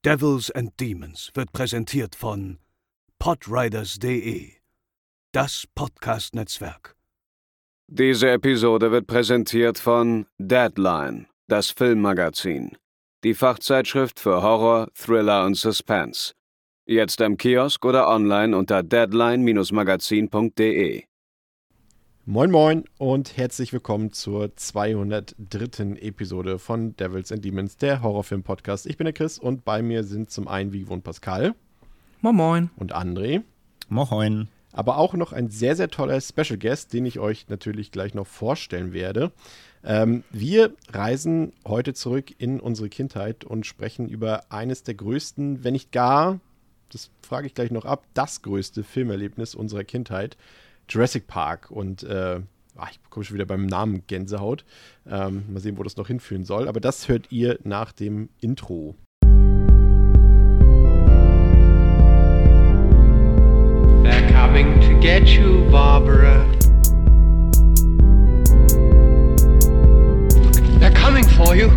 Devils and Demons wird präsentiert von podriders.de, das Podcast-Netzwerk. Diese Episode wird präsentiert von Deadline, das Filmmagazin, die Fachzeitschrift für Horror, Thriller und Suspense. Jetzt im Kiosk oder online unter deadline-magazin.de. Moin Moin und herzlich willkommen zur 203. Episode von Devils and Demons, der Horrorfilm-Podcast. Ich bin der Chris und bei mir sind zum einen wie gewohnt Pascal. Moin Moin. Und André. Moin. Aber auch noch ein sehr, sehr toller Special Guest, den ich euch natürlich gleich noch vorstellen werde. Wir reisen heute zurück in unsere Kindheit und sprechen über eines der größten, wenn nicht gar, das frage ich gleich noch ab, das größte Filmerlebnis unserer Kindheit, Jurassic Park. Und ich bekomme schon wieder beim Namen Gänsehaut. Mal sehen, wo das noch hinführen soll. Aber das hört ihr nach dem Intro. They're coming to get you, Barbara. They're coming for you.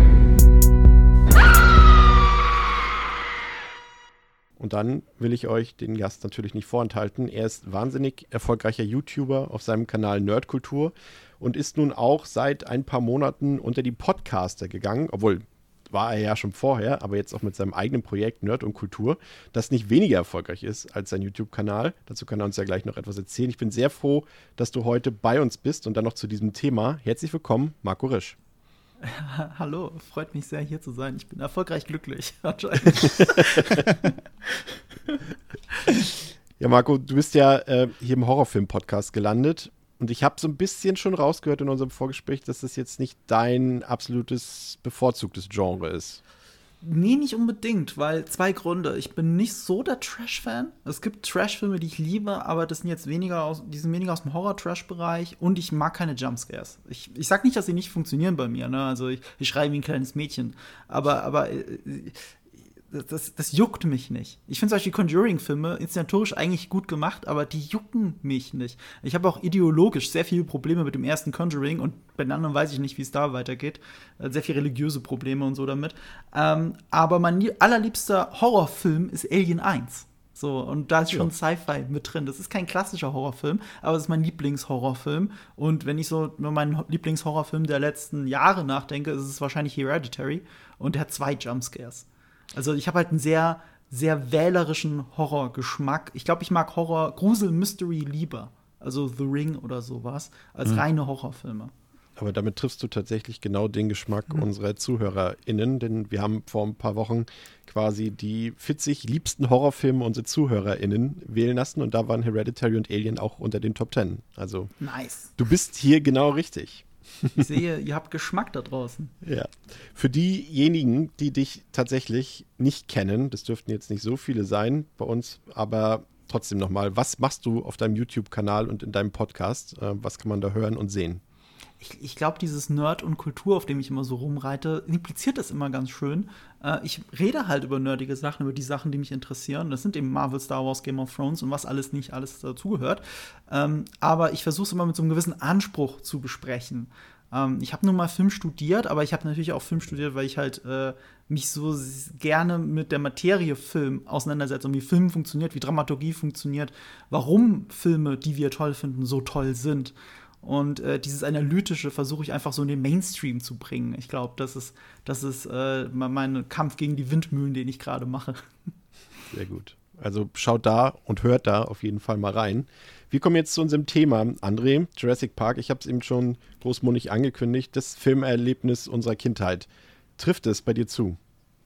Und dann will ich euch den Gast natürlich nicht vorenthalten. Er ist wahnsinnig erfolgreicher YouTuber auf seinem Kanal Nerdkultur und ist nun auch seit ein paar Monaten unter die Podcaster gegangen, obwohl war er ja schon vorher, aber jetzt auch mit seinem eigenen Projekt Nerd und Kultur, das nicht weniger erfolgreich ist als sein YouTube-Kanal. Dazu kann er uns ja gleich noch etwas erzählen. Ich bin sehr froh, dass du heute bei uns bist und dann noch zu diesem Thema. Herzlich willkommen, Marco Risch. Hallo, freut mich sehr, hier zu sein. Ich bin erfolgreich glücklich, anscheinend. Ja, Marco, du bist ja hier im Horrorfilm-Podcast gelandet und ich habe so ein bisschen schon rausgehört in unserem Vorgespräch, dass das jetzt nicht dein absolutes bevorzugtes Genre ist. Nee, nicht unbedingt, weil zwei Gründe. Ich bin nicht so der Trash-Fan. Es gibt Trash-Filme, die ich liebe, aber das sind jetzt die sind weniger aus dem Horror-Trash-Bereich und ich mag keine Jumpscares. Ich sag nicht, dass sie nicht funktionieren bei mir, ne? Also ich schreie wie ein kleines Mädchen. Aber das juckt mich nicht. Ich finde zum Beispiel Conjuring-Filme inszenatorisch eigentlich gut gemacht, aber die jucken mich nicht. Ich habe auch ideologisch sehr viele Probleme mit dem ersten Conjuring und bei den anderen weiß ich nicht, wie es da weitergeht. Sehr viele religiöse Probleme und so damit. Aber mein allerliebster Horrorfilm ist Alien 1. So, und da ist schon Sci-Fi mit drin. Das ist kein klassischer Horrorfilm, aber es ist mein Lieblingshorrorfilm. Und wenn ich so über meinen Lieblingshorrorfilm der letzten Jahre nachdenke, ist es wahrscheinlich Hereditary. Und der hat 2 Jumpscares. Also ich habe halt einen sehr, sehr wählerischen Horrorgeschmack. Ich glaube, ich mag Horror, Grusel, Mystery lieber. Also The Ring oder sowas, als reine Horrorfilme. Aber damit triffst du tatsächlich genau den Geschmack unserer ZuhörerInnen, denn wir haben vor ein paar Wochen quasi die 40 liebsten Horrorfilme unserer ZuhörerInnen wählen lassen und da waren Hereditary und Alien auch unter den Top 10. Also nice. Du bist hier genau richtig. Ich sehe, ihr habt Geschmack da draußen. Ja. Für diejenigen, die dich tatsächlich nicht kennen, das dürften jetzt nicht so viele sein bei uns, aber trotzdem nochmal, was machst du auf deinem YouTube-Kanal und in deinem Podcast? Was kann man da hören und sehen? Ich glaube, dieses Nerd und Kultur, auf dem ich immer so rumreite, impliziert das immer ganz schön. Ich rede halt über nerdige Sachen, über die Sachen, die mich interessieren. Das sind eben Marvel, Star Wars, Game of Thrones und was alles nicht alles dazugehört. Aber ich versuche es immer mit so einem gewissen Anspruch zu besprechen. Ich habe nun mal Film studiert, aber ich habe natürlich auch Film studiert, weil ich halt mich so gerne mit der Materie Film auseinandersetze und wie Film funktioniert, wie Dramaturgie funktioniert, warum Filme, die wir toll finden, so toll sind. Und dieses Analytische versuche ich einfach so in den Mainstream zu bringen. Ich glaube, das ist mein Kampf gegen die Windmühlen, den ich gerade mache. Sehr gut. Also schaut da und hört da auf jeden Fall mal rein. Wir kommen jetzt zu unserem Thema, André, Jurassic Park. Ich habe es eben schon großmundig angekündigt, das Filmerlebnis unserer Kindheit. Trifft es bei dir zu?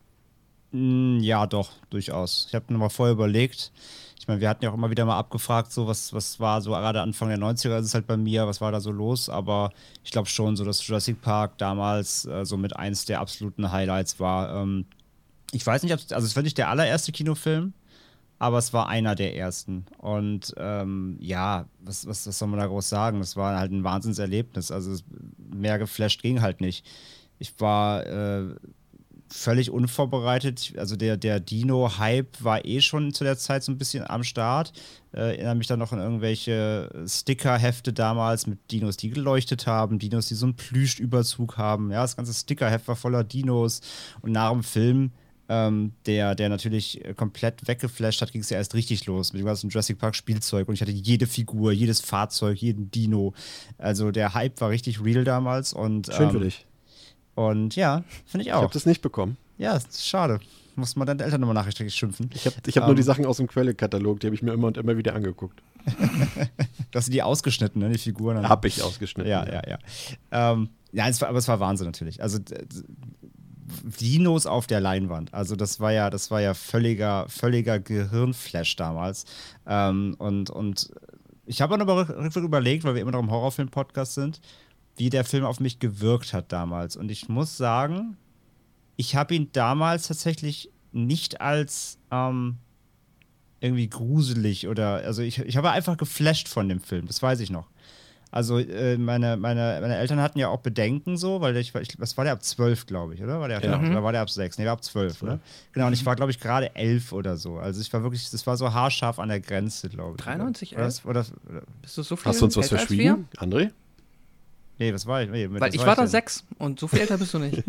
Ja, doch, durchaus. Ich habe mir mal vorher überlegt, ich meine, wir hatten ja auch immer wieder mal abgefragt, so was war so gerade Anfang der 90er, ist es halt bei mir, was war da so los, aber ich glaube schon, so dass Jurassic Park damals so mit eins der absoluten Highlights war. Ich weiß nicht, also es war nicht der allererste Kinofilm, aber es war einer der ersten. Und was soll man da groß sagen? Das war halt ein Wahnsinnserlebnis. Also mehr geflasht ging halt nicht. Ich war völlig unvorbereitet. Also der Dino-Hype war schon zu der Zeit so ein bisschen am Start. Erinnere mich dann noch an irgendwelche Stickerhefte damals mit Dinos, die geleuchtet haben, Dinos, die so einen Plüschüberzug haben. Ja, das ganze Stickerheft war voller Dinos. Und nach dem Film der natürlich komplett weggeflasht hat, ging es ja erst richtig los mit dem ganzen Jurassic Park Spielzeug und ich hatte jede Figur, jedes Fahrzeug, jeden Dino. Also der Hype war richtig real damals und Schön für dich. Und ja, finde ich auch. Ich habe das nicht bekommen. Ja, ist schade. Muss man deine Eltern nochmal nachträglich schimpfen. Ich hab nur die Sachen aus dem Quellekatalog, die habe ich mir immer und immer wieder angeguckt. Du hast die ausgeschnitten, ne, die Figuren. Habe ich ausgeschnitten. Ja. Ja, aber es war Wahnsinn natürlich. Also Dinos auf der Leinwand. Also das war ja völliger Gehirnflash damals. Und ich habe aber rückwärts überlegt, weil wir immer noch im Horrorfilm-Podcast sind, wie der Film auf mich gewirkt hat damals. Und ich muss sagen, ich habe ihn damals tatsächlich nicht als irgendwie gruselig also ich habe einfach geflasht von dem Film, das weiß ich noch. Also meine Eltern hatten ja auch Bedenken so, weil was war der ab 12, glaube ich, oder? Oder war der ab 6? Nee, war ab 12, ne? Genau, und ich war, glaube ich, gerade 11 oder so. Also ich war wirklich, das war so haarscharf an der Grenze, glaube ich. 93, oder bist du so viel Hast du uns was älter als verschwiegen, André? Nee, was war ich? Nee, Weil ich war da 6 und so viel älter bist du nicht.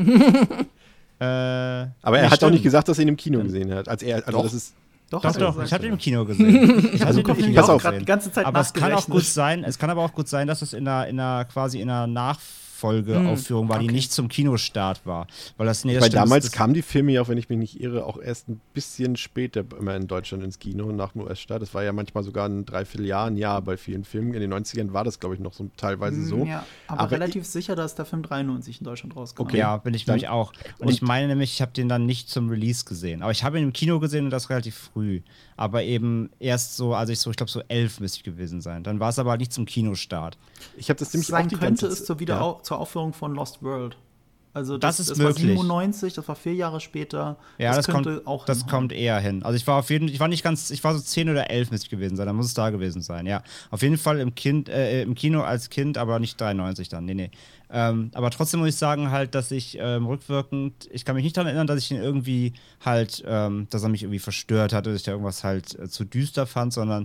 Aber er hat auch nicht gesagt, dass er ihn im Kino gesehen hat. Doch. Das ist Doch, ich habe ihn im Kino gesehen. pass auf. Die ganze Zeit aber es kann aber auch gut sein, dass es quasi in einer Nachfolgeaufführung war, die nicht zum Kinostart war. Weil damals kamen die Filme ja, auch wenn ich mich nicht irre, auch erst ein bisschen später immer in Deutschland ins Kino, nach dem US-Start. Das war ja manchmal sogar ein Dreivierteljahr, ein Jahr bei vielen Filmen. In den 90ern war das, glaube ich, noch so teilweise so. Ja, aber relativ sicher, dass der Film 93 in Deutschland rauskam. Okay. Ja, bin ich, glaube ich, auch. Und ich meine nämlich, ich habe den dann nicht zum Release gesehen. Aber ich habe ihn im Kino gesehen und das relativ früh. Aber eben erst so, also ich glaube so 11 müsste ich gewesen sein. Dann war es aber nicht zum Kinostart. Ich habe das nämlich sein auch die könnte ganze es zur Aufführung von Lost World. Also das ist war möglich. 97, das war 4 Jahre später. Ja, das kommt kommt eher hin. Also ich war so 10 oder 11 müsste ich gewesen sein, da muss es da gewesen sein, ja. Auf jeden Fall im Kino als Kind, aber nicht 93 dann, nee. Aber trotzdem muss ich sagen halt, dass ich rückwirkend, ich kann mich nicht daran erinnern, dass ich ihn irgendwie halt, dass er mich irgendwie verstört hat, dass ich da irgendwas halt zu düster fand, sondern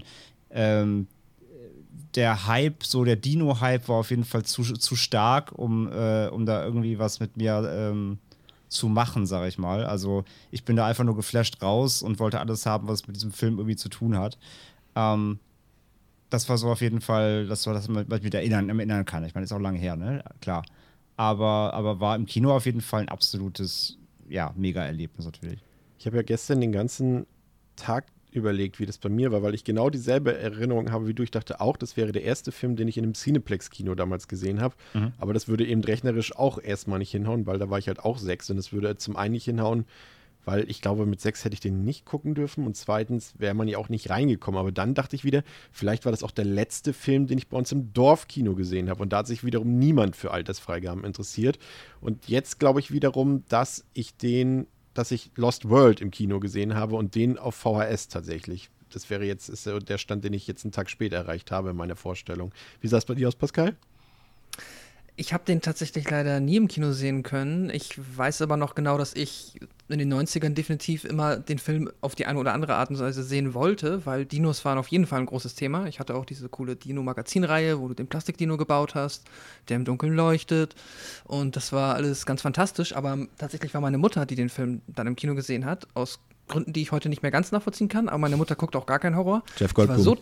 der Hype, so der Dino-Hype war auf jeden Fall zu stark, um da irgendwie was mit mir zu machen, sag ich mal. Also ich bin da einfach nur geflasht raus und wollte alles haben, was mit diesem Film irgendwie zu tun hat. Das war so auf jeden Fall, das war das, was ich mich erinnern kann. Ich meine, ist auch lange her, ne? Klar. Aber war im Kino auf jeden Fall ein absolutes, ja, Mega-Erlebnis natürlich. Ich habe ja gestern den ganzen Tag überlegt, wie das bei mir war, weil ich genau dieselbe Erinnerung habe wie du. Ich dachte auch, das wäre der erste Film, den ich in einem Cineplex-Kino damals gesehen habe. Aber das würde eben rechnerisch auch erstmal nicht hinhauen, weil da war ich halt auch 6 und es würde zum einen nicht hinhauen, weil ich glaube, mit 6 hätte ich den nicht gucken dürfen und zweitens wäre man ja auch nicht reingekommen. Aber dann dachte ich wieder, vielleicht war das auch der letzte Film, den ich bei uns im Dorfkino gesehen habe und da hat sich wiederum niemand für Altersfreigaben interessiert. Und jetzt glaube ich wiederum, dass ich Lost World im Kino gesehen habe und den auf VHS tatsächlich. Das wäre jetzt ist der Stand, den ich jetzt einen Tag später erreicht habe in meiner Vorstellung. Wie sah es bei dir aus, Pascal? Ich habe den tatsächlich leider nie im Kino sehen können. Ich weiß aber noch genau, dass ich in den 90ern definitiv immer den Film auf die eine oder andere Art und Weise sehen wollte, weil Dinos waren auf jeden Fall ein großes Thema. Ich hatte auch diese coole Dino-Magazin-Reihe, wo du den Plastikdino gebaut hast, der im Dunkeln leuchtet und das war alles ganz fantastisch, aber tatsächlich war meine Mutter, die den Film dann im Kino gesehen hat, aus Gründen, die ich heute nicht mehr ganz nachvollziehen kann, aber meine Mutter guckt auch gar keinen Horror. Jeff Goldblum.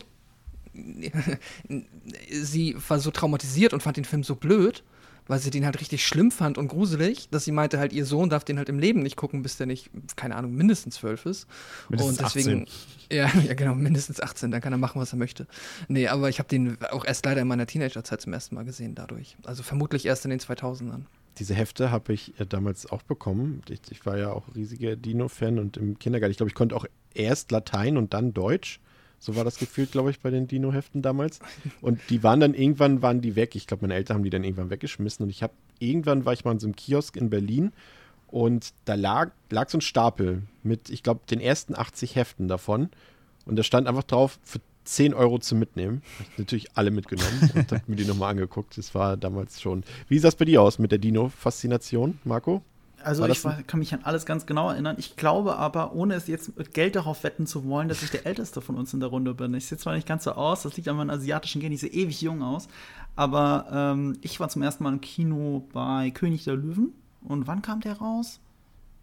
Sie war so traumatisiert und fand den Film so blöd, weil sie den halt richtig schlimm fand und gruselig, dass sie meinte halt, ihr Sohn darf den halt im Leben nicht gucken, bis der nicht, keine Ahnung, mindestens 12 ist. Mindestens und deswegen, 18. Ja, genau, mindestens 18, dann kann er machen, was er möchte. Nee, aber ich habe den auch erst leider in meiner Teenagerzeit zum ersten Mal gesehen dadurch. Also vermutlich erst in den 2000ern. Diese Hefte habe ich damals auch bekommen. Ich war ja auch riesiger Dino-Fan und im Kindergarten, ich glaube, ich konnte auch erst Latein und dann Deutsch. So war das gefühlt, glaube ich, bei den Dino-Heften damals. Und die irgendwann waren die weg. Ich glaube, meine Eltern haben die dann irgendwann weggeschmissen. Und irgendwann war ich mal in so einem Kiosk in Berlin und da lag so ein Stapel mit, ich glaube, den ersten 80 Heften davon. Und da stand einfach drauf, für 10 Euro zu mitnehmen. Habe ich natürlich alle mitgenommen und habe mir die nochmal angeguckt. Das war damals schon. Wie sah es bei dir aus mit der Dino-Faszination, Marco? Also ich kann mich an alles ganz genau erinnern. Ich glaube aber, ohne es jetzt mit Geld darauf wetten zu wollen, dass ich der Älteste von uns in der Runde bin. Ich sehe zwar nicht ganz so aus, das liegt an meinem asiatischen Gen, ich sehe ewig jung aus. Aber ich war zum ersten Mal im Kino bei König der Löwen. Und wann kam der raus?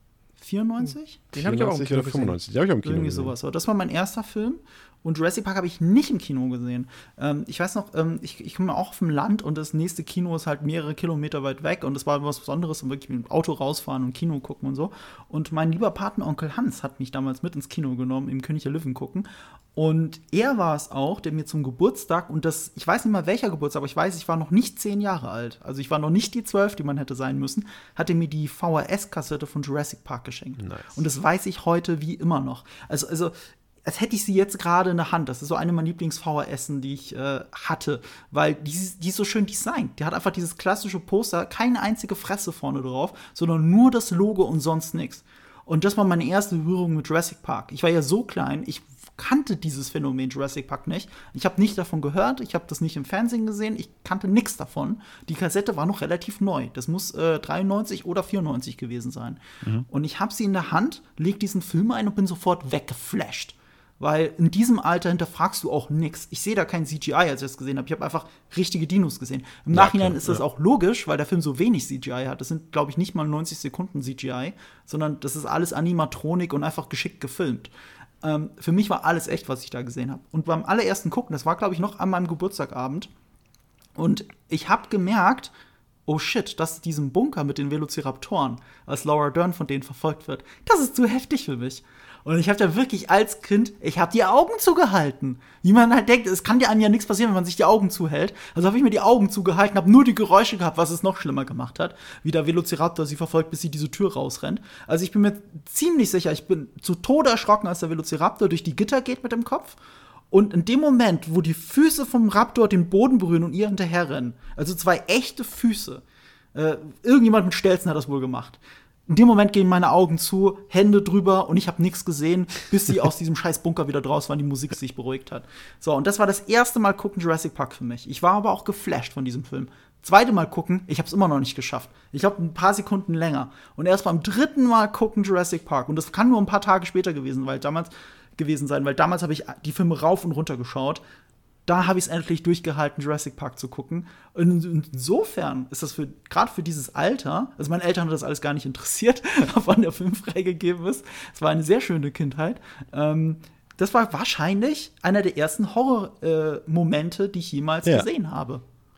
94? Den habe ich auch im 94 Kino oder 95. Den habe ich auch im Kino Irgendwie gesehen. sowas. Aber das war mein erster Film. Und Jurassic Park habe ich nicht im Kino gesehen. Ich weiß noch, ich komme auch auf dem Land und das nächste Kino ist halt mehrere Kilometer weit weg. Und das war was Besonderes, und wirklich mit dem Auto rausfahren und Kino gucken und so. Und mein lieber Patenonkel Hans hat mich damals mit ins Kino genommen, im König der Löwen gucken. Und er war es auch, der mir zum Geburtstag, und das, ich weiß nicht mal welcher Geburtstag, aber ich weiß, ich war noch nicht 10 Jahre alt. Also ich war noch nicht die 12, die man hätte sein müssen, hat er mir die VHS-Kassette von Jurassic Park geschenkt. Nice. Und das weiß ich heute wie immer noch. Also als hätte ich sie jetzt gerade in der Hand. Das ist so eine meiner Lieblings-VHSen, die ich hatte, weil die ist so schön designt. Die hat einfach dieses klassische Poster, keine einzige Fresse vorne drauf, sondern nur das Logo und sonst nichts. Und das war meine erste Berührung mit Jurassic Park. Ich war ja so klein, ich kannte dieses Phänomen Jurassic Park nicht. Ich habe nicht davon gehört, ich habe das nicht im Fernsehen gesehen, ich kannte nichts davon. Die Kassette war noch relativ neu. Das muss 93 oder 94 gewesen sein. Und ich habe sie in der Hand, leg diesen Film ein und bin sofort weggeflasht. Weil in diesem Alter hinterfragst du auch nichts. Ich sehe da kein CGI, als ich das gesehen habe. Ich habe einfach richtige Dinos gesehen. Im Nachhinein klar, ist das auch logisch, weil der Film so wenig CGI hat. Das sind, glaube ich, nicht mal 90 Sekunden CGI, sondern das ist alles Animatronik und einfach geschickt gefilmt. Für mich war alles echt, was ich da gesehen habe. Und beim allerersten Gucken, das war, glaube ich, noch an meinem Geburtstagabend, und ich habe gemerkt, oh shit, das ist diesem Bunker mit den Velociraptoren, als Laura Dern von denen verfolgt wird. Das ist zu heftig für mich. Und ich habe da wirklich als Kind, ich habe die Augen zugehalten. Wie man halt denkt, es kann dir einem ja nichts passieren, wenn man sich die Augen zuhält. Also habe ich mir die Augen zugehalten, habe nur die Geräusche gehabt, was es noch schlimmer gemacht hat. Wie der Velociraptor sie verfolgt, bis sie diese Tür rausrennt. Also ich bin mir ziemlich sicher, ich bin zu Tode erschrocken, als der Velociraptor durch die Gitter geht mit dem Kopf. Und in dem Moment, wo die Füße vom Raptor den Boden berühren und ihr hinterherrennen, also 2 echte Füße, irgendjemand mit Stelzen hat das wohl gemacht. In dem Moment gehen meine Augen zu, Hände drüber, und ich habe nichts gesehen, bis sie aus diesem scheiß Bunker wieder draußen waren, die Musik sich beruhigt hat. So, und das war das erste Mal gucken Jurassic Park für mich. Ich war aber auch geflasht von diesem Film. Zweite Mal gucken, ich habe es immer noch nicht geschafft. Ich habe ein paar Sekunden länger. Und erst beim dritten Mal gucken Jurassic Park, und das kann nur ein paar Tage später gewesen sein, weil damals habe ich die Filme rauf und runter geschaut. Da habe ich es endlich durchgehalten, Jurassic Park zu gucken. Und insofern ist das gerade für dieses Alter, also meine Eltern hat das alles gar nicht interessiert, wann der Film freigegeben ist. Es war eine sehr schöne Kindheit. Das war wahrscheinlich einer der ersten Horror-Momente, die ich jemals gesehen habe.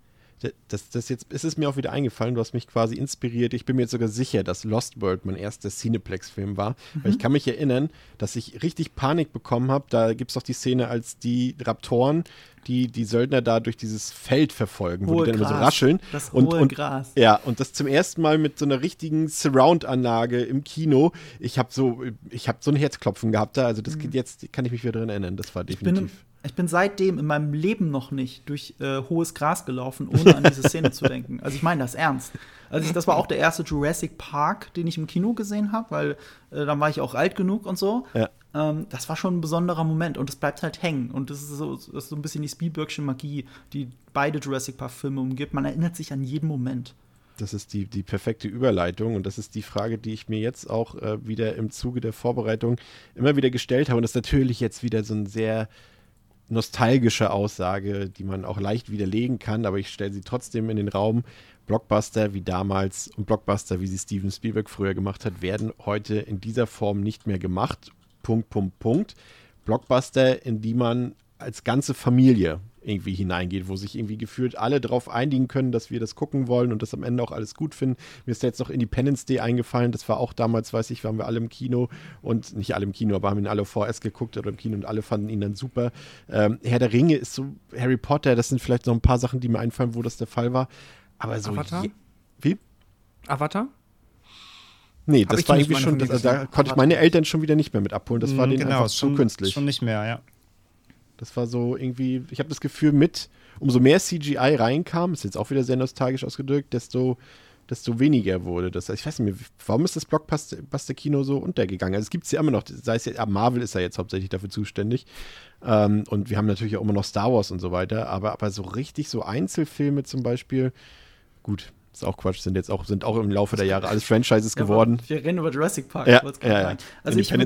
Jetzt ist es mir auch wieder eingefallen, du hast mich quasi inspiriert. Ich bin mir jetzt sogar sicher, dass Lost World mein erster Cineplex-Film war. Weil ich kann mich erinnern, dass ich richtig Panik bekommen habe. Da gibt es doch die Szene, als die Raptoren die Söldner da durch dieses Feld verfolgen, wo die dann immer so rascheln. Das hohe Gras. Ja, und das zum ersten Mal mit so einer richtigen Surround-Anlage im Kino. Ich habe so ein Herzklopfen gehabt da. Also das jetzt kann ich mich wieder dran erinnern. Das war definitiv. Ich bin seitdem in meinem Leben noch nicht durch hohes Gras gelaufen, ohne an diese Szene zu denken. Also ich meine das ernst. Also das war auch der erste Jurassic Park, den ich im Kino gesehen habe, weil dann war ich auch alt genug und so. Ja. Das war schon ein besonderer Moment, und es bleibt halt hängen. Und das ist so ein bisschen die Spielbergsche Magie, die beide Jurassic Park-Filme umgibt. Man erinnert sich an jeden Moment. Das ist die perfekte Überleitung, und das ist die Frage, die ich mir jetzt auch wieder im Zuge der Vorbereitung immer wieder gestellt habe. Und das ist natürlich jetzt wieder so ein sehr nostalgische Aussage, die man auch leicht widerlegen kann, aber ich stelle sie trotzdem in den Raum. Blockbuster wie damals und Blockbuster, wie sie Steven Spielberg früher gemacht hat, werden heute in dieser Form nicht mehr gemacht. Punkt. Blockbuster, in die man als ganze Familie irgendwie hineingeht, wo sich irgendwie gefühlt alle darauf einigen können, dass wir das gucken wollen und das am Ende auch alles gut finden. Mir ist jetzt noch Independence Day eingefallen, das war auch damals, weiß ich, waren wir alle im Kino, und nicht alle im Kino, aber haben ihn alle VHS geguckt oder im Kino, und alle fanden ihn dann super. Herr der Ringe ist so, Harry Potter, das sind vielleicht noch ein paar Sachen, die mir einfallen, wo das der Fall war. Aber so. Avatar? Wie? Avatar? Nee, das war irgendwie schon, da konnte ich meine Eltern schon wieder nicht mehr mit abholen. Das war denen einfach zu künstlich. Schon nicht mehr, ja. Das war so irgendwie, ich habe das Gefühl, umso mehr CGI reinkam, ist jetzt auch wieder sehr nostalgisch ausgedrückt, desto weniger wurde das. Ich weiß nicht mehr, warum ist das Blockbuster-Kino so untergegangen? Also es gibt es ja immer noch, sei es ja, Marvel ist ja jetzt hauptsächlich dafür zuständig. Und wir haben natürlich auch immer noch Star Wars und so weiter, aber so richtig so Einzelfilme zum Beispiel, gut, ist auch Quatsch, sind auch im Laufe der Jahre alles Franchises geworden. Wir reden über Jurassic Park. Ja. Also ich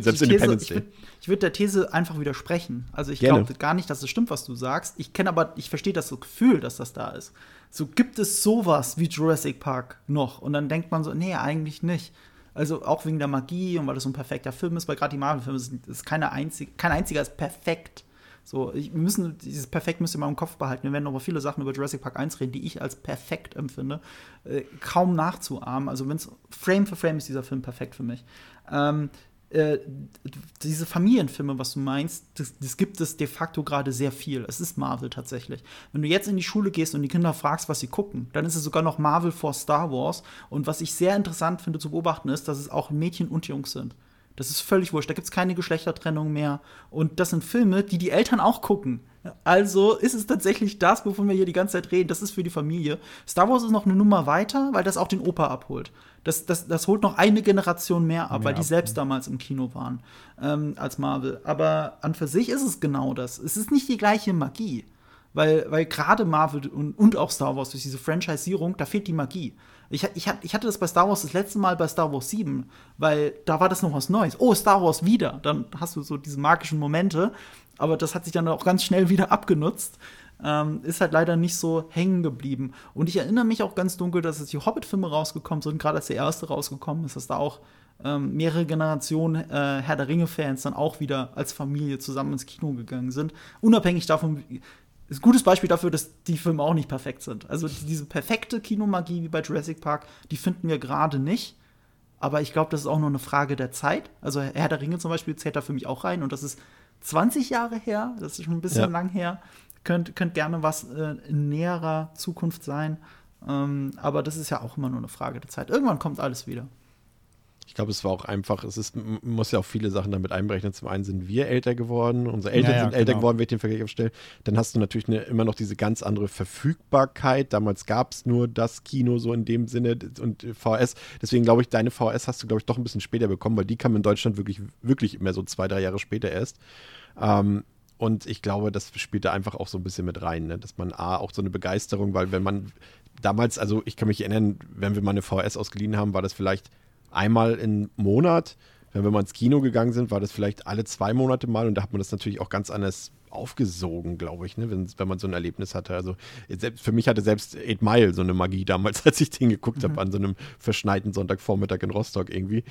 würde der These einfach widersprechen. Also ich glaube gar nicht, dass es stimmt, was du sagst. Ich verstehe das Gefühl, dass das da ist. So, gibt es sowas wie Jurassic Park noch? Und dann denkt man so, nee, eigentlich nicht. Also auch wegen der Magie und weil das so ein perfekter Film ist, weil gerade die Marvel-Filme ist kein einziger ist perfekt. So, dieses Perfekt müsst ihr mal im Kopf behalten. Wir werden noch über viele Sachen über Jurassic Park 1 reden, die ich als perfekt empfinde. Kaum nachzuahmen. Also Frame für Frame ist dieser Film perfekt für mich. Diese Familienfilme, was du meinst, das gibt es de facto gerade sehr viel. Es ist Marvel tatsächlich. Wenn du jetzt in die Schule gehst und die Kinder fragst, was sie gucken, dann ist es sogar noch Marvel vor Star Wars. Und was ich sehr interessant finde zu beobachten, ist, dass es auch Mädchen und Jungs sind. Das ist völlig wurscht. Da gibt es keine Geschlechtertrennung mehr. Und das sind Filme, die die Eltern auch gucken. Also ist es tatsächlich das, wovon wir hier die ganze Zeit reden. Das ist für die Familie. Star Wars ist noch eine Nummer weiter, weil das auch den Opa abholt. Das holt noch eine Generation mehr ab, weil die selbst damals im Kino waren als Marvel. Aber an für sich ist es genau das. Es ist nicht die gleiche Magie. Weil gerade Marvel und auch Star Wars durch diese Franchisierung, da fehlt die Magie. Ich hatte das bei Star Wars das letzte Mal bei Star Wars 7, weil da war das noch was Neues. Oh, Star Wars wieder. Dann hast du so diese magischen Momente. Aber das hat sich dann auch ganz schnell wieder abgenutzt. Ist halt leider nicht so hängen geblieben. Und ich erinnere mich auch ganz dunkel, dass jetzt die Hobbit-Filme rausgekommen sind, gerade als der erste rausgekommen ist, dass da auch mehrere Generationen Herr der Ringe-Fans dann auch wieder als Familie zusammen ins Kino gegangen sind. Unabhängig davon, ist ein gutes Beispiel dafür, dass die Filme auch nicht perfekt sind. Also diese perfekte Kinomagie wie bei Jurassic Park, die finden wir gerade nicht. Aber ich glaube, das ist auch nur eine Frage der Zeit. Also Herr der Ringe zum Beispiel zählt da für mich auch rein. Und das ist 20 Jahre her. Das ist schon ein bisschen lang her. Könnt gerne was in näherer Zukunft sein. Aber das ist ja auch immer nur eine Frage der Zeit. Irgendwann kommt alles wieder. Ich glaube, es war auch einfach, man muss ja auch viele Sachen damit einberechnen. Zum einen sind wir älter geworden, unsere Eltern sind älter geworden, wenn ich den Vergleich aufstelle. Dann hast du natürlich immer noch diese ganz andere Verfügbarkeit. Damals gab es nur das Kino so in dem Sinne und VHS. Deswegen glaube ich, deine VHS hast du, glaube ich, doch ein bisschen später bekommen, weil die kam in Deutschland wirklich, wirklich immer so 2-3 Jahre später erst. Und ich glaube, das spielt da einfach auch so ein bisschen mit rein, ne? Dass man auch so eine Begeisterung, weil wenn man damals, also ich kann mich erinnern, wenn wir mal eine VHS ausgeliehen haben, war das vielleicht einmal im Monat. Wenn wir mal ins Kino gegangen sind, war das vielleicht alle 2 Monate mal und da hat man das natürlich auch ganz anders aufgesogen, glaube ich, ne? Wenn man so ein Erlebnis hatte. Also für mich hatte selbst 8 Mile so eine Magie damals, als ich den geguckt habe an so einem verschneiten Sonntagvormittag in Rostock irgendwie.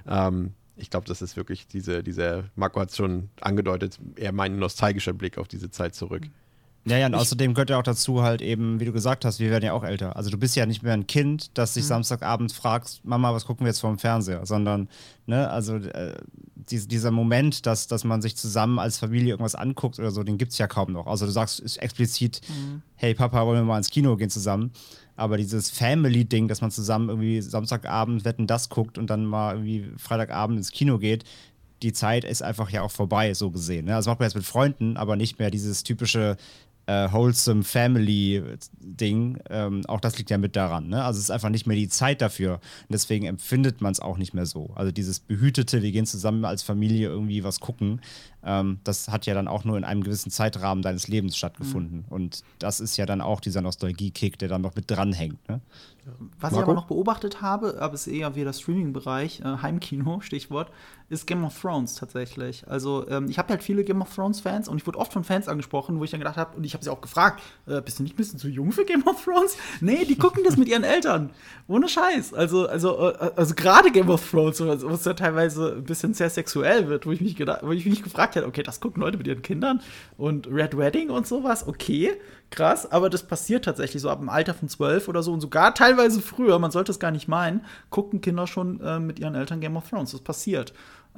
Ich glaube, das ist wirklich dieser Marco hat es schon angedeutet, eher mein nostalgischer Blick auf diese Zeit zurück. Ja, und außerdem gehört ja auch dazu halt eben, wie du gesagt hast, wir werden ja auch älter. Also du bist ja nicht mehr ein Kind, das sich Samstagabend fragst, Mama, was gucken wir jetzt vorm Fernseher? Sondern, ne, also dieser Moment, dass man sich zusammen als Familie irgendwas anguckt oder so, den gibt's ja kaum noch. Also du sagst explizit, hey Papa, wollen wir mal ins Kino gehen zusammen? Aber dieses Family-Ding, dass man zusammen irgendwie Samstagabend Wetten, das guckt und dann mal irgendwie Freitagabend ins Kino geht, die Zeit ist einfach ja auch vorbei, so gesehen. Ne? Also macht man jetzt mit Freunden, aber nicht mehr dieses typische wholesome Family-Ding. Auch das liegt ja mit daran. Ne? Also es ist einfach nicht mehr die Zeit dafür. Und deswegen empfindet man es auch nicht mehr so. Also dieses behütete, wir gehen zusammen als Familie irgendwie was gucken, das hat ja dann auch nur in einem gewissen Zeitrahmen deines Lebens stattgefunden. Und das ist ja dann auch dieser Nostalgie-Kick, der dann noch mit dranhängt. Ne? Was ich aber noch beobachtet habe, aber es ist eher wieder Streaming-Bereich, Heimkino, Stichwort, ist Game of Thrones tatsächlich. Also ich habe halt viele Game of Thrones-Fans und ich wurde oft von Fans angesprochen, wo ich dann gedacht habe, und ich habe sie auch gefragt, bist du nicht ein bisschen zu jung für Game of Thrones? Nee, die gucken das mit ihren Eltern. Ohne Scheiß. Also gerade Game of Thrones, was ja teilweise ein bisschen sehr sexuell wird, wo ich mich gefragt habe, okay, das gucken Leute mit ihren Kindern und Red Wedding und sowas, okay, krass, aber das passiert tatsächlich so ab dem Alter von 12 oder so und sogar teilweise früher, man sollte es gar nicht meinen, gucken Kinder schon mit ihren Eltern Game of Thrones, das passiert.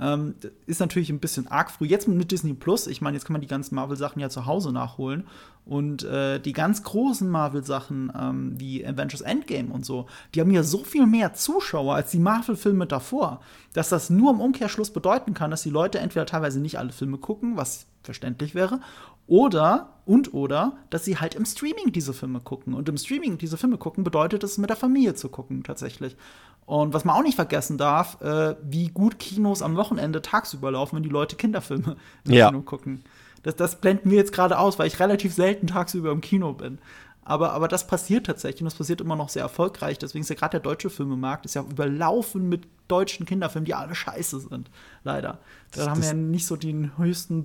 Ist natürlich ein bisschen arg früh. Jetzt mit Disney Plus, ich meine, jetzt kann man die ganzen Marvel-Sachen ja zu Hause nachholen. Und die ganz großen Marvel-Sachen wie Avengers Endgame und so, die haben ja so viel mehr Zuschauer als die Marvel-Filme davor, dass das nur im Umkehrschluss bedeuten kann, dass die Leute entweder teilweise nicht alle Filme gucken, was verständlich wäre, oder, dass sie halt im Streaming diese Filme gucken. Und im Streaming diese Filme gucken bedeutet es, mit der Familie zu gucken, tatsächlich. Und was man auch nicht vergessen darf, wie gut Kinos am Wochenende tagsüber laufen, wenn die Leute Kinderfilme im Kino gucken. Das blenden wir jetzt gerade aus, weil ich relativ selten tagsüber im Kino bin. Aber das passiert tatsächlich und das passiert immer noch sehr erfolgreich. Deswegen ist ja gerade der deutsche Filmemarkt ist ja überlaufen mit deutschen Kinderfilmen, die alle scheiße sind. Leider. Da haben wir ja nicht so den höchsten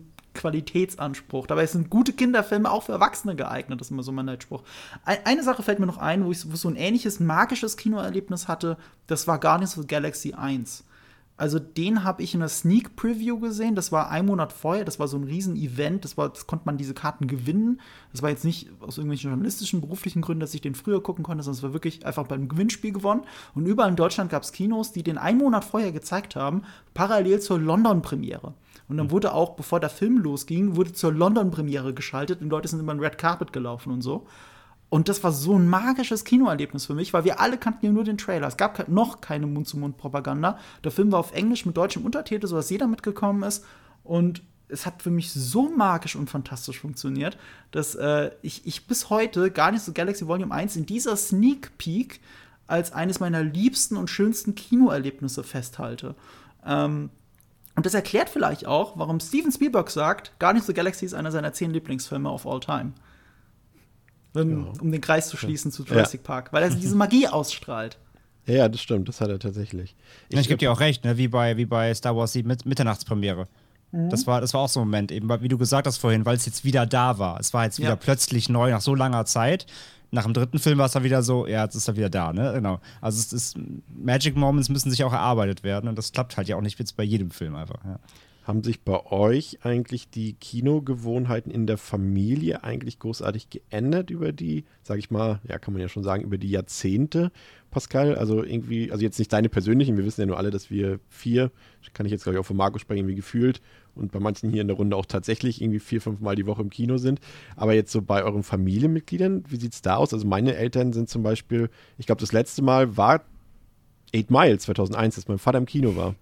Qualitätsanspruch. Dabei sind gute Kinderfilme auch für Erwachsene geeignet, das ist immer so mein Leitspruch. Eine Sache fällt mir noch ein, wo ich so ein ähnliches magisches Kinoerlebnis hatte, das war Guardians of the Galaxy 1. Also den habe ich in einer Sneak Preview gesehen, das war einen Monat vorher, das war so ein Riesen-Event, das konnte man diese Karten gewinnen. Das war jetzt nicht aus irgendwelchen journalistischen, beruflichen Gründen, dass ich den früher gucken konnte, sondern es war wirklich einfach beim Gewinnspiel gewonnen. Und überall in Deutschland gab es Kinos, die den einen Monat vorher gezeigt haben, parallel zur London-Premiere. Und dann wurde auch, bevor der Film losging, wurde zur London-Premiere geschaltet und Leute sind über den Red Carpet gelaufen und so. Und das war so ein magisches Kinoerlebnis für mich, weil wir alle kannten ja nur den Trailer. Es gab noch keine Mund-zu-Mund-Propaganda. Der Film war auf Englisch mit deutschem Untertitel, sodass jeder mitgekommen ist. Und es hat für mich so magisch und fantastisch funktioniert, dass ich bis heute Guardians of the Galaxy Volume 1 in dieser Sneak Peek als eines meiner liebsten und schönsten Kinoerlebnisse festhalte. Und das erklärt vielleicht auch, warum Steven Spielberg sagt, Guardians of the Galaxy ist einer seiner 10 Lieblingsfilme of all time. Um den Kreis zu schließen zu Jurassic Park, weil er diese Magie ausstrahlt. Ja, das stimmt, das hat er tatsächlich. Ich gebe dir auch recht, ne? wie bei Star Wars die Mitternachtspremiere. Das war auch so ein Moment, eben, wie du gesagt hast vorhin, weil es jetzt wieder da war. Es war jetzt wieder plötzlich neu nach so langer Zeit. Nach dem 3. Film war es dann wieder so, ja, jetzt ist er wieder da, ne? Genau. Also Magic Moments müssen sich auch erarbeitet werden und das klappt halt ja auch nicht jetzt bei jedem Film einfach. Ja. Haben sich bei euch eigentlich die Kinogewohnheiten in der Familie eigentlich großartig geändert über die, sag ich mal, ja, kann man ja schon sagen, über die Jahrzehnte, Pascal? Also irgendwie, also jetzt nicht deine persönlichen, wir wissen ja nur alle, dass wir 4, kann ich jetzt glaube ich auch von Marco sprechen, wie gefühlt und bei manchen hier in der Runde auch tatsächlich irgendwie 4-5 Mal die Woche im Kino sind. Aber jetzt so bei euren Familienmitgliedern, wie sieht's da aus? Also meine Eltern sind zum Beispiel, ich glaube das letzte Mal war 8 Mile 2001, dass mein Vater im Kino war.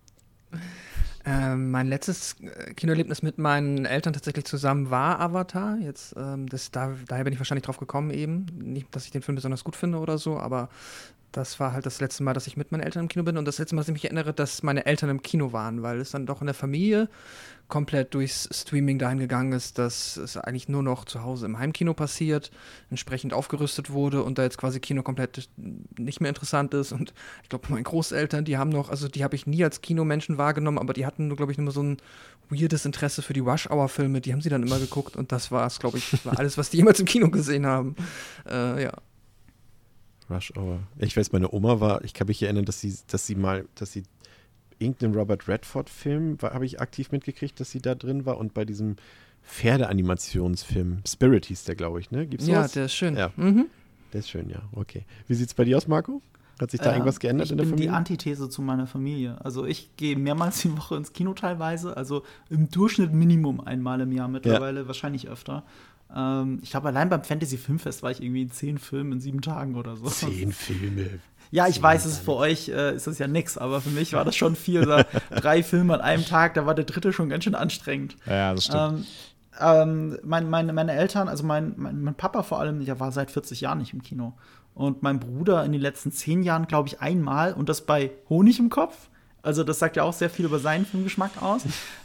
Mein letztes Kinoerlebnis mit meinen Eltern tatsächlich zusammen war Avatar. Jetzt, daher bin ich wahrscheinlich drauf gekommen eben. Nicht, dass ich den Film besonders gut finde oder so, aber das war halt das letzte Mal, dass ich mit meinen Eltern im Kino bin. Und das letzte Mal, dass ich mich erinnere, dass meine Eltern im Kino waren, weil es dann doch in der Familie komplett durchs Streaming dahin gegangen ist, dass es eigentlich nur noch zu Hause im Heimkino passiert, entsprechend aufgerüstet wurde und da jetzt quasi Kino komplett nicht mehr interessant ist. Und ich glaube, meine Großeltern, die habe ich nie als Kinomenschen wahrgenommen, aber die hatten, glaube ich, nur so ein weirdes Interesse für die Rush-Hour-Filme, die haben sie dann immer geguckt und das war es, glaube ich, war alles, was die jemals im Kino gesehen haben. Ja. Rush Hour. Ich weiß, meine Oma ich kann mich erinnern, dass sie irgendeinen Robert Redford-Film, habe ich aktiv mitgekriegt, dass sie da drin war und bei diesem Pferdeanimationsfilm, Spirit hieß der, glaube ich, ne? Gibt's sowas? Ja, der ist schön. Ja. Der ist schön, ja, okay. Wie sieht's bei dir aus, Marco? Hat sich da irgendwas geändert in der Familie? Ich bin die Antithese zu meiner Familie. Also ich gehe mehrmals die Woche ins Kino teilweise, also im Durchschnitt Minimum einmal im Jahr mittlerweile, wahrscheinlich öfter. Ich glaube, allein beim Fantasy Filmfest war ich irgendwie in 10 Filmen in 7 Tagen oder so. 10 Filme. Ja, ich weiß, es ist für euch ist das ja nix, aber für mich war das schon viel. 3 Filme an einem Tag, da war der 3. schon ganz schön anstrengend. Ja, das stimmt. Meine Eltern, also mein Papa vor allem, der war seit 40 Jahren nicht im Kino. Und mein Bruder in den letzten 10 Jahren, glaube ich, einmal. Und das bei Honig im Kopf. Also das sagt ja auch sehr viel über seinen Filmgeschmack aus.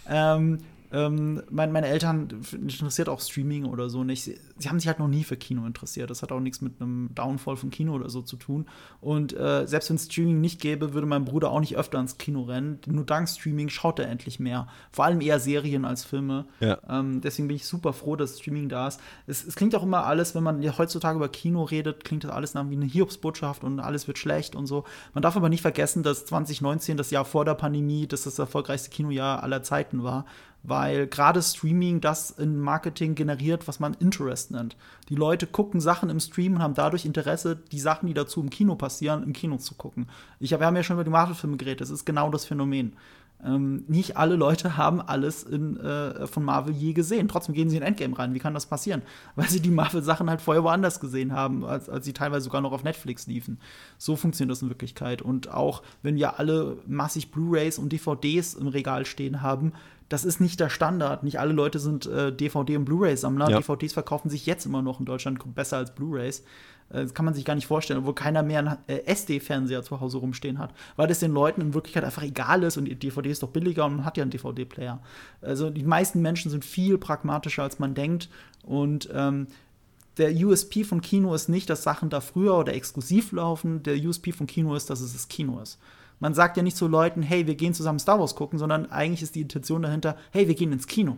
Meine Eltern interessiert auch Streaming oder so nicht. Sie haben sich halt noch nie für Kino interessiert. Das hat auch nichts mit einem Downfall von Kino oder so zu tun. Und selbst wenn es Streaming nicht gäbe, würde mein Bruder auch nicht öfter ins Kino rennen. Nur dank Streaming schaut er endlich mehr. Vor allem eher Serien als Filme. Ja. Deswegen bin ich super froh, dass Streaming da ist. Es klingt auch immer alles, wenn man heutzutage über Kino redet, klingt das alles nach wie eine Hiobsbotschaft und alles wird schlecht und so. Man darf aber nicht vergessen, dass 2019, das Jahr vor der Pandemie, das erfolgreichste Kinojahr aller Zeiten war. Weil gerade Streaming das in Marketing generiert, was man Interest nennt. Die Leute gucken Sachen im Stream und haben dadurch Interesse, die Sachen, die dazu im Kino passieren, im Kino zu gucken. Wir haben ja schon über die Marvel-Filme geredet, das ist genau das Phänomen. Nicht alle Leute haben alles von Marvel je gesehen. Trotzdem gehen sie in Endgame rein. Wie kann das passieren? Weil sie die Marvel-Sachen halt vorher woanders gesehen haben, als sie teilweise sogar noch auf Netflix liefen. So funktioniert das in Wirklichkeit. Und auch, wenn wir alle massig Blu-rays und DVDs im Regal stehen haben, das ist nicht der Standard. Nicht alle Leute sind DVD- und Blu-ray-Sammler. Ja. DVDs verkaufen sich jetzt immer noch in Deutschland besser als Blu-rays. Das kann man sich gar nicht vorstellen, obwohl keiner mehr einen SD-Fernseher zu Hause rumstehen hat. Weil das den Leuten in Wirklichkeit einfach egal ist und die DVD ist doch billiger und man hat ja einen DVD-Player. Also die meisten Menschen sind viel pragmatischer, als man denkt. Und der USP von Kino ist nicht, dass Sachen da früher oder exklusiv laufen. Der USP von Kino ist, dass es das Kino ist. Man sagt ja nicht zu Leuten, hey, wir gehen zusammen Star Wars gucken, sondern eigentlich ist die Intention dahinter, hey, wir gehen ins Kino.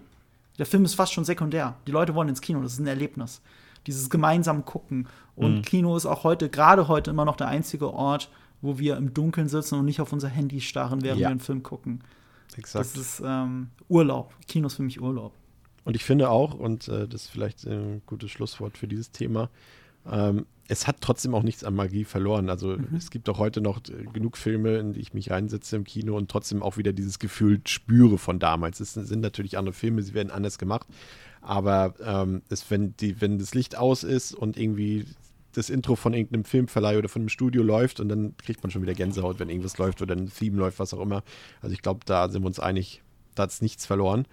Der Film ist fast schon sekundär. Die Leute wollen ins Kino, das ist ein Erlebnis. Dieses gemeinsame Gucken. Und Kino ist auch gerade heute immer noch der einzige Ort, wo wir im Dunkeln sitzen und nicht auf unser Handy starren, während wir einen Film gucken. Exakt. Das ist Urlaub. Kino ist für mich Urlaub. Und ich finde auch, und das ist vielleicht ein gutes Schlusswort für dieses Thema, es hat trotzdem auch nichts an Magie verloren. Also es gibt auch heute noch genug Filme, in die ich mich reinsetze im Kino und trotzdem auch wieder dieses Gefühl spüre von damals. Es sind natürlich andere Filme, sie werden anders gemacht, aber wenn das Licht aus ist und irgendwie das Intro von irgendeinem Filmverleih oder von einem Studio läuft und dann kriegt man schon wieder Gänsehaut, wenn irgendwas läuft oder ein Theme läuft, was auch immer. Also ich glaube, da sind wir uns einig, da hat es nichts verloren.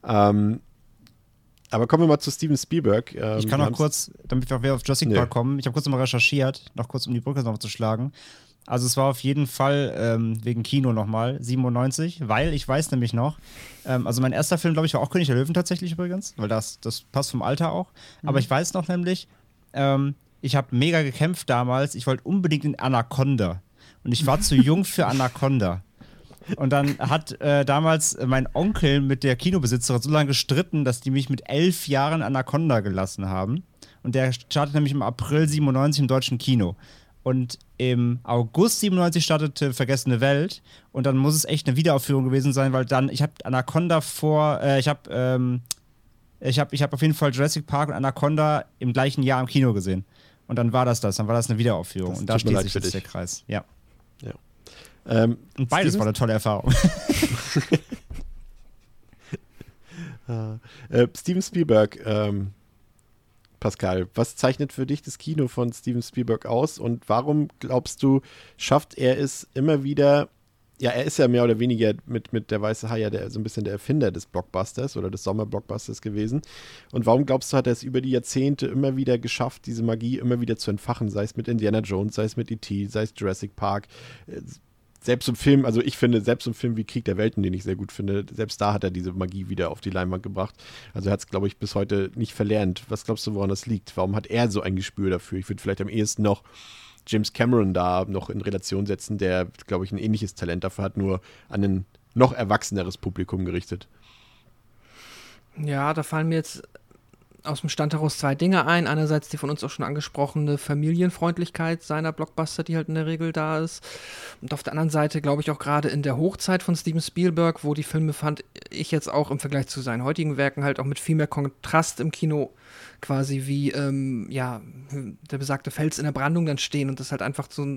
Aber kommen wir mal zu Steven Spielberg. Ich kann noch kurz, damit wir auf Jurassic Park kommen, ich habe kurz nochmal recherchiert, noch kurz um die Brücke noch zu schlagen. Also es war auf jeden Fall wegen Kino nochmal, 97, weil ich weiß nämlich noch, also mein erster Film, glaube ich, war auch König der Löwen tatsächlich übrigens, weil das passt vom Alter auch. Aber ich weiß noch nämlich, ich habe mega gekämpft damals, ich wollte unbedingt in Anaconda. Und ich war zu jung für Anaconda. Und dann hat damals mein Onkel mit der Kinobesitzerin so lange gestritten, dass die mich mit 11 Jahren Anaconda gelassen haben. Und der startet nämlich im April 97 im deutschen Kino. Und im August 97 startete Vergessene Welt. Und dann muss es echt eine Wiederaufführung gewesen sein, weil dann, ich habe Anaconda ich habe auf jeden Fall Jurassic Park und Anaconda im gleichen Jahr im Kino gesehen. Und dann war das eine Wiederaufführung. Und da schließt sich jetzt der Kreis. Ja. Und beides war eine tolle Erfahrung. Steven Spielberg, Pascal, was zeichnet für dich das Kino von Steven Spielberg aus und warum glaubst du, schafft er es immer wieder, ja, er ist ja mehr oder weniger mit der Weiße Hai ja so ein bisschen der Erfinder des Blockbusters oder des Sommerblockbusters gewesen. Und warum glaubst du, hat er es über die Jahrzehnte immer wieder geschafft, diese Magie immer wieder zu entfachen, sei es mit Indiana Jones, sei es mit E.T., sei es Jurassic Park, selbst im Film, also ich finde, selbst im Film wie Krieg der Welten, den ich sehr gut finde, selbst da hat er diese Magie wieder auf die Leinwand gebracht. Also er hat es, glaube ich, bis heute nicht verlernt. Was glaubst du, woran das liegt? Warum hat er so ein Gespür dafür? Ich würde vielleicht am ehesten noch James Cameron da noch in Relation setzen, der, glaube ich, ein ähnliches Talent dafür hat, nur an ein noch erwachseneres Publikum gerichtet. Ja, da fallen mir jetzt aus dem Stand heraus zwei Dinge ein. Einerseits die von uns auch schon angesprochene Familienfreundlichkeit seiner Blockbuster, die halt in der Regel da ist. Und auf der anderen Seite glaube ich auch gerade in der Hochzeit von Steven Spielberg, wo die Filme, fand ich jetzt auch im Vergleich zu seinen heutigen Werken halt auch mit viel mehr Kontrast im Kino quasi wie, der besagte Fels in der Brandung dann stehen und das halt einfach so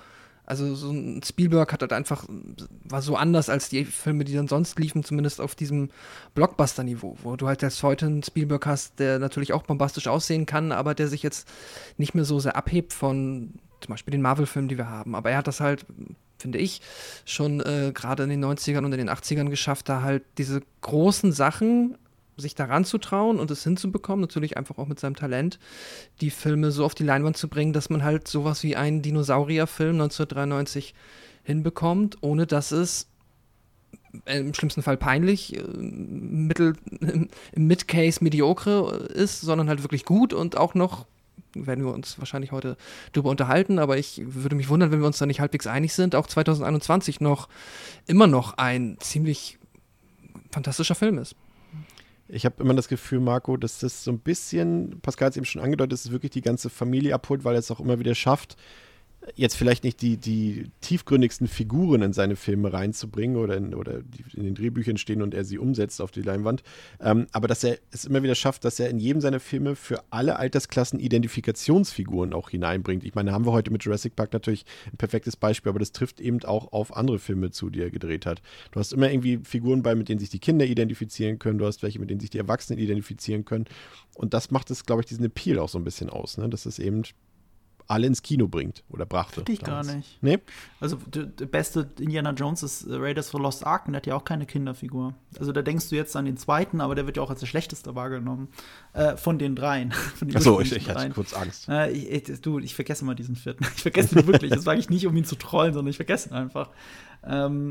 ein Spielberg hat halt einfach, war so anders als die Filme, die dann sonst liefen, zumindest auf diesem Blockbuster-Niveau, wo du halt jetzt heute einen Spielberg hast, der natürlich auch bombastisch aussehen kann, aber der sich jetzt nicht mehr so sehr abhebt von zum Beispiel den Marvel-Filmen, die wir haben. Aber er hat das halt, finde ich, schon gerade in den 90ern und in den 80ern geschafft, da halt diese großen Sachen sich daran zu trauen und es hinzubekommen, natürlich einfach auch mit seinem Talent, die Filme so auf die Leinwand zu bringen, dass man halt sowas wie einen Dinosaurierfilm 1993 hinbekommt, ohne dass es im schlimmsten Fall peinlich, im Mid-Case mediocre ist, sondern halt wirklich gut und auch noch, werden wir uns wahrscheinlich heute drüber unterhalten, aber ich würde mich wundern, wenn wir uns da nicht halbwegs einig sind, auch 2021 immer noch ein ziemlich fantastischer Film ist. Ich habe immer das Gefühl, Marco, dass das so ein bisschen, Pascal hat es eben schon angedeutet, dass es wirklich die ganze Familie abholt, weil er es auch immer wieder schafft, jetzt vielleicht nicht die tiefgründigsten Figuren in seine Filme reinzubringen oder die in den Drehbüchern stehen und er sie umsetzt auf die Leinwand, aber dass er es immer wieder schafft, dass er in jedem seiner Filme für alle Altersklassen Identifikationsfiguren auch hineinbringt. Ich meine, da haben wir heute mit Jurassic Park natürlich ein perfektes Beispiel, aber das trifft eben auch auf andere Filme zu, die er gedreht hat. Du hast immer irgendwie Figuren bei, mit denen sich die Kinder identifizieren können, du hast welche, mit denen sich die Erwachsenen identifizieren können und das macht es, glaube ich, diesen Appeal auch so ein bisschen aus, ne? Dass es eben alle ins Kino bringt oder brachte. Finde ich gar nicht. Nee? Also der beste Indiana Jones ist Raiders of the Lost Ark und der hat ja auch keine Kinderfigur. Also da denkst du jetzt an den zweiten, aber der wird ja auch als der schlechteste wahrgenommen. Von den dreien. Achso, ich hatte kurz Angst. Ich vergesse mal diesen vierten. Ich vergesse ihn wirklich. Das sage ich nicht, um ihn zu trollen, sondern ich vergesse ihn einfach.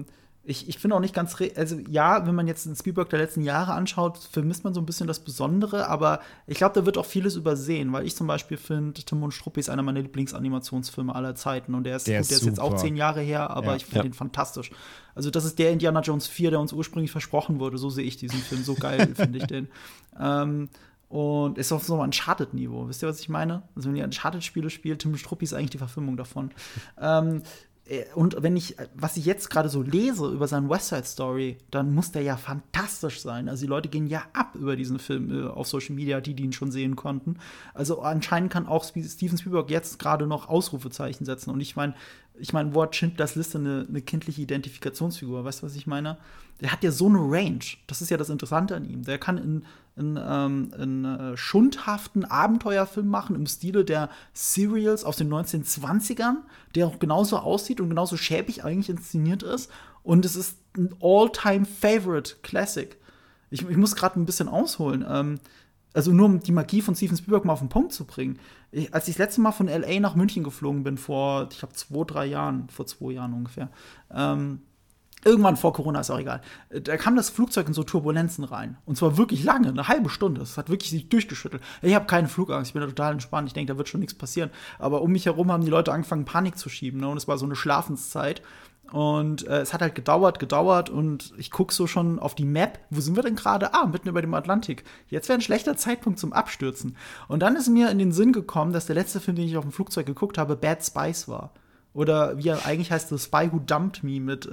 Ich finde auch nicht ganz, also ja, wenn man jetzt den Spielberg der letzten Jahre anschaut, vermisst man so ein bisschen das Besondere, aber ich glaube, da wird auch vieles übersehen, weil ich zum Beispiel finde, Tim und Struppi ist einer meiner Lieblingsanimationsfilme aller Zeiten und der ist jetzt auch 10 Jahre her, aber ich finde den fantastisch. Also das ist der Indiana Jones 4, der uns ursprünglich versprochen wurde, so sehe ich diesen Film, so geil finde ich den. Und ist auf so einem Uncharted-Niveau, wisst ihr, was ich meine? Also wenn ihr Uncharted-Spiele spielt, Tim und Struppi ist eigentlich die Verfilmung davon. Und was ich jetzt gerade so lese über seinen West Side Story, dann muss der ja fantastisch sein. Also die Leute gehen ja ab über diesen Film auf Social Media, die ihn schon sehen konnten. Also anscheinend kann auch Steven Spielberg jetzt gerade noch Ausrufezeichen setzen. Und ich meine, Wort Schindlers Liste eine kindliche Identifikationsfigur. Weißt du, was ich meine? Der hat ja so eine Range. Das ist ja das Interessante an ihm. Der kann in schundhaften Abenteuerfilm machen im Stile der Serials aus den 1920ern, der auch genauso aussieht und genauso schäbig eigentlich inszeniert ist. Und es ist ein All-Time-Favorite-Classic. Ich muss gerade ein bisschen ausholen. Also nur um die Magie von Steven Spielberg mal auf den Punkt zu bringen. Als ich das letzte Mal von L.A. nach München geflogen bin, vor 2 Jahren ungefähr, irgendwann vor Corona, ist auch egal. Da kam das Flugzeug in so Turbulenzen rein. Und zwar wirklich lange, eine halbe Stunde. Es hat wirklich sich durchgeschüttelt. Ich habe keine Flugangst, ich bin da total entspannt. Ich denke, da wird schon nichts passieren. Aber um mich herum haben die Leute angefangen, Panik zu schieben. Ne? Und es war so eine Schlafenszeit. Und es hat halt gedauert. Und ich gucke so schon auf die Map. Wo sind wir denn gerade? Mitten über dem Atlantik. Jetzt wäre ein schlechter Zeitpunkt zum Abstürzen. Und dann ist mir in den Sinn gekommen, dass der letzte Film, den ich auf dem Flugzeug geguckt habe, Bad Spice war. Oder wie er eigentlich heißt, The Spy Who Dumped Me mit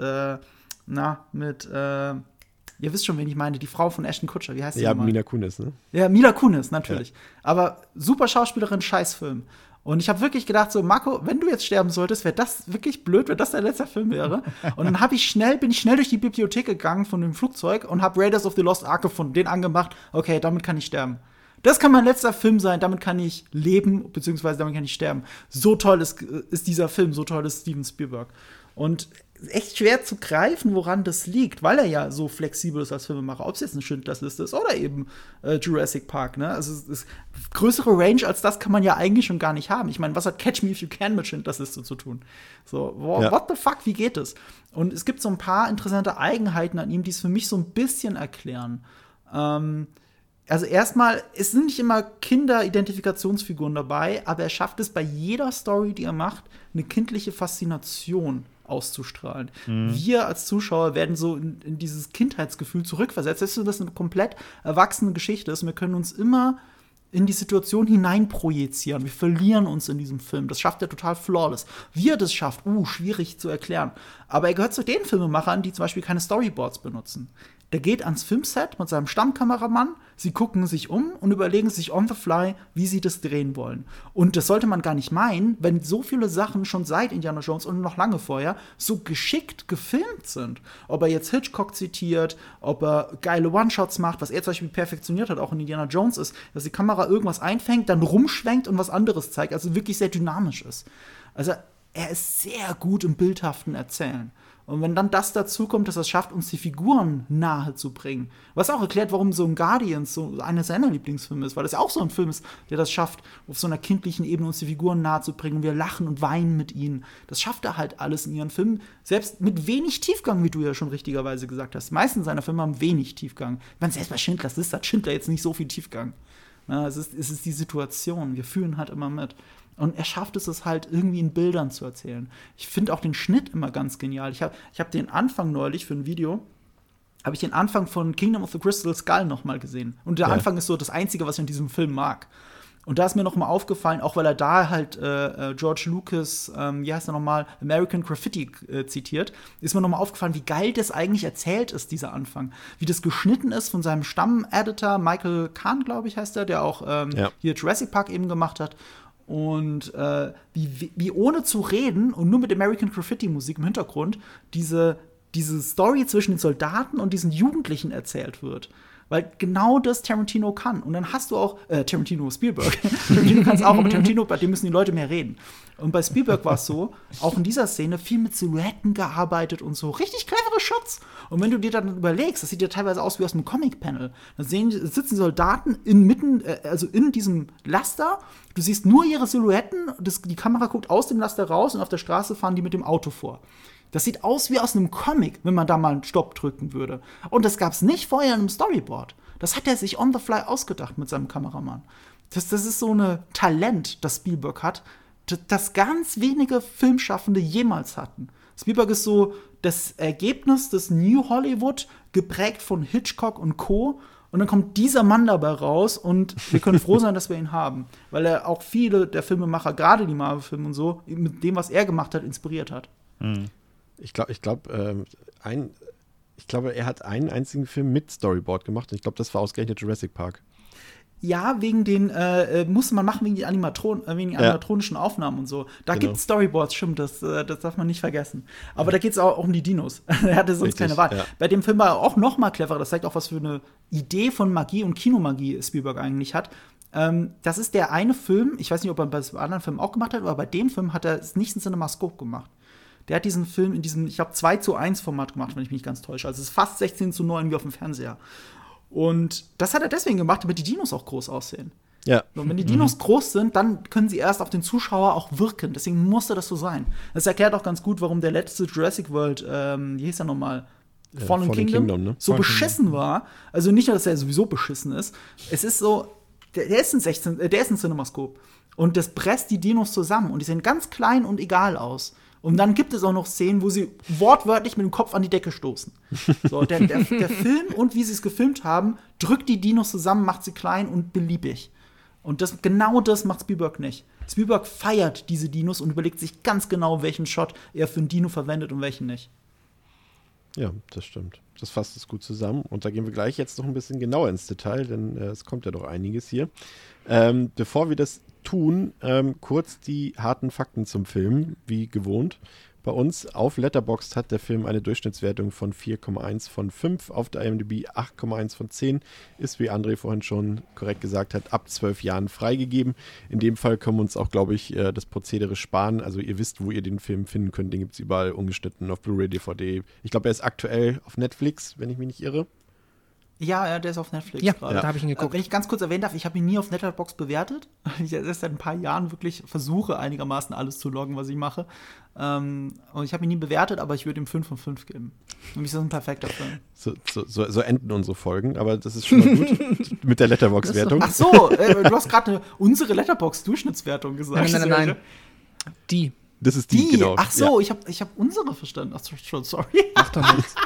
ihr wisst schon, wen ich meine, die Frau von Ashton Kutcher, wie heißt sie Ja, nochmal? Mila Kunis, ne? Ja, Mila Kunis, natürlich. Ja. Aber super Schauspielerin, Scheißfilm. Und ich habe wirklich gedacht, so, Marco, wenn du jetzt sterben solltest, wäre das wirklich blöd, wenn das dein letzter Film wäre. Und dann bin ich schnell durch die Bibliothek gegangen von dem Flugzeug und habe Raiders of the Lost Ark gefunden, den angemacht. Okay, damit kann ich sterben. Das kann mein letzter Film sein, damit kann ich leben, beziehungsweise damit kann ich sterben. So toll ist dieser Film, so toll ist Steven Spielberg. Und echt schwer zu greifen, woran das liegt, weil er ja so flexibel ist als Filmemacher, ob es jetzt eine Schindlers Liste ist oder eben Jurassic Park, ne? Also größere Range als das kann man ja eigentlich schon gar nicht haben. Ich meine, was hat Catch Me If You Can mit Schindlers Liste zu tun? So, what the fuck, wie geht das? Und es gibt so ein paar interessante Eigenheiten an ihm, die es für mich so ein bisschen erklären. Also erstmal, es sind nicht immer Kinder-Identifikationsfiguren dabei, aber er schafft es bei jeder Story, die er macht, eine kindliche Faszination auszustrahlen. Wir als Zuschauer werden so in dieses Kindheitsgefühl zurückversetzt, selbst wenn das eine komplett erwachsene Geschichte ist. Wir können uns immer in die Situation hineinprojizieren. Wir verlieren uns in diesem Film. Das schafft er total flawless. Wie er das schafft, schwierig zu erklären. Aber er gehört zu den Filmemachern, die zum Beispiel keine Storyboards benutzen. Der geht ans Filmset mit seinem Stammkameramann, sie gucken sich um und überlegen sich on the fly, wie sie das drehen wollen. Und das sollte man gar nicht meinen, wenn so viele Sachen schon seit Indiana Jones und noch lange vorher so geschickt gefilmt sind. Ob er jetzt Hitchcock zitiert, ob er geile One-Shots macht, was er zum Beispiel perfektioniert hat, auch in Indiana Jones ist, dass die Kamera irgendwas einfängt, dann rumschwenkt und was anderes zeigt, also wirklich sehr dynamisch ist. Also er ist sehr gut im bildhaften Erzählen. Und wenn dann das dazu kommt, dass er es schafft, uns die Figuren nahe zu bringen, was auch erklärt, warum so ein Guardians so einer seiner Lieblingsfilme ist, weil das ja auch so ein Film ist, der das schafft, auf so einer kindlichen Ebene uns die Figuren nahe zu bringen und wir lachen und weinen mit ihnen. Das schafft er halt alles in ihren Filmen, selbst mit wenig Tiefgang, wie du ja schon richtigerweise gesagt hast. Die meisten seiner Filme haben wenig Tiefgang. Ich meine, selbst bei Schindlers Liste hat Schindler jetzt nicht so viel Tiefgang. Na, es ist die Situation, wir fühlen halt immer mit. Und er schafft es halt irgendwie in Bildern zu erzählen. Ich finde auch den Schnitt immer ganz genial. Ich hab den Anfang neulich für ein Video, habe ich den Anfang von Kingdom of the Crystal Skull noch mal gesehen. Und der Anfang ist so das Einzige, was ich in diesem Film mag. Und da ist mir noch mal aufgefallen, auch weil er da halt George Lucas, wie heißt er noch mal, American Graffiti zitiert, ist mir noch mal aufgefallen, wie geil das eigentlich erzählt ist, dieser Anfang. Wie das geschnitten ist von seinem Stamm-Editor, Michael Kahn, glaube ich, heißt der auch hier Jurassic Park eben gemacht hat. Und wie ohne zu reden und nur mit American Graffiti-Musik im Hintergrund diese Story zwischen den Soldaten und diesen Jugendlichen erzählt wird. Weil genau das Tarantino kann. Und dann hast du auch Spielberg. Tarantino kann es auch, aber Tarantino, bei dem müssen die Leute mehr reden. Und bei Spielberg war es so, auch in dieser Szene viel mit Silhouetten gearbeitet und so. Richtig clevere Shots. Und wenn du dir dann überlegst, das sieht ja teilweise aus wie aus einem Comic-Panel. Da sitzen Soldaten in diesem Laster. Du siehst nur ihre Silhouetten. Die Kamera guckt aus dem Laster raus und auf der Straße fahren die mit dem Auto vor. Das sieht aus wie aus einem Comic, wenn man da mal einen Stopp drücken würde. Und das gab es nicht vorher in einem Storyboard. Das hat er sich on the fly ausgedacht mit seinem Kameramann. Das ist so ein Talent, das Spielberg hat, das ganz wenige Filmschaffende jemals hatten. Spielberg ist so das Ergebnis des New Hollywood, geprägt von Hitchcock und Co. Und dann kommt dieser Mann dabei raus und wir können froh sein, dass wir ihn haben. Weil er auch viele der Filmemacher, gerade die Marvel-Filme und so, mit dem, was er gemacht hat, inspiriert hat. Ich glaube, er hat einen einzigen Film mit Storyboard gemacht und ich glaube, das war ausgerechnet Jurassic Park. Ja, wegen den, musste man machen wegen den animatronischen Aufnahmen und so. Da Genau. gibt es Storyboards, stimmt, das darf man nicht vergessen. Aber da geht es auch um die Dinos. Er hatte sonst Richtig, keine Wahl. ja. Bei dem Film war er auch noch mal cleverer. Das zeigt auch, was für eine Idee von Magie und Kinomagie Spielberg eigentlich hat. Das ist der eine Film, ich weiß nicht, ob er bei dem anderen Film auch gemacht hat, aber bei dem Film hat er es nicht in CinemaScope gemacht. Der hat diesen Film in diesem, ich glaube, 2:1 Format gemacht, wenn ich mich nicht ganz täusche. Also es ist fast 16:9 wie auf dem Fernseher. Und das hat er deswegen gemacht, damit die Dinos auch groß aussehen. Ja. Und wenn die Dinos groß sind, dann können sie erst auf den Zuschauer auch wirken. Deswegen musste das so sein. Das erklärt auch ganz gut, warum der letzte Jurassic World, wie hieß er nochmal? Fallen Kingdom, ne? so beschissen war. Also nicht nur, dass er sowieso beschissen ist. Es ist so, der ist ein CinemaScope. Und das presst die Dinos zusammen. Und die sehen ganz klein und egal aus. Und dann gibt es auch noch Szenen, wo sie wortwörtlich mit dem Kopf an die Decke stoßen. So, der Film und wie sie es gefilmt haben, drückt die Dinos zusammen, macht sie klein und beliebig. Und genau das macht Spielberg nicht. Spielberg feiert diese Dinos und überlegt sich ganz genau, welchen Shot er für einen Dino verwendet und welchen nicht. Ja, das stimmt. Das fasst es gut zusammen. Und da gehen wir gleich jetzt noch ein bisschen genauer ins Detail, denn es kommt ja doch einiges hier. Bevor wir das tun, kurz die harten Fakten zum Film, wie gewohnt. Bei uns auf Letterboxd hat der Film eine Durchschnittswertung von 4,1 von 5, auf der IMDb 8,1 von 10, ist, wie André vorhin schon korrekt gesagt hat, ab 12 Jahren freigegeben. In dem Fall können wir uns auch, glaube ich, das Prozedere sparen. Also ihr wisst, wo ihr den Film finden könnt. Den gibt es überall ungeschnitten auf Blu-ray, DVD. Ich glaube, er ist aktuell auf Netflix, wenn ich mich nicht irre. Ja, der ist auf Netflix Ja, gerade. da habe ich ihn geguckt. Wenn ich ganz kurz erwähnen darf, ich habe ihn nie auf Letterboxd bewertet. Ich erst seit ein paar Jahren wirklich versuche, einigermaßen alles zu loggen, was ich mache. Und ich habe ihn nie bewertet, aber ich würde ihm 5 von 5 geben. Für mich ist das ein perfekter Film. So enden unsere Folgen, aber das ist schon mal gut mit der Letterboxd-Wertung. Ach so, du hast gerade unsere Letterboxd-Durchschnittswertung gesagt. Nein. Die. Das ist die, genau. Ach so, Ja. ich hab unsere verstanden. Ach so, schon, sorry. Macht doch nichts.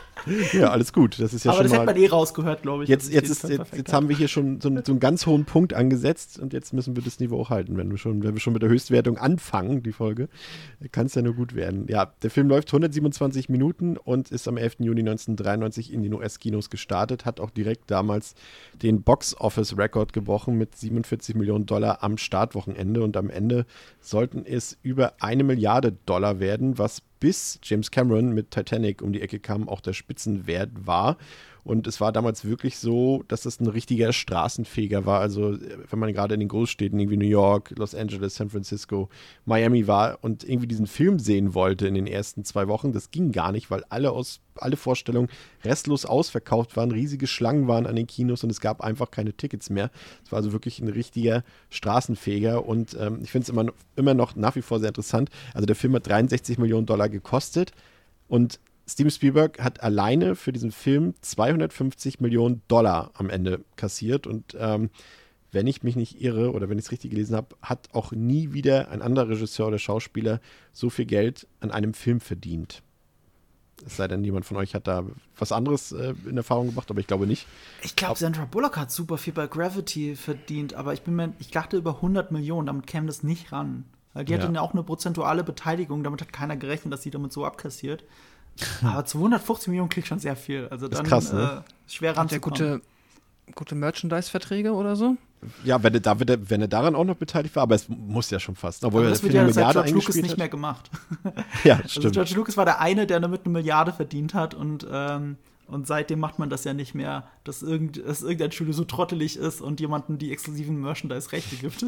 Ja, alles gut. Das ist ja Aber schon das mal. hätte man rausgehört, glaube ich. Jetzt haben wir hier schon so einen ganz hohen Punkt angesetzt und jetzt müssen wir das Niveau auch halten. Wenn wir schon mit der Höchstwertung anfangen, die Folge, kann es ja nur gut werden. Ja, der Film läuft 127 Minuten und ist am 11. Juni 1993 in den US-Kinos gestartet, hat auch direkt damals den Box-Office-Rekord gebrochen mit 47 Millionen Dollar am Startwochenende und am Ende sollten es über $1 Milliarde werden, was bis James Cameron mit Titanic um die Ecke kam, auch der Spitzenwert war. Und es war damals wirklich so, dass es ein richtiger Straßenfeger war. Also wenn man gerade in den Großstädten, irgendwie New York, Los Angeles, San Francisco, Miami war und irgendwie diesen Film sehen wollte in den ersten 2 Wochen, das ging gar nicht, weil alle Vorstellungen restlos ausverkauft waren, riesige Schlangen waren an den Kinos und es gab einfach keine Tickets mehr. Es war also wirklich ein richtiger Straßenfeger und ich finde es immer noch nach wie vor sehr interessant. Also der Film hat 63 Millionen Dollar gekostet und Steven Spielberg hat alleine für diesen Film 250 Millionen Dollar am Ende kassiert und wenn ich mich nicht irre oder wenn ich es richtig gelesen habe, hat auch nie wieder ein anderer Regisseur oder Schauspieler so viel Geld an einem Film verdient. Es sei denn, jemand von euch hat da was anderes in Erfahrung gebracht, aber ich glaube nicht. Ich glaube, Sandra Bullock hat super viel bei Gravity verdient, aber ich dachte über 100 Millionen, damit käme das nicht ran. Weil die hatte ja auch eine prozentuale Beteiligung, damit hat keiner gerechnet, dass sie damit so abkassiert. Aber 250 Millionen klingt schon sehr viel. Also dann ist krass, ne? Schwer Hat der ranzukommen. gute Merchandise-Verträge oder so? Ja, wenn er daran auch noch beteiligt war, aber es muss ja schon fast. Obwohl Aber er das wird für ja eine seit Milliarde George Lucas eingespielt nicht hat. mehr gemacht. Ja, Also stimmt. George Lucas war der eine, der damit 1 Milliarde verdient hat und seitdem macht man das ja nicht mehr, dass irgendein Studio so trottelig ist und jemandem die exklusiven Merchandise-Rechte gibt.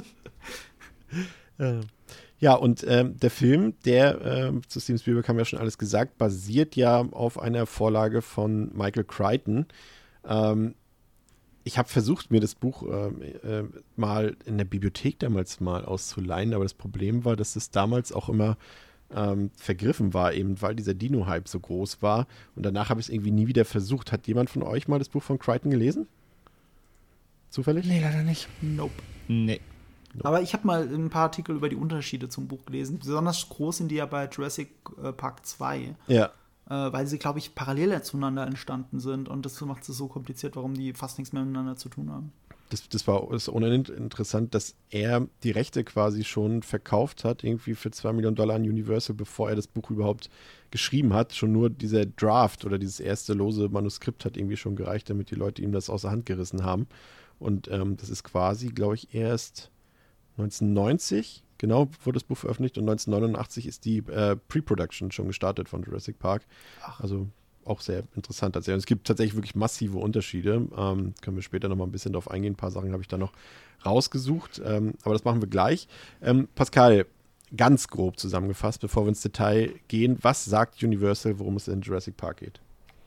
Ja, und der Film, der zu Steven Spielberg haben wir ja schon alles gesagt, basiert ja auf einer Vorlage von Michael Crichton. Ich habe versucht, mir das Buch mal in der Bibliothek damals mal auszuleihen, aber das Problem war, dass es damals auch immer vergriffen war, eben weil dieser Dino-Hype so groß war. Und danach habe ich es irgendwie nie wieder versucht. Hat jemand von euch mal das Buch von Crichton gelesen? Zufällig? Nee, leider nicht. Nope. Nee. Aber ich habe mal ein paar Artikel über die Unterschiede zum Buch gelesen. Besonders groß sind die ja bei Jurassic Park 2. Ja. Weil sie, glaube ich, parallel zueinander entstanden sind. Und das macht es so kompliziert, warum die fast nichts mehr miteinander zu tun haben. Das ist ohnehin interessant, dass er die Rechte quasi schon verkauft hat, irgendwie für $2 Millionen an Universal, bevor er das Buch überhaupt geschrieben hat. Schon nur dieser Draft oder dieses erste lose Manuskript hat irgendwie schon gereicht, damit die Leute ihm das aus der Hand gerissen haben. Und das ist quasi, glaube ich, erst 1990, genau, wurde das Buch veröffentlicht, und 1989 ist die Pre-Production schon gestartet von Jurassic Park. Also auch sehr interessant. Also es gibt tatsächlich wirklich massive Unterschiede. Können wir später noch mal ein bisschen drauf eingehen. Ein paar Sachen habe ich da noch rausgesucht. Aber das machen wir gleich. Pascal, ganz grob zusammengefasst, bevor wir ins Detail gehen, was sagt Universal, worum es in Jurassic Park geht?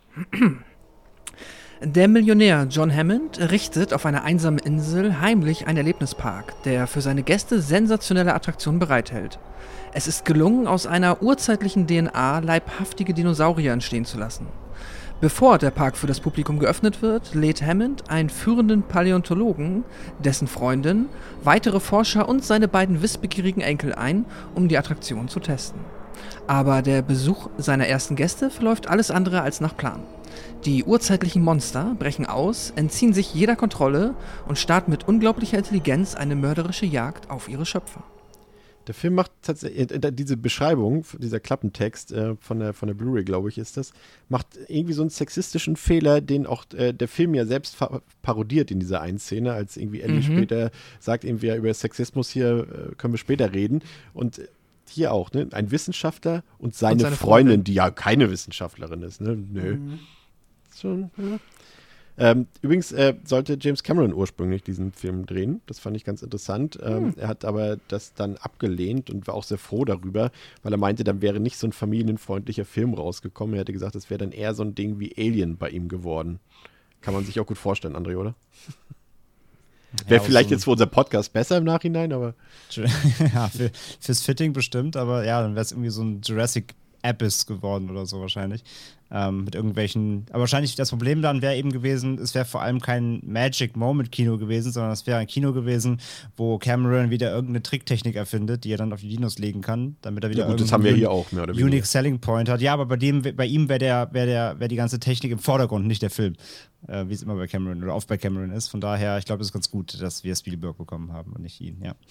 Der Millionär John Hammond errichtet auf einer einsamen Insel heimlich einen Erlebnispark, der für seine Gäste sensationelle Attraktionen bereithält. Es ist gelungen, aus einer urzeitlichen DNA leibhaftige Dinosaurier entstehen zu lassen. Bevor der Park für das Publikum geöffnet wird, lädt Hammond einen führenden Paläontologen, dessen Freundin, weitere Forscher und seine beiden wissbegierigen Enkel ein, um die Attraktion zu testen. Aber der Besuch seiner ersten Gäste verläuft alles andere als nach Plan. Die urzeitlichen Monster brechen aus, entziehen sich jeder Kontrolle und starten mit unglaublicher Intelligenz eine mörderische Jagd auf ihre Schöpfer. Der Film macht tatsächlich, diese Beschreibung, dieser Klappentext von der Blu-ray, glaube ich, ist das, macht irgendwie so einen sexistischen Fehler, den auch der Film ja selbst parodiert in dieser einen Szene, als irgendwie Ellie später sagt, irgendwie ja, über Sexismus hier können wir später reden. Und hier auch, ne? Ein Wissenschaftler und seine Freundin, die ja keine Wissenschaftlerin ist, ne? Nö. Schon, ja. Übrigens sollte James Cameron ursprünglich diesen Film drehen. Das fand ich ganz interessant. Er hat aber das dann abgelehnt und war auch sehr froh darüber, weil er meinte, dann wäre nicht so ein familienfreundlicher Film rausgekommen. Er hätte gesagt, es wäre dann eher so ein Ding wie Alien bei ihm geworden. Kann man sich auch gut vorstellen, André, oder? Wäre vielleicht jetzt für unser Podcast besser im Nachhinein, aber ja, fürs Fitting bestimmt, aber ja, dann wäre es irgendwie so ein Jurassic Abyss geworden oder so wahrscheinlich. Mit irgendwelchen, aber wahrscheinlich das Problem dann wäre eben gewesen, es wäre vor allem kein Magic Moment Kino gewesen, sondern es wäre ein Kino gewesen, wo Cameron wieder irgendeine Tricktechnik erfindet, die er dann auf die Dinos legen kann, damit er wieder das haben wir hier auch mehr oder weniger. Unique Selling Point hat. Ja, aber bei ihm wäre die ganze Technik im Vordergrund, nicht der Film, wie es immer bei Cameron oder oft bei Cameron ist. Von daher, ich glaube, das ist ganz gut, dass wir Spielberg bekommen haben und nicht ihn, ja.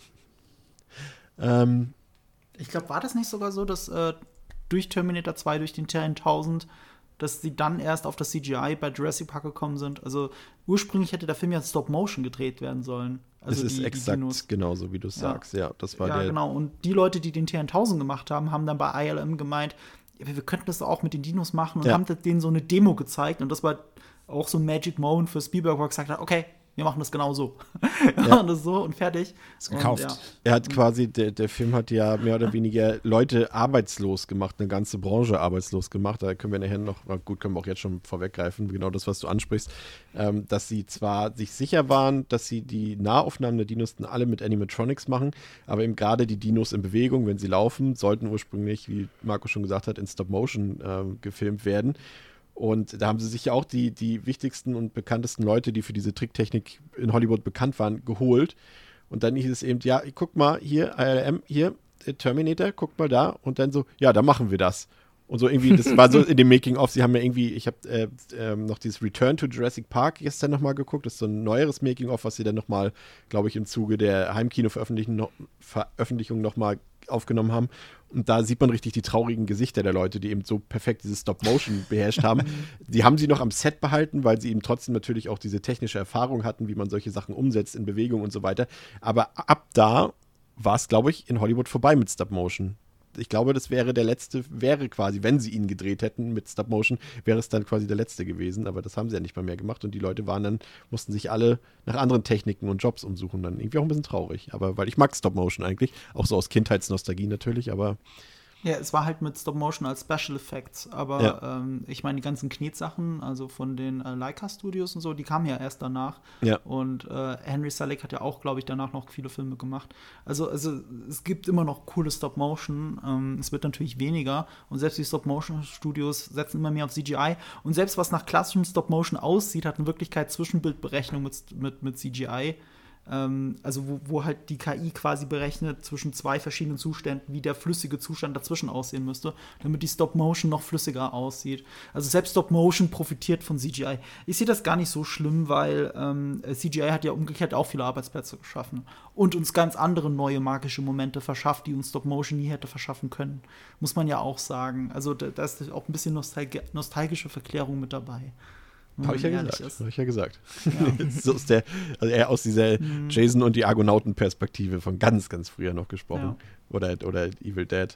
Ich glaube, war das nicht sogar so, dass durch Terminator 2, durch den T-1000, dass sie dann erst auf das CGI bei Jurassic Park gekommen sind? Also ursprünglich hätte der Film ja Stop-Motion gedreht werden sollen. Also es ist exakt genauso, wie du sagst. Ja, das war der. Genau. Und die Leute, die den T-1000 gemacht haben, haben dann bei ILM gemeint, ja, wir könnten das auch mit den Dinos machen und haben denen so eine Demo gezeigt. Und das war auch so ein Magic Moment für Spielberg, wo er gesagt hat, okay, wir machen das genau so. Wir machen das so und fertig. Ist gekauft. Und, ja. Er hat quasi, der Film hat ja mehr oder weniger Leute arbeitslos gemacht, eine ganze Branche arbeitslos gemacht. Da können wir nachher noch, können wir auch jetzt schon vorweggreifen, genau das, was du ansprichst, dass sie zwar sich sicher waren, dass sie die Nahaufnahmen der Dinos alle mit Animatronics machen, aber eben gerade die Dinos in Bewegung, wenn sie laufen, sollten ursprünglich, wie Marco schon gesagt hat, in Stop-Motion gefilmt werden. Und da haben sie sich ja auch die wichtigsten und bekanntesten Leute, die für diese Tricktechnik in Hollywood bekannt waren, geholt. Und dann hieß es eben, ja, guck mal, hier, ILM, hier, Terminator, guck mal da. Und dann so, ja, da machen wir das. Und so irgendwie, das war so in dem Making-of, sie haben ja irgendwie, ich habe noch dieses Return to Jurassic Park gestern nochmal geguckt, das ist so ein neueres Making-of, was sie dann nochmal, glaube ich, im Zuge der Heimkino-Veröffentlichung nochmal aufgenommen haben. Und da sieht man richtig die traurigen Gesichter der Leute, die eben so perfekt dieses Stop-Motion beherrscht haben. Die haben sie noch am Set behalten, weil sie eben trotzdem natürlich auch diese technische Erfahrung hatten, wie man solche Sachen umsetzt in Bewegung und so weiter. Aber ab da war es, glaube ich, in Hollywood vorbei mit Stop-Motion. Ich glaube, das wäre quasi, wenn sie ihn gedreht hätten mit Stop-Motion, wäre es dann quasi der letzte gewesen. Aber das haben sie ja nicht mal mehr gemacht. Und die Leute mussten sich alle nach anderen Techniken und Jobs umsuchen. Dann irgendwie auch ein bisschen traurig. Aber weil ich mag Stop-Motion eigentlich. Auch so aus Kindheitsnostalgie natürlich. Aber Ja, es war halt mit Stop-Motion als Special Effects, aber ich meine, die ganzen Knetsachen, also von den Leica Studios und so, die kamen ja erst danach. Ja. Und Henry Selick hat ja auch, glaube ich, danach noch viele Filme gemacht. Also es gibt immer noch coole Stop-Motion. Es wird natürlich weniger. Und selbst die Stop-Motion-Studios setzen immer mehr auf CGI. Und selbst was nach klassischem Stop-Motion aussieht, hat in Wirklichkeit Zwischenbildberechnung mit CGI. Also wo halt die KI quasi berechnet zwischen zwei verschiedenen Zuständen, wie der flüssige Zustand dazwischen aussehen müsste, damit die Stop-Motion noch flüssiger aussieht. Also selbst Stop-Motion profitiert von CGI. Ich sehe das gar nicht so schlimm, weil CGI hat ja umgekehrt auch viele Arbeitsplätze geschaffen und uns ganz andere neue magische Momente verschafft, die uns Stop-Motion nie hätte verschaffen können. Muss man ja auch sagen. Also da ist auch ein bisschen nostalgische Verklärung mit dabei. Habe ich ja gesagt. Ja. So ist also eher aus dieser Jason und die Argonauten-Perspektive von ganz, ganz früher noch gesprochen. Ja. Oder Evil Dead.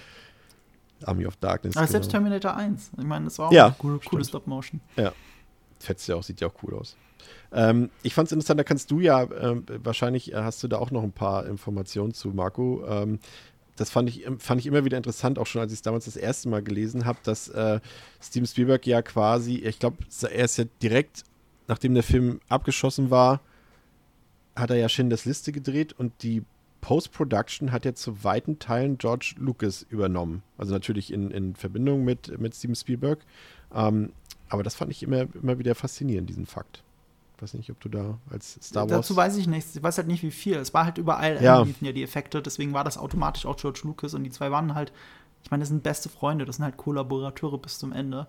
Army of Darkness. Aber selbst Terminator 1. Ich meine, das war auch eine coole Stop-Motion. Ja. Fetzt ja auch, sieht ja auch cool aus. Ich fand es interessant, da kannst du ja, wahrscheinlich hast du da auch noch ein paar Informationen zu, Marco. Das fand ich immer wieder interessant, auch schon als ich es damals das erste Mal gelesen habe, dass Steven Spielberg ja quasi, ich glaube, er ist ja direkt, nachdem der Film abgeschossen war, hat er ja Schindlers Liste gedreht und die Post-Production hat ja zu weiten Teilen George Lucas übernommen. Also natürlich in Verbindung mit Steven Spielberg. Aber das fand ich immer wieder faszinierend, diesen Fakt. Ich weiß nicht, ob du da als Star Wars... Dazu weiß ich nichts. Ich weiß halt nicht, wie viel. Es war halt überall, liefen ja die Effekte, deswegen war das automatisch auch George Lucas und die zwei waren halt, ich meine, das sind beste Freunde, das sind halt Kollaborateure bis zum Ende.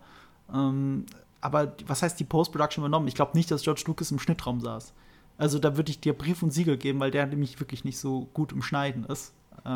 Aber was heißt die Post-Production übernommen? Ich glaube nicht, dass George Lucas im Schnittraum saß. Also da würde ich dir Brief und Siegel geben, weil der nämlich wirklich nicht so gut im Schneiden ist.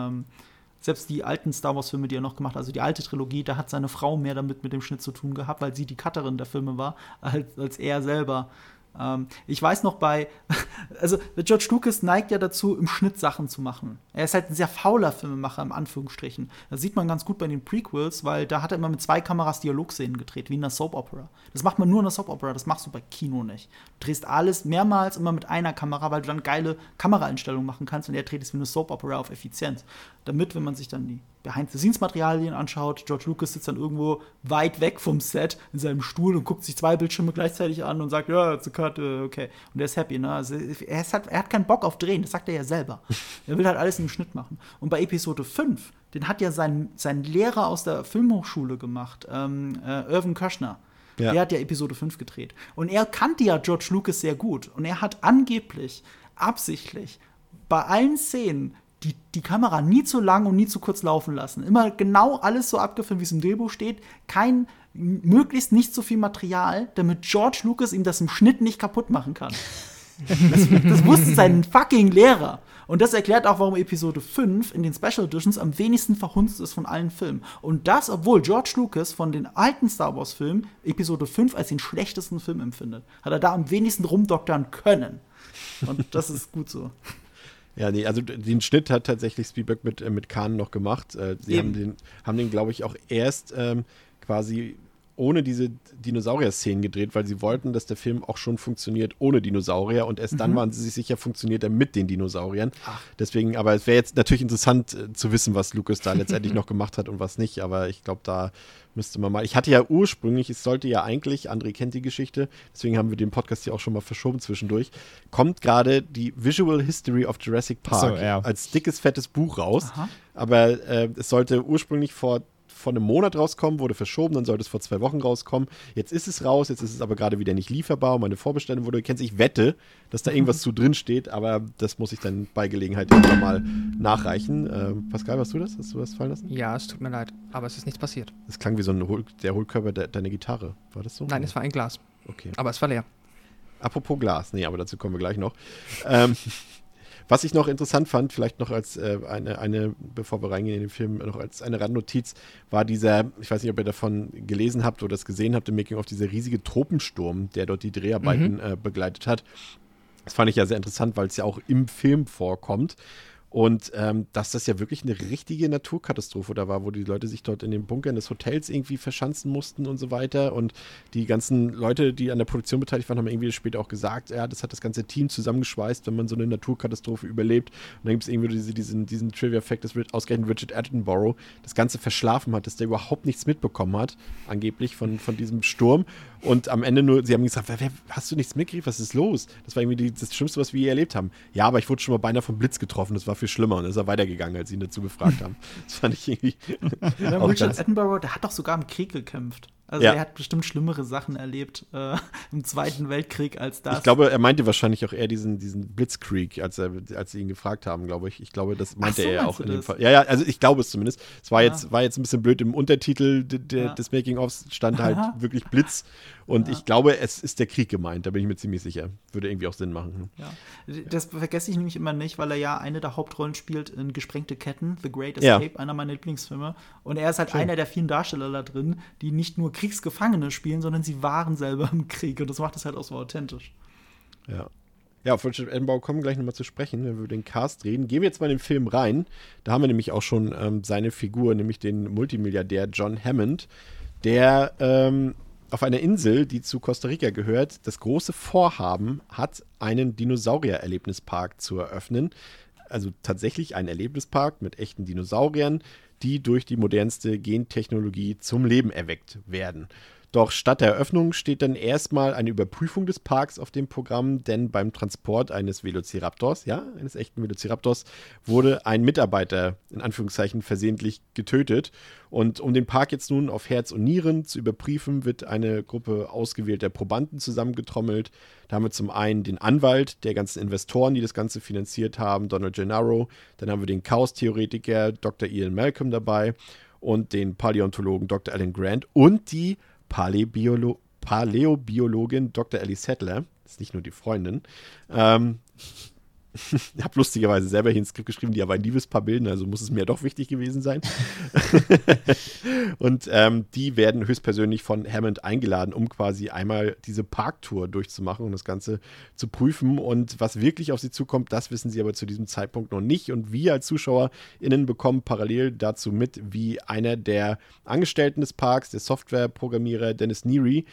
Selbst die alten Star Wars-Filme, die er noch gemacht hat, also die alte Trilogie, da hat seine Frau mehr damit mit dem Schnitt zu tun gehabt, weil sie die Cutterin der Filme war, als er selber. Ich weiß noch also George Lucas neigt ja dazu, im Schnitt Sachen zu machen. Er ist halt ein sehr fauler Filmemacher, in Anführungsstrichen. Das sieht man ganz gut bei den Prequels, weil da hat er immer mit 2 Kameras Dialogszenen gedreht, wie in einer Soap-Opera. Das macht man nur in einer Soap-Opera, das machst du bei Kino nicht. Du drehst alles mehrmals immer mit einer Kamera, weil du dann geile Kameraeinstellungen machen kannst und er dreht es wie eine Soap-Opera auf Effizienz. Damit, wenn man sich dann die Behind-the-Scenes-Materialien anschaut, George Lucas sitzt dann irgendwo weit weg vom Set in seinem Stuhl und guckt sich 2 Bildschirme gleichzeitig an und sagt, ja, it's a cut, okay. Und er ist happy, ne? Also er hat keinen Bock auf Drehen, das sagt er ja selber. Er will halt alles im Schnitt machen. Und bei Episode 5, den hat ja sein Lehrer aus der Filmhochschule gemacht, Irvin Kershner. Ja. Der hat ja Episode 5 gedreht. Und er kannte ja George Lucas sehr gut. Und er hat angeblich, absichtlich, bei allen Szenen die Kamera nie zu lang und nie zu kurz laufen lassen. Immer genau alles so abgefilmt, wie es im Drehbuch steht. Möglichst nicht so viel Material, damit George Lucas ihm das im Schnitt nicht kaputt machen kann. Das wusste sein fucking Lehrer. Und das erklärt auch, warum Episode 5 in den Special Editions am wenigsten verhunzt ist von allen Filmen. Und das, obwohl George Lucas von den alten Star Wars Filmen Episode 5 als den schlechtesten Film empfindet. Hat er da am wenigsten rumdoktern können. Und das ist gut so. Ja, nee, also den Schnitt hat tatsächlich Spielberg mit Khan noch gemacht. Sie haben den, glaube ich, auch erst quasi ohne diese Dinosaurier-Szenen gedreht, weil sie wollten, dass der Film auch schon funktioniert ohne Dinosaurier und erst dann waren sie sich sicher, funktioniert er mit den Dinosauriern. Deswegen, aber es wäre jetzt natürlich interessant zu wissen, was Lucas da letztendlich noch gemacht hat und was nicht, aber ich glaube, da müsste man mal. Ich hatte ja ursprünglich, es sollte ja eigentlich, André kennt die Geschichte, deswegen haben wir den Podcast hier auch schon mal verschoben zwischendurch, kommt gerade die Visual History of Jurassic Park als dickes, fettes Buch raus. Aha. Aber es sollte ursprünglich vor einem Monat rauskommen, wurde verschoben, dann sollte es vor 2 Wochen rauskommen. Jetzt ist es raus, jetzt ist es aber gerade wieder nicht lieferbar und meine Vorbestellung wurde gecancelt. Ich wette, dass da irgendwas zu drin steht, aber das muss ich dann bei Gelegenheit irgendwann mal nachreichen. Pascal, warst du das? Hast du was fallen lassen? Ja, es tut mir leid, aber es ist nichts passiert. Das klang wie so der Hohlkörper deiner Gitarre. War das so? Nein, es war ein Glas. Okay. Aber es war leer. Apropos Glas, nee, aber dazu kommen wir gleich noch. Was ich noch interessant fand, vielleicht noch als bevor wir reingehen in den Film, noch als eine Randnotiz, war dieser, ich weiß nicht, ob ihr davon gelesen habt oder das gesehen habt im Making-of, dieser riesige Tropensturm, der dort die Dreharbeiten begleitet hat. Das fand ich ja sehr interessant, weil es ja auch im Film vorkommt. Und dass das ja wirklich eine richtige Naturkatastrophe da war, wo die Leute sich dort in den Bunkern des Hotels irgendwie verschanzen mussten und so weiter. Und die ganzen Leute, die an der Produktion beteiligt waren, haben irgendwie später auch gesagt, ja, das hat das ganze Team zusammengeschweißt, wenn man so eine Naturkatastrophe überlebt. Und dann gibt es irgendwie diesen Trivia-Fact, dass ausgerechnet Richard Attenborough das Ganze verschlafen hat, dass der überhaupt nichts mitbekommen hat, angeblich von diesem Sturm. Und am Ende nur, sie haben gesagt, hast du nichts mitgekriegt? Was ist los? Das war irgendwie das Schlimmste, was wir je erlebt haben. Ja, aber ich wurde schon mal beinahe vom Blitz getroffen. Das war viel schlimmer. Und dann ist er weitergegangen, als sie ihn dazu befragt haben. Das fand ich irgendwie Richard Attenborough, der hat doch sogar im Krieg gekämpft. Also er hat bestimmt schlimmere Sachen erlebt im Zweiten Weltkrieg als das. Ich glaube, er meinte wahrscheinlich auch eher diesen Blitzkrieg, als sie ihn gefragt haben, glaube ich. Ich glaube, das meinte er auch in dem Fall. Ja, also ich glaube es zumindest. Es war jetzt ein bisschen blöd. Im Untertitel des Making-ofs stand halt wirklich Blitz. Und ich glaube, es ist der Krieg gemeint. Da bin ich mir ziemlich sicher. Würde irgendwie auch Sinn machen. Ja. Das vergesse ich nämlich immer nicht, weil er ja eine der Hauptrollen spielt in Gesprengte Ketten, The Great Escape, einer meiner Lieblingsfilme. Und er ist halt einer der vielen Darsteller da drin, die nicht nur Kriegsgefangene spielen, sondern sie waren selber im Krieg. Und das macht es halt auch so authentisch. Ja. Ja, auf Richard Attenborough kommen wir gleich nochmal zu sprechen, wenn wir über den Cast reden. Gehen wir jetzt mal in den Film rein. Da haben wir nämlich auch schon seine Figur, nämlich den Multimilliardär John Hammond, der auf einer Insel, die zu Costa Rica gehört, das große Vorhaben hat, einen Dinosaurier-Erlebnispark zu eröffnen. Also tatsächlich ein Erlebnispark mit echten Dinosauriern, die durch die modernste Gentechnologie zum Leben erweckt werden. Doch statt der Eröffnung steht dann erstmal eine Überprüfung des Parks auf dem Programm, denn beim Transport eines Velociraptors, eines echten Velociraptors, wurde ein Mitarbeiter in Anführungszeichen versehentlich getötet. Und um den Park jetzt nun auf Herz und Nieren zu überprüfen, wird eine Gruppe ausgewählter Probanden zusammengetrommelt. Da haben wir zum einen den Anwalt der ganzen Investoren, die das Ganze finanziert haben, Donald Gennaro. Dann haben wir den Chaos-Theoretiker Dr. Ian Malcolm dabei und den Paläontologen Dr. Alan Grant und die Paläobiologin Dr. Ellie Sattler. Das ist nicht nur die Freundin. Ich habe lustigerweise selber hier ein Skript geschrieben, die aber ein Liebespaar bilden, also muss es mir doch wichtig gewesen sein. Und die werden höchstpersönlich von Hammond eingeladen, um quasi einmal diese Parktour durchzumachen und das Ganze zu prüfen. Und was wirklich auf sie zukommt, das wissen sie aber zu diesem Zeitpunkt noch nicht. Und wir als ZuschauerInnen bekommen parallel dazu mit, wie einer der Angestellten des Parks, der Softwareprogrammierer Dennis Neary,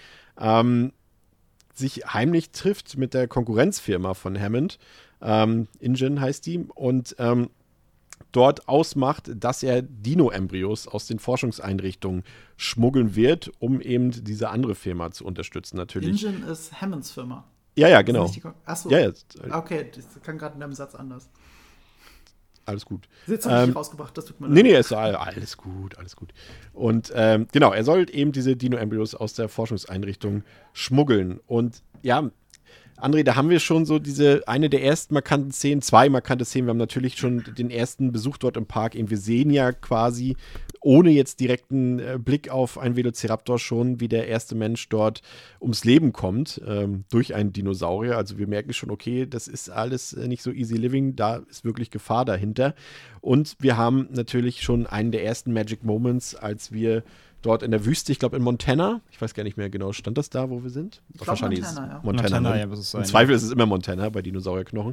sich heimlich trifft mit der Konkurrenzfirma von Hammond. InGen heißt die, und dort ausmacht, dass er Dino-Embryos aus den Forschungseinrichtungen schmuggeln wird, um eben diese andere Firma zu unterstützen, natürlich. InGen ist Hammonds Firma. Ja, genau. Achso. Ja. Okay, das kann gerade in deinem Satz anders. Alles gut. Jetzt habe ich nicht rausgebracht, das tut mir leid. Nee, ist alles gut. Und genau, er soll eben diese Dino-Embryos aus der Forschungseinrichtung schmuggeln. Und ja, André, da haben wir schon so eine der ersten markanten Szenen, zwei markante Szenen. Wir haben natürlich schon den ersten Besuch dort im Park. Wir sehen ja quasi, ohne jetzt direkten Blick auf einen Velociraptor schon, wie der erste Mensch dort ums Leben kommt, durch einen Dinosaurier. Also wir merken schon, okay, das ist alles nicht so easy living, da ist wirklich Gefahr dahinter. Und wir haben natürlich schon einen der ersten Magic Moments, als wir dort in der Wüste, ich glaube in Montana, ich weiß gar nicht mehr genau, stand das da, wo wir sind? Wahrscheinlich Montana, ja. Montana, ne? muss es sein. Im Zweifel ist es immer Montana bei Dinosaurierknochen.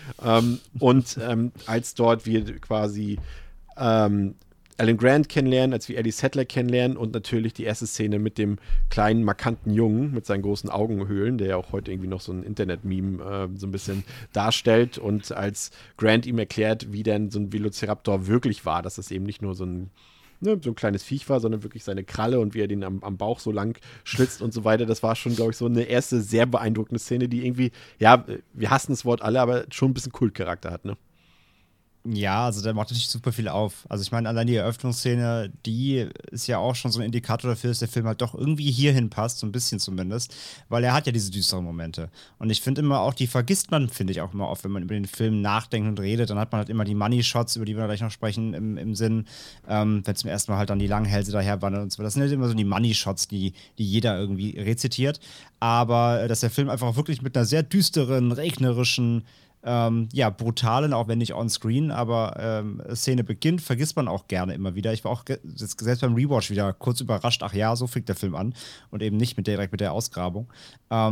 Als dort wir quasi Alan Grant kennenlernen, als wir Ellie Sattler kennenlernen und natürlich die erste Szene mit dem kleinen, markanten Jungen mit seinen großen Augenhöhlen, der ja auch heute irgendwie noch so ein Internet-Meme so ein bisschen darstellt, und als Grant ihm erklärt, wie denn so ein Velociraptor wirklich war, dass das eben nicht nur so ein kleines Viech war, sondern wirklich seine Kralle und wie er den am Bauch so lang schlitzt und so weiter. Das war schon, glaube ich, so eine erste sehr beeindruckende Szene, die irgendwie, ja, wir hassen das Wort alle, aber schon ein bisschen Kultcharakter hat, ne? Ja, also der macht natürlich super viel auf. Also ich meine, allein die Eröffnungsszene, die ist ja auch schon so ein Indikator dafür, dass der Film halt doch irgendwie hierhin passt, so ein bisschen zumindest, weil er hat ja diese düsteren Momente. Und ich finde immer auch, die vergisst man, finde ich auch immer oft, wenn man über den Film nachdenkt und redet, dann hat man halt immer die Money-Shots, über die wir gleich noch sprechen, im Sinn, wenn zum ersten Mal halt dann die langen Hälse daherwandern und so. Das sind halt immer so die Money-Shots, die jeder irgendwie rezitiert. Aber dass der Film einfach wirklich mit einer sehr düsteren, regnerischen, brutalen, auch wenn nicht on-screen, aber Szene beginnt, vergisst man auch gerne immer wieder. Ich war auch selbst beim Rewatch wieder kurz überrascht, ach ja, so fängt der Film an und eben nicht direkt mit der Ausgrabung.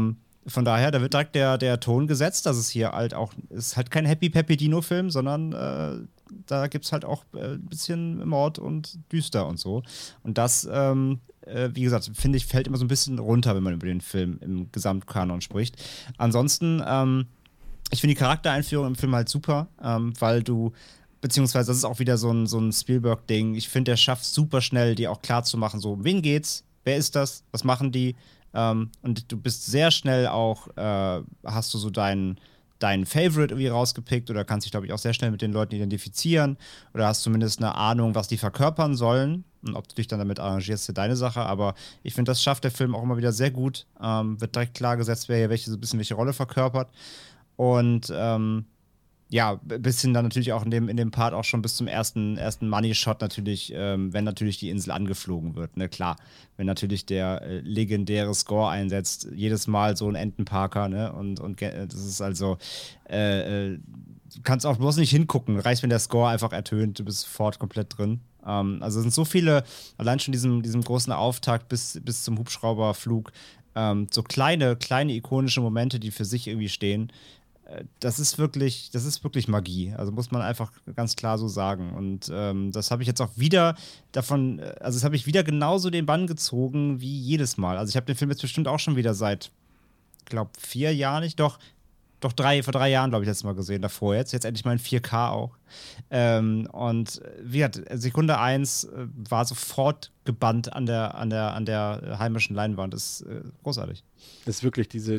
von daher, da wird direkt der Ton gesetzt, dass es hier halt auch, es ist halt kein Happy-Peppy-Dino-Film, sondern da gibt es halt auch ein bisschen Mord und düster und so. Und das, wie gesagt, finde ich, fällt immer so ein bisschen runter, wenn man über den Film im Gesamtkanon spricht. Ansonsten, ich finde die Charaktereinführung im Film halt super, weil beziehungsweise das ist auch wieder so ein Spielberg-Ding. Ich finde, der schafft super schnell, dir auch klar zu machen, so, um wen geht's? Wer ist das? Was machen die? Und du bist sehr schnell auch, hast du so deinen Favorite irgendwie rausgepickt oder kannst dich, glaube ich, auch sehr schnell mit den Leuten identifizieren oder hast zumindest eine Ahnung, was die verkörpern sollen. Und ob du dich dann damit arrangierst, ist deine Sache. Aber ich finde, das schafft der Film auch immer wieder sehr gut. Wird direkt klar gesetzt, wer hier so ein bisschen welche Rolle verkörpert. Und ja, bis hin dann natürlich auch in dem Part auch schon bis zum ersten Money-Shot natürlich, wenn natürlich die Insel angeflogen wird, ne, klar. Wenn natürlich der legendäre Score einsetzt, jedes Mal so ein Entenparker, ne, und das ist also, du kannst auch bloß nicht hingucken, reicht, wenn der Score einfach ertönt, du bist sofort komplett drin. Also es sind so viele, allein schon diesem großen Auftakt bis zum Hubschrauberflug, so kleine ikonische Momente, die für sich irgendwie stehen. Das ist wirklich Magie. Also muss man einfach ganz klar so sagen. Und das habe ich jetzt auch wieder das habe ich wieder genauso den Bann gezogen wie jedes Mal. Also ich habe den Film jetzt bestimmt auch schon wieder seit, ich glaube, 4 Jahren nicht, vor 3 Jahren, glaube ich, letztes Mal gesehen, davor jetzt endlich mal in 4K auch. Und wie gesagt, Sekunde 1 war sofort gebannt an der heimischen Leinwand. Das ist großartig. Das ist wirklich dieser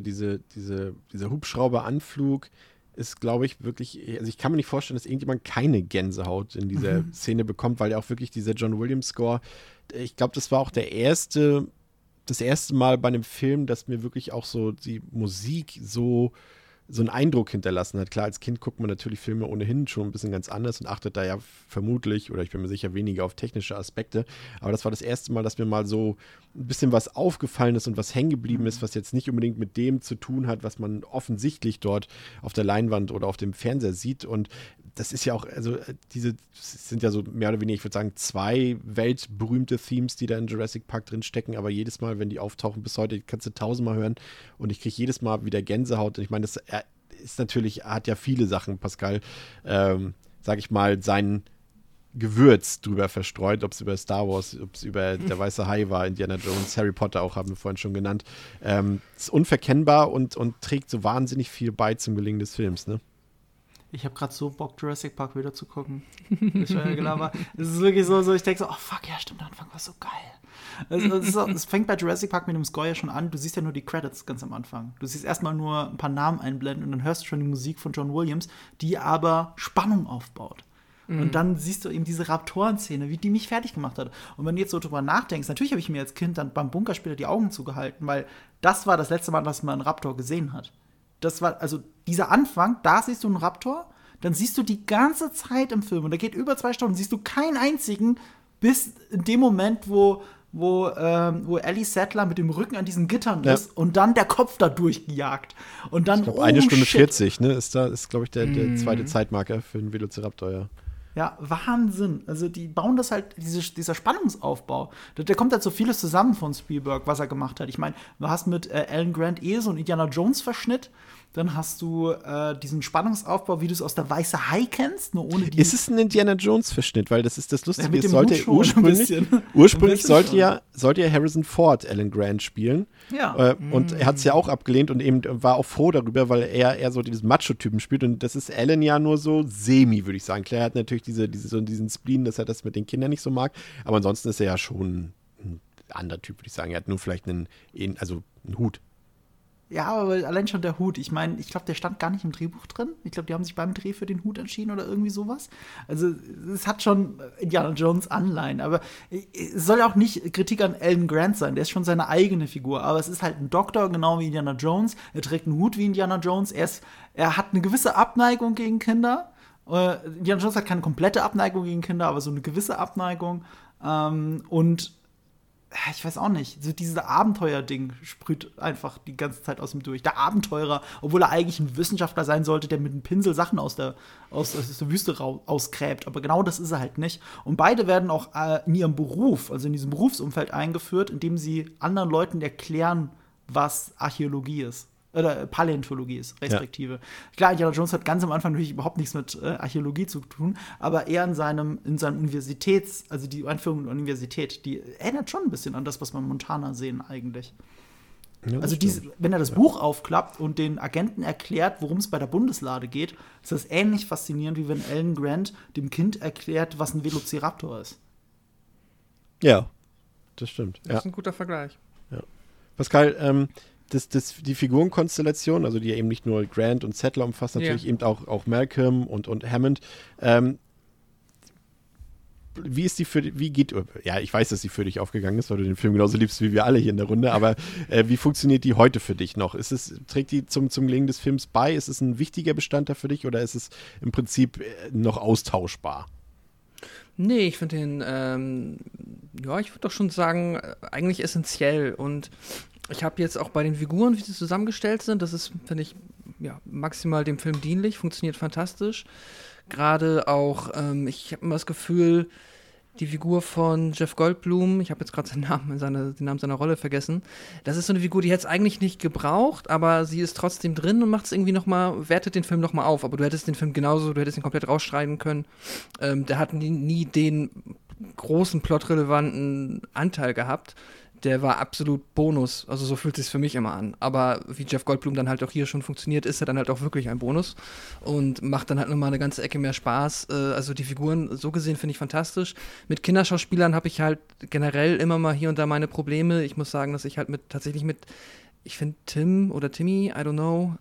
Hubschrauberanflug ist, glaube ich, wirklich, also ich kann mir nicht vorstellen, dass irgendjemand keine Gänsehaut in dieser Szene bekommt, weil ja auch wirklich dieser John Williams-Score, ich glaube, das war auch das erste Mal bei einem Film, dass mir wirklich auch so die Musik so einen Eindruck hinterlassen hat. Klar, als Kind guckt man natürlich Filme ohnehin schon ein bisschen ganz anders und achtet da ja vermutlich, oder ich bin mir sicher, weniger auf technische Aspekte. Aber das war das erste Mal, dass mir mal so ein bisschen was aufgefallen ist und was hängen geblieben ist, was jetzt nicht unbedingt mit dem zu tun hat, was man offensichtlich dort auf der Leinwand oder auf dem Fernseher sieht. Und das ist ja auch, also das sind ja so mehr oder weniger, ich würde sagen, 2 weltberühmte Themes, die da in Jurassic Park drin stecken, aber jedes Mal, wenn die auftauchen, bis heute, kannst du 1000-mal hören und ich kriege jedes Mal wieder Gänsehaut. Und ich meine, das ist natürlich, hat ja viele Sachen, Pascal, sag ich mal, sein Gewürz drüber verstreut, ob es über Star Wars, ob es über Der Weiße Hai war, Indiana Jones, Harry Potter auch, haben wir vorhin schon genannt. Ist unverkennbar und trägt so wahnsinnig viel bei zum Gelingen des Films, ne? Ich habe gerade so Bock, Jurassic Park wieder zu gucken. Das war ja Gelaber. Es ist wirklich so, ich denke so, oh fuck, ja stimmt, der Anfang war so geil. Es fängt bei Jurassic Park mit dem Score ja schon an, du siehst ja nur die Credits ganz am Anfang. Du siehst erstmal nur ein paar Namen einblenden und dann hörst du schon die Musik von John Williams, die aber Spannung aufbaut. Und dann siehst du eben diese Raptoren-Szene, wie die mich fertig gemacht hat. Und wenn du jetzt so drüber nachdenkst, natürlich habe ich mir als Kind dann beim Bunkerspieler die Augen zugehalten, weil das war das letzte Mal, dass man einen Raptor gesehen hat. Das war, also dieser Anfang, da siehst du einen Raptor, dann siehst du die ganze Zeit im Film, und da geht über 2 Stunden, siehst du keinen einzigen, bis in dem Moment, wo Ellie Sattler mit dem Rücken an diesen Gittern ist und dann der Kopf da durchgejagt. Und dann, ich glaube, 1 Stunde 40, ne, ist glaube ich, der zweite Zeitmarker für den Velociraptor, ja. Ja, Wahnsinn. Also die bauen das halt, dieser Spannungsaufbau. Da kommt halt so vieles zusammen von Spielberg, was er gemacht hat. Ich meine, du hast mit Alan Grant so einen Indiana Jones-Verschnitt. Dann hast du diesen Spannungsaufbau, wie du es aus Der Weiße Hai kennst, nur ohne die. Ist es ein Indiana Jones-Verschnitt? Weil das ist das Lustige. Ja, es sollte ursprünglich sollte ja Harrison Ford Alan Grant spielen. Ja. Und er hat es ja auch abgelehnt und eben war auch froh darüber, weil er eher so diesen Macho-Typen spielt. Und das ist Alan ja nur so semi, würde ich sagen. Klar, er hat natürlich diesen Spleen, dass er das mit den Kindern nicht so mag. Aber ansonsten ist er ja schon ein anderer Typ, würde ich sagen. Er hat nur vielleicht einen Hut. Ja, aber allein schon der Hut. Ich meine, ich glaube, der stand gar nicht im Drehbuch drin. Ich glaube, die haben sich beim Dreh für den Hut entschieden oder irgendwie sowas. Also, es hat schon Indiana Jones Anleihen. Aber es soll auch nicht Kritik an Alan Grant sein. Der ist schon seine eigene Figur. Aber es ist halt ein Doktor, genau wie Indiana Jones. Er trägt einen Hut wie Indiana Jones. Er hat eine gewisse Abneigung gegen Kinder. Indiana Jones hat keine komplette Abneigung gegen Kinder, aber so eine gewisse Abneigung. Und ich weiß auch nicht, so dieses Abenteuer-Ding sprüht einfach die ganze Zeit aus ihm durch. Der Abenteurer, obwohl er eigentlich ein Wissenschaftler sein sollte, der mit einem Pinsel Sachen aus der Wüste ausgräbt. Aber genau das ist er halt nicht. Und beide werden auch in ihrem Beruf, also in diesem Berufsumfeld eingeführt, indem sie anderen Leuten erklären, was Archäologie ist. oder Paläontologie ist, respektive. Ja. Klar, Indiana Jones hat ganz am Anfang natürlich überhaupt nichts mit Archäologie zu tun, aber eher in seinem also die Einführung in der Universität, die erinnert schon ein bisschen an das, was wir in Montana sehen eigentlich. Ja, also wenn er das Buch aufklappt und den Agenten erklärt, worum es bei der Bundeslade geht, ist das ähnlich faszinierend, wie wenn Alan Grant dem Kind erklärt, was ein Velociraptor ist. Ja, das stimmt. Das ist ein guter Vergleich. Ja. Pascal, die Figurenkonstellation, also die ja eben nicht nur Grant und Sattler umfasst, natürlich eben auch Malcolm und Hammond. Wie ich weiß, dass die für dich aufgegangen ist, weil du den Film genauso liebst wie wir alle hier in der Runde, aber wie funktioniert die heute für dich noch? Trägt die zum Gelingen des Films bei? Ist es ein wichtiger Bestandteil für dich oder ist es im Prinzip noch austauschbar? Nee, ich finde den, ich würde doch schon sagen, eigentlich essentiell. Und ich habe jetzt auch bei den Figuren, wie sie zusammengestellt sind, das ist, finde ich, maximal dem Film dienlich, funktioniert fantastisch. Gerade auch, ich habe immer das Gefühl, die Figur von Jeff Goldblum, ich habe jetzt gerade den Namen seiner Rolle vergessen, das ist so eine Figur, die hätte es eigentlich nicht gebraucht, aber sie ist trotzdem drin und macht es irgendwie wertet den Film nochmal auf. Aber du hättest den Film du hättest ihn komplett rausschneiden können. Der hat nie den großen plotrelevanten Anteil gehabt. Der war absolut Bonus. Also so fühlt es sich für mich immer an. Aber wie Jeff Goldblum dann halt auch hier schon funktioniert, ist er dann halt auch wirklich ein Bonus und macht dann halt nochmal eine ganze Ecke mehr Spaß. Also die Figuren, so gesehen, finde ich fantastisch. Mit Kinderschauspielern habe ich halt generell immer mal hier und da meine Probleme. Ich muss sagen, dass ich halt ich finde Timmy, I don't know,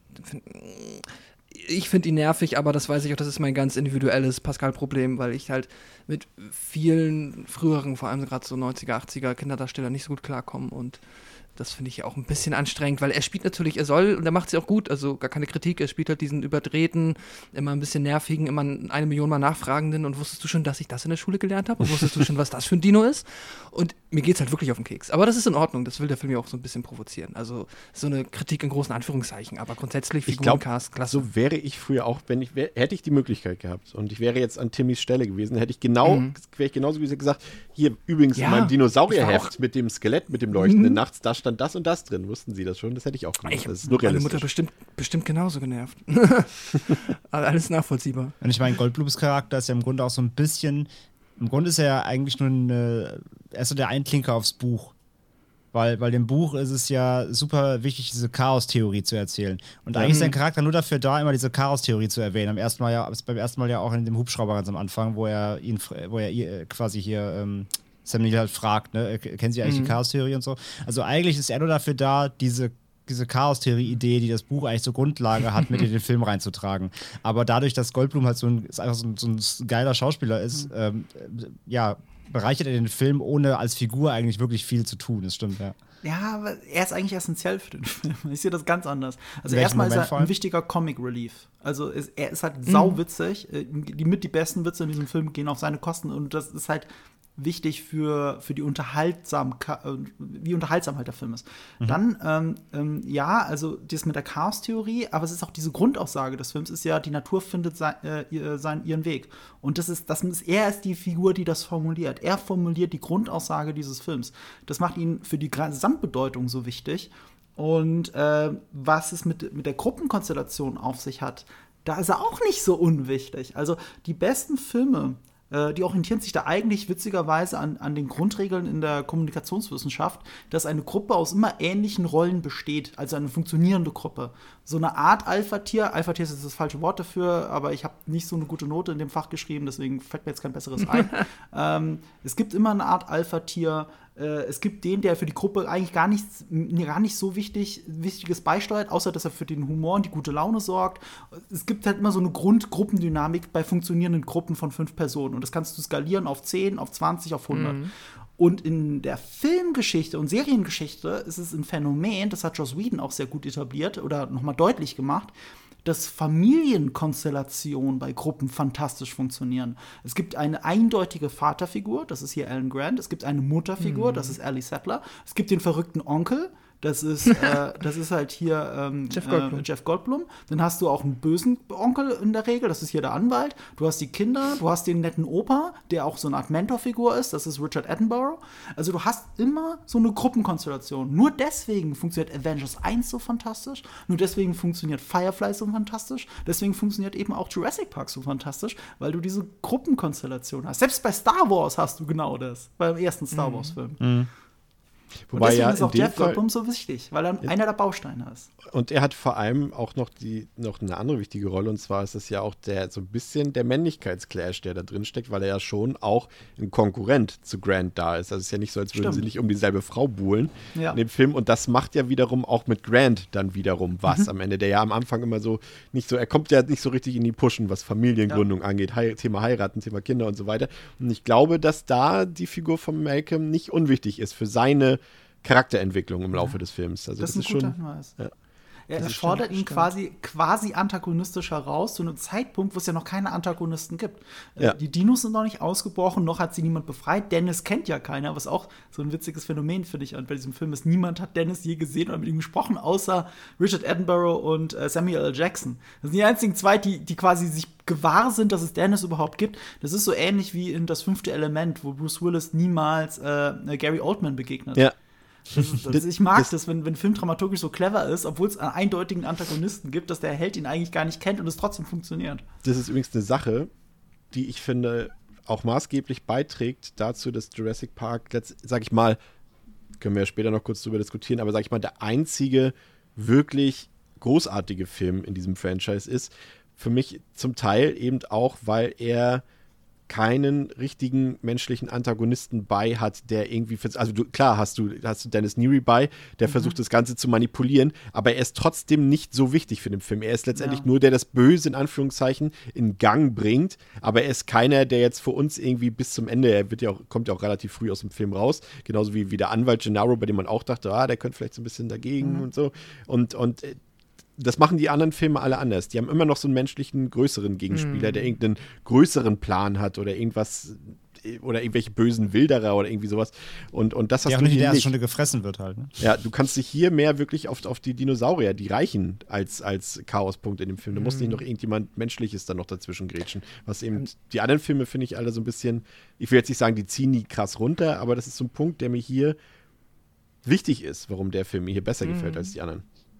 ich finde ihn nervig, aber das weiß ich auch, das ist mein ganz individuelles Pascal-Problem, weil ich halt mit vielen früheren, vor allem gerade so 90er, 80er Kinderdarstellern nicht so gut klarkomme und das finde ich auch ein bisschen anstrengend, weil er spielt natürlich, und er macht sie auch gut, also gar keine Kritik, er spielt halt diesen überdrehten, immer ein bisschen nervigen, immer 1 Million Mal nachfragenden und wusstest du schon, dass ich das in der Schule gelernt habe und wusstest du schon, was das für ein Dino ist und mir geht's halt wirklich auf den Keks, aber das ist in Ordnung, das will der Film ja auch so ein bisschen provozieren, also so eine Kritik in großen Anführungszeichen, aber grundsätzlich Figurencast, klasse. So wäre ich früher auch, hätte ich die Möglichkeit gehabt und ich wäre jetzt an Timmys Stelle gewesen, wäre ich genauso wie sie gesagt, hier übrigens in meinem Dinosaurierheft mit dem Skelett, mit dem leuchtenden nachts, da stand das und das drin. Wussten Sie das schon? Das hätte ich auch gemacht. Das ist nur realistisch. Meine Mutter bestimmt genauso genervt. Alles nachvollziehbar. Und ich meine, Goldblums Charakter ist ja im Grunde auch so ein bisschen, im Grunde ist er ja eigentlich er ist so der Einklinker aufs Buch. Weil dem Buch ist es ja super wichtig, diese Chaos-Theorie zu erzählen. Und eigentlich ist sein Charakter nur dafür da, immer diese Chaos-Theorie zu erwähnen. Beim ersten Mal ja auch in dem Hubschrauber ganz am Anfang, wo er quasi hier Sam Neill halt fragt, ne, kennen Sie eigentlich die Chaos-Theorie und so? Also eigentlich ist er nur dafür da, diese Chaos-Theorie-Idee, die das Buch eigentlich zur Grundlage hat, mit in den Film reinzutragen. Aber dadurch, dass Goldblum halt so ein geiler Schauspieler ist, bereichert er den Film, ohne als Figur eigentlich wirklich viel zu tun. Das stimmt, ja. Ja, aber er ist eigentlich essentiell für den Film. Ich sehe das ganz anders. Also erstmal ist er ein wichtiger Comic Relief. Also er ist halt sauwitzig. Die besten Witze in diesem Film gehen auf seine Kosten und das ist halt wichtig für die wie unterhaltsam halt der Film ist. Dann, also das mit der Chaos-Theorie, aber es ist auch diese Grundaussage des Films, ist ja, die Natur findet ihren Weg. Und er ist die Figur, die das formuliert. Er formuliert die Grundaussage dieses Films. Das macht ihn für die Gesamtbedeutung so wichtig. Und was es mit der Gruppenkonstellation auf sich hat, da ist er auch nicht so unwichtig. Also die besten Filme, die orientieren sich da eigentlich witzigerweise an den Grundregeln in der Kommunikationswissenschaft, dass eine Gruppe aus immer ähnlichen Rollen besteht, also eine funktionierende Gruppe. So eine Art Alpha-Tier ist jetzt das falsche Wort dafür, aber ich habe nicht so eine gute Note in dem Fach geschrieben, deswegen fällt mir jetzt kein besseres ein. Es gibt immer eine Art Alpha-Tier. Es gibt den, der für die Gruppe eigentlich gar nicht so Wichtiges beisteuert, außer dass er für den Humor und die gute Laune sorgt. Es gibt halt immer so eine Grundgruppendynamik bei funktionierenden Gruppen von 5 Personen. Und das kannst du skalieren auf 10, auf 20, auf 100. Und in der Filmgeschichte und Seriengeschichte ist es ein Phänomen, das hat Joss Whedon auch sehr gut etabliert oder nochmal deutlich gemacht, dass Familienkonstellationen bei Gruppen fantastisch funktionieren. Es gibt eine eindeutige Vaterfigur, das ist hier Alan Grant. Es gibt eine Mutterfigur, das ist Ellie Sattler. Es gibt den verrückten Onkel, Das ist halt hier Jeff Goldblum. Dann hast du auch einen bösen Onkel in der Regel, das ist hier der Anwalt. Du hast die Kinder, du hast den netten Opa, der auch so eine Art Mentorfigur ist, das ist Richard Attenborough. Also du hast immer so eine Gruppenkonstellation. Nur deswegen funktioniert Avengers 1 so fantastisch, nur deswegen funktioniert Firefly so fantastisch, deswegen funktioniert eben auch Jurassic Park so fantastisch, weil du diese Gruppenkonstellation hast. Selbst bei Star Wars hast du genau das, beim ersten Star Wars-Film. Mhm. Und deswegen ist auch Jeff Goldblum so wichtig, weil er einer der Bausteine ist. Und er hat vor allem auch noch eine andere wichtige Rolle, und zwar ist es ja auch so ein bisschen der Männlichkeitsclash, der da drin steckt, weil er ja schon auch ein Konkurrent zu Grant da ist. Also es ist ja nicht so, als würden sie nicht um dieselbe Frau buhlen in dem Film. Und das macht ja wiederum auch mit Grant dann wiederum was am Ende, der ja am Anfang immer so nicht so, er kommt ja nicht so richtig in die Pushen, was Familiengründung angeht, Thema Heiraten, Thema Kinder und so weiter. Und ich glaube, dass da die Figur von Malcolm nicht unwichtig ist für seine Charakterentwicklung im Laufe des Films. Also das ist ein guter Hinweis. Ja. Er fordert ihn quasi antagonistisch heraus, zu einem Zeitpunkt, wo es ja noch keine Antagonisten gibt. Ja. Die Dinos sind noch nicht ausgebrochen, noch hat sie niemand befreit. Dennis kennt ja keiner, was auch so ein witziges Phänomen, finde ich, bei diesem Film ist. Niemand hat Dennis je gesehen oder mit ihm gesprochen, außer Richard Attenborough und Samuel L. Jackson. Das sind die einzigen zwei, die quasi sich gewahr sind, dass es Dennis überhaupt gibt. Das ist so ähnlich wie in Das 5. Element, wo Bruce Willis niemals Gary Oldman begegnet. Ja. Ich mag das, wenn Film dramaturgisch so clever ist, obwohl es einen eindeutigen Antagonisten gibt, dass der Held ihn eigentlich gar nicht kennt und es trotzdem funktioniert. Das ist übrigens eine Sache, die ich finde auch maßgeblich beiträgt dazu, dass Jurassic Park, sag ich mal, können wir ja später noch kurz drüber diskutieren, aber sag ich mal, der einzige wirklich großartige Film in diesem Franchise ist. Für mich zum Teil eben auch, weil er keinen richtigen menschlichen Antagonisten bei hat, der irgendwie, klar hast du Dennis Neary bei, der versucht das Ganze zu manipulieren, aber er ist trotzdem nicht so wichtig für den Film. Er ist letztendlich nur der das Böse in Anführungszeichen in Gang bringt, aber er ist keiner, der jetzt für uns irgendwie bis zum Ende, kommt ja auch relativ früh aus dem Film raus, genauso wie der Anwalt Gennaro, bei dem man auch dachte, der könnte vielleicht so ein bisschen dagegen und so. Und das machen die anderen Filme alle anders. Die haben immer noch so einen menschlichen, größeren Gegenspieler, der irgendeinen größeren Plan hat oder irgendwas oder irgendwelche bösen Wilderer oder irgendwie sowas. Und das hast du nicht. Der erste Stunde gefressen wird halt. Ne? Ja, du kannst dich hier mehr wirklich auf die Dinosaurier, die reichen als Chaospunkt in dem Film. Du musst nicht noch irgendjemand Menschliches dann noch dazwischen grätschen. Was eben die anderen Filme, finde ich, alle so ein bisschen, ich will jetzt nicht sagen, die ziehen die krass runter, aber das ist so ein Punkt, der mir hier wichtig ist, warum der Film mir hier besser gefällt als die anderen.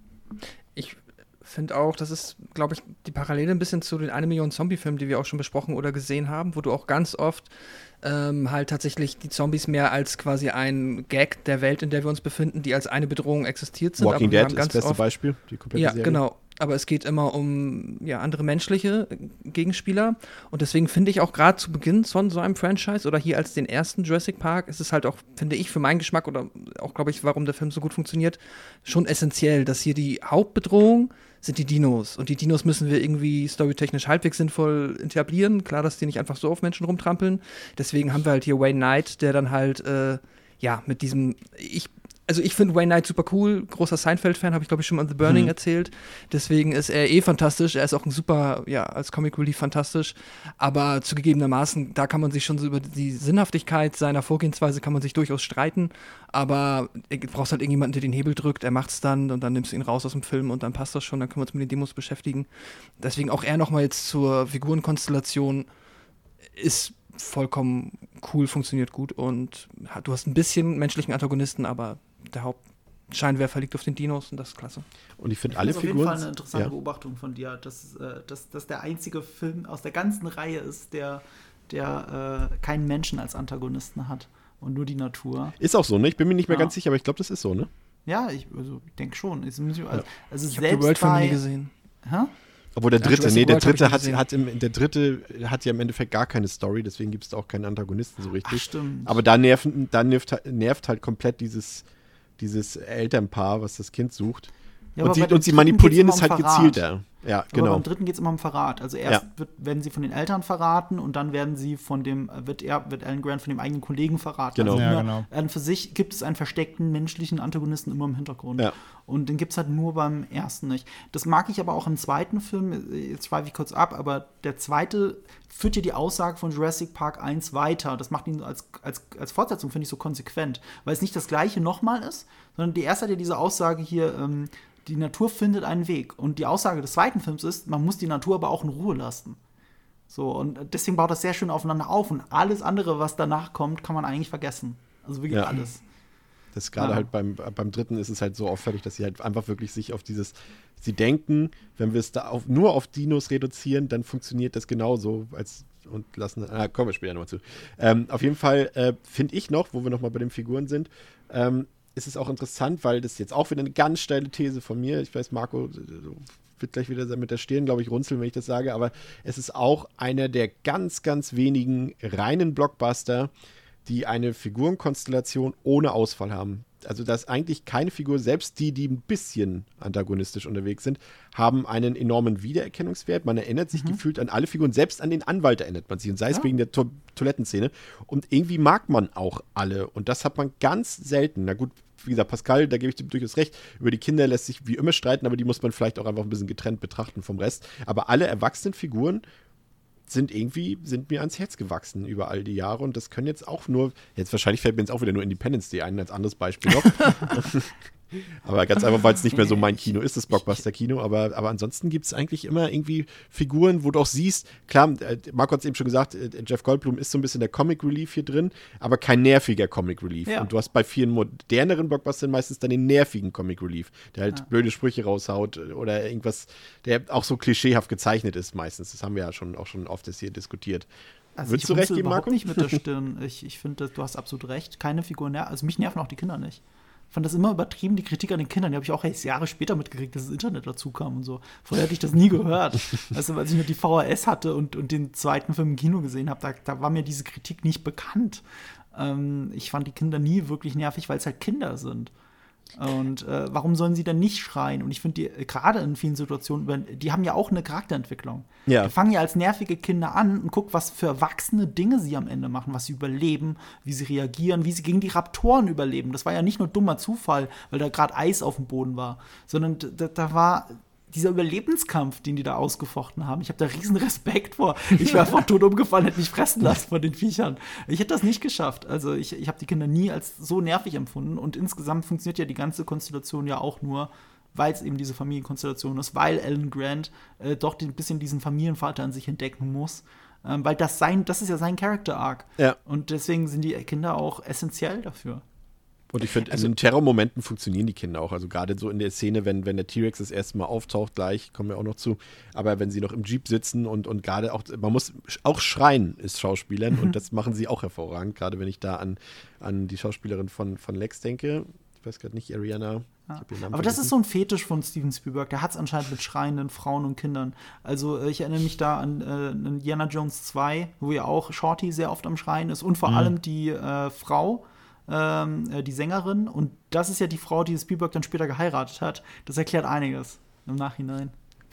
Ich finde auch, das ist, glaube ich, die Parallele ein bisschen zu den 1 Million Zombie-Filmen, die wir auch schon besprochen oder gesehen haben, wo du auch ganz oft halt tatsächlich die Zombies mehr als quasi ein Gag der Welt, in der wir uns befinden, die als eine Bedrohung existiert sind. Walking Dead ist das beste Beispiel, die komplette Serie. Ja, genau. Aber es geht immer um andere menschliche Gegenspieler. Und deswegen finde ich auch gerade zu Beginn von so einem Franchise oder hier als den ersten Jurassic Park, ist es halt auch, finde ich, für meinen Geschmack oder auch, glaube ich, warum der Film so gut funktioniert, schon essentiell, dass hier die Hauptbedrohung sind die Dinos. Und die Dinos müssen wir irgendwie storytechnisch halbwegs sinnvoll etablieren. Klar, dass die nicht einfach so auf Menschen rumtrampeln. Deswegen haben wir halt hier Wayne Knight, der dann halt, mit diesem, ich finde Wayne Knight super cool, großer Seinfeld-Fan, habe ich, glaube ich, schon mal in The Burning erzählt. Deswegen ist er fantastisch. Er ist auch ein super, als Comic Relief fantastisch. Aber zugegebenermaßen, da kann man sich schon so über die Sinnhaftigkeit seiner Vorgehensweise kann man sich durchaus streiten. Aber du brauchst halt irgendjemanden, der den Hebel drückt, er macht's dann und dann nimmst du ihn raus aus dem Film und dann passt das schon, dann können wir uns mit den Demos beschäftigen. Deswegen auch er nochmal jetzt zur Figurenkonstellation ist vollkommen cool, funktioniert gut und du hast ein bisschen menschlichen Antagonisten, aber der Hauptscheinwerfer liegt auf den Dinos und das ist klasse. Und ich finde alle Figuren. Das ist auf jeden Fall eine interessante Beobachtung von dir, dass der einzige Film aus der ganzen Reihe ist, der keinen Menschen als Antagonisten hat und nur die Natur. Ist auch so, ne? Ich bin mir nicht mehr ganz sicher, aber ich glaube, das ist so, ne? Ja, ich denke schon. Ich habe die World-Film nie gesehen. Hä? Obwohl der dritte hat ja im Endeffekt gar keine Story, deswegen gibt es da auch keinen Antagonisten so richtig. Ach, stimmt. Aber da nervt halt komplett dieses Elternpaar, was das Kind sucht. Ja, und sie manipulieren es halt gezielter. Ja, genau. Aber beim dritten geht es immer um Verrat. Also erst werden sie von den Eltern verraten und dann werden sie wird Alan Grant von dem eigenen Kollegen verraten. Genau. Also Ja, immer, für sich gibt es einen versteckten menschlichen Antagonisten immer im Hintergrund. Ja. Und den gibt es halt nur beim ersten nicht. Das mag ich aber auch im zweiten Film, jetzt schweife ich kurz ab, aber der zweite führt ja die Aussage von Jurassic Park 1 weiter. Das macht ihn als Fortsetzung, finde ich, so konsequent. Weil es nicht das Gleiche nochmal ist, sondern die erste hat ja diese Aussage hier, die Natur findet einen Weg. Und die Aussage des zweiten Films ist, man muss die Natur aber auch in Ruhe lassen. So, und deswegen baut das sehr schön aufeinander auf. Und alles andere, was danach kommt, kann man eigentlich vergessen. Also wirklich alles. Das gerade halt beim dritten ist es halt so auffällig, dass sie halt einfach wirklich sich auf sie denken, wenn wir es da nur auf Dinos reduzieren, dann funktioniert das genauso, kommen wir später nochmal zu. Auf jeden Fall finde ich noch, wo wir nochmal bei den Figuren sind, ist es auch interessant, weil das jetzt auch wieder eine ganz steile These von mir, ich weiß, Marco wird gleich wieder mit der Stirn, glaube ich, runzeln, wenn ich das sage, aber es ist auch einer der ganz, ganz wenigen reinen Blockbuster, die eine Figurenkonstellation ohne Ausfall haben. Also, dass eigentlich keine Figur, selbst die ein bisschen antagonistisch unterwegs sind, haben einen enormen Wiedererkennungswert. Man erinnert sich gefühlt an alle Figuren, selbst an den Anwalt erinnert man sich. Und sei es wegen der Toilettenszene. Und irgendwie mag man auch alle. Und das hat man ganz selten. Na gut, wie gesagt, Pascal, da gebe ich dir durchaus recht. Über die Kinder lässt sich wie immer streiten, aber die muss man vielleicht auch einfach ein bisschen getrennt betrachten vom Rest. Aber alle erwachsenen Figuren sind mir ans Herz gewachsen über all die Jahre und das können jetzt wahrscheinlich fällt mir jetzt auch wieder nur Independence Day ein, als anderes Beispiel noch. Aber ganz einfach, weil es nicht mehr so mein Kino ist, das Blockbuster-Kino, aber ansonsten gibt es eigentlich immer irgendwie Figuren, wo du auch siehst, klar, Marco hat es eben schon gesagt, Jeff Goldblum ist so ein bisschen der Comic Relief hier drin, aber kein nerviger Comic Relief. Ja. Und du hast bei vielen moderneren Blockbustern meistens dann den nervigen Comic Relief, der halt blöde Sprüche raushaut oder irgendwas, der auch so klischeehaft gezeichnet ist meistens. Das haben wir ja auch schon oft hier diskutiert. Also Würdest du recht geben, Marco? Nicht mit der Stirn. Ich finde, du hast absolut recht. Keine Figur also mich nerven auch die Kinder nicht. Ich fand das immer übertrieben, die Kritik an den Kindern. Die habe ich auch erst Jahre später mitgekriegt, dass das Internet dazu kam und so. Vorher hätte ich das nie gehört. Also, als ich nur die VHS hatte und den zweiten Film im Kino gesehen habe, da war mir diese Kritik nicht bekannt. Ich fand die Kinder nie wirklich nervig, weil es halt Kinder sind. Und warum sollen sie dann nicht schreien? Und ich finde, gerade in vielen Situationen, die haben ja auch eine Charakterentwicklung. Ja. Die fangen ja als nervige Kinder an und gucken, was für erwachsene Dinge sie am Ende machen, was sie überleben, wie sie reagieren, wie sie gegen die Raptoren überleben. Das war ja nicht nur dummer Zufall, weil da gerade Eis auf dem Boden war, sondern da war dieser Überlebenskampf, den die da ausgefochten haben. Ich habe da riesen Respekt vor. Ich wäre einfach tot umgefallen, hätte mich fressen lassen von den Viechern. Ich hätte das nicht geschafft. Also ich habe die Kinder nie als so nervig empfunden. Und insgesamt funktioniert ja die ganze Konstellation ja auch nur, weil es eben diese Familienkonstellation ist, weil Alan Grant doch ein bisschen diesen Familienvater an sich entdecken muss. Weil das ist ja sein Character-Arc. Ja. Und deswegen sind die Kinder auch essentiell dafür. Und ich finde, in den Terrormomenten funktionieren die Kinder auch. Also gerade so in der Szene, wenn der T-Rex das erste Mal auftaucht, gleich, kommen wir auch noch zu, aber wenn sie noch im Jeep sitzen und gerade auch, man muss auch schreien, ist Schauspielern und das machen sie auch hervorragend, gerade wenn ich da an die Schauspielerin von Lex denke. Ich weiß gerade nicht, Ariana. Aber das ist so ein Fetisch von Steven Spielberg. Der hat es anscheinend mit schreienden Frauen und Kindern. Also ich erinnere mich da an Indiana Jones 2, wo ja auch Shorty sehr oft am Schreien ist und vor allem die Frau, die Sängerin. Und das ist ja die Frau, die Spielberg dann später geheiratet hat. Das erklärt einiges im Nachhinein.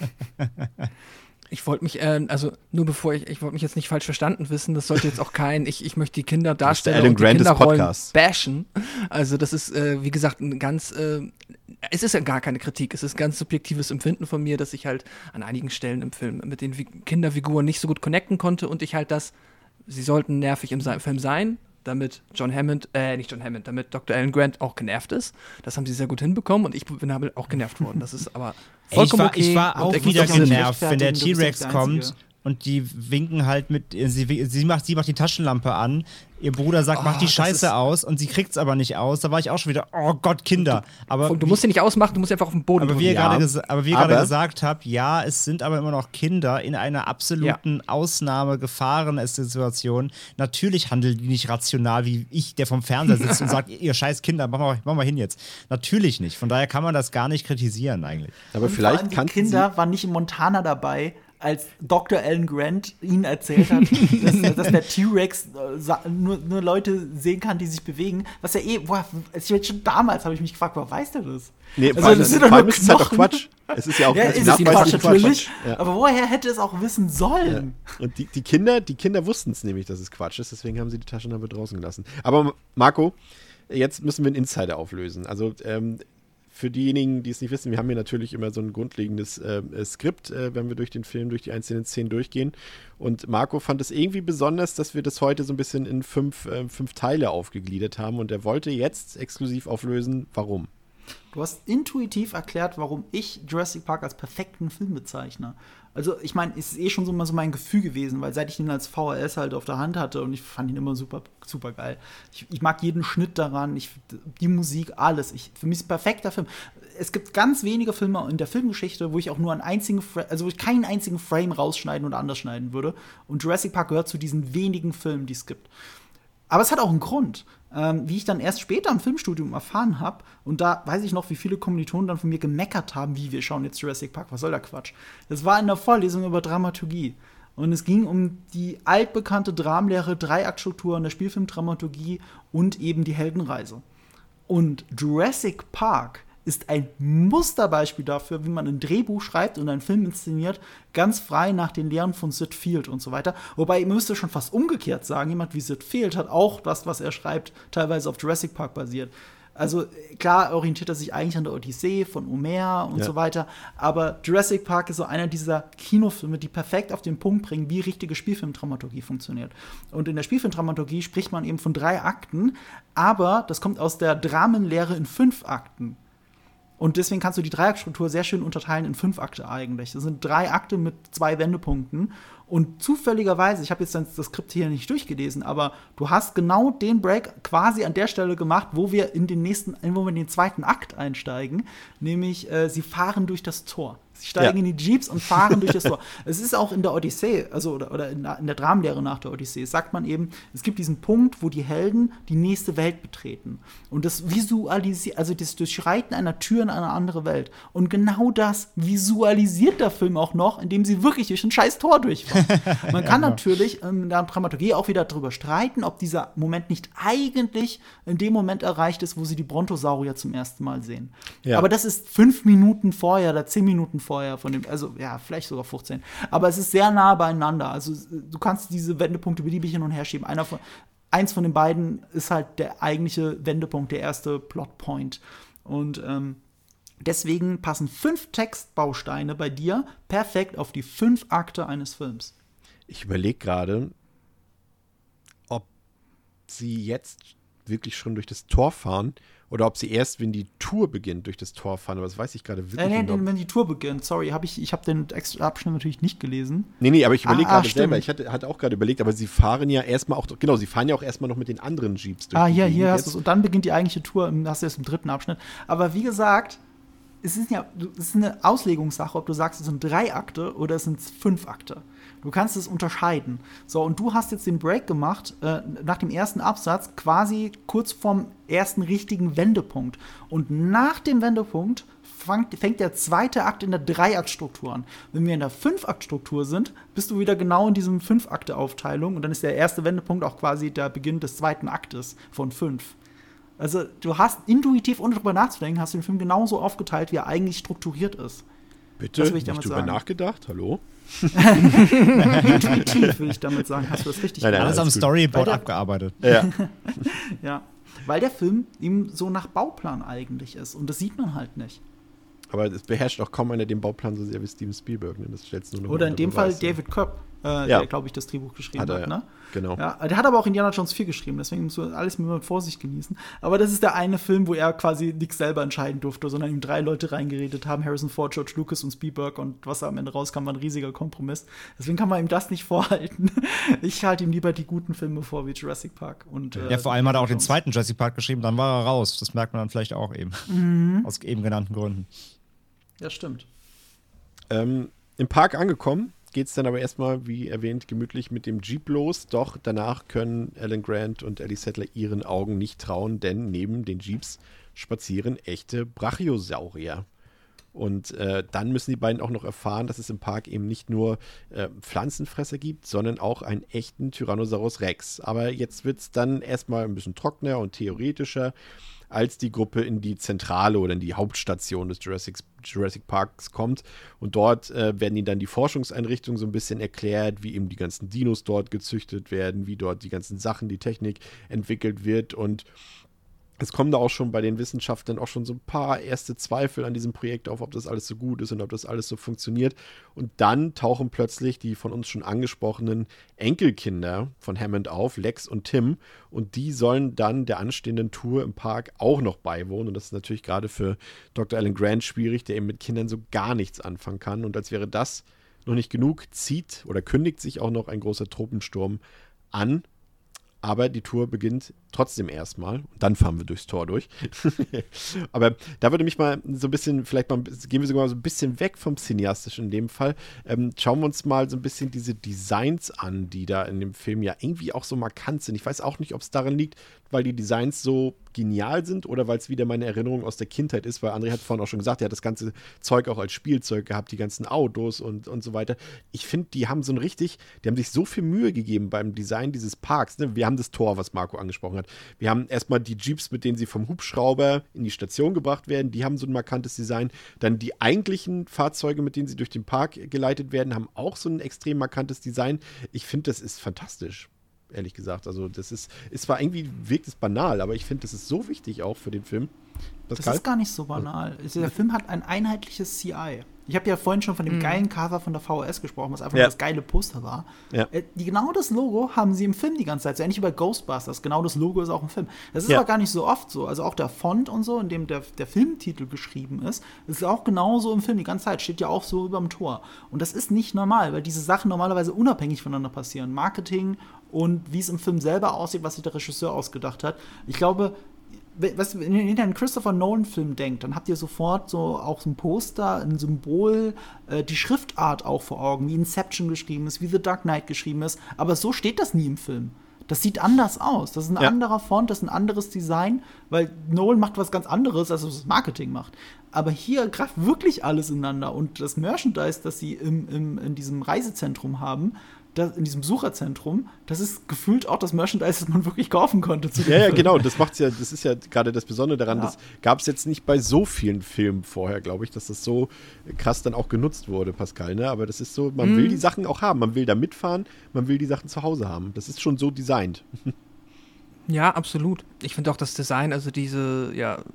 Ich wollte mich, ich wollte mich jetzt nicht falsch verstanden wissen, das sollte jetzt auch ich möchte die Kinderdarsteller und die Kinderrollen bashen. Also das ist, wie gesagt, es ist ja gar keine Kritik, es ist ganz subjektives Empfinden von mir, dass ich halt an einigen Stellen im Film mit den Kinderfiguren nicht so gut connecten konnte und ich halt sie sollten nervig im Film sein, damit damit Dr. Alan Grant auch genervt ist. Das haben sie sehr gut hinbekommen und ich bin halt auch genervt worden. Das ist aber vollkommen okay. Ich war auch wieder genervt, wenn der T-Rex kommt und die winken halt sie macht die Taschenlampe an. Ihr Bruder sagt, mach die Scheiße aus und sie kriegt's aber nicht aus. Da war ich auch schon wieder, oh Gott, Kinder. Aber du musst sie nicht ausmachen, du musst einfach auf den Boden drücken. Wie ihr gerade gesagt habt, ja, es sind aber immer noch Kinder in einer absoluten Ausnahme-Gefahren-Situation. Natürlich handeln die nicht rational, wie ich, der vom Fernseher sitzt und sagt, ihr scheiß Kinder, mach mal hin jetzt. Natürlich nicht. Von daher kann man das gar nicht kritisieren eigentlich. Aber vielleicht die Kinder waren nicht in Montana dabei, als Dr. Alan Grant ihnen erzählt hat, dass der T-Rex nur Leute sehen kann, die sich bewegen. Was ja schon damals habe ich mich gefragt, woher weiß der das? Nee, Also, das sind doch nur ist halt doch Knochen. Quatsch. Es ist ja auch Ja, ist nachweislich Quatsch, natürlich. Ja. Aber woher hätte es auch wissen sollen? Ja. Und die Kinder wussten es nämlich, dass es Quatsch ist, deswegen haben sie die Taschenlampe draußen gelassen. Aber Marco, jetzt müssen wir einen Insider auflösen. Also für diejenigen, die es nicht wissen, wir haben hier natürlich immer so ein grundlegendes Skript, wenn wir durch den Film, durch die einzelnen Szenen durchgehen. Und Marco fand es irgendwie besonders, dass wir das heute so ein bisschen in fünf Teile aufgegliedert haben. Und er wollte jetzt exklusiv auflösen, warum. Du hast intuitiv erklärt, warum ich Jurassic Park als perfekten Film bezeichne. Also, ich meine, es ist schon so mal so mein Gefühl gewesen, weil seit ich ihn als VHS halt auf der Hand hatte und ich fand ihn immer super, super geil. Ich mag jeden Schnitt daran, die Musik, alles. Für mich ist es ein perfekter Film. Es gibt ganz wenige Filme in der Filmgeschichte, wo ich auch nur wo ich keinen einzigen Frame rausschneiden oder anders schneiden würde. Und Jurassic Park gehört zu diesen wenigen Filmen, die es gibt. Aber es hat auch einen Grund. Wie ich dann erst später im Filmstudium erfahren habe, und da weiß ich noch, wie viele Kommilitonen dann von mir gemeckert haben, wie wir schauen jetzt Jurassic Park, was soll der Quatsch? Das war in der Vorlesung über Dramaturgie. Und es ging um die altbekannte Dramenlehre, Dreiaktstruktur in der Spielfilmdramaturgie und eben die Heldenreise. Und Jurassic Park ist ein Musterbeispiel dafür, wie man ein Drehbuch schreibt und einen Film inszeniert, ganz frei nach den Lehren von Sid Field und so weiter. Wobei, man müsste schon fast umgekehrt sagen, jemand wie Sid Field hat auch das, was er schreibt, teilweise auf Jurassic Park basiert. Also klar orientiert er sich eigentlich an der Odyssee von Homer und so weiter, aber Jurassic Park ist so einer dieser Kinofilme, die perfekt auf den Punkt bringen, wie richtige Spielfilmdramaturgie funktioniert. Und in der Spielfilmdramaturgie spricht man eben von 3 Akten, aber das kommt aus der Dramenlehre in 5 Akten. Und deswegen kannst du die Dreiaktstruktur sehr schön unterteilen in 5 Akte eigentlich. Das sind 3 Akte mit 2 Wendepunkten. Und zufälligerweise, ich habe jetzt das Skript hier nicht durchgelesen, aber du hast genau den Break quasi an der Stelle gemacht, wo wir in den 2. Akt einsteigen. Nämlich, sie fahren durch das Tor. Sie steigen in die Jeeps und fahren durch das Tor. Es ist auch in der Odyssee, also oder in der Dramenlehre nach der Odyssee, sagt man eben, es gibt diesen Punkt, wo die Helden die nächste Welt betreten. Und das visualisiert, also das Durchschreiten einer Tür in eine andere Welt. Und genau das visualisiert der Film auch noch, indem sie wirklich durch ein scheiß Tor durchfahren. Man kann natürlich in der Dramaturgie auch wieder darüber streiten, ob dieser Moment nicht eigentlich in dem Moment erreicht ist, wo sie die Brontosaurier zum ersten Mal sehen. Ja. Aber das ist 5 Minuten vorher oder 10 Minuten vorher von dem, also ja, vielleicht sogar 15. Aber es ist sehr nah beieinander. Also du kannst diese Wendepunkte beliebig hin und her schieben. Eins von den beiden ist halt der eigentliche Wendepunkt, der erste Plotpoint. Und deswegen passen 5 Textbausteine bei dir perfekt auf die 5 Akte eines Films. Ich überlege gerade, ob sie jetzt wirklich schon durch das Tor fahren oder ob sie erst, wenn die Tour beginnt, durch das Tor fahren. Aber das weiß ich gerade wirklich nicht. Wenn die Tour beginnt, sorry, ich habe den extra Abschnitt natürlich nicht gelesen. Nee, aber ich überlege gerade stimmt. selber. Ich hatte auch gerade überlegt, aber sie fahren ja erstmal auch, genau, sie fahren ja auch erstmal noch mit den anderen Jeeps durch. Hier hast du es. Und dann beginnt die eigentliche Tour, hast du es im 3. Abschnitt. Aber wie gesagt, es ist eine Auslegungssache, ob du sagst, es sind 3 Akte oder es sind 5 Akte. Du kannst es unterscheiden. So, und du hast jetzt den Break gemacht, nach dem ersten Absatz, quasi kurz vorm ersten richtigen Wendepunkt. Und nach dem Wendepunkt fängt der 2. Akt in der 3-Akt-Struktur an. Wenn wir in der 5-Akt-Struktur sind, bist du wieder genau in diesem 5-Akte-Aufteilung. Und dann ist der erste Wendepunkt auch quasi der Beginn des 2. Aktes von 5. Also du hast intuitiv, ohne drüber nachzudenken, hast du den Film genauso aufgeteilt, wie er eigentlich strukturiert ist. Bitte? Das will ich damit nicht drüber nachgedacht? Hallo? Intuitiv würde ich damit sagen, hast du das richtig Nein, Alles am alles gut. Storyboard abgearbeitet. Ja. Ja, weil der Film eben so nach Bauplan eigentlich ist. Und das sieht man halt nicht. Aber es beherrscht auch kaum einer den Bauplan so sehr wie Steven Spielberg. Ne? Das stellst du nur noch Oder in unter dem Fall Beweis, David Koepp, Ja. der, glaube ich, das Drehbuch geschrieben Hat er, hat. Ne? Genau. Ja, der hat aber auch Indiana Jones 4 geschrieben, deswegen musst du alles mit Vorsicht genießen. Aber das ist der eine Film, wo er quasi nichts selber entscheiden durfte, sondern ihm 3 Leute reingeredet haben, Harrison Ford, George Lucas und Spielberg, und was am Ende rauskam, war ein riesiger Kompromiss. Deswegen kann man ihm das nicht vorhalten. Ich halte ihm lieber die guten Filme vor, wie Jurassic Park. Und, Ja, vor allem hat er auch den 2. Jurassic Park geschrieben, dann war er raus. Das merkt man dann vielleicht auch eben. Aus eben genannten Gründen. Ja, stimmt. Im Park angekommen, geht es dann aber erstmal, wie erwähnt, gemütlich mit dem Jeep los. Doch danach können Alan Grant und Ellie Sattler ihren Augen nicht trauen, denn neben den Jeeps spazieren echte Brachiosaurier. Und dann müssen die beiden auch noch erfahren, dass es im Park eben nicht nur Pflanzenfresser gibt, sondern auch einen echten Tyrannosaurus Rex. Aber jetzt wird es dann erstmal ein bisschen trockener und theoretischer, als die Gruppe in die Zentrale oder in die Hauptstation des Jurassic Parks kommt. Und dort werden ihnen dann die Forschungseinrichtungen so ein bisschen erklärt, wie eben die ganzen Dinos dort gezüchtet werden, wie dort die ganzen Sachen, die Technik entwickelt wird. Und es kommen da auch schon bei den Wissenschaftlern auch schon so ein paar erste Zweifel an diesem Projekt auf, ob das alles so gut ist und ob das alles so funktioniert. Und dann tauchen plötzlich die von uns schon angesprochenen Enkelkinder von Hammond auf, Lex und Tim. Und die sollen dann der anstehenden Tour im Park auch noch beiwohnen. Und das ist natürlich gerade für Dr. Alan Grant schwierig, der eben mit Kindern so gar nichts anfangen kann. Und als wäre das noch nicht genug, zieht oder kündigt sich auch noch ein großer Tropensturm an. Aber die Tour beginnt trotzdem erstmal. Und dann fahren wir durchs Tor durch. Aber da würde mich mal so ein bisschen, vielleicht mal, gehen wir sogar mal so ein bisschen weg vom Cineastischen in dem Fall. Schauen wir uns mal so ein bisschen diese Designs an, die da in dem Film ja irgendwie auch so markant sind. Ich weiß auch nicht, ob es daran liegt, weil die Designs so genial sind oder weil es wieder meine Erinnerung aus der Kindheit ist, weil André hat vorhin auch schon gesagt, er hat das ganze Zeug auch als Spielzeug gehabt, die ganzen Autos und so weiter. Ich finde, die haben sich so viel Mühe gegeben beim Design dieses Parks. Ne? Wir haben das Tor, was Marco angesprochen hat. Wir haben erstmal die Jeeps, mit denen sie vom Hubschrauber in die Station gebracht werden, die haben so ein markantes Design. Dann die eigentlichen Fahrzeuge, mit denen sie durch den Park geleitet werden, haben auch so ein extrem markantes Design. Ich finde, das ist fantastisch. Ehrlich gesagt, also das ist, es war irgendwie, wirkt es banal, aber ich finde, das ist so wichtig auch für den Film. Das ist gar nicht so banal. Der Film hat ein einheitliches CI. Ich habe ja vorhin schon von dem geilen Cover von der VHS gesprochen, was einfach nur das geile Poster war. Ja. Genau das Logo haben sie im Film die ganze Zeit. So ähnlich wie bei Ghostbusters. Genau das Logo ist auch im Film. Das ist aber gar nicht so oft so. Also auch der Font und so, in dem der Filmtitel geschrieben ist auch genauso im Film. Die ganze Zeit steht ja auch so über dem Tor. Und das ist nicht normal, weil diese Sachen normalerweise unabhängig voneinander passieren. Marketing und wie es im Film selber aussieht, was sich der Regisseur ausgedacht hat. Ich glaube, wenn ihr an einen Christopher Nolan-Film denkt, dann habt ihr sofort so auch so ein Poster, ein Symbol, die Schriftart auch vor Augen, wie Inception geschrieben ist, wie The Dark Knight geschrieben ist. Aber so steht das nie im Film. Das sieht anders aus. Das ist ein anderer Font, das ist ein anderes Design, weil Nolan macht was ganz anderes, als das Marketing macht. Aber hier greift wirklich alles ineinander. Und das Merchandise, das sie in diesem Reisezentrum haben, in diesem Besucherzentrum, das ist gefühlt auch das Merchandise, das man wirklich kaufen konnte. Ja, genau, das ist ja gerade das Besondere daran, das gab es jetzt nicht bei so vielen Filmen vorher, glaube ich, dass das so krass dann auch genutzt wurde, Pascal, ne? Aber das ist so, man will die Sachen auch haben, man will da mitfahren, man will die Sachen zu Hause haben. Das ist schon so designt. Ja, absolut. Ich finde auch das Design, also diese,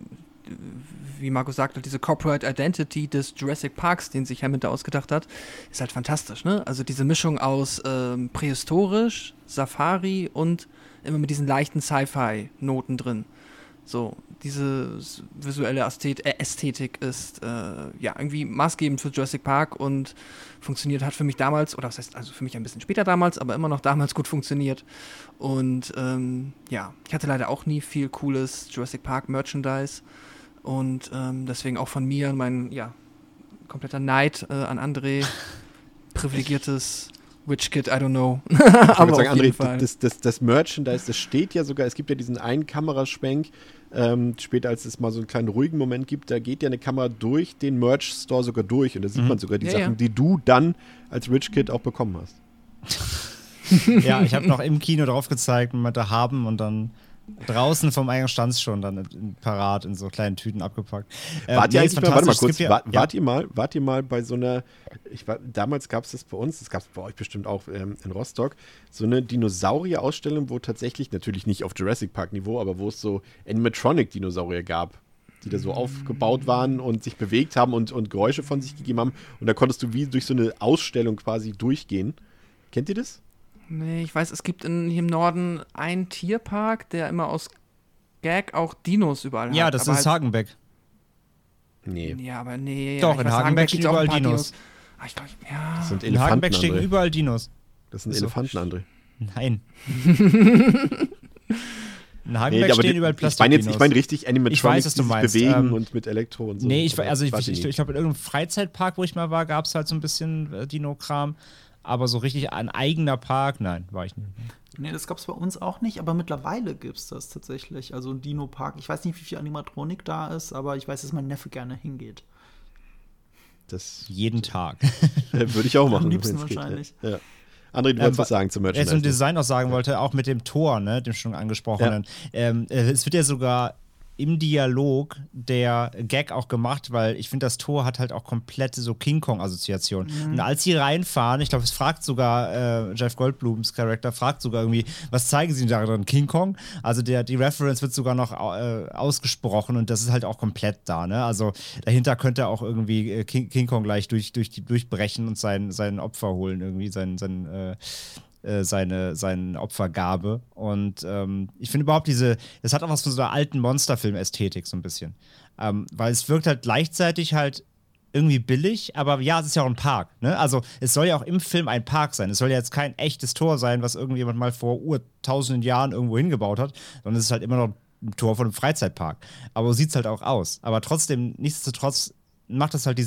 wie Marco sagte, diese Corporate Identity des Jurassic Parks, den sich Hammond da ausgedacht hat, ist halt fantastisch, ne? Also diese Mischung aus prähistorisch, Safari und immer mit diesen leichten Sci-Fi-Noten drin. So, diese visuelle Ästhetik ist irgendwie maßgebend für Jurassic Park und hat für mich damals, oder was heißt, also für mich ein bisschen später damals, aber immer noch damals gut funktioniert. Und ich hatte leider auch nie viel cooles Jurassic Park Merchandise. Und deswegen auch von mir mein kompletter Neid an André, privilegiertes Rich Kid, I don't know. Aber auf jeden Fall. Das Merchandise, das steht ja sogar, es gibt ja diesen einen Kameraschwenk, später als es mal so einen kleinen ruhigen Moment gibt, da geht ja eine Kamera durch den Merch-Store sogar durch und da sieht man sogar die Sachen, die du dann als Rich Kid auch bekommen hast. Ja, ich habe noch im Kino drauf gezeigt und meinte haben und dann draußen vom Eingang stand es schon dann parat in so kleinen Tüten abgepackt. Wart ihr eigentlich mal, warte mal kurz, wart ihr mal bei so einer, damals gab es das bei uns, das gab es bei euch bestimmt auch in Rostock, so eine Dinosaurier-Ausstellung, wo tatsächlich, natürlich nicht auf Jurassic Park-Niveau, aber wo es so Animatronic-Dinosaurier gab, die da so aufgebaut waren und sich bewegt haben und Geräusche von sich gegeben haben. Und da konntest du wie durch so eine Ausstellung quasi durchgehen. Kennt ihr das? Nee, ich weiß, es gibt hier im Norden einen Tierpark, der immer aus Gag auch Dinos überall hat. Ja, das ist Hagenbeck. Nee. Ja, aber nee. Doch, in Hagenbeck stehen überall Dinos. Ich glaub, ja. Das sind Elefanten, in Hagenbeck stehen überall Dinos. Das sind Elefanten, André. Nein. In Hagenbeck stehen überall Plastikdinos. Ich meine richtig Animatronics, die sich bewegen und mit Elektro und so. Nee, ich glaube, in irgendeinem Freizeitpark, wo ich mal war, gab es halt so ein bisschen Dino-Kram. Aber so richtig ein eigener Park, nein, war ich nicht. Nee, das gab es bei uns auch nicht, aber mittlerweile gibt es das tatsächlich. Also ein Dino-Park. Ich weiß nicht, wie viel Animatronik da ist, aber ich weiß, dass mein Neffe gerne hingeht. Das Jeden Tag. würde ich auch machen. Am liebsten wenn's geht, wahrscheinlich. Ja. André, du wolltest was sagen zum Jetzt Merchandise. zum Design auch sagen wollte, auch mit dem Tor, ne, dem schon angesprochenen. Es wird ja sogar im Dialog der Gag auch gemacht, weil ich finde, das Tor hat halt auch komplette so King Kong-Assoziationen. Und als sie reinfahren, ich glaube, es fragt sogar Jeff Goldblums Charakter, fragt sogar irgendwie, was zeigen sie da drin? King Kong? Also die Reference wird sogar noch ausgesprochen und das ist halt auch komplett da, ne? Also dahinter könnte auch irgendwie King Kong gleich durchbrechen und sein Opfer holen, irgendwie seine Opfergabe. Und ich finde überhaupt das hat auch was von so einer alten Monsterfilm-Ästhetik so ein bisschen. Weil es wirkt halt gleichzeitig halt irgendwie billig, aber ja, es ist ja auch ein Park. Ne? Also es soll ja auch im Film ein Park sein. Es soll ja jetzt kein echtes Tor sein, was irgendjemand mal vor urtausenden Jahren irgendwo hingebaut hat, sondern es ist halt immer noch ein Tor von einem Freizeitpark. Aber so sieht es halt auch aus. Aber trotzdem, nichtsdestotrotz macht das halt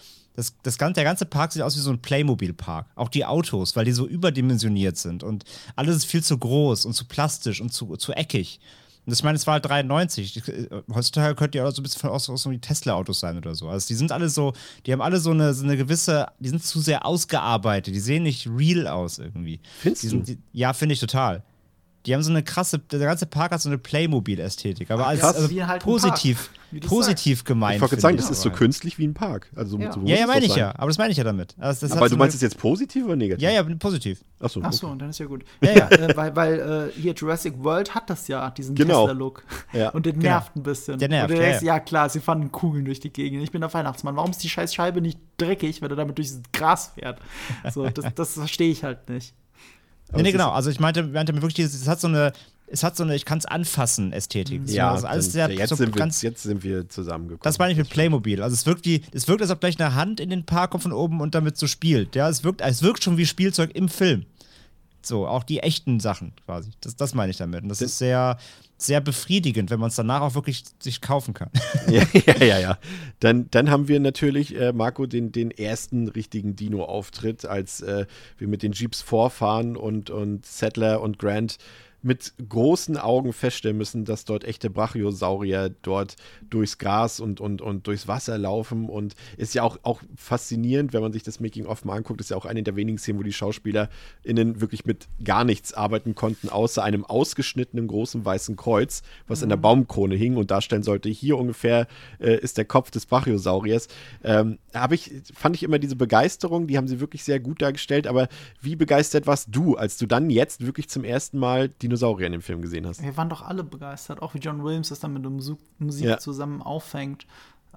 der ganze Park sieht aus wie so ein Playmobil-Park. Auch die Autos, weil die so überdimensioniert sind und alles ist viel zu groß und zu plastisch und zu eckig. Und ich meine, es war halt 93. Heutzutage könnte ja auch so ein bisschen aus wie Tesla-Autos sein oder so. Also die sind alle so, die haben alle so eine gewisse, die sind zu sehr ausgearbeitet. Die sehen nicht real aus irgendwie. Findest du? Ja, finde ich total. Die haben so eine krasse, der ganze Park hat so eine Playmobil-Ästhetik, aber krass, wie halt ein positiv, Park, wie du positiv gemeint. Ich wollte gerade sagen, das finde ist so künstlich wie ein Park. Also Ja. so Ja, muss es meine doch ich sein. ja, aber das meine ich ja damit. Also Aber du meinst es jetzt positiv oder negativ? Ja, positiv. Achso, Achso, dann ist ja gut. Ja. Weil hier Jurassic World hat das ja, diesen Genau. Tesla-Look. Ja. Und der nervt ein bisschen. Der nervt, und du denkst, ja. ja klar, sie fanden Kugeln durch die Gegend. Ich bin der Weihnachtsmann. Warum ist die scheiß Scheibe nicht dreckig, wenn er damit durchs Gras fährt? So, das verstehe ich halt nicht. Nee, genau. Also ich meinte wirklich, es hat so eine, ich kann es anfassen, Ästhetik. Ja, also alles dann, sehr, jetzt, so sind ganz, jetzt sind wir zusammengekommen. das meine ich mit Playmobil. Also es wirkt, als ob gleich eine Hand in den Park kommt von oben und damit so spielt. Ja, es wirkt schon wie Spielzeug im Film. So, auch die echten Sachen quasi. Das meine ich damit. Und das ist sehr, sehr befriedigend, wenn man es danach auch wirklich sich kaufen kann. Ja. Dann haben wir natürlich, Marco, den ersten richtigen Dino-Auftritt, als wir mit den Jeeps vorfahren und Sattler und Grant mit großen Augen feststellen müssen, dass dort echte Brachiosaurier dort durchs Gras und durchs Wasser laufen. Und ist ja auch faszinierend, wenn man sich das Making-of mal anguckt, ist ja auch eine der wenigen Szenen, wo die SchauspielerInnen wirklich mit gar nichts arbeiten konnten, außer einem ausgeschnittenen großen weißen Kreuz, was in der Baumkrone hing und darstellen sollte, hier ungefähr ist der Kopf des Brachiosauriers. Fand ich immer diese Begeisterung, die haben sie wirklich sehr gut dargestellt, aber wie begeistert warst du, als du dann jetzt wirklich zum ersten Mal Dinosaurier in dem Film gesehen hast? Wir waren doch alle begeistert, auch wie John Williams das dann mit der Musik zusammen auffängt.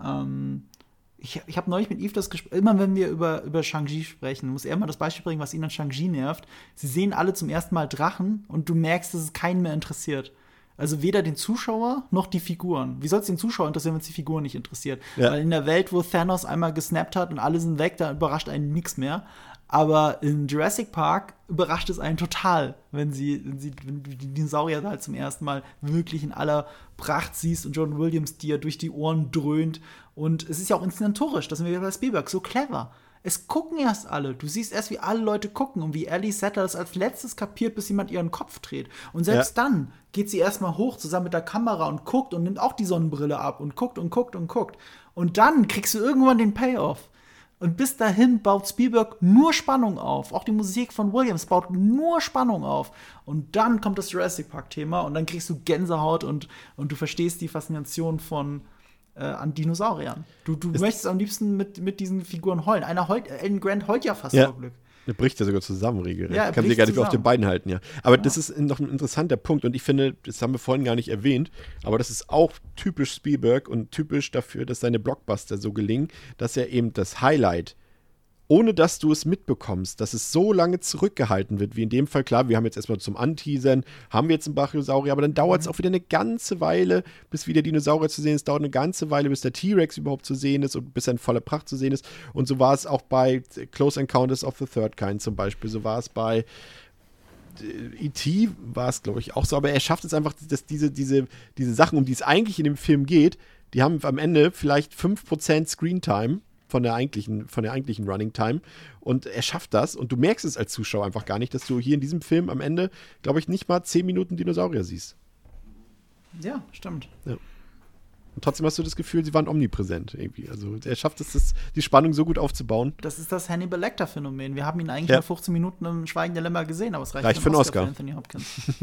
Ich habe neulich mit Yves das Gespräch, immer wenn wir über Shang-Chi sprechen, muss er immer das Beispiel bringen, was ihn an Shang-Chi nervt. Sie sehen alle zum ersten Mal Drachen und du merkst, dass es keinen mehr interessiert. Also weder den Zuschauer noch die Figuren. Wie soll es den Zuschauer interessieren, wenn es die Figuren nicht interessiert? Ja. Weil in der Welt, wo Thanos einmal gesnappt hat und alle sind weg, da überrascht einen nichts mehr. Aber in Jurassic Park überrascht es einen total, wenn du die Dinosaurier halt zum ersten Mal wirklich in aller Pracht siehst und John Williams dir durch die Ohren dröhnt. Und es ist ja auch inszenatorisch, das sind wir wieder bei Spielberg, so clever. Es gucken erst alle. Du siehst erst, wie alle Leute gucken und wie Ellie Sattler das als letztes kapiert, bis jemand ihren Kopf dreht. Und selbst dann geht sie erstmal hoch zusammen mit der Kamera und guckt und nimmt auch die Sonnenbrille ab und guckt und guckt und guckt. Und dann kriegst du irgendwann den Payoff. Und bis dahin baut Spielberg nur Spannung auf. Auch die Musik von Williams baut nur Spannung auf. Und dann kommt das Jurassic Park-Thema und dann kriegst du Gänsehaut und du verstehst die Faszination an Dinosauriern. Du möchtest am liebsten mit diesen Figuren heulen. Alan Grant heult ja fast vor Glück. Er bricht ja sogar zusammen, regelrecht. Ja, er kann sich bricht gar nicht mehr auf zusammen. den Beinen halten, ja. Aber das ist noch ein interessanter Punkt und ich finde, das haben wir vorhin gar nicht erwähnt, aber das ist auch typisch Spielberg und typisch dafür, dass seine Blockbuster so gelingen, dass er eben das Highlight, ohne dass du es mitbekommst, dass es so lange zurückgehalten wird, wie in dem Fall, klar, wir haben jetzt erstmal zum Anteasern, haben wir jetzt einen Brachiosaurier, aber dann dauert es auch wieder eine ganze Weile, bis wieder Dinosaurier zu sehen ist, dauert eine ganze Weile, bis der T-Rex überhaupt zu sehen ist und bis er in voller Pracht zu sehen ist. Und so war es auch bei Close Encounters of the Third Kind zum Beispiel, so war es bei E.T. war es, glaube ich, auch so, aber er schafft es einfach, dass diese Sachen, um die es eigentlich in dem Film geht, die haben am Ende vielleicht 5% Screentime von der eigentlichen Running Time und er schafft das und du merkst es als Zuschauer einfach gar nicht, dass du hier in diesem Film am Ende, glaube ich, nicht mal 10 Minuten Dinosaurier siehst. Ja, stimmt. Ja. Und trotzdem hast du das Gefühl, sie waren omnipräsent irgendwie. Also er schafft es, die Spannung so gut aufzubauen. Das ist das Hannibal Lecter-Phänomen. Wir haben ihn eigentlich nur 15 Minuten im Schweigen der Lämmer gesehen, aber es reicht für einen Oscar. für Anthony Hopkins.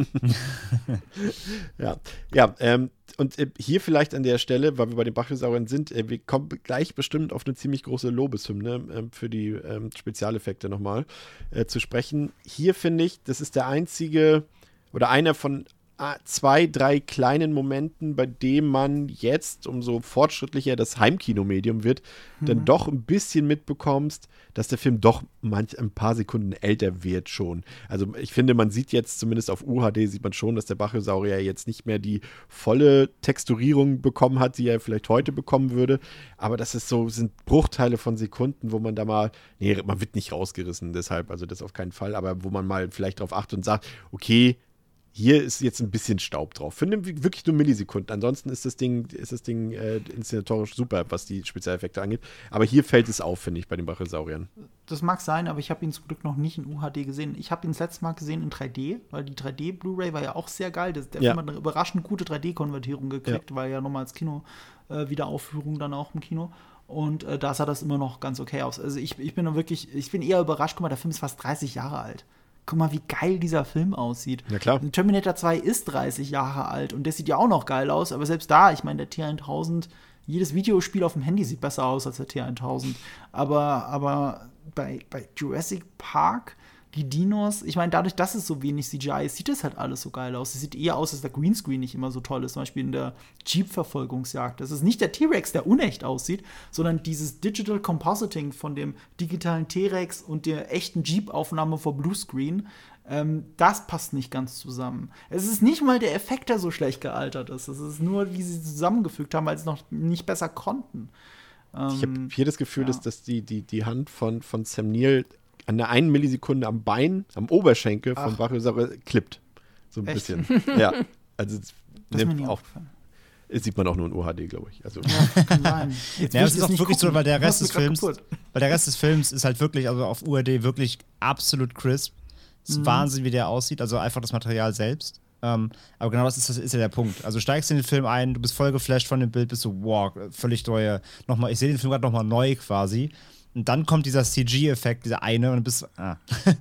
Und hier vielleicht an der Stelle, weil wir bei den Brachiosauriern sind, wir kommen gleich bestimmt auf eine ziemlich große Lobeshymne für die Spezialeffekte nochmal zu sprechen. Hier finde ich, das ist der einzige oder einer von 2, 3 kleinen Momenten, bei dem man jetzt, umso fortschrittlicher das Heimkinomedium wird, dann doch ein bisschen mitbekommst, dass der Film doch ein paar Sekunden älter wird schon. Also ich finde, man sieht jetzt, zumindest auf UHD, sieht man schon, dass der Brachiosaurier jetzt nicht mehr die volle Texturierung bekommen hat, die er vielleicht heute bekommen würde. Aber das ist so, sind Bruchteile von Sekunden, wo man da mal, man wird nicht rausgerissen, deshalb, also das auf keinen Fall, aber wo man mal vielleicht drauf achtet und sagt, okay, hier ist jetzt ein bisschen Staub drauf. Für wirklich nur Millisekunden. Ansonsten ist das Ding inszenatorisch super, was die Spezialeffekte angeht. Aber hier fällt es auf, finde ich, bei den Brachiosauriern. Das mag sein, aber ich habe ihn zum Glück noch nicht in UHD gesehen. Ich habe ihn das letzte Mal gesehen in 3D, weil die 3D-Blu-ray war ja auch sehr geil. Der Film hat eine überraschend gute 3D-Konvertierung gekriegt, weil ja nochmal als Kino-Wiederaufführung dann auch im Kino. Und da sah das immer noch ganz okay aus. Also ich bin eher überrascht. Guck mal, der Film ist fast 30 Jahre alt. Guck mal, wie geil dieser Film aussieht. Ja, klar. Terminator 2 ist 30 Jahre alt und der sieht ja auch noch geil aus, aber selbst da, ich meine, der T-1000, jedes Videospiel auf dem Handy sieht besser aus als der T-1000. Aber bei Jurassic Park, die Dinos, ich meine, dadurch, dass es so wenig CGI ist, sieht das halt alles so geil aus. Es sieht eher aus, dass der Greenscreen nicht immer so toll ist, zum Beispiel in der Jeep-Verfolgungsjagd. Das ist nicht der T-Rex, der unecht aussieht, sondern dieses Digital Compositing von dem digitalen T-Rex und der echten Jeep-Aufnahme vor Bluescreen. Das passt nicht ganz zusammen. Es ist nicht mal der Effekt, der so schlecht gealtert ist. Es ist nur, wie sie zusammengefügt haben, weil sie es noch nicht besser konnten. Ich habe hier das Gefühl, dass die Hand von Sam Neill an der 1 Millisekunde am Bein, am Oberschenkel von Brachiosaurus klippt. So ein bisschen. Ja, also das ist mir nie aufgefallen. Das sieht man auch nur in UHD, glaube ich. Also. Kann sein. Es ist auch wirklich so, weil der Rest des Films ist halt wirklich, also auf UHD wirklich absolut crisp. Es ist Wahnsinn, wie der aussieht, also einfach das Material selbst. Aber genau das ist ja der Punkt. Also steigst in den Film ein, du bist voll geflasht von dem Bild, bist so, wow, völlig neue, nochmal, ich sehe den Film gerade nochmal neu quasi. Und dann kommt dieser CG-Effekt, dieser eine, und du bist, ja,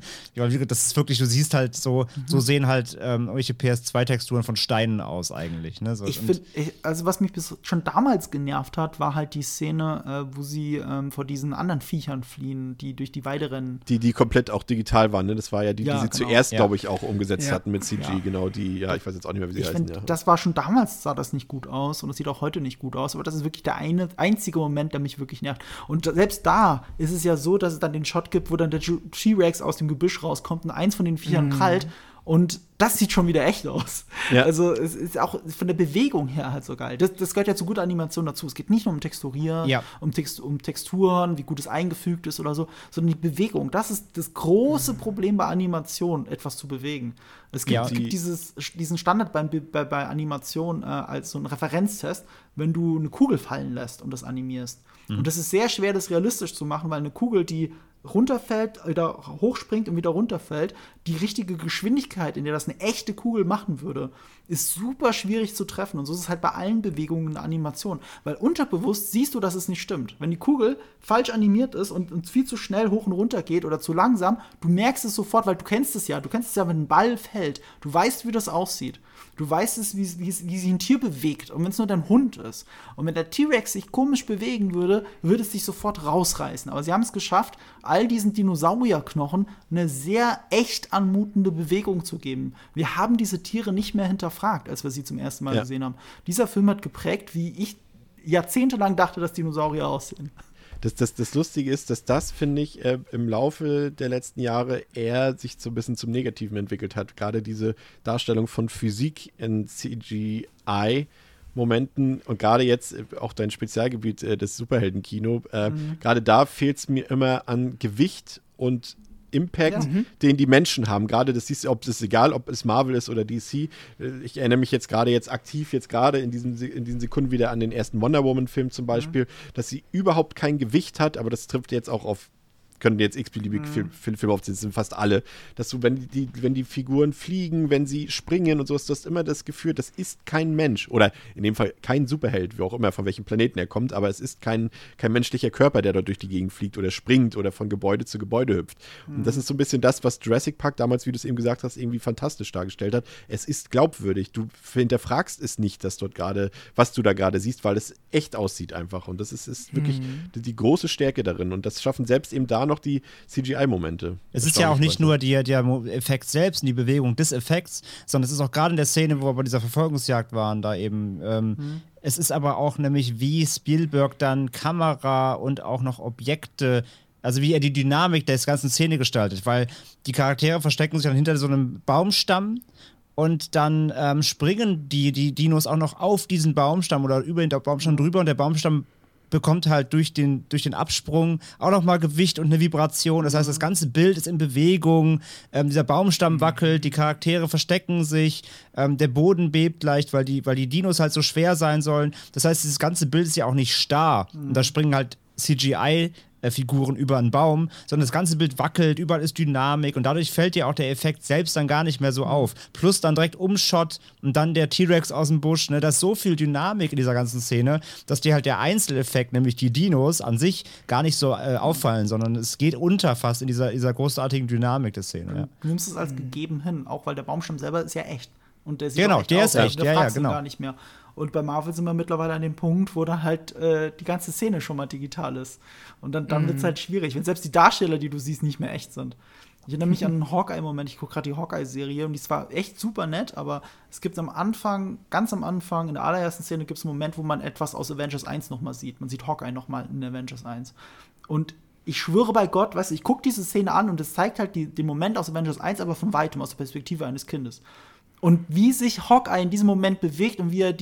das ist wirklich, du siehst halt so sehen halt irgendwelche PS2-Texturen von Steinen aus eigentlich. Ne? So, also was mich schon damals genervt hat, war halt die Szene, wo sie vor diesen anderen Viechern fliehen, die durch die Weide rennen. Die komplett auch digital waren, ne? Das war ja die sie zuerst, glaube ich, auch umgesetzt hatten mit CG, genau, ich weiß jetzt auch nicht mehr, wie sie heißen. Das war schon damals, sah das nicht gut aus und das sieht auch heute nicht gut aus, aber das ist wirklich der einzige Moment, der mich wirklich nervt. Und selbst da ist es ja so, dass es dann den Shot gibt, wo dann der T-Rex aus dem Gebüsch rauskommt und eins von den Viechern krallt. Und das sieht schon wieder echt aus. Ja. Also es ist auch von der Bewegung her halt so geil. Das gehört ja zu guter Animation dazu. Es geht nicht nur um Texturieren, um Texturen, wie gut es eingefügt ist oder so, sondern die Bewegung. Das ist das große Problem bei Animation, etwas zu bewegen. Es gibt diesen Standard bei Animation als so einen Referenztest, wenn du eine Kugel fallen lässt und das animierst. Und das ist sehr schwer, das realistisch zu machen, weil eine Kugel, die runterfällt, wieder hochspringt und wieder runterfällt, die richtige Geschwindigkeit, in der das eine echte Kugel machen würde, ist super schwierig zu treffen. Und so ist es halt bei allen Bewegungen in der Animation. Weil unterbewusst siehst du, dass es nicht stimmt. Wenn die Kugel falsch animiert ist und viel zu schnell hoch und runter geht oder zu langsam, du merkst es sofort, weil du kennst es ja, wenn ein Ball fällt. Du weißt, wie das aussieht. Du weißt es, wie sich ein Tier bewegt. Und wenn es nur dein Hund ist. Und wenn der T-Rex sich komisch bewegen würde, würde es sich sofort rausreißen. Aber sie haben es geschafft, all diesen Dinosaurierknochen eine sehr echt anmutende Bewegung zu geben. Wir haben diese Tiere nicht mehr hinterfragt, als wir sie zum ersten Mal gesehen haben. Dieser Film hat geprägt, wie ich jahrzehntelang dachte, dass Dinosaurier aussehen. Das Lustige ist, dass das, finde ich, im Laufe der letzten Jahre eher sich so ein bisschen zum Negativen entwickelt hat. Gerade diese Darstellung von Physik in CGI-Momenten und gerade jetzt auch dein Spezialgebiet, das Superheldenkino, gerade da fehlt es mir immer an Gewicht und Impact, den die Menschen haben. Gerade das siehst du, ob es egal, ob es Marvel ist oder DC. Ich erinnere mich jetzt aktiv in diesen Sekunden wieder an den ersten Wonder Woman-Film zum Beispiel, dass sie überhaupt kein Gewicht hat, aber das trifft jetzt auch auf können jetzt x-beliebige Filme aufzählen, das sind fast alle, dass du, wenn die Figuren fliegen, wenn sie springen und sowas, du hast immer das Gefühl, das ist kein Mensch oder in dem Fall kein Superheld, wie auch immer, von welchem Planeten er kommt, aber es ist kein menschlicher Körper, der dort durch die Gegend fliegt oder springt oder von Gebäude zu Gebäude hüpft. Und das ist so ein bisschen das, was Jurassic Park damals, wie du es eben gesagt hast, irgendwie fantastisch dargestellt hat. Es ist glaubwürdig. Du hinterfragst es nicht, dass dort gerade, was du da gerade siehst, weil es echt aussieht einfach. Und das ist wirklich die große Stärke darin. Und das schaffen selbst eben da noch die CGI-Momente. Es ist ja auch nicht nur der Effekt selbst und die Bewegung des Effekts, sondern es ist auch gerade in der Szene, wo wir bei dieser Verfolgungsjagd waren, da eben es ist aber auch nämlich, wie Spielberg dann Kamera und auch noch Objekte, also wie er die Dynamik der ganzen Szene gestaltet, weil die Charaktere verstecken sich dann hinter so einem Baumstamm und dann springen die Dinos auch noch auf diesen Baumstamm oder über den Baumstamm drüber und der Baumstamm bekommt halt durch den Absprung auch nochmal Gewicht und eine Vibration. Das heißt, das ganze Bild ist in Bewegung, dieser Baumstamm wackelt, die Charaktere verstecken sich, der Boden bebt leicht, weil die Dinos halt so schwer sein sollen. Das heißt, dieses ganze Bild ist ja auch nicht starr. Und da springen halt CGI-Figuren über einen Baum, sondern das ganze Bild wackelt, überall ist Dynamik und dadurch fällt dir auch der Effekt selbst dann gar nicht mehr so auf. Plus dann direkt Umshot und dann der T-Rex aus dem Busch, ne, da ist so viel Dynamik in dieser ganzen Szene, dass dir halt der Einzeleffekt, nämlich die Dinos an sich, gar nicht so auffallen, sondern es geht unter fast in dieser großartigen Dynamik der Szene. Ja. Du nimmst es als gegeben hin, auch weil der Baumstamm selber ist ja echt. Und der sieht genau, auch echt der aus, ist echt, ja, genau. Gar nicht mehr. Und bei Marvel sind wir mittlerweile an dem Punkt, wo dann halt die ganze Szene schon mal digital ist. Und dann wird es halt schwierig, wenn selbst die Darsteller, die du siehst, nicht mehr echt sind. Ich erinnere mich an einen Hawkeye-Moment, ich gucke gerade die Hawkeye-Serie und die war echt super nett, aber es gibt ganz am Anfang, in der allerersten Szene gibt es einen Moment, wo man etwas aus Avengers 1 nochmal sieht. Man sieht Hawkeye nochmal in Avengers 1. Und ich schwöre bei Gott, weißt du, ich gucke diese Szene an und es zeigt halt den Moment aus Avengers 1, aber von weitem, aus der Perspektive eines Kindes. Und wie sich Hawkeye in diesem Moment bewegt und wie er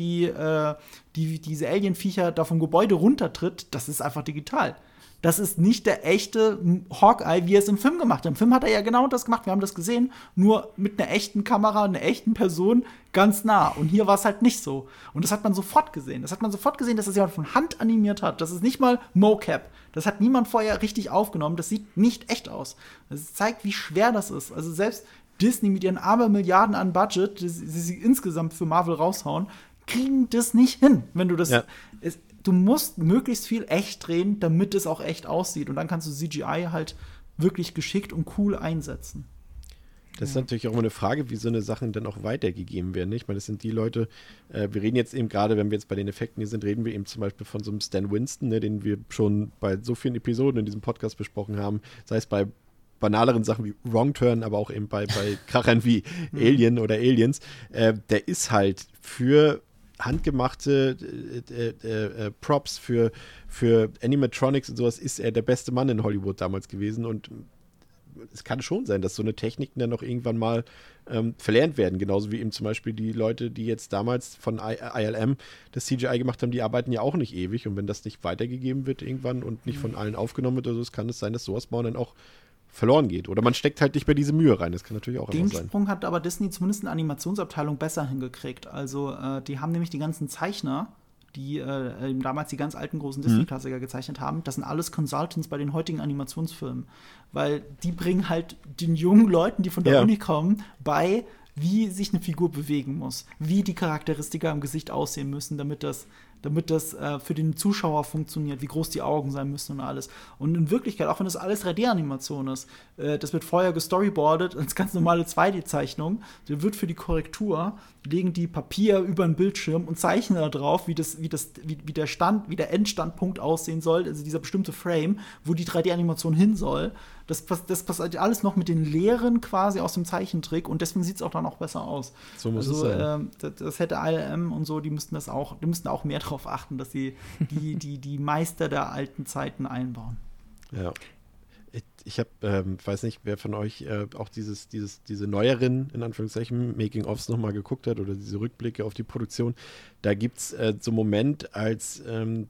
diese Alien-Viecher da vom Gebäude runtertritt, das ist einfach digital. Das ist nicht der echte Hawkeye, wie er es im Film gemacht hat. Im Film hat er ja genau das gemacht, wir haben das gesehen, nur mit einer echten Kamera, einer echten Person ganz nah. Und hier war es halt nicht so. Und das hat man sofort gesehen. Dass das jemand von Hand animiert hat. Das ist nicht mal Mocap. Das hat niemand vorher richtig aufgenommen. Das sieht nicht echt aus. Das zeigt, wie schwer das ist. Also selbst Disney mit ihren Milliarden an Budget, die sie insgesamt für Marvel raushauen, kriegen das nicht hin. Wenn du das. Ja. Du musst möglichst viel echt drehen, damit es auch echt aussieht. Und dann kannst du CGI halt wirklich geschickt und cool einsetzen. Das ist natürlich auch immer eine Frage, wie so eine Sachen dann auch weitergegeben werden. Ich meine, das sind die Leute, wir reden jetzt eben gerade, wenn wir jetzt bei den Effekten hier sind, reden wir eben zum Beispiel von so einem Stan Winston, ne, den wir schon bei so vielen Episoden in diesem Podcast besprochen haben, sei es bei banaleren Sachen wie Wrong Turn, aber auch eben bei Krachern wie Alien oder Aliens. Der ist halt für handgemachte Props, für Animatronics und sowas, ist er der beste Mann in Hollywood damals gewesen. Und es kann schon sein, dass so eine Techniken dann noch irgendwann mal verlernt werden. Genauso wie eben zum Beispiel die Leute, die jetzt damals von ILM das CGI gemacht haben, die arbeiten ja auch nicht ewig. Und wenn das nicht weitergegeben wird irgendwann und nicht von allen aufgenommen wird oder so, kann es sein, dass sowas mal dann auch verloren geht. Oder man steckt halt nicht mehr diese Mühe rein. Das kann natürlich auch immer sein. Den Sprung hat aber Disney zumindest in der Animationsabteilung besser hingekriegt. Also die haben nämlich die ganzen Zeichner, die damals die ganz alten großen Disney-Klassiker gezeichnet haben, das sind alles Consultants bei den heutigen Animationsfilmen. Weil die bringen halt den jungen Leuten, die von der Uni kommen, bei, wie sich eine Figur bewegen muss, wie die Charakteristika im Gesicht aussehen müssen, damit das für den Zuschauer funktioniert, wie groß die Augen sein müssen und alles. Und in Wirklichkeit, auch wenn das alles 3D-Animation ist, das wird vorher gestoryboardet als ganz normale 2D-Zeichnung, der wird für die Korrektur, legen die Papier über den Bildschirm und zeichnen da drauf, wie der Endstandpunkt aussehen soll, also dieser bestimmte Frame, wo die 3D-Animation hin soll. Das passiert alles noch mit den Lehren quasi aus dem Zeichentrick und deswegen sieht es auch dann auch besser aus. So muss es sein. Das hätte ILM und so, die müssten auch mehr darauf achten, dass sie die Meister der alten Zeiten einbauen. Ja. Ich habe, weiß nicht, wer von euch auch diese neueren, in Anführungszeichen, Making-ofs nochmal geguckt hat oder diese Rückblicke auf die Produktion. Da gibt es so einen Moment, als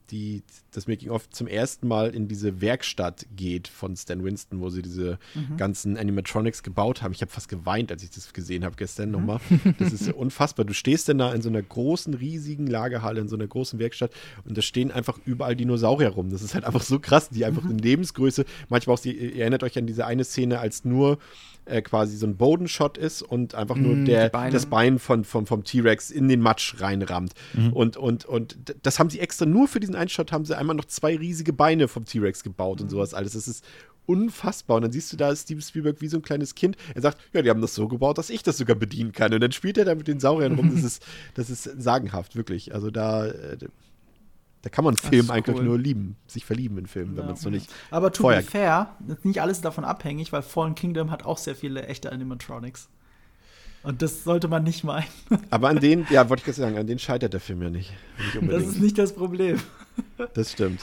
das Making-of zum ersten Mal in diese Werkstatt geht von Stan Winston, wo sie diese ganzen Animatronics gebaut haben. Ich habe fast geweint, als ich das gesehen habe gestern nochmal. Das ist unfassbar. Du stehst dann da in so einer großen, riesigen Lagerhalle, in so einer großen Werkstatt und da stehen einfach überall Dinosaurier rum. Das ist halt einfach so krass, die einfach in Lebensgröße, manchmal auch, ihr erinnert euch an diese eine Szene, als nur quasi so ein Bodenshot ist und einfach nur das Bein vom T-Rex in den Matsch reinrammt. Und das haben sie extra nur für diesen einen Shot, haben sie einmal noch 2 riesige Beine vom T-Rex gebaut und sowas alles. Das ist unfassbar. Und dann siehst du da Steven Spielberg wie so ein kleines Kind. Er sagt, ja, die haben das so gebaut, dass ich das sogar bedienen kann. Und dann spielt er da mit den Sauriern rum. Das ist sagenhaft, wirklich. Also da kann man Film eigentlich nur lieben, sich verlieben in Filmen, wenn man es noch nicht. Aber to be fair, nicht alles davon abhängig, weil Fallen Kingdom hat auch sehr viele echte Animatronics. Und das sollte man nicht meinen. Aber an denen, ja, wollte ich gerade sagen, an denen scheitert der Film ja nicht. Das ist nicht das Problem. Das stimmt.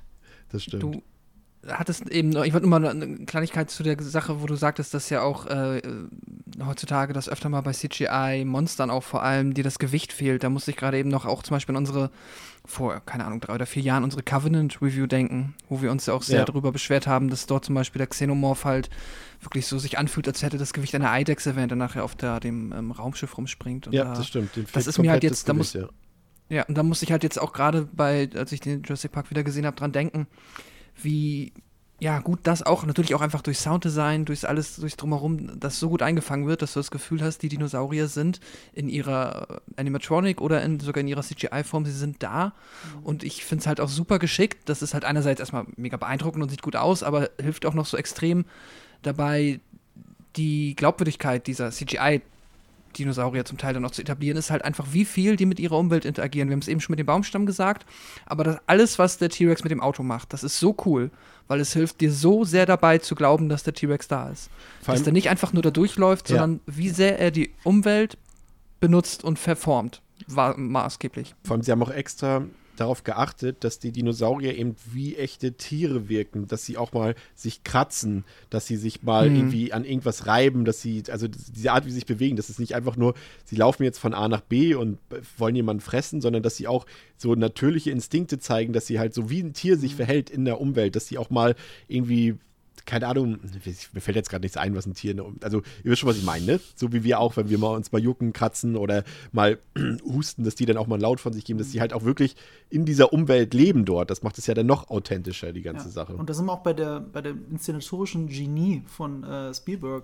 Du hattest eben noch, ich wollte nur mal eine Kleinigkeit zu der Sache, wo du sagtest, dass ja auch heutzutage das öfter mal bei CGI-Monstern auch vor allem dir das Gewicht fehlt. Da musste ich gerade eben noch auch zum Beispiel an vor, keine Ahnung, 3 oder 4 Jahren unsere Covenant-Review denken, wo wir uns ja auch sehr darüber beschwert haben, dass dort zum Beispiel der Xenomorph halt wirklich so sich anfühlt, als hätte das Gewicht einer Eidechse, während er nachher auf dem Raumschiff rumspringt. Und das stimmt. Das ist mir halt jetzt, und da muss ich halt jetzt auch gerade als ich den Jurassic Park wieder gesehen habe, dran denken, wie gut das auch, natürlich auch einfach durch Sounddesign, durchs Drumherum, das so gut eingefangen wird, dass du das Gefühl hast, die Dinosaurier sind in ihrer Animatronic oder sogar in ihrer CGI-Form, sie sind da. Und ich finde es halt auch super geschickt. Das ist halt einerseits erstmal mega beeindruckend und sieht gut aus, aber hilft auch noch so extrem dabei, die Glaubwürdigkeit dieser CGI-Dinosaurier zum Teil dann noch zu etablieren, ist halt einfach, wie viel die mit ihrer Umwelt interagieren. Wir haben es eben schon mit dem Baumstamm gesagt, aber alles, was der T-Rex mit dem Auto macht, das ist so cool, weil es hilft dir so sehr dabei zu glauben, dass der T-Rex da ist. Dass der nicht einfach nur da durchläuft, sondern wie sehr er die Umwelt benutzt und verformt, war maßgeblich. Vor allem, sie haben auch extra darauf geachtet, dass die Dinosaurier eben wie echte Tiere wirken, dass sie auch mal sich kratzen, dass sie sich mal irgendwie an irgendwas reiben, also diese Art, wie sie sich bewegen, das ist nicht einfach nur, sie laufen jetzt von A nach B und wollen jemanden fressen, sondern dass sie auch so natürliche Instinkte zeigen, dass sie halt so wie ein Tier sich verhält in der Umwelt, dass sie auch mal irgendwie, keine Ahnung, mir fällt jetzt gerade nichts ein, was ein Tier, also ihr wisst schon, was ich meine, ne? So wie wir auch, wenn wir uns mal jucken, kratzen oder mal husten, dass die dann auch mal laut von sich geben, dass sie halt auch wirklich in dieser Umwelt leben dort. Das macht es ja dann noch authentischer, die ganze Sache. Und da sind wir auch bei der inszenatorischen Genie von Spielberg.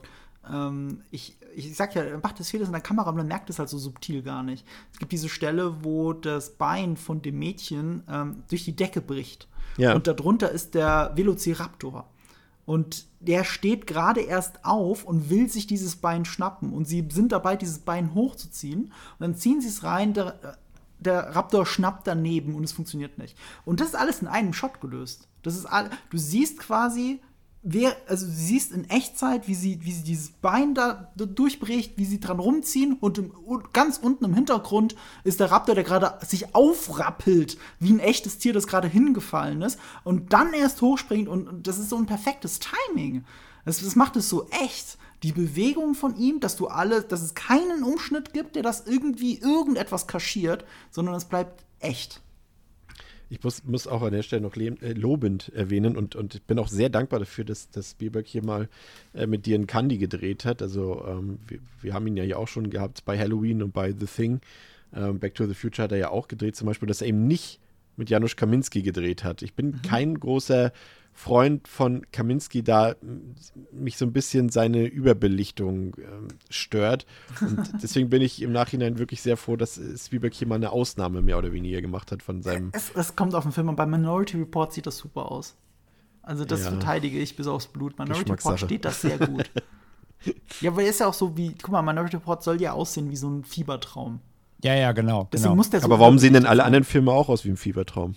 Ich sag ja, er macht das vieles in der Kamera, aber man merkt es halt so subtil gar nicht. Es gibt diese Stelle, wo das Bein von dem Mädchen durch die Decke bricht. Ja. Und darunter ist der Velociraptor. Und der steht gerade erst auf und will sich dieses Bein schnappen. Und sie sind dabei, dieses Bein hochzuziehen. Und dann ziehen sie es rein, der Raptor schnappt daneben und es funktioniert nicht. Und das ist alles in einem Shot gelöst. Du siehst quasi, du siehst in Echtzeit, wie sie dieses Bein da durchbricht, wie sie dran rumziehen und ganz unten im Hintergrund ist der Raptor, der gerade sich aufrappelt, wie ein echtes Tier, das gerade hingefallen ist und dann erst hochspringt und das ist so ein perfektes Timing. Das macht es so echt. Die Bewegung von ihm, dass es keinen Umschnitt gibt, der das irgendetwas kaschiert, sondern es bleibt echt. Ich muss auch an der Stelle noch lobend erwähnen und ich bin auch sehr dankbar dafür, dass Spielberg hier mal mit dir einen Candy gedreht hat. Also wir haben ihn ja auch schon gehabt bei Halloween und bei The Thing. Back to the Future hat er ja auch gedreht, zum Beispiel, dass er eben nicht mit Janusz Kaminski gedreht hat. Ich bin kein großer Freund von Kaminski, da mich so ein bisschen seine Überbelichtung stört. Und deswegen bin ich im Nachhinein wirklich sehr froh, dass Spielberg hier mal eine Ausnahme mehr oder weniger gemacht hat von seinem. Es kommt auf den Film und bei Minority Report sieht das super aus. Also das verteidige ich bis aufs Blut. Minority Report steht das sehr gut. Ja, weil er ist ja auch so wie, guck mal, Minority Report soll ja aussehen wie so ein Fiebertraum. Ja, genau. Deswegen muss der so. Aber warum sehen denn alle anderen Filme auch aus wie ein Fiebertraum?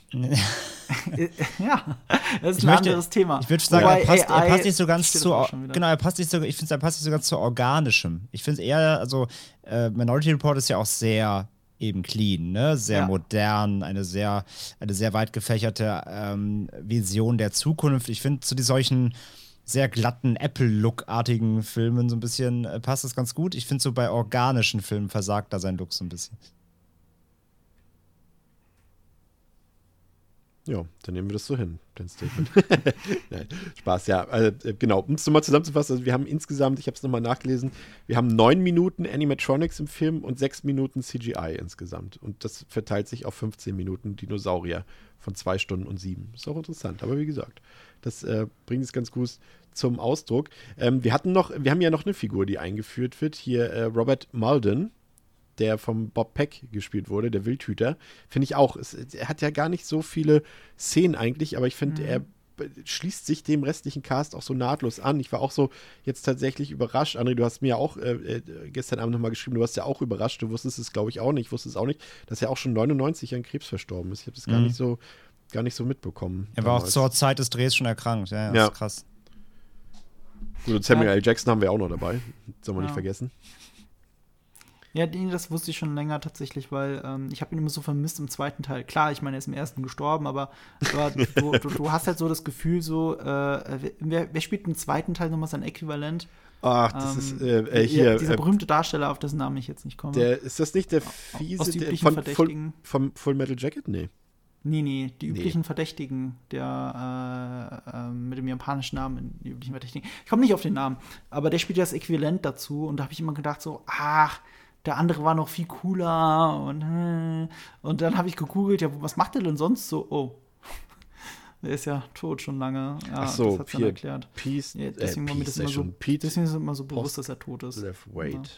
Ja, das ist ein anderes Thema. Ich würde sagen, er passt nicht so ganz zu. Genau, er passt nicht so ganz zu Organischem. Ich finde es eher, also Minority Report ist ja auch sehr eben clean, ne? Sehr modern, eine sehr weit gefächerte Vision der Zukunft. Ich finde, zu solchen sehr glatten Apple-Look-artigen Filmen so ein bisschen passt das ganz gut. Ich finde, so bei organischen Filmen versagt da sein Look so ein bisschen. Ja, dann nehmen wir das so hin, dein Statement. Nein, Spaß, ja. Genau, um es nochmal zusammenzufassen, also wir haben insgesamt, ich habe es nochmal nachgelesen, wir haben 9 Minuten Animatronics im Film und 6 Minuten CGI insgesamt. Und das verteilt sich auf 15 Minuten Dinosaurier von 2 Stunden und 7. Ist auch interessant, aber wie gesagt, das bringt es ganz gut zum Ausdruck. Wir haben ja noch eine Figur, die eingeführt wird, hier Robert Malden, der vom Bob Peck gespielt wurde, der Wildhüter, finde ich auch. Er hat ja gar nicht so viele Szenen eigentlich, aber ich finde, er schließt sich dem restlichen Cast auch so nahtlos an. Ich war auch so jetzt tatsächlich überrascht. André, du hast mir ja auch gestern Abend nochmal geschrieben, du warst ja auch überrascht, du wusstest es, glaube ich, auch nicht. Ich wusste es auch nicht, dass er auch schon 99 an Krebs verstorben ist. Ich habe das gar nicht so mitbekommen. Er war auch zur Zeit des Drehs schon erkrankt. Ja, das ist krass. Gut, und Samuel L. Jackson haben wir auch noch dabei. Soll man nicht vergessen. Ja, das wusste ich schon länger tatsächlich, weil ich habe ihn immer so vermisst im zweiten Teil. Klar, ich meine, er ist im ersten gestorben, aber du hast halt so das Gefühl, so, wer spielt im zweiten Teil nochmal sein Äquivalent? Ach, das ist hier. Dieser berühmte Darsteller, auf dessen Namen ich jetzt nicht komme. Ist das nicht der fiese aus die üblichen Verdächtigen? Vom Full Metal Jacket? Nee. Nee, die üblichen Verdächtigen, der mit dem japanischen Namen, die üblichen Verdächtigen. Ich komme nicht auf den Namen, aber der spielt ja das Äquivalent dazu und da habe ich immer gedacht so, der andere war noch viel cooler und dann habe ich gegoogelt, ja, was macht der denn sonst so? Oh, der ist ja tot schon lange. Ja, ach so, das hat's dann erklärt. Peace, ja, deswegen war mir das immer so, deswegen ist es immer so bewusst, dass er tot ist. Left, wait.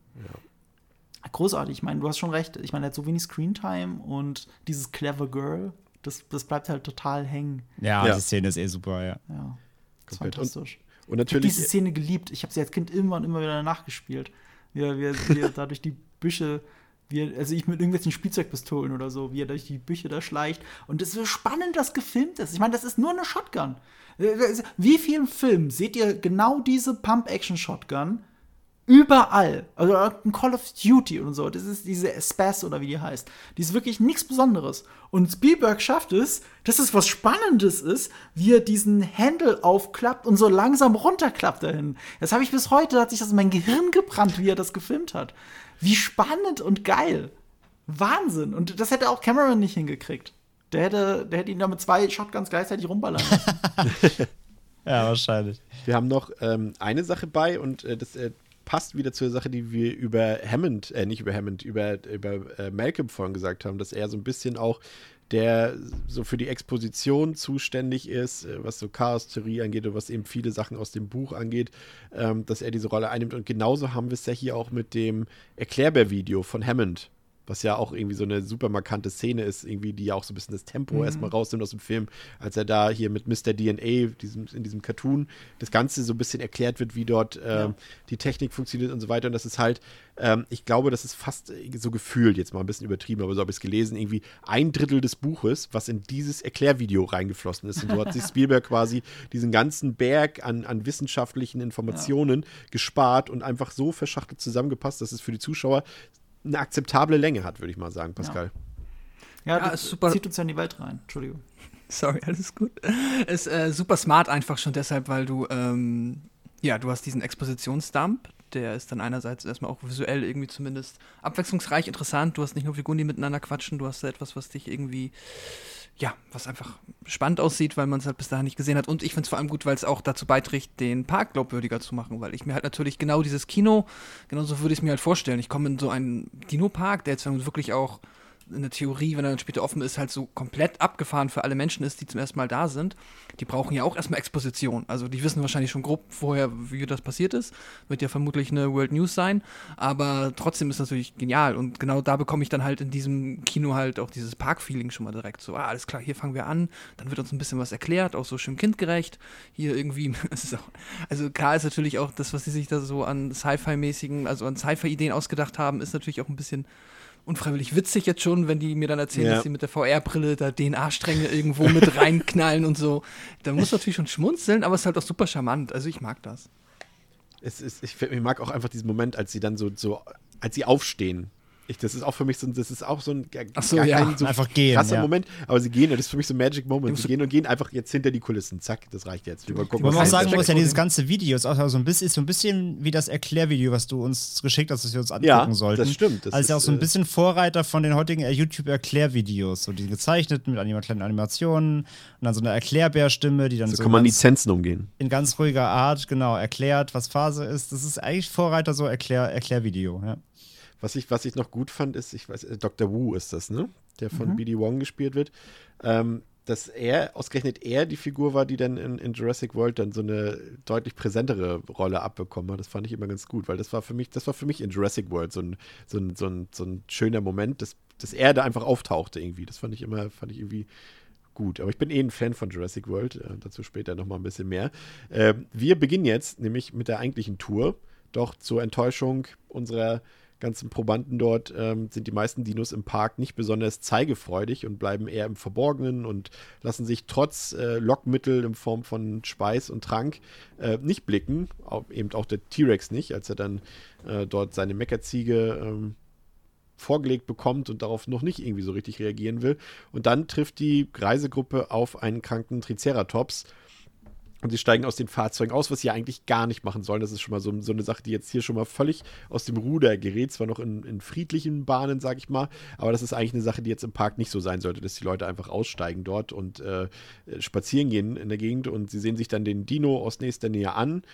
Ja. Großartig, ich meine, du hast schon recht. Ich meine, er hat so wenig Screentime und dieses Clever Girl, das bleibt halt total hängen. Ja, die Szene ist super, ja. Ja, das ist fantastisch. Und natürlich, ich habe diese Szene geliebt. Ich habe sie als Kind immer und immer wieder nachgespielt. Wie er da durch die Büsche, also ich mit irgendwelchen Spielzeugpistolen oder so, wie er durch die Büsche da schleicht. Und das ist so spannend, das gefilmt ist. Ich meine, das ist nur eine Shotgun. Wie vielen Filmen seht ihr genau diese Pump-Action-Shotgun? Überall. Also ein Call of Duty und so. Das ist diese Spaz oder wie die heißt. Die ist wirklich nichts Besonderes. Und Spielberg schafft es, dass es was Spannendes ist, wie er diesen Handle aufklappt und so langsam runterklappt dahin. Das habe ich bis heute, hat sich das in mein Gehirn gebrannt, wie er das gefilmt hat. Wie spannend und geil. Wahnsinn. Und das hätte auch Cameron nicht hingekriegt. Der hätte ihn da mit 2 Shotguns gleichzeitig rumballern lassen. Ja, wahrscheinlich. Wir haben noch eine Sache bei und das passt wieder zur Sache, die wir über Malcolm vorhin gesagt haben, dass er so ein bisschen auch der so für die Exposition zuständig ist, was so Chaos-Theorie angeht und was eben viele Sachen aus dem Buch angeht, dass er diese Rolle einnimmt. Und genauso haben wir es ja hier auch mit dem Erklärbär-Video von Hammond, was ja auch irgendwie so eine super markante Szene ist, irgendwie, die ja auch so ein bisschen das Tempo erstmal rausnimmt aus dem Film, als er da hier mit Mr. DNA, in diesem Cartoon, das Ganze so ein bisschen erklärt wird, wie dort die Technik funktioniert und so weiter. Und das ist halt, ich glaube, das ist fast so gefühlt, jetzt mal ein bisschen übertrieben, aber so habe ich es gelesen, irgendwie 1/3 des Buches, was in dieses Erklärvideo reingeflossen ist. Und so hat sich Spielberg quasi diesen ganzen Berg an wissenschaftlichen Informationen gespart und einfach so verschachtelt zusammengepasst, dass es für die Zuschauer eine akzeptable Länge hat, würde ich mal sagen, Pascal. Ja, das super. Zieht uns ja in die Welt rein. Entschuldigung. Sorry, alles gut. Ist super smart einfach schon deshalb, weil du hast diesen Expositionsdump, der ist dann einerseits erstmal auch visuell irgendwie zumindest abwechslungsreich, interessant. Du hast nicht nur Figuren, die miteinander quatschen, du hast da etwas, was dich irgendwie, was einfach spannend aussieht, weil man es halt bis dahin nicht gesehen hat. Und ich finde es vor allem gut, weil es auch dazu beiträgt, den Park glaubwürdiger zu machen, weil ich mir halt natürlich genau dieses Kino, genauso würde ich es mir halt vorstellen. Ich komme in so einen Dino-Park, der jetzt wirklich auch in der Theorie, wenn er dann später offen ist, halt so komplett abgefahren für alle Menschen ist, die zum ersten Mal da sind. Die brauchen ja auch erstmal Exposition. Also die wissen wahrscheinlich schon grob vorher, wie das passiert ist. Wird ja vermutlich eine World News sein. Aber trotzdem ist das natürlich genial. Und genau da bekomme ich dann halt in diesem Kino halt auch dieses Park-Feeling schon mal direkt. So, alles klar, hier fangen wir an. Dann wird uns ein bisschen was erklärt, auch so schön kindgerecht. Hier irgendwie, es ist auch, also klar ist natürlich auch das, was sie sich da so an Sci-Fi-mäßigen, also an Sci-Fi-Ideen ausgedacht haben, ist natürlich auch ein bisschen unfreiwillig witzig jetzt schon, wenn die mir dann erzählen, dass sie mit der VR-Brille da DNA-Stränge irgendwo mit reinknallen und so. Da muss natürlich schon schmunzeln, aber es ist halt auch super charmant. Also ich mag das. Ich mag auch einfach diesen Moment, als sie dann so als sie aufstehen Das ist auch für mich so ein Ach so, ja. Einfach gehen, krasser ja. Moment. Aber sie gehen, das ist für mich so ein Magic Moment. Sie gehen einfach jetzt hinter die Kulissen. Zack, das reicht jetzt. Wo man auch sagen muss, ja, dieses ganze Video ist auch so ein bisschen wie das Erklärvideo, was du uns geschickt hast, das wir uns angucken sollten. Das stimmt. Das also ist ja auch so ein bisschen Vorreiter von den heutigen YouTube-Erklärvideos. So die gezeichneten mit kleinen Animationen und dann so eine Erklärbärstimme, die dann so kann man Lizenzen umgehen. In ganz ruhiger Art, genau, erklärt, was Phase ist. Das ist eigentlich Vorreiter so Erklärvideo, ja. Was ich noch gut fand, ist, Dr. Wu ist das, ne? Der von BD Wong gespielt wird. Dass ausgerechnet er die Figur war, die dann in Jurassic World dann so eine deutlich präsentere Rolle abbekommen hat. Das fand ich immer ganz gut, weil das war für mich in Jurassic World so ein schöner Moment, dass er da einfach auftauchte irgendwie. Das fand ich irgendwie gut. Aber ich bin ein Fan von Jurassic World, dazu später nochmal ein bisschen mehr. Wir beginnen jetzt nämlich mit der eigentlichen Tour. Doch zur Enttäuschung unserer ganzen Probanden dort sind die meisten Dinos im Park nicht besonders zeigefreudig und bleiben eher im Verborgenen und lassen sich trotz Lockmittel in Form von Speis und Trank nicht blicken. Eben auch der T-Rex nicht, als er dann dort seine Meckerziege vorgelegt bekommt und darauf noch nicht irgendwie so richtig reagieren will. Und dann trifft die Reisegruppe auf einen kranken Triceratops. Und sie steigen aus den Fahrzeugen aus, was sie eigentlich gar nicht machen sollen. Das ist schon mal so eine Sache, die jetzt hier schon mal völlig aus dem Ruder gerät. Zwar noch in friedlichen Bahnen, sag ich mal, aber das ist eigentlich eine Sache, die jetzt im Park nicht so sein sollte, dass die Leute einfach aussteigen dort und spazieren gehen in der Gegend. Und sie sehen sich dann den Dino aus nächster Nähe an.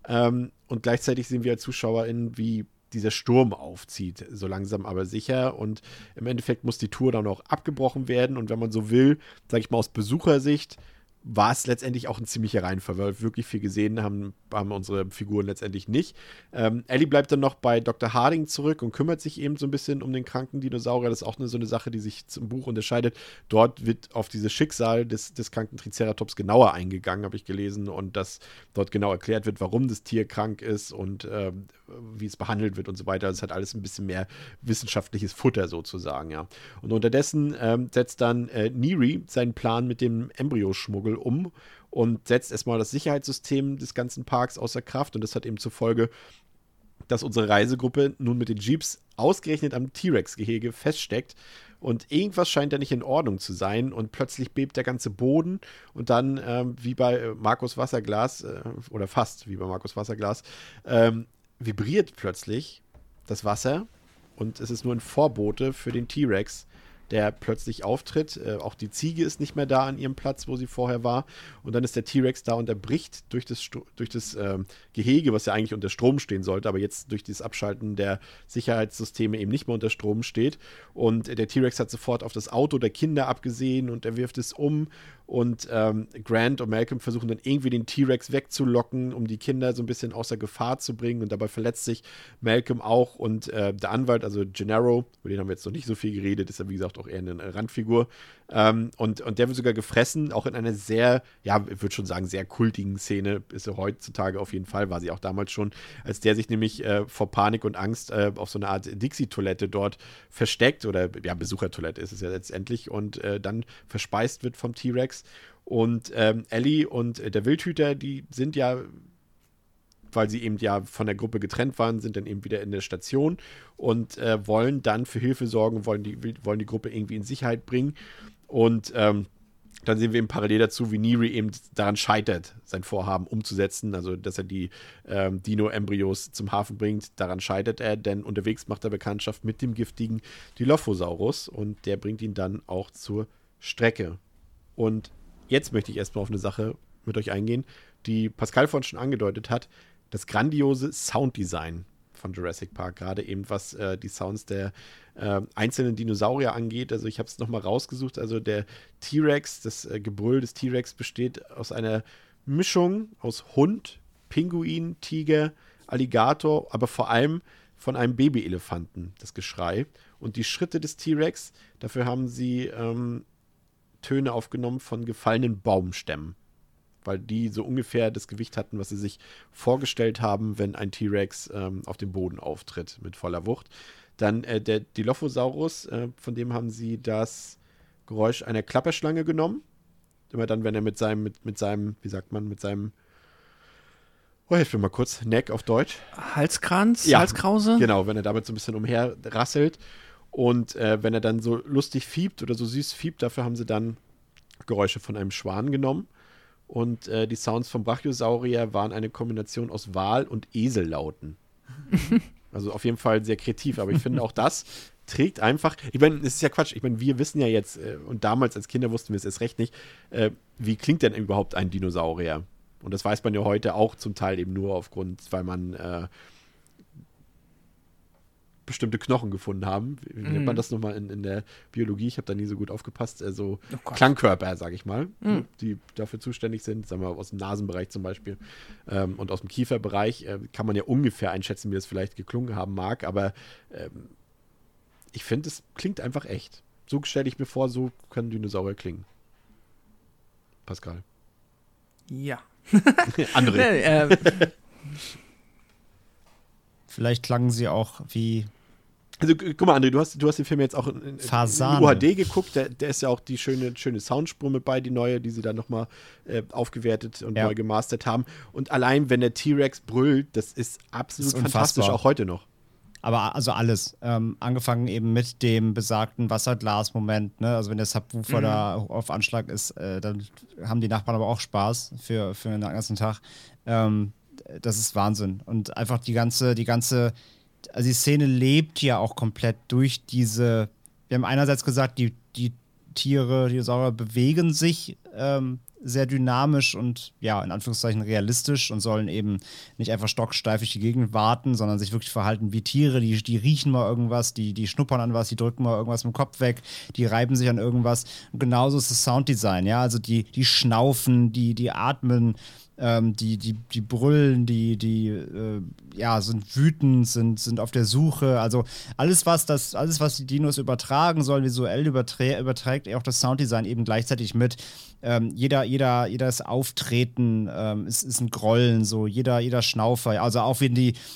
Und gleichzeitig sehen wir als ZuschauerInnen, wie dieser Sturm aufzieht, so langsam aber sicher. Und im Endeffekt muss die Tour dann auch abgebrochen werden. Und wenn man so will, sag ich mal aus Besuchersicht, war es letztendlich auch ein ziemlicher Reinfall, weil wir wirklich viel gesehen haben unsere Figuren letztendlich nicht. Ellie bleibt dann noch bei Dr. Harding zurück und kümmert sich eben so ein bisschen um den kranken Dinosaurier. Das ist auch so eine Sache, die sich zum Buch unterscheidet. Dort wird auf dieses Schicksal des kranken Triceratops genauer eingegangen, habe ich gelesen, und dass dort genau erklärt wird, warum das Tier krank ist und wie es behandelt wird und so weiter. Das hat alles ein bisschen mehr wissenschaftliches Futter sozusagen, ja. Und unterdessen setzt dann Neri seinen Plan mit dem Embryoschmuggel um und setzt erstmal das Sicherheitssystem des ganzen Parks außer Kraft. Und das hat eben zur Folge, dass unsere Reisegruppe nun mit den Jeeps ausgerechnet am T-Rex-Gehege feststeckt. Und irgendwas scheint da nicht in Ordnung zu sein. Und plötzlich bebt der ganze Boden. Und dann, wie bei Markus Wasserglas, oder fast wie bei Markus Wasserglas, vibriert plötzlich das Wasser. Und es ist nur ein Vorbote für den T-Rex, der plötzlich auftritt. Auch die Ziege ist nicht mehr da an ihrem Platz, wo sie vorher war. Und dann ist der T-Rex da und er bricht durch das Gehege, was ja eigentlich unter Strom stehen sollte, aber jetzt durch das Abschalten der Sicherheitssysteme eben nicht mehr unter Strom steht. Und der T-Rex hat sofort auf das Auto der Kinder abgesehen und er wirft es um. Und Grant und Malcolm versuchen dann irgendwie den T-Rex wegzulocken, um die Kinder so ein bisschen außer Gefahr zu bringen. Und dabei verletzt sich Malcolm auch. Und der Anwalt, also Gennaro, über den haben wir jetzt noch nicht so viel geredet, ist ja wie gesagt auch eher eine Randfigur. Und der wird sogar gefressen, auch in einer sehr, ja, ich würde schon sagen, sehr kultigen Szene. Ist er heutzutage auf jeden Fall, war sie auch damals schon, als der sich nämlich vor Panik und Angst auf so eine Art Dixie-Toilette dort versteckt. Oder ja, Besuchertoilette ist es ja letztendlich. Und dann verspeist wird vom T-Rex. Und Ellie und der Wildhüter, die sind ja, weil sie eben ja von der Gruppe getrennt waren, sind dann eben wieder in der Station und wollen dann für Hilfe sorgen, wollen die Gruppe irgendwie in Sicherheit bringen. Und dann sehen wir eben parallel dazu, wie Neri eben daran scheitert, sein Vorhaben umzusetzen, also dass er die Dino-Embryos zum Hafen bringt. Daran scheitert er, denn unterwegs macht er Bekanntschaft mit dem giftigen Dilophosaurus und der bringt ihn dann auch zur Strecke. Und jetzt möchte ich erstmal auf eine Sache mit euch eingehen, die Pascal vorhin schon angedeutet hat, das grandiose Sounddesign von Jurassic Park, gerade eben was die Sounds der einzelnen Dinosaurier angeht. Also ich habe es nochmal rausgesucht, also der T-Rex, das Gebrüll des T-Rex besteht aus einer Mischung aus Hund, Pinguin, Tiger, Alligator, aber vor allem von einem Babyelefanten, das Geschrei. Und die Schritte des T-Rex, dafür haben sie Töne aufgenommen von gefallenen Baumstämmen, weil die so ungefähr das Gewicht hatten, was sie sich vorgestellt haben, wenn ein T-Rex auf dem Boden auftritt mit voller Wucht. Dann der Dilophosaurus, von dem haben sie das Geräusch einer Klapperschlange genommen. Immer dann, wenn er mit seinem, wie sagt man, mit seinem, hilf mir mal kurz. Neck auf Deutsch. Halskranz, Ja, Halskrause? Genau, wenn er damit so ein bisschen umherrasselt. Und wenn er dann so lustig fiebt oder so süß fiebt, dafür haben sie dann Geräusche von einem Schwan genommen. Und die Sounds vom Brachiosaurier waren eine Kombination aus Wal- und Esellauten. Also auf jeden Fall sehr kreativ, aber ich finde auch das trägt einfach, ich meine, es ist ja Quatsch, ich meine, wir wissen ja jetzt, und damals als Kinder wussten wir es erst recht nicht, wie klingt denn überhaupt ein Dinosaurier? Und das weiß man ja heute auch zum Teil eben nur aufgrund, weil man bestimmte Knochen gefunden haben. Wie nennt man das nochmal in der Biologie? Ich habe da nie so gut aufgepasst. So Klangkörper, sage ich mal, die dafür zuständig sind, sagen wir aus dem Nasenbereich zum Beispiel und aus dem Kieferbereich. Kann man ja ungefähr einschätzen, wie das vielleicht geklungen haben mag, aber ich finde, es klingt einfach echt. So stelle ich mir vor, so können Dinosaurier klingen. Pascal. Ja. André. Vielleicht klangen sie auch wie Also guck mal, André, du hast den Film jetzt auch in Fasane. UHD geguckt. Der ist ja auch die schöne Soundspur mit bei, die neue, die sie dann nochmal aufgewertet und neu gemastert haben. Und allein, wenn der T-Rex brüllt, das ist absolut fantastisch, auch heute noch. Aber also alles. Angefangen eben mit dem besagten Wasserglas-Moment. Ne? Also wenn der Subwoofer da auf Anschlag ist, dann haben die Nachbarn aber auch Spaß für den ganzen Tag. Das ist Wahnsinn. Und einfach die ganze, also die Szene lebt ja auch komplett durch diese, wir haben einerseits gesagt, die Tiere, die Dinosaurier bewegen sich sehr dynamisch und ja, in Anführungszeichen realistisch und sollen eben nicht einfach stocksteif durch die Gegend warten, sondern sich wirklich verhalten wie Tiere. Die riechen mal irgendwas, die schnuppern an was, die drücken mal irgendwas mit dem Kopf weg, die reiben sich an irgendwas. Und genauso ist das Sounddesign, ja, also die schnaufen, die atmen, die brüllen, sind wütend, sind auf der Suche. Also alles, was die Dinos übertragen sollen, visuell überträgt auch das Sounddesign eben gleichzeitig mit. Jedes Auftreten ist ein Grollen, so jeder Schnaufer. Also auch wenn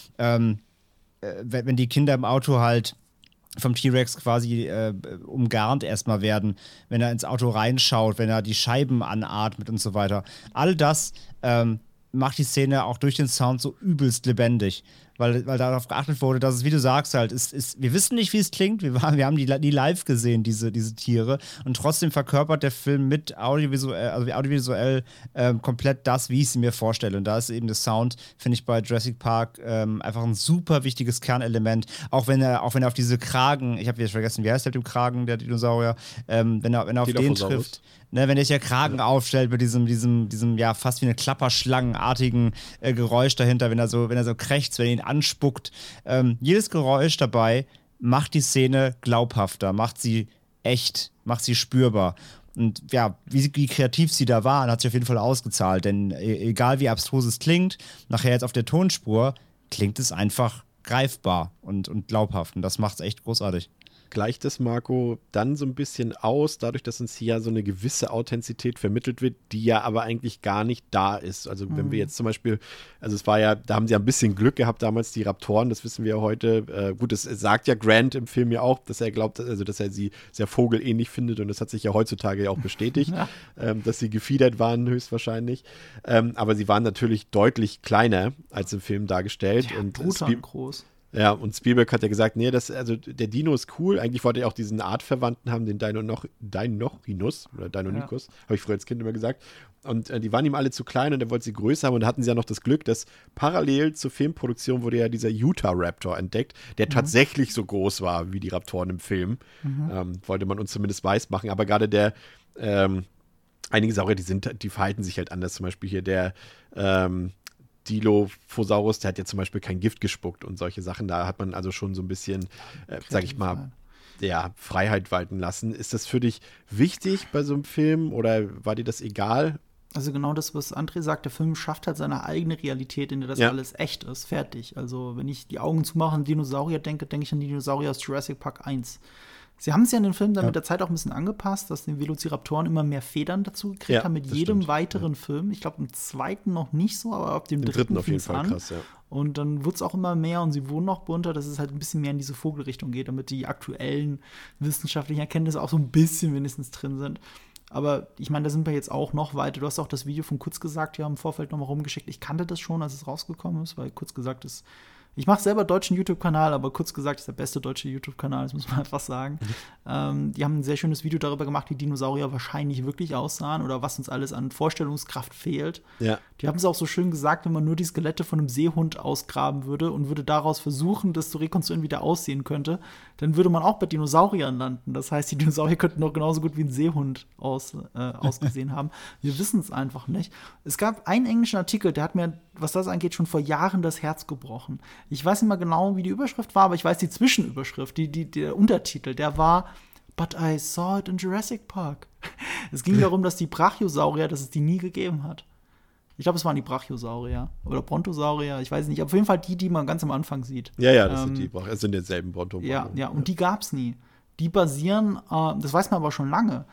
die Kinder im Auto halt vom T-Rex quasi umgarnt erstmal werden, wenn er ins Auto reinschaut, wenn er die Scheiben anatmet und so weiter. All das macht die Szene auch durch den Sound so übelst lebendig, weil darauf geachtet wurde, dass es, wie du sagst, halt, wir wissen nicht, wie es klingt, wir haben die live gesehen, diese Tiere, und trotzdem verkörpert der Film mit audiovisuell komplett das, wie ich sie mir vorstelle. Und da ist eben der Sound, finde ich, bei Jurassic Park einfach ein super wichtiges Kernelement, auch wenn er auf diese Kragen, ich habe jetzt vergessen, wie heißt der mit dem Kragen, der Dinosaurier, wenn er auf den trifft, ne, wenn er sich der Kragen aufstellt mit diesem ja fast wie eine Klapperschlangenartigen Geräusch dahinter, wenn er so krächzt, wenn er ihn anspuckt. Jedes Geräusch dabei macht die Szene glaubhafter, macht sie echt, macht sie spürbar. Und ja, wie kreativ sie da waren, hat sich auf jeden Fall ausgezahlt. Denn egal wie abstrus es klingt, nachher jetzt auf der Tonspur klingt es einfach greifbar und glaubhaft. Und das macht es echt großartig. Gleicht das, Marco, dann so ein bisschen aus, dadurch, dass uns hier so eine gewisse Authentizität vermittelt wird, die ja aber eigentlich gar nicht da ist. Also wenn wir jetzt zum Beispiel, also es war ja, da haben sie ja ein bisschen Glück gehabt damals, die Raptoren, das wissen wir ja heute. Gut, das sagt ja Grant im Film ja auch, dass er glaubt, also dass er sie sehr vogelähnlich findet, und das hat sich ja heutzutage ja auch bestätigt, dass sie gefiedert waren höchstwahrscheinlich. Aber sie waren natürlich deutlich kleiner als im Film dargestellt. Ja, und brutal groß. Ja, und Spielberg hat ja gesagt, nee, also der Dino ist cool. Eigentlich wollte er auch diesen Artverwandten haben, den Deinonychus, oder Deinonychus, habe ich früher als Kind immer gesagt. Und die waren ihm alle zu klein und er wollte sie größer haben. Und da hatten sie ja noch das Glück, dass parallel zur Filmproduktion wurde ja dieser Utah-Raptor entdeckt, der tatsächlich so groß war wie die Raptoren im Film. Wollte man uns zumindest weiß machen. Aber gerade einige Saurier, die verhalten sich halt anders. Zum Beispiel hier der Dilophosaurus, der hat ja zum Beispiel kein Gift gespuckt und solche Sachen. Da hat man also schon so ein bisschen, sag ich mal, Freiheit walten lassen. Ist das für dich wichtig bei so einem Film oder war dir das egal? Also genau das, was André sagt, der Film schafft halt seine eigene Realität, in der das alles echt ist, fertig. Also wenn ich die Augen zumache und Dinosaurier denke ich an die Dinosaurier aus Jurassic Park 1. Sie haben es ja in den Film dann mit der Zeit auch ein bisschen angepasst, dass die Velociraptoren immer mehr Federn dazu gekriegt haben mit jedem weiteren Film. Ich glaube, im zweiten noch nicht so, aber ab dem dritten auf jeden Fall an. Krass, ja. Und dann wird es auch immer mehr und sie wurden noch bunter, dass es halt ein bisschen mehr in diese Vogelrichtung geht, damit die aktuellen wissenschaftlichen Erkenntnisse auch so ein bisschen wenigstens drin sind. Aber ich meine, da sind wir jetzt auch noch weiter. Du hast auch das Video von Kurz gesagt, die haben im Vorfeld nochmal rumgeschickt. Ich kannte das schon, als es rausgekommen ist, weil Kurz gesagt ist, ich mache selber deutschen YouTube-Kanal, aber Kurz gesagt ist der beste deutsche YouTube-Kanal, das muss man einfach sagen. Die haben ein sehr schönes Video darüber gemacht, wie Dinosaurier wahrscheinlich wirklich aussahen oder was uns alles an Vorstellungskraft fehlt. Ja. Die haben es auch so schön gesagt, wenn man nur die Skelette von einem Seehund ausgraben würde und würde daraus versuchen, das zu rekonstruieren, wie der aussehen könnte, dann würde man auch bei Dinosauriern landen. Das heißt, die Dinosaurier könnten doch genauso gut wie ein Seehund ausgesehen haben. Wir wissen es einfach nicht. Es gab einen englischen Artikel, der hat mir, was das angeht, schon vor Jahren das Herz gebrochen. Ich weiß nicht mal genau, wie die Überschrift war, aber ich weiß die Zwischenüberschrift, der Untertitel, der war But I saw it in Jurassic Park. Es ging darum, dass die Brachiosaurier, dass es die nie gegeben hat. Ich glaube, es waren die Brachiosaurier oder Brontosaurier, ich weiß nicht. Aber auf jeden Fall die man ganz am Anfang sieht. Ja, das sind die Brachiosaurier. Es sind denselben Brontosaurier. Ja, und die gab es nie. Die basieren, das weiß man aber schon lange,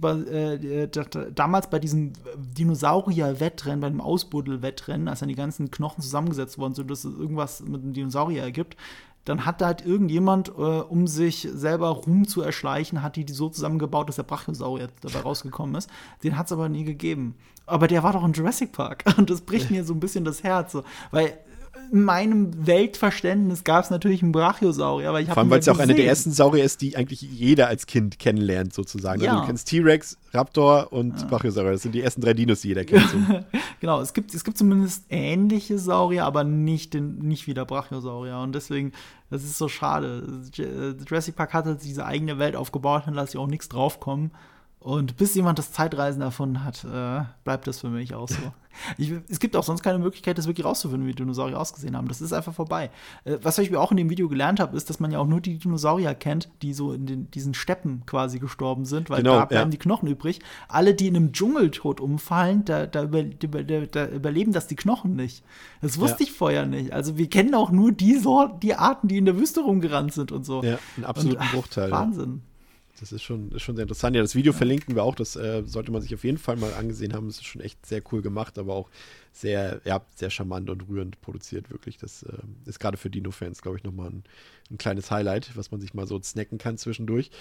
damals bei diesem Dinosaurier-Wettrennen, bei dem Ausbuddel-Wettrennen, als dann die ganzen Knochen zusammengesetzt wurden, sodass es irgendwas mit einem Dinosaurier ergibt, dann hat da halt irgendjemand, um sich selber Ruhm zu erschleichen, hat die so zusammengebaut, dass der Brachiosaurier dabei rausgekommen ist. Den hat es aber nie gegeben. Aber der war doch in Jurassic Park. Und das bricht mir so ein bisschen das Herz. So. Weil in meinem Weltverständnis gab es natürlich einen Brachiosaurier, aber ich habe vor allem, weil es ja auch einer der ersten Saurier ist, die eigentlich jeder als Kind kennenlernt, sozusagen. Ja. Also du kennst T-Rex, Raptor und Brachiosaurier. Das sind die ersten 3 Dinos, die jeder kennt. So. Genau, es gibt zumindest ähnliche Saurier, aber nicht wie der Brachiosaurier. Und deswegen, das ist so schade. Jurassic Park hat halt diese eigene Welt aufgebaut, dann lasse ich auch nichts draufkommen. Und bis jemand das Zeitreisen erfunden hat, bleibt das für mich auch so. Es gibt auch sonst keine Möglichkeit, das wirklich rauszufinden, wie Dinosaurier ausgesehen haben. Das ist einfach vorbei. Was ich auch in dem Video gelernt habe, ist, dass man ja auch nur die Dinosaurier kennt, die so in diesen Steppen quasi gestorben sind, weil da bleiben die Knochen übrig. Alle, die in einem Dschungeltod umfallen, da überleben das die Knochen nicht. Das wusste ich vorher nicht. Also wir kennen auch nur die Arten, die in der Wüste rumgerannt sind und so. Ja, einen absoluten Bruchteil. Wahnsinn. Das ist schon sehr interessant. Ja, das Video verlinken wir auch. Das sollte man sich auf jeden Fall mal angesehen haben. Das ist schon echt sehr cool gemacht, aber auch sehr charmant und rührend produziert, wirklich. Das ist gerade für Dino-Fans, glaube ich, nochmal ein kleines Highlight, was man sich mal so snacken kann zwischendurch.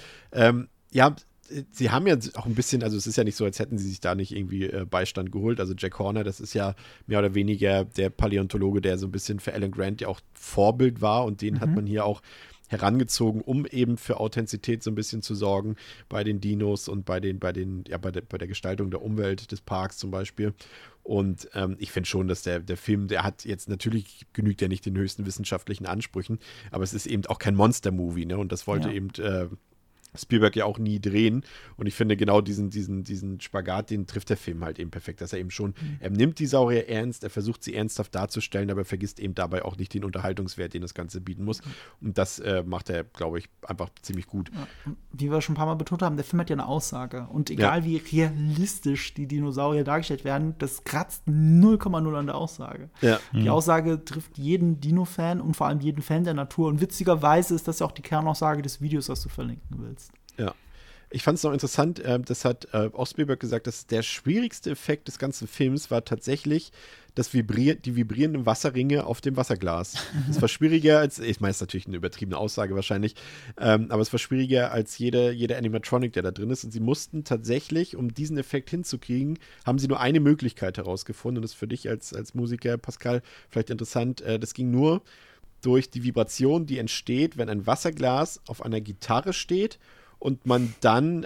Sie haben ja auch ein bisschen, also es ist ja nicht so, als hätten sie sich da nicht irgendwie Beistand geholt. Also Jack Horner, das ist ja mehr oder weniger der Paläontologe, der so ein bisschen für Alan Grant ja auch Vorbild war, und den hat man hier auch herangezogen, um eben für Authentizität so ein bisschen zu sorgen bei den Dinos und bei der Gestaltung der Umwelt des Parks zum Beispiel. Und ich finde schon, dass der Film, der hat jetzt natürlich, genügt ja nicht den höchsten wissenschaftlichen Ansprüchen, aber es ist eben auch kein Monster-Movie, ne? Und das wollte eben Spielberg ja auch nie drehen, und ich finde genau diesen Spagat, den trifft der Film halt eben perfekt, dass er eben schon, er nimmt die Saurier ernst, er versucht sie ernsthaft darzustellen, aber er vergisst eben dabei auch nicht den Unterhaltungswert, den das Ganze bieten muss, und das macht er, glaube ich, einfach ziemlich gut. Ja. Wie wir schon ein paar Mal betont haben, der Film hat ja eine Aussage, und egal wie realistisch die Dinosaurier dargestellt werden, das kratzt 0,0 an der Aussage. Ja. Die Aussage trifft jeden Dino-Fan und vor allem jeden Fan der Natur, und witzigerweise ist das ja auch die Kernaussage des Videos, was du verlinken willst. Ja. Ich fand es noch interessant, das hat auch Spielberg gesagt, dass der schwierigste Effekt des ganzen Films war tatsächlich die vibrierenden Wasserringe auf dem Wasserglas. Das war schwieriger als, ich meine, es ist natürlich eine übertriebene Aussage wahrscheinlich, aber es war schwieriger als jeder Animatronic, der da drin ist, und sie mussten tatsächlich, um diesen Effekt hinzukriegen, haben sie nur eine Möglichkeit herausgefunden, und das ist für dich als Musiker, Pascal, vielleicht interessant, das ging nur durch die Vibration, die entsteht, wenn ein Wasserglas auf einer Gitarre steht und man dann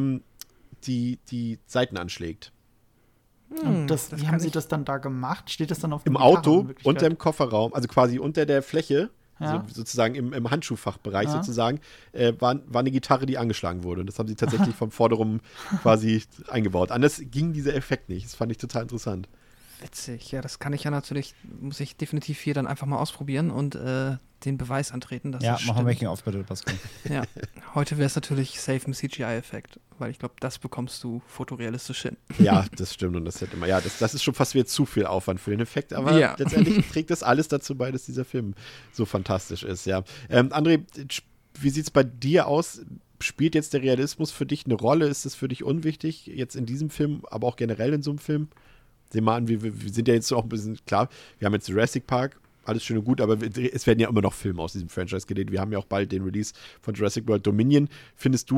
die Saiten anschlägt. Und wie haben sie das dann da gemacht? Steht das dann auf dem Im Auto, unter dem Kofferraum, also quasi unter der Fläche, sozusagen im Handschuhfachbereich sozusagen, war eine Gitarre, die angeschlagen wurde. Und das haben sie tatsächlich vom Vorderrum quasi eingebaut. Anders ging dieser Effekt nicht. Das fand ich total interessant. Witzig, ja, das kann ich ja natürlich, muss ich definitiv hier dann einfach mal ausprobieren und den Beweis antreten, dass ja, das machen wir stimmt. Making-of bitte, Pascal. Ja, heute wäre es natürlich safe im CGI-Effekt, weil ich glaube, das bekommst du fotorealistisch hin. Ja, das stimmt, und das hätte man, das ist schon fast wieder zu viel Aufwand für den Effekt, aber letztendlich trägt das alles dazu bei, dass dieser Film so fantastisch ist, ja. André, wie sieht es bei dir aus? Spielt jetzt der Realismus für dich eine Rolle? Ist es für dich unwichtig, jetzt in diesem Film, aber auch generell in so einem Film? Sehen wir an, wir sind ja jetzt auch ein bisschen, klar, wir haben jetzt Jurassic Park, alles schön und gut, aber es werden ja immer noch Filme aus diesem Franchise gedreht. Wir haben ja auch bald den Release von Jurassic World Dominion. Findest du,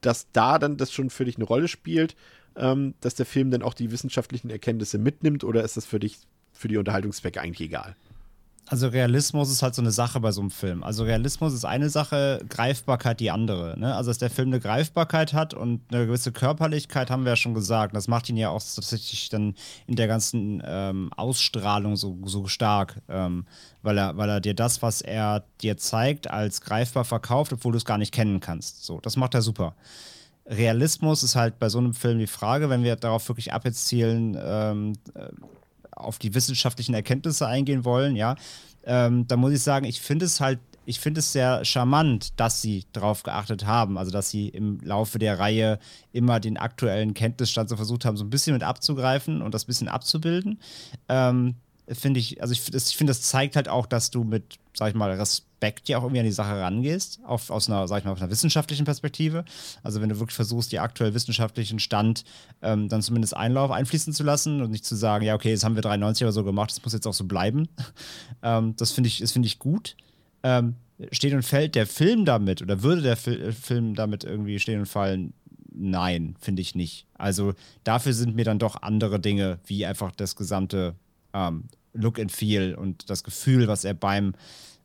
dass da dann das schon für dich eine Rolle spielt, dass der Film dann auch die wissenschaftlichen Erkenntnisse mitnimmt, oder ist das für dich, für die Unterhaltungszwecke eigentlich egal? Also Realismus ist halt so eine Sache bei so einem Film. Also Realismus ist eine Sache, Greifbarkeit die andere. Ne? Also dass der Film eine Greifbarkeit hat und eine gewisse Körperlichkeit, haben wir ja schon gesagt. Das macht ihn ja auch tatsächlich dann in der ganzen Ausstrahlung so stark, weil er dir das, was er dir zeigt, als greifbar verkauft, obwohl du es gar nicht kennen kannst. So, das macht er super. Realismus ist halt bei so einem Film die Frage, wenn wir darauf wirklich abzielen, auf die wissenschaftlichen Erkenntnisse eingehen wollen, ja, da muss ich sagen, ich finde es sehr charmant, dass sie darauf geachtet haben, also dass sie im Laufe der Reihe immer den aktuellen Kenntnisstand so versucht haben, so ein bisschen mit abzugreifen und das bisschen abzubilden. Finde ich, also ich finde, das zeigt halt auch, dass du mit, sag ich mal, Respekt ja auch irgendwie an die Sache rangehst, aus einer, sag ich mal, aus einer wissenschaftlichen Perspektive. Also wenn du wirklich versuchst, die aktuell wissenschaftlichen Stand dann zumindest einfließen zu lassen und nicht zu sagen, ja, okay, das haben wir 93 oder so gemacht, das muss jetzt auch so bleiben. Das finde ich gut. Steht und fällt der Film damit oder würde der Film damit irgendwie stehen und fallen? Nein, finde ich nicht. Also dafür sind mir dann doch andere Dinge, wie einfach das gesamte Look and Feel und das Gefühl, was er beim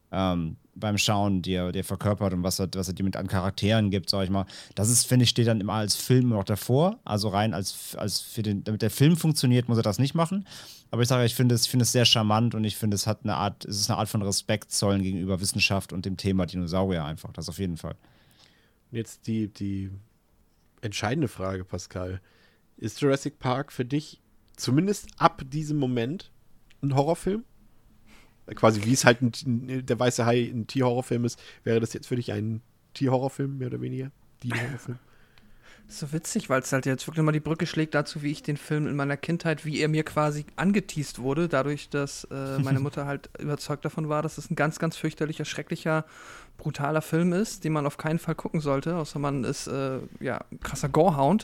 Schauen dir verkörpert und was er dir mit an Charakteren gibt, sag ich mal. Das ist, finde ich, steht dann immer als Film noch davor. Also rein damit der Film funktioniert, muss er das nicht machen. Aber ich sage, ich finde es sehr charmant und ich finde, es ist eine Art von Respekt zollen gegenüber Wissenschaft und dem Thema Dinosaurier einfach. Das auf jeden Fall. Jetzt die entscheidende Frage, Pascal. Ist Jurassic Park für dich zumindest ab diesem Moment ein Horrorfilm? Quasi wie es halt der weiße Hai ein Tierhorrorfilm ist, wäre das jetzt für dich ein Tierhorrorfilm, mehr oder weniger? Dino-Horrorfilm? So witzig, weil es halt jetzt wirklich mal die Brücke schlägt dazu, wie ich den Film in meiner Kindheit, wie er mir quasi angeteast wurde, dadurch, dass meine Mutter halt überzeugt davon war, dass es ein ganz, ganz fürchterlicher, schrecklicher, brutaler Film ist, den man auf keinen Fall gucken sollte, außer man ist, krasser Gorehound.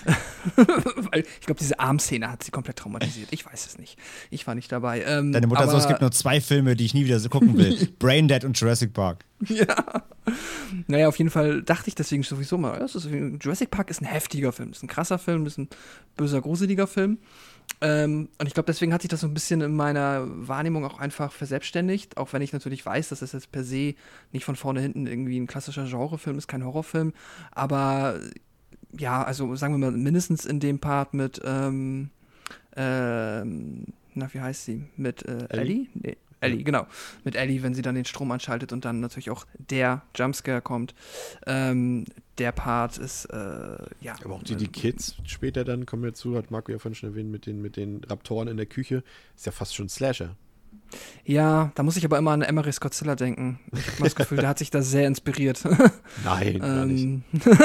Weil ich glaube, diese Armszene hat sie komplett traumatisiert. Ich weiß es nicht. Ich war nicht dabei. Deine Mutter sagt, es gibt nur 2 Filme, die ich nie wieder so gucken will. Braindead und Jurassic Park. Ja. Naja, auf jeden Fall dachte ich deswegen sowieso mal, Jurassic Park ist ein heftiger Film, ist ein krasser Film, ist ein böser, gruseliger Film. Und ich glaube, deswegen hat sich das so ein bisschen in meiner Wahrnehmung auch einfach verselbstständigt, auch wenn ich natürlich weiß, dass das jetzt per se nicht von vorne hinten irgendwie ein klassischer Genrefilm ist, kein Horrorfilm. Aber ja, also sagen wir mal, mindestens in dem Part mit, wie heißt sie? Mit Ellie? Nee. Ellie, genau. Mit Ellie, wenn sie dann den Strom anschaltet und dann natürlich auch der Jumpscare kommt. Der Part ist, ja. Aber auch die Kids später dann, kommen wir zu, hat Marco ja vorhin schon erwähnt, mit den Raptoren in der Küche, ist ja fast schon Slasher. Ja, da muss ich aber immer an Emery's Godzilla denken. Ich habe das Gefühl, der hat sich da sehr inspiriert. Nein, gar nicht.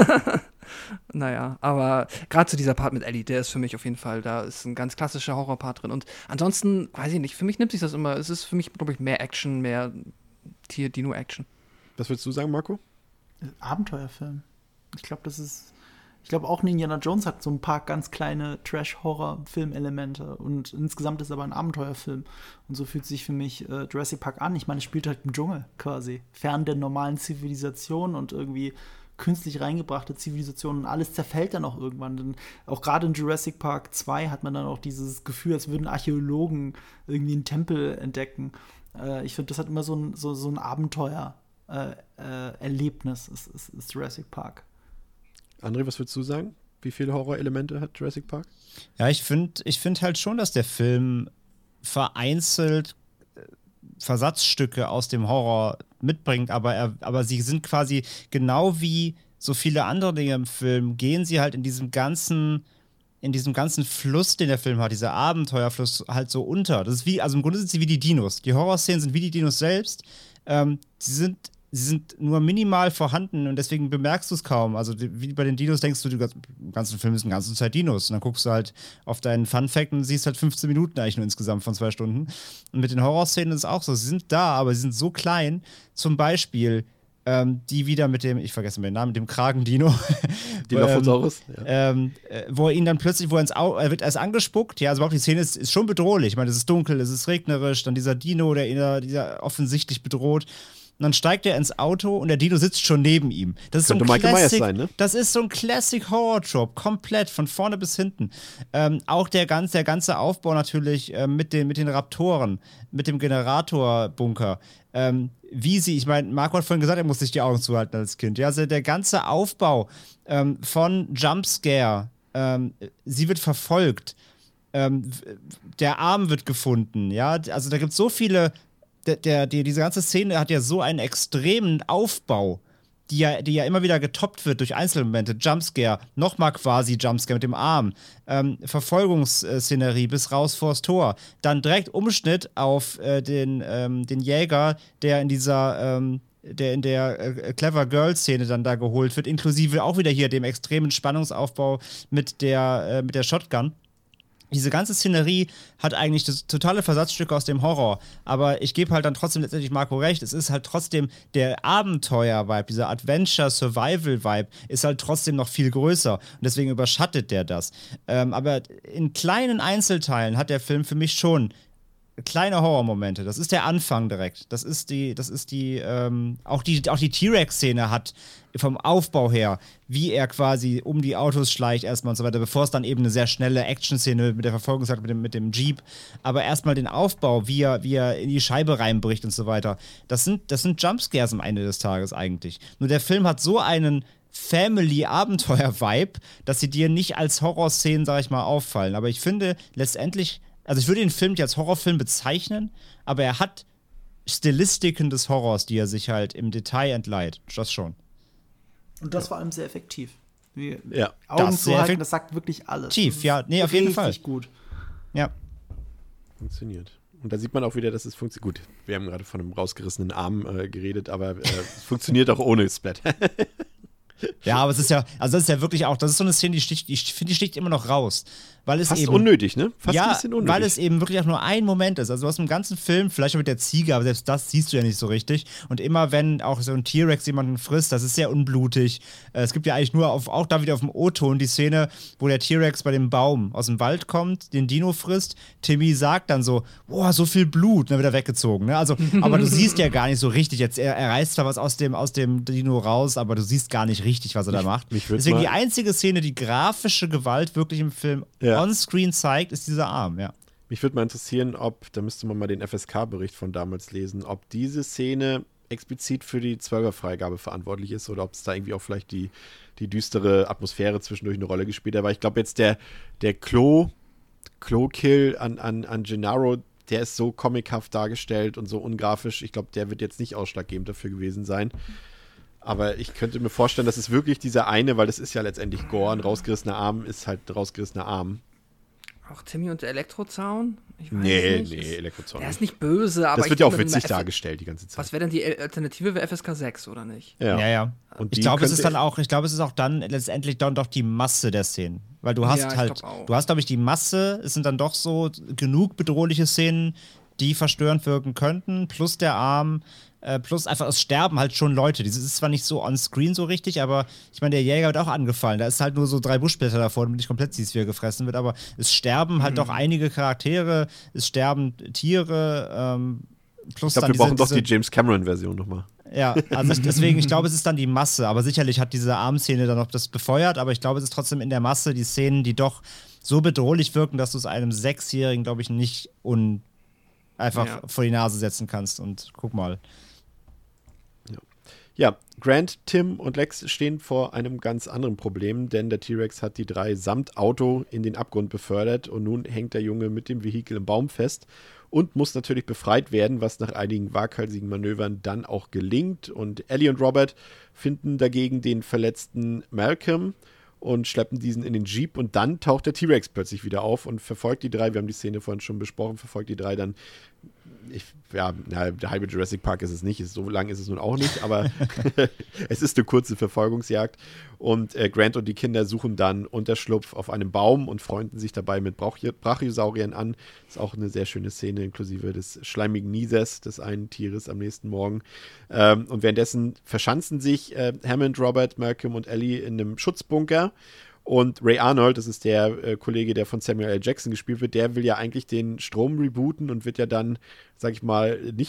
Naja, aber gerade zu dieser Part mit Ellie, der ist für mich auf jeden Fall, da ist ein ganz klassischer Horrorpart drin. Und ansonsten, weiß ich nicht, für mich nimmt sich das immer, es ist für mich, glaube ich, mehr Action, mehr Tier-Dino-Action. Was würdest du sagen, Marco? Abenteuerfilm. Ich glaube auch Indiana Jones hat so ein paar ganz kleine Trash-Horror-Filmelemente und insgesamt ist aber ein Abenteuerfilm. Und so fühlt sich für mich Jurassic Park an. Ich meine, es spielt halt im Dschungel quasi, fern der normalen Zivilisation und irgendwie künstlich reingebrachte Zivilisationen und alles zerfällt dann auch irgendwann. Denn auch gerade in Jurassic Park 2 hat man dann auch dieses Gefühl, als würden Archäologen irgendwie einen Tempel entdecken. Ich finde, das hat immer so ein Abenteuer-Erlebnis, ist Jurassic Park. André, was würdest du sagen? Wie viele Horrorelemente hat Jurassic Park? Ja, ich find halt schon, dass der Film vereinzelt Versatzstücke aus dem Horror mitbringt, aber sie sind quasi genau wie so viele andere Dinge im Film, gehen sie halt in diesem ganzen Fluss, den der Film hat, dieser Abenteuerfluss halt so unter. Das ist wie, also im Grunde sind sie wie die Dinos. Die Horrorszenen sind wie die Dinos selbst. Sie sind nur minimal vorhanden und deswegen bemerkst du es kaum. Also wie bei den Dinos denkst du, im ganzen Film ist eine ganze Zeit Dinos. Und dann guckst du halt auf deinen Fun-Fact und siehst halt 15 Minuten eigentlich nur insgesamt von 2 Stunden. Und mit den Horrorszenen ist es auch so. Sie sind da, aber sie sind so klein. Zum Beispiel die wieder mit dem, ich vergesse mal den Namen, mit dem Kragendino. Dilophosaurus. Wo er ihn dann plötzlich, er wird erst angespuckt. Ja, also überhaupt die Szene ist schon bedrohlich. Ich meine, es ist dunkel, es ist regnerisch. Dann dieser Dino, dieser offensichtlich bedroht. dann steigt er ins Auto und der Dino sitzt schon neben ihm. Das ist Könnte so ein Michael Myers Classic, sein, ne? Das ist so ein Classic Horror-Trope, komplett, von vorne bis hinten. Auch der ganze Aufbau natürlich mit den Raptoren, mit dem Generatorbunker. Ich meine, Marco hat vorhin gesagt, er muss sich die Augen zuhalten als Kind. Ja, also der ganze Aufbau von Jumpscare, sie wird verfolgt, der Arm wird gefunden, ja, also da gibt es so viele, diese ganze Szene hat ja so einen extremen Aufbau, die ja immer wieder getoppt wird durch Einzelmomente, Jumpscare, nochmal quasi Jumpscare mit dem Arm, Verfolgungsszenerie bis raus vors Tor, dann direkt Umschnitt auf den Jäger, der in der Clever Girl-Szene dann da geholt wird, inklusive auch wieder hier dem extremen Spannungsaufbau mit der Shotgun. Diese ganze Szenerie hat eigentlich das totale Versatzstücke aus dem Horror, aber ich gebe halt dann trotzdem letztendlich Marco recht, es ist halt trotzdem der Abenteuer-Vibe, dieser Adventure-Survival-Vibe ist halt trotzdem noch viel größer und deswegen überschattet der das. Aber in kleinen Einzelteilen hat der Film für mich schon kleine Horrormomente. Das ist der Anfang direkt. Auch die T-Rex-Szene hat vom Aufbau her, wie er quasi um die Autos schleicht erstmal und so weiter, bevor es dann eben eine sehr schnelle Action-Szene mit der Verfolgungsjagd mit dem Jeep, aber erstmal den Aufbau, wie er in die Scheibe reinbricht und so weiter. Das sind Jumpscares am Ende des Tages eigentlich. Nur der Film hat so einen Family-Abenteuer-Vibe, dass sie dir nicht als Horrorszenen, sag ich mal, auffallen. Aber ich finde letztendlich, also ich würde den Film nicht als Horrorfilm bezeichnen, aber er hat Stilistiken des Horrors, die er sich halt im Detail entleiht. Das schon. Und das vor allem sehr effektiv. Ja, Augen zu halten, das sagt wirklich alles. Tief, ja, nee, auf jeden Fall. Richtig gut. Ja. Funktioniert. Und da sieht man auch wieder, dass es funktioniert. Gut, wir haben gerade von einem rausgerissenen Arm geredet, aber es funktioniert auch ohne Splat. Ja, aber das ist ja wirklich auch, das ist so eine Szene, ich finde, die sticht immer noch raus. Weil es fast eben, unnötig, ne? Fast ja, ein bisschen unnötig. weil es eben wirklich auch nur ein Moment ist. Also du hast im ganzen Film, vielleicht auch mit der Ziege, aber selbst das siehst du ja nicht so richtig. Und immer wenn auch so ein T-Rex jemanden frisst, das ist sehr unblutig. Es gibt ja eigentlich nur, auch da wieder auf dem O-Ton, die Szene, wo der T-Rex bei dem Baum aus dem Wald kommt, den Dino frisst. Timmy sagt dann so, boah, so viel Blut, und dann wird er weggezogen. Ne? Also, aber du siehst ja gar nicht so richtig. Jetzt, er reißt zwar was aus dem Dino raus, aber du siehst gar nicht richtig, was er da macht. Deswegen die einzige Szene, die grafische Gewalt wirklich im Film on-screen zeigt, ist dieser Arm, ja. Mich würde mal interessieren, da müsste man mal den FSK-Bericht von damals lesen, ob diese Szene explizit für die 12er-Freigabe verantwortlich ist oder ob es da irgendwie auch vielleicht die düstere Atmosphäre zwischendurch eine Rolle gespielt hat. Aber ich glaube jetzt der Klo-Kill an Gennaro, der ist so comichaft dargestellt und so ungrafisch. Ich glaube, der wird jetzt nicht ausschlaggebend dafür gewesen sein. Aber ich könnte mir vorstellen, dass es wirklich dieser eine, weil das ist ja letztendlich Gore, ein rausgerissener Arm ist halt ein rausgerissener Arm. Auch Timmy und der Elektrozaun? Ich weiß nicht. Nee, Elektrozaun. Der ist nicht böse, aber. Das wird ja auch witzig dargestellt die ganze Zeit. Was wäre denn die Alternative? Wäre FSK 6, oder nicht? Ja. Und ich glaube, es ist auch dann letztendlich dann doch die Masse der Szenen. Weil du hast glaube ich, die Masse, es sind dann doch so genug bedrohliche Szenen, die verstörend wirken könnten, plus der Arm, plus einfach, es sterben halt schon Leute. Das ist zwar nicht so on-screen so richtig, aber ich meine, der Jäger wird auch angefallen. Da ist halt nur so 3 Buschblätter davor, damit nicht komplett siehst, wie er gefressen wird, aber es sterben halt doch einige Charaktere, es sterben Tiere, plus ich glaube, wir brauchen doch die James Cameron-Version nochmal. Ja, also deswegen, ich glaube, es ist dann die Masse, aber sicherlich hat diese Armszene dann noch das befeuert, aber ich glaube, es ist trotzdem in der Masse die Szenen, die doch so bedrohlich wirken, dass du es einem 6-Jährigen, glaube ich, nicht einfach vor die Nase setzen kannst und guck mal. Ja, Grant, Tim und Lex stehen vor einem ganz anderen Problem, denn der T-Rex hat die 3 samt Auto in den Abgrund befördert und nun hängt der Junge mit dem Vehikel im Baum fest und muss natürlich befreit werden, was nach einigen waghalsigen Manövern dann auch gelingt. Und Ellie und Robert finden dagegen den verletzten Malcolm und schleppen diesen in den Jeep und dann taucht der T-Rex plötzlich wieder auf und verfolgt die 3, wir haben die Szene vorhin schon besprochen, verfolgt die 3 dann, der halbe Jurassic Park ist es nicht, so lang ist es nun auch nicht, aber es ist eine kurze Verfolgungsjagd und Grant und die Kinder suchen dann Unterschlupf auf einem Baum und freunden sich dabei mit Brachiosauriern an. Ist auch eine sehr schöne Szene, inklusive des schleimigen Niesers des einen Tieres am nächsten Morgen. Und währenddessen verschanzen sich Hammond, Robert, Malcolm und Ellie in einem Schutzbunker. Und Ray Arnold, das ist der Kollege, der von Samuel L. Jackson gespielt wird, der will ja eigentlich den Strom rebooten und wird ja dann, sag ich mal, nicht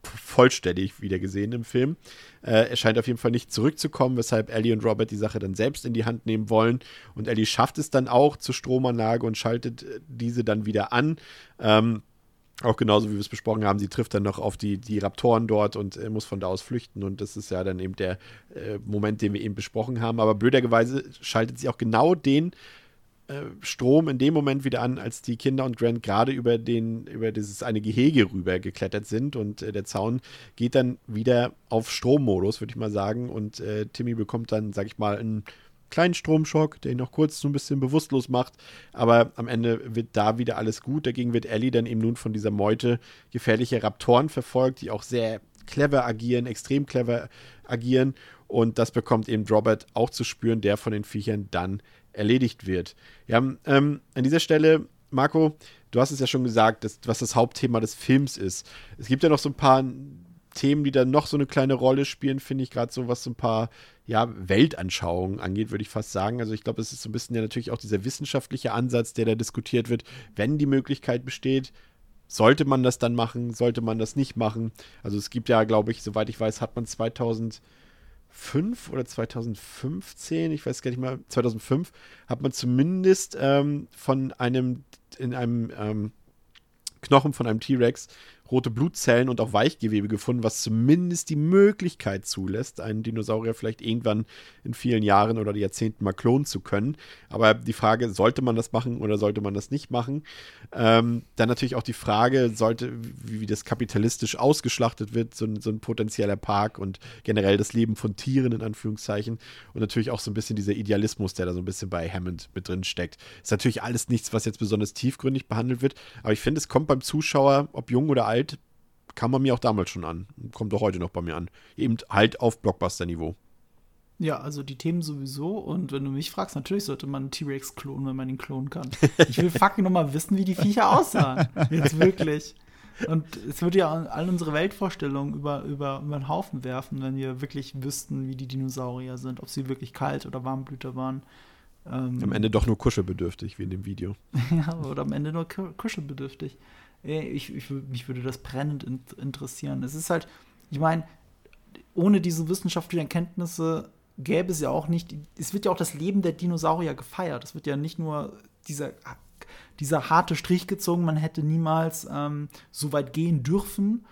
vollständig wieder gesehen im Film. Er scheint auf jeden Fall nicht zurückzukommen, weshalb Ellie und Robert die Sache dann selbst in die Hand nehmen wollen. Und Ellie schafft es dann auch zur Stromanlage und schaltet diese dann wieder an. Auch genauso, wie wir es besprochen haben, sie trifft dann noch auf die Raptoren dort und muss von da aus flüchten. Und das ist ja dann eben der Moment, den wir eben besprochen haben. Aber blöderweise schaltet sie auch genau den Strom in dem Moment wieder an, als die Kinder und Grant gerade über dieses eine Gehege rüber geklettert sind und der Zaun geht dann wieder auf Strommodus, würde ich mal sagen, und Timmy bekommt dann, sag ich mal, einen kleinen Stromschock, der ihn noch kurz so ein bisschen bewusstlos macht, aber am Ende wird da wieder alles gut. Dagegen wird Ellie dann eben nun von dieser Meute gefährlicher Raptoren verfolgt, die auch sehr clever agieren, extrem clever agieren, und das bekommt eben Robert auch zu spüren, der von den Viechern dann erledigt wird. Ja, an dieser Stelle, Marco, du hast es ja schon gesagt, was das Hauptthema des Films ist. Es gibt ja noch so ein paar Themen, die dann noch so eine kleine Rolle spielen, finde ich, gerade so, was so ein paar Weltanschauungen angeht, würde ich fast sagen. Also ich glaube, es ist so ein bisschen ja natürlich auch dieser wissenschaftliche Ansatz, der da diskutiert wird, wenn die Möglichkeit besteht. Sollte man das dann machen? Sollte man das nicht machen? Also es gibt ja, glaube ich, soweit ich weiß, hat man 2005 oder 2015, ich weiß gar nicht mal, 2005, hat man zumindest von einem Knochen von einem T-Rex rote Blutzellen und auch Weichgewebe gefunden, was zumindest die Möglichkeit zulässt, einen Dinosaurier vielleicht irgendwann in vielen Jahren oder Jahrzehnten mal klonen zu können. Aber die Frage, sollte man das machen oder sollte man das nicht machen? Dann natürlich auch die Frage, wie das kapitalistisch ausgeschlachtet wird, so ein potenzieller Park und generell das Leben von Tieren in Anführungszeichen, und natürlich auch so ein bisschen dieser Idealismus, der da so ein bisschen bei Hammond mit drin steckt. Ist natürlich alles nichts, was jetzt besonders tiefgründig behandelt wird, aber ich finde, es kommt beim Zuschauer, ob jung oder alt, kam bei mir auch damals schon an. Kommt auch heute noch bei mir an. Eben halt auf Blockbuster-Niveau. Ja, also die Themen sowieso. Und wenn du mich fragst, natürlich sollte man einen T-Rex klonen, wenn man ihn klonen kann. Ich will fucking nochmal wissen, wie die Viecher aussahen. Jetzt wirklich. Und es würde ja all unsere Weltvorstellungen über den Haufen werfen, wenn wir wirklich wüssten, wie die Dinosaurier sind. Ob sie wirklich Kalt- oder Warmblüter waren. Am Ende doch nur kuschelbedürftig, wie in dem Video. Ja, oder am Ende nur kuschelbedürftig. Mich würde das brennend interessieren. Es ist halt, ich meine, ohne diese wissenschaftlichen Erkenntnisse gäbe es ja auch nicht, es wird ja auch das Leben der Dinosaurier gefeiert. Es wird ja nicht nur dieser harte Strich gezogen, man hätte niemals so weit gehen dürfen,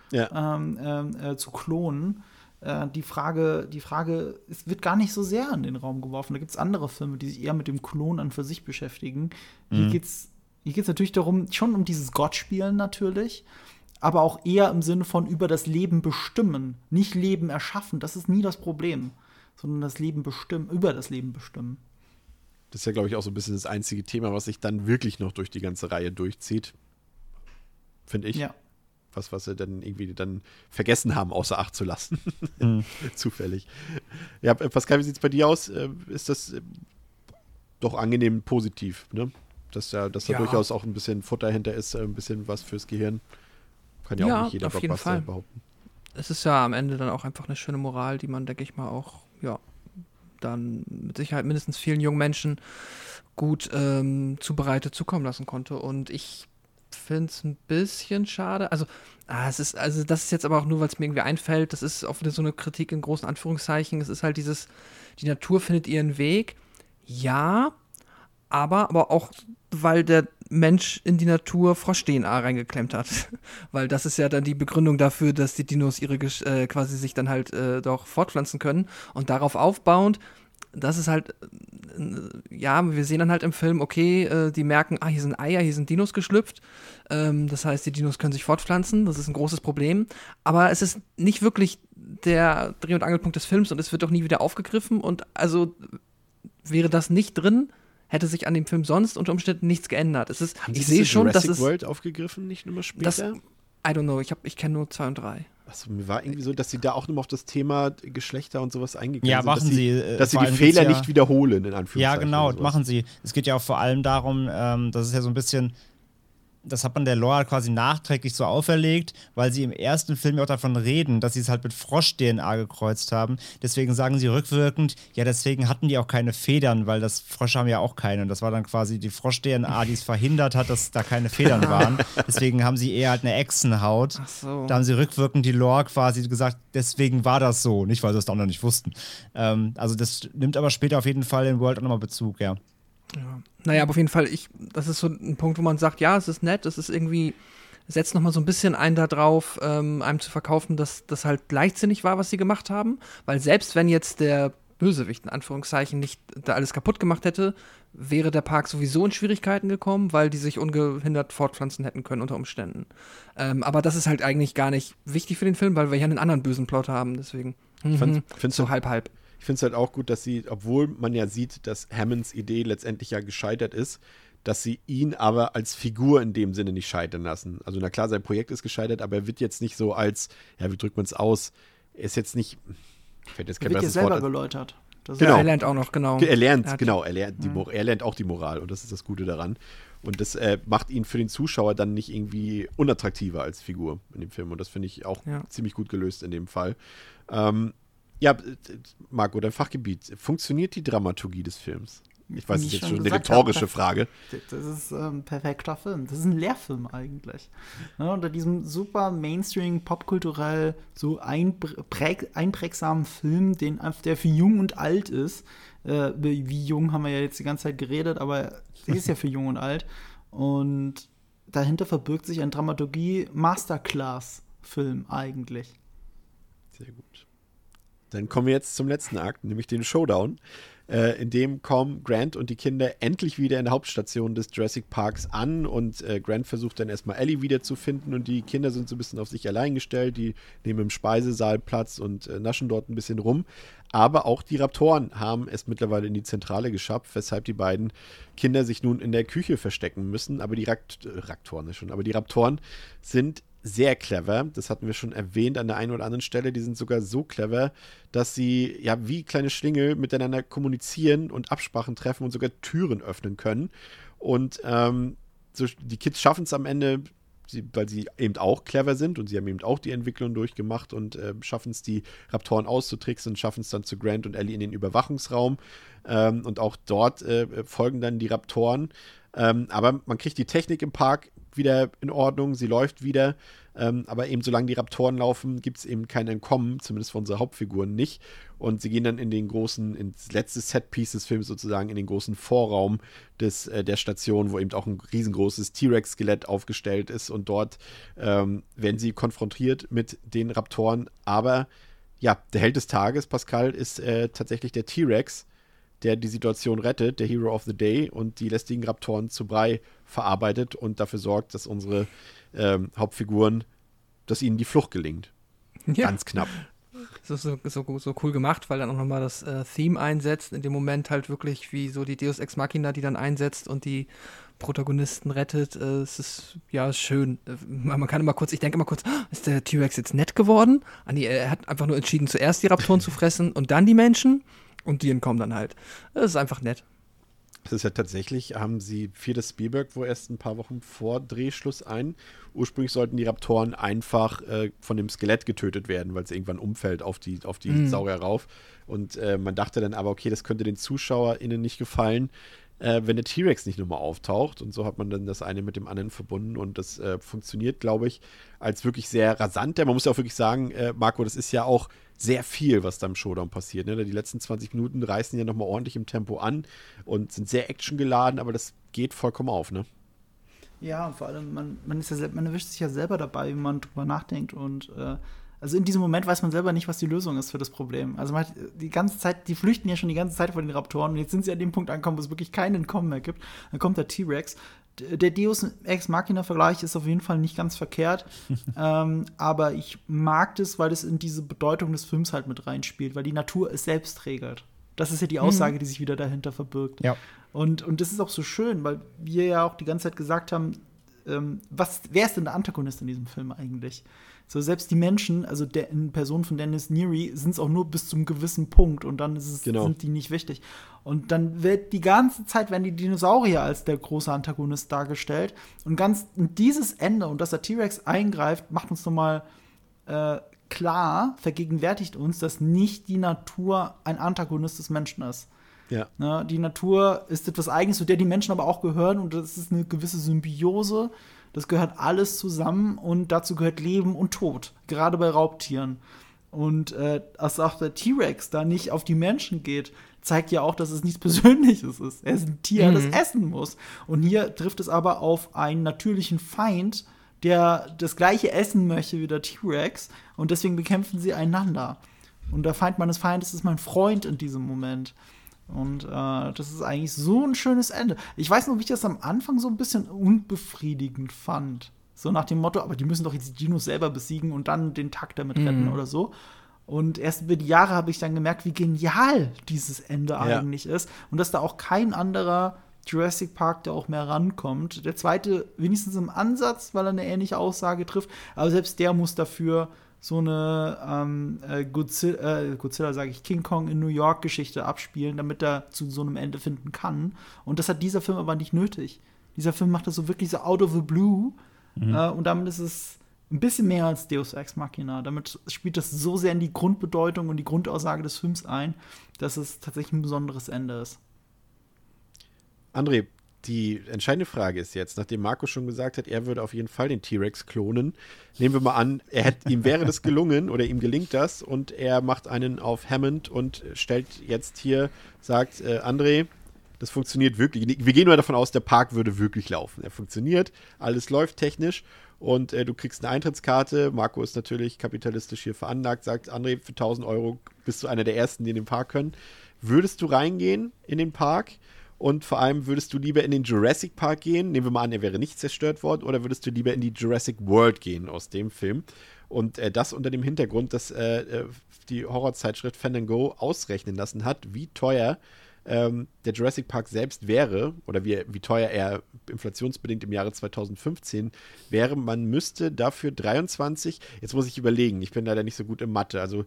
zu klonen. Die Frage, es wird gar nicht so sehr in den Raum geworfen. Da gibt es andere Filme, die sich eher mit dem Klonen an für sich beschäftigen. Hier geht's natürlich darum, schon um dieses Gottspielen natürlich, aber auch eher im Sinne von über das Leben bestimmen, nicht Leben erschaffen. Das ist nie das Problem, sondern das Leben bestimmen, über das Leben bestimmen. Das ist ja, glaube ich, auch so ein bisschen das einzige Thema, was sich dann wirklich noch durch die ganze Reihe durchzieht. Finde ich. Ja. Was sie dann irgendwie dann vergessen haben, außer Acht zu lassen. Zufällig. Ja, Pascal, wie sieht es bei dir aus? Ist das doch angenehm positiv, ne? Dass da durchaus auch ein bisschen Futter hinter ist, ein bisschen was fürs Gehirn. Kann ja auch nicht jeder Blockbuster behaupten. Es ist ja am Ende dann auch einfach eine schöne Moral, die man, denke ich mal, auch, dann mit Sicherheit mindestens vielen jungen Menschen gut zubereitet zukommen lassen konnte. Und ich finde es ein bisschen schade. Das ist jetzt aber auch nur, weil es mir irgendwie einfällt, das ist auch wieder so eine Kritik in großen Anführungszeichen. Es ist halt die Natur findet ihren Weg. Ja, aber auch, weil der Mensch in die Natur Frosch-DNA reingeklemmt hat. Weil das ist ja dann die Begründung dafür, dass die Dinos quasi sich dann halt doch fortpflanzen können. Und darauf aufbauend, das ist halt, wir sehen dann halt im Film, okay, die merken, hier sind Eier, hier sind Dinos geschlüpft. Das heißt, die Dinos können sich fortpflanzen. Das ist ein großes Problem. Aber es ist nicht wirklich der Dreh- und Angelpunkt des Films und es wird doch nie wieder aufgegriffen. Und also wäre das nicht drin, hätte sich an dem Film sonst unter Umständen nichts geändert. Ich sehe schon, dass Jurassic World aufgegriffen, nicht nur später? I don't know, ich kenne nur 2 und 3. Achso, mir war irgendwie so, dass sie da auch nochmal auf das Thema Geschlechter und sowas eingegangen sind. Ja, machen sie. Dass sie die Fehler nicht wiederholen, in Anführungszeichen. Ja, genau, machen sie. Es geht ja auch vor allem darum, dass es ja so ein bisschen das hat man der Lore quasi nachträglich so auferlegt, weil sie im ersten Film ja auch davon reden, dass sie es halt mit Frosch-DNA gekreuzt haben. Deswegen sagen sie rückwirkend, ja, deswegen hatten die auch keine Federn, weil das Frösche haben ja auch keine. Und das war dann quasi die Frosch-DNA, die es verhindert hat, dass da keine Federn waren. Deswegen haben sie eher halt eine Echsenhaut. Ach so. Da haben sie rückwirkend die Lore quasi gesagt, deswegen war das so. Nicht, weil sie es auch noch nicht wussten. Also das nimmt aber später auf jeden Fall in World auch nochmal Bezug, ja. Ja. Naja, aber auf jeden Fall, das ist so ein Punkt, wo man sagt, ja, es ist nett, es ist irgendwie, setzt nochmal so ein bisschen ein da drauf, einem zu verkaufen, dass das halt leichtsinnig war, was sie gemacht haben. Weil selbst wenn jetzt der Bösewicht, in Anführungszeichen, nicht da alles kaputt gemacht hätte, wäre der Park sowieso in Schwierigkeiten gekommen, weil die sich ungehindert fortpflanzen hätten können unter Umständen. Aber das ist halt eigentlich gar nicht wichtig für den Film, weil wir ja einen anderen bösen Plot haben, deswegen. Findest So du- halb. Ich finde es halt auch gut, dass sie, obwohl man ja sieht, dass Hammonds Idee letztendlich ja gescheitert ist, dass sie ihn aber als Figur in dem Sinne nicht scheitern lassen. Also na klar, sein Projekt ist gescheitert, aber er wird jetzt nicht so als, ja, wie drückt man es aus? Er ist jetzt nicht, fällt jetzt kein Wird ja besseres selber Wort. geläutert. Das Genau. Er lernt auch noch, genau. Er lernt, Er hat- genau, er lernt auch die Moral und das ist das Gute daran. Und das macht ihn für den Zuschauer dann nicht irgendwie unattraktiver als Figur in dem Film. Und das finde ich auch ziemlich gut gelöst in dem Fall. Ja, Marco, dein Fachgebiet. Funktioniert die Dramaturgie des Films? Ich weiß, Wie das ist ich jetzt schon schon eine gesagt rhetorische habe, Frage. Das ist ein perfekter Film. Das ist ein Lehrfilm eigentlich. Ja, unter diesem super Mainstream, popkulturell so einprägsamen Film, der für jung und alt ist. Wie jung haben wir ja jetzt die ganze Zeit geredet, aber sie ist ja für jung und alt. Und dahinter verbirgt sich ein Dramaturgie-Masterclass-Film eigentlich. Sehr gut. Dann kommen wir jetzt zum letzten Akt, nämlich den Showdown, in dem kommen Grant und die Kinder endlich wieder in der Hauptstation des Jurassic Parks an und Grant versucht dann erstmal Ellie wiederzufinden und die Kinder sind so ein bisschen auf sich allein gestellt, die nehmen im Speisesaal Platz und naschen dort ein bisschen rum. Aber auch die Raptoren haben es mittlerweile in die Zentrale geschafft, weshalb die beiden Kinder sich nun in der Küche verstecken müssen. Aber die Raptoren sind sehr clever. Das hatten wir schon erwähnt an der einen oder anderen Stelle. Die sind sogar so clever, dass sie ja wie kleine Schlingel miteinander kommunizieren und Absprachen treffen und sogar Türen öffnen können. Und so, die Kids schaffen es am Ende, weil sie eben auch clever sind und sie haben eben auch die Entwicklung durchgemacht und schaffen es, die Raptoren auszutricksen und schaffen es dann zu Grant und Ellie in den Überwachungsraum. Und auch dort folgen dann die Raptoren. Aber man kriegt die Technik im Park wieder in Ordnung, sie läuft wieder, aber eben solange die Raptoren laufen, gibt es eben kein Entkommen, zumindest für unsere Hauptfiguren nicht. Und sie gehen dann ins letzte Setpiece des Films sozusagen, in den großen Vorraum der Station, wo eben auch ein riesengroßes T-Rex-Skelett aufgestellt ist und dort werden sie konfrontiert mit den Raptoren. Aber ja, der Held des Tages, Pascal, ist tatsächlich der T-Rex, der die Situation rettet, der Hero of the Day und die lästigen Raptoren zu Brei verarbeitet und dafür sorgt, dass unsere Hauptfiguren, dass ihnen die Flucht gelingt. Ja. Ganz knapp. So cool gemacht, weil dann auch nochmal das Theme einsetzt, in dem Moment halt wirklich wie so die Deus Ex Machina, die dann einsetzt und die Protagonisten rettet. Es ist ja schön. Man kann immer kurz, ich denke immer kurz, ist der T-Rex jetzt nett geworden? Nee, er hat einfach nur entschieden, zuerst die Raptoren zu fressen und dann die Menschen. Und die entkommen dann halt. Das ist einfach nett. Das ist ja tatsächlich, haben sie das Spielberg wo erst ein paar Wochen vor Drehschluss ein. Ursprünglich sollten die Raptoren einfach von dem Skelett getötet werden, weil es irgendwann umfällt auf die Saurier rauf. Und man dachte dann aber, okay, das könnte den ZuschauerInnen nicht gefallen, wenn der T-Rex nicht nochmal auftaucht. Und so hat man dann das eine mit dem anderen verbunden. Und das funktioniert, glaube ich, als wirklich sehr rasant. Man muss ja auch wirklich sagen, Marco, das ist ja auch sehr viel, was da im Showdown passiert. Ne? Die letzten 20 Minuten reißen ja nochmal ordentlich im Tempo an und sind sehr actiongeladen, aber das geht vollkommen auf, ne? Ja, vor allem, man erwischt sich ja selber dabei, wie man drüber nachdenkt und also in diesem Moment weiß man selber nicht, was die Lösung ist für das Problem. Also man hat die ganze Zeit, die flüchten ja schon die ganze Zeit vor den Raptoren und jetzt sind sie an dem Punkt angekommen, wo es wirklich keinen Entkommen mehr gibt. Dann kommt der T-Rex. Der Deus Ex Machina-Vergleich ist auf jeden Fall nicht ganz verkehrt, aber ich mag das, weil es in diese Bedeutung des Films halt mit reinspielt, weil die Natur es selbst regelt. Das ist ja die Aussage, die sich wieder dahinter verbirgt. Ja. Und das ist auch so schön, weil wir ja auch die ganze Zeit gesagt haben, wer ist denn der Antagonist in diesem Film eigentlich? So, selbst die Menschen, also in Person von Dennis Neary, sind es auch nur bis zum gewissen Punkt und dann sind die nicht wichtig. Und dann wird die ganze Zeit werden die Dinosaurier als der große Antagonist dargestellt. Und dieses Ende und dass der T-Rex eingreift, macht uns nochmal klar, vergegenwärtigt uns, dass nicht die Natur ein Antagonist des Menschen ist. Ja. Ne, die Natur ist etwas Eigenes, zu der die Menschen aber auch gehören und das ist eine gewisse Symbiose. Das gehört alles zusammen und dazu gehört Leben und Tod, gerade bei Raubtieren. Und dass auch der T-Rex da nicht auf die Menschen geht, zeigt ja auch, dass es nichts Persönliches ist. Er ist ein Tier, das essen muss. Und hier trifft es aber auf einen natürlichen Feind, der das gleiche essen möchte wie der T-Rex. Und deswegen bekämpfen sie einander. Und der Feind meines Feindes ist mein Freund in diesem Moment. Und das ist eigentlich so ein schönes Ende. Ich weiß noch, wie ich das am Anfang so ein bisschen unbefriedigend fand. So nach dem Motto, aber die müssen doch jetzt die Dinos selber besiegen und dann den Tag damit retten oder so. Und erst über die Jahre habe ich dann gemerkt, wie genial dieses Ende eigentlich ist. Und dass da auch kein anderer Jurassic Park, der auch mehr rankommt. Der zweite wenigstens im Ansatz, weil er eine ähnliche Aussage trifft. Aber selbst der muss dafür so eine Godzilla sage ich, King Kong in New York Geschichte abspielen, damit er zu so einem Ende finden kann. Und das hat dieser Film aber nicht nötig. Dieser Film macht das so wirklich so out of the blue. Und damit ist es ein bisschen mehr als Deus Ex Machina. Damit spielt das so sehr in die Grundbedeutung und die Grundaussage des Films ein, dass es tatsächlich ein besonderes Ende ist. André, die entscheidende Frage ist jetzt, nachdem Marco schon gesagt hat, er würde auf jeden Fall den T-Rex klonen, nehmen wir mal an, ihm wäre das gelungen oder ihm gelingt das und er macht einen auf Hammond und stellt jetzt hier, sagt, André, das funktioniert wirklich. Wir gehen mal davon aus, der Park würde wirklich laufen. Er funktioniert, alles läuft technisch und du kriegst eine Eintrittskarte. Marco ist natürlich kapitalistisch hier veranlagt, sagt, André, für 1.000 Euro bist du einer der Ersten, die in den Park können. Würdest du reingehen in den Park? Und vor allem, würdest du lieber in den Jurassic Park gehen? Nehmen wir mal an, er wäre nicht zerstört worden. Oder würdest du lieber in die Jurassic World gehen aus dem Film? Und das unter dem Hintergrund, dass die Horrorzeitschrift Fandango ausrechnen lassen hat, wie teuer der Jurassic Park selbst wäre, oder wie teuer er inflationsbedingt im Jahre 2015 wäre. Man müsste dafür 23, jetzt muss ich überlegen, ich bin leider nicht so gut in Mathe, also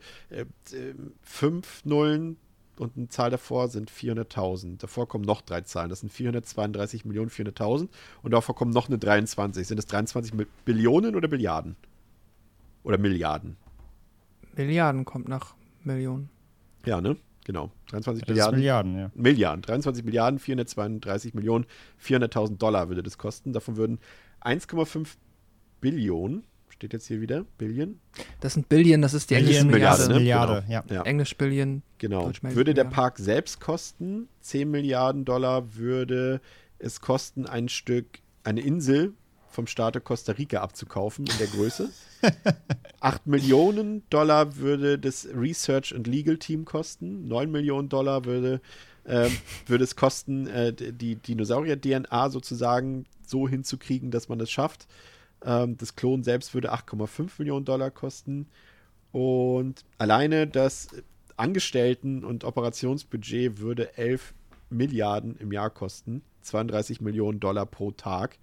5 Nullen und eine Zahl davor sind 400.000. Davor kommen noch 3 Zahlen. Das sind 432.400.000. Und davor kommen noch eine 23. Sind das 23 Billionen oder Billiarden? Oder Milliarden? Milliarden kommt nach Millionen. Ja, ne? Genau. 23 Das Milliarden. ist Milliarden, ja. Milliarden. 23 Milliarden, 432 Millionen, $400.000 würde das kosten. Davon würden 1,5 Billionen, steht jetzt hier wieder, Billion. Das sind Billion, das ist die englische Milliarde, Milliarde. ne? Milliarde, Genau. ja. Englisch Billion. Genau. Deutsch Würde der Milliarde. Park selbst kosten, 10 Milliarden Dollar, würde es kosten, eine Insel vom Staate Costa Rica abzukaufen in der Größe. 8 Millionen Dollar würde das Research and Legal Team kosten. 9 Millionen Dollar würde es kosten, die Dinosaurier-DNA sozusagen so hinzukriegen, dass man das schafft. Das Klon selbst würde 8,5 Millionen Dollar kosten. Und alleine das Angestellten- und Operationsbudget würde 11 Milliarden im Jahr kosten. 32 Millionen Dollar pro Tag.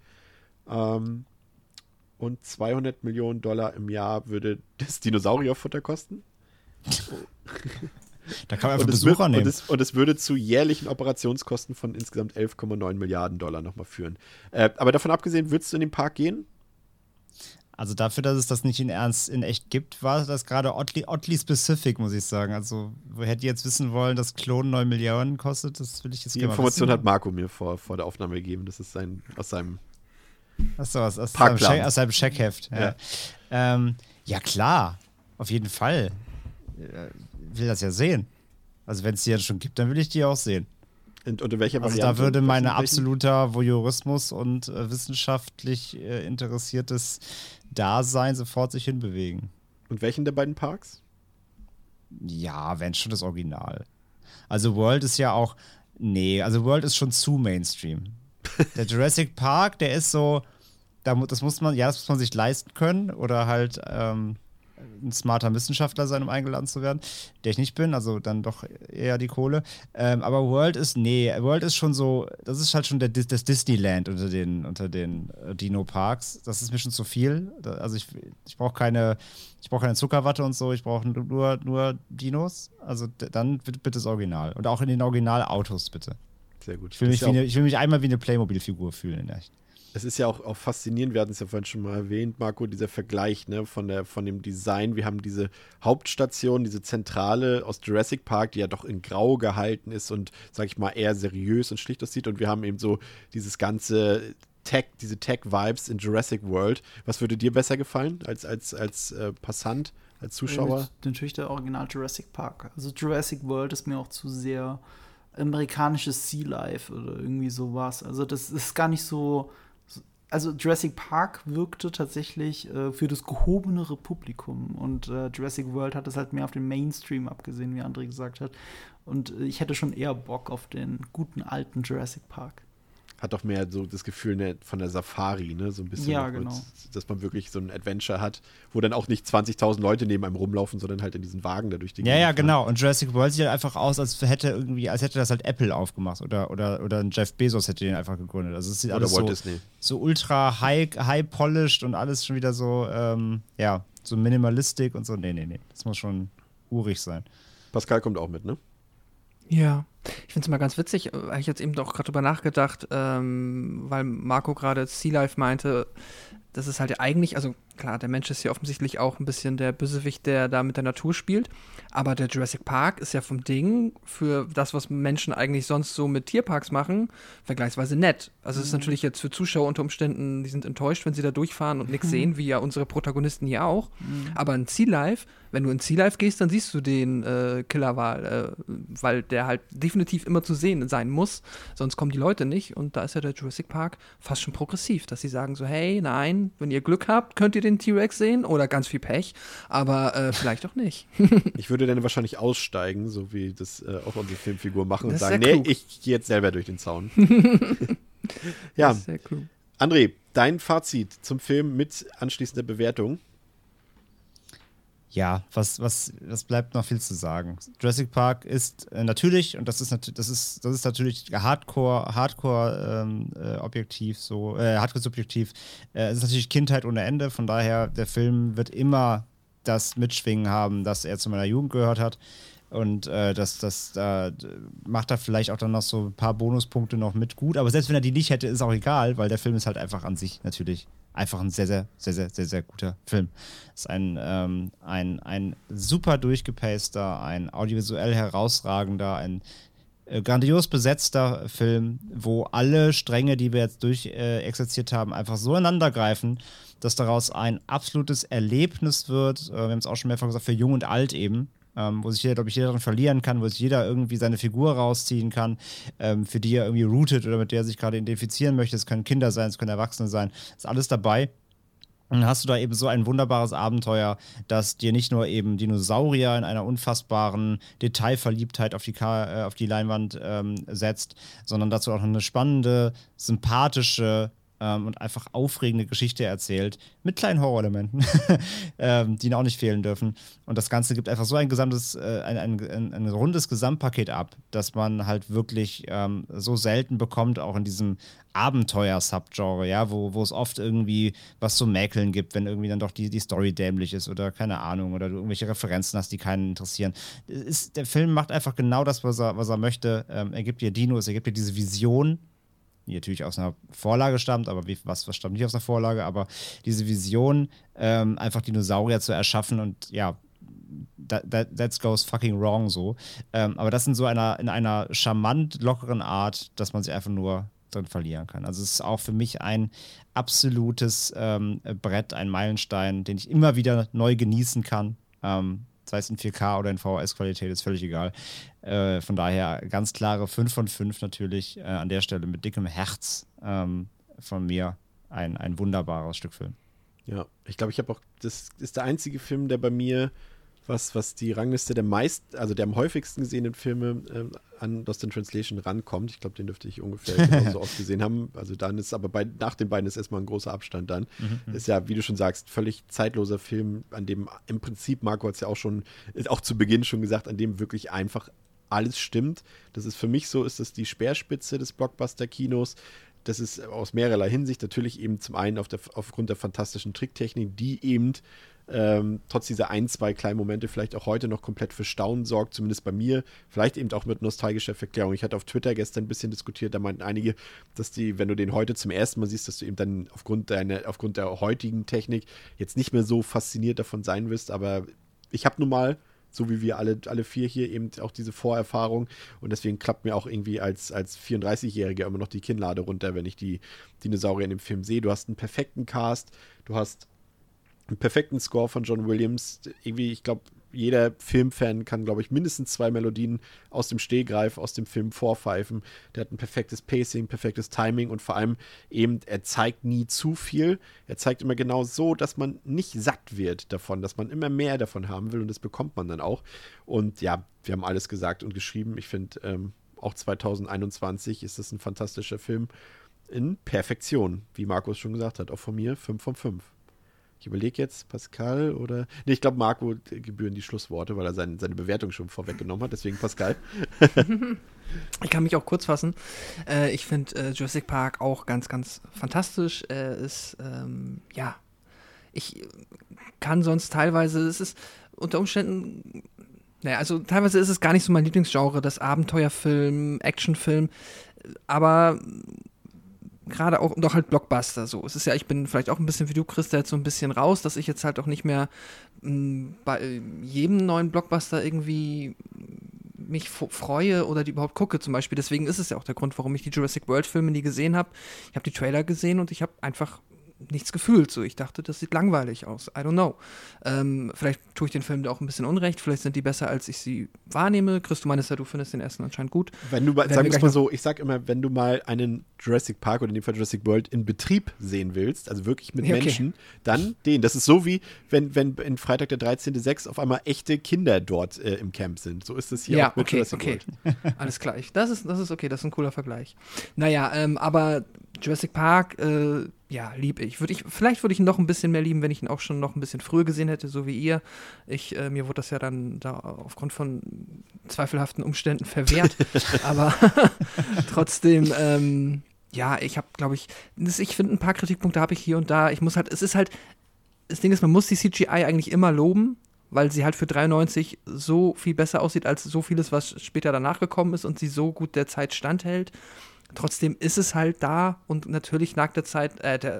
Und 200 Millionen Dollar im Jahr würde das Dinosaurierfutter kosten. Da kann man einfach Besucher nehmen. Und es würde zu jährlichen Operationskosten von insgesamt 11,9 Milliarden Dollar nochmal führen. Aber davon abgesehen, würdest du in den Park gehen? Also dafür, dass es das nicht in echt gibt, war das gerade oddly specific, muss ich sagen. Also, wo hätte ich jetzt wissen wollen, dass Klonen 9 Milliarden kostet, das will ich jetzt Die gerne mal Information wissen. hat Marco mir vor der Aufnahme gegeben. Das ist aus seinem Achso, aus Parkplan. seinem Scheckheft. Ja. Ja, klar. Auf jeden Fall. Will das ja sehen. Also, wenn es die ja schon gibt, dann will ich die auch sehen. Und in welcher Also Variante? da würde mein Welchen? absoluter Voyeurismus und wissenschaftlich interessiertes Dasein sofort sich hinbewegen. Und welchen der beiden Parks? Ja, wenn schon das Original. Also World ist ja auch, also World ist schon zu Mainstream. Der Jurassic Park, der ist so, das muss man sich leisten können oder halt ein smarter Wissenschaftler sein, um eingeladen zu werden, der ich nicht bin, also dann doch eher die Kohle. Aber World ist schon so, das ist halt schon das Disneyland unter den Dino-Parks. Das ist mir schon zu viel. Also ich brauche keine Zuckerwatte und so, ich brauche nur Dinos. Also dann bitte das Original. Und auch in den Originalautos, bitte. Sehr gut. Ich will mich einmal wie eine Playmobil-Figur fühlen in echt. Es ist ja auch faszinierend, wir hatten es ja vorhin schon mal erwähnt, Marco, dieser Vergleich, ne, von dem Design. Wir haben diese Hauptstation, diese Zentrale aus Jurassic Park, die ja doch in Grau gehalten ist und, sag ich mal, eher seriös und schlicht aussieht. Und wir haben eben so dieses ganze diese Tech-Vibes in Jurassic World. Was würde dir besser gefallen als Passant, als Zuschauer? Natürlich der Original Jurassic Park. Also Jurassic World ist mir auch zu sehr amerikanisches Sea Life oder irgendwie sowas. Also das ist gar nicht so. Also Jurassic Park wirkte tatsächlich für das gehobenere Publikum und Jurassic World hat es halt mehr auf den Mainstream abgesehen, wie André gesagt hat. Und ich hätte schon eher Bock auf den guten alten Jurassic Park. Hat doch mehr so das Gefühl von der Safari, ne? So ein bisschen. Ja, genau. Dass man wirklich so ein Adventure hat, wo dann auch nicht 20.000 Leute neben einem rumlaufen, sondern halt in diesen Wagen da durch die Gegend fahren. Genau. Und Jurassic World sieht halt einfach aus, als hätte das halt Apple aufgemacht oder ein Jeff Bezos hätte den einfach gegründet. Also es sieht alles so ultra high polished und alles schon wieder so, so minimalistic und so. Nee. Das muss schon urig sein. Pascal kommt auch mit, ne? Ja, ich finde es mal ganz witzig, habe ich jetzt eben auch gerade drüber nachgedacht, weil Marco gerade Sea Life meinte, das ist halt ja eigentlich, also klar, der Mensch ist ja offensichtlich auch ein bisschen der Bösewicht, der da mit der Natur spielt, aber der Jurassic Park ist ja vom Ding für das, was Menschen eigentlich sonst so mit Tierparks machen, vergleichsweise nett. Also es ist natürlich jetzt für Zuschauer unter Umständen, die sind enttäuscht, wenn sie da durchfahren und nichts sehen, wie ja unsere Protagonisten hier auch, aber in Sea Life, wenn du in Sea Life gehst, dann siehst du den Killerwal, weil der halt definitiv immer zu sehen sein muss, sonst kommen die Leute nicht und da ist ja der Jurassic Park fast schon progressiv, dass sie sagen so, hey, nein, wenn ihr Glück habt, könnt ihr den T-Rex sehen oder ganz viel Pech, aber vielleicht auch nicht. Ich würde dann wahrscheinlich aussteigen, so wie das auch unsere Filmfigur machen und Das ist sagen, sehr nee, klug. ich gehe jetzt selber durch den Zaun. Ja, Das ist sehr klug. André, dein Fazit zum Film mit anschließender Bewertung. Ja, was bleibt noch viel zu sagen? Jurassic Park ist natürlich, und das ist natürlich Hardcore objektiv, so Hardcore subjektiv, es ist natürlich Kindheit ohne Ende, von daher, der Film wird immer das Mitschwingen haben, das er zu meiner Jugend gehört hat. Und das macht da vielleicht auch dann noch so ein paar Bonuspunkte noch mit gut. Aber selbst wenn er die nicht hätte, ist auch egal, weil der Film ist halt einfach an sich natürlich einfach ein sehr, sehr, sehr, sehr, sehr, sehr guter Film. Es ist ein super durchgepaster, ein audiovisuell herausragender, ein grandios besetzter Film, wo alle Stränge, die wir jetzt durchexerziert haben, einfach so ineinander greifen, dass daraus ein absolutes Erlebnis wird. Wir haben es auch schon mehrfach gesagt, für Jung und Alt eben. Wo sich jeder, glaube ich, jeder daran verlieren kann, wo sich jeder irgendwie seine Figur rausziehen kann, für die er irgendwie rootet oder mit der er sich gerade identifizieren möchte. Es können Kinder sein, es können Erwachsene sein, ist alles dabei. Und dann hast du da eben so ein wunderbares Abenteuer, das dir nicht nur eben Dinosaurier in einer unfassbaren Detailverliebtheit auf die Leinwand setzt, sondern dazu auch noch eine spannende, sympathische und einfach aufregende Geschichte erzählt, mit kleinen Horrorelementen, die ihnen auch nicht fehlen dürfen. Und das Ganze gibt einfach so ein gesamtes, ein rundes Gesamtpaket ab, dass man halt wirklich so selten bekommt, auch in diesem Abenteuer-Subgenre, ja, wo es oft irgendwie was zu mäkeln gibt, wenn irgendwie dann doch die Story dämlich ist oder keine Ahnung, oder du irgendwelche Referenzen hast, die keinen interessieren. Der Film macht einfach genau das, was er möchte. Er gibt dir Dinos, er gibt dir diese Vision, die natürlich aus einer Vorlage stammt, aber was stammt nicht aus einer Vorlage, aber diese Vision, einfach Dinosaurier zu erschaffen und ja, that goes fucking wrong so. Aber das in einer charmant lockeren Art, dass man sich einfach nur drin verlieren kann. Also es ist auch für mich ein absolutes Brett, ein Meilenstein, den ich immer wieder neu genießen kann. Sei es in 4K oder in VHS-Qualität, ist völlig egal. Von daher ganz klare 5 von 5 natürlich an der Stelle mit dickem Herz von mir ein wunderbares Stück Film. Ja, ich glaube, das ist der einzige Film, der bei mir, was die Rangliste der am häufigsten gesehenen Filme an Lost in Translation rankommt. Ich glaube, den dürfte ich ungefähr genauso oft gesehen haben. Also dann ist aber nach den beiden ist erstmal ein großer Abstand dann. Ist ja, wie du schon sagst, völlig zeitloser Film, an dem im Prinzip, Marco hat es ja auch zu Beginn schon gesagt, an dem wirklich einfach alles stimmt. Das ist für mich so, ist das die Speerspitze des Blockbuster-Kinos. Das ist aus mehrerlei Hinsicht natürlich eben zum einen aufgrund der fantastischen Tricktechnik, die eben trotz dieser 1-2 kleinen Momente vielleicht auch heute noch komplett für Staunen sorgt, zumindest bei mir, vielleicht eben auch mit nostalgischer Verklärung. Ich hatte auf Twitter gestern ein bisschen diskutiert, da meinten einige, dass wenn du den heute zum ersten Mal siehst, dass du eben dann aufgrund der heutigen Technik jetzt nicht mehr so fasziniert davon sein wirst, aber ich habe nun mal, so wie wir alle vier hier, eben auch diese Vorerfahrung und deswegen klappt mir auch irgendwie als 34-Jähriger immer noch die Kinnlade runter, wenn ich die Dinosaurier in dem Film sehe. Du hast einen perfekten Cast, du hast einen perfekten Score von John Williams. Irgendwie, ich glaube, jeder Filmfan kann, glaube ich, mindestens 2 Melodien aus dem Stehgreif, aus dem Film vorpfeifen. Der hat ein perfektes Pacing, perfektes Timing und vor allem eben, er zeigt nie zu viel. Er zeigt immer genau so, dass man nicht satt wird davon, dass man immer mehr davon haben will und das bekommt man dann auch. Und ja, wir haben alles gesagt und geschrieben. Ich finde, auch 2021 ist das ein fantastischer Film in Perfektion, wie Markus schon gesagt hat. Auch von mir 5 von 5. Ich überlege jetzt, Pascal oder... Nee, ich glaube, Marco gebühren die Schlussworte, weil er seine Bewertung schon vorweggenommen hat. Deswegen Pascal. Ich kann mich auch kurz fassen. Ich finde Jurassic Park auch ganz, ganz fantastisch. Ich kann sonst teilweise... Es ist unter Umständen... teilweise ist es gar nicht so mein Lieblingsgenre, das Abenteuerfilm, Actionfilm, aber... gerade auch doch halt Blockbuster so. Es ist ja, ich bin vielleicht auch ein bisschen wie du, Chris, da jetzt so ein bisschen raus, dass ich jetzt halt auch nicht mehr bei jedem neuen Blockbuster irgendwie mich freue oder die überhaupt gucke zum Beispiel. Deswegen ist es ja auch der Grund, warum ich die Jurassic World Filme nie gesehen habe. Ich habe die Trailer gesehen und ich habe einfach nichts gefühlt. So, ich dachte, das sieht langweilig aus. I don't know. Vielleicht tue ich den Film da auch ein bisschen unrecht. Vielleicht sind die besser, als ich sie wahrnehme. Chris, du meinst ja, du findest den ersten anscheinend gut. Sagen wir es mal so, ich sag immer, wenn du mal einen Jurassic Park oder in dem Fall Jurassic World in Betrieb sehen willst, also wirklich mit Menschen, dann den. Das ist so wie, wenn in Freitag der 13.06. auf einmal echte Kinder dort im Camp sind. So ist es hier auch mit Jurassic World. Alles klar. Das ist okay, das ist ein cooler Vergleich. Naja, aber Jurassic Park, lieb ich. Vielleicht würde ich ihn noch ein bisschen mehr lieben, wenn ich ihn auch schon noch ein bisschen früher gesehen hätte, so wie ihr. Mir wurde das ja dann da aufgrund von zweifelhaften Umständen verwehrt. Aber trotzdem, ich habe, glaube ich finde, ein paar Kritikpunkte habe ich hier und da. Das Ding ist, man muss die CGI eigentlich immer loben, weil sie halt für 93 so viel besser aussieht als so vieles, was später danach gekommen ist und sie so gut der Zeit standhält. Trotzdem ist es halt da und natürlich nagt der Zeit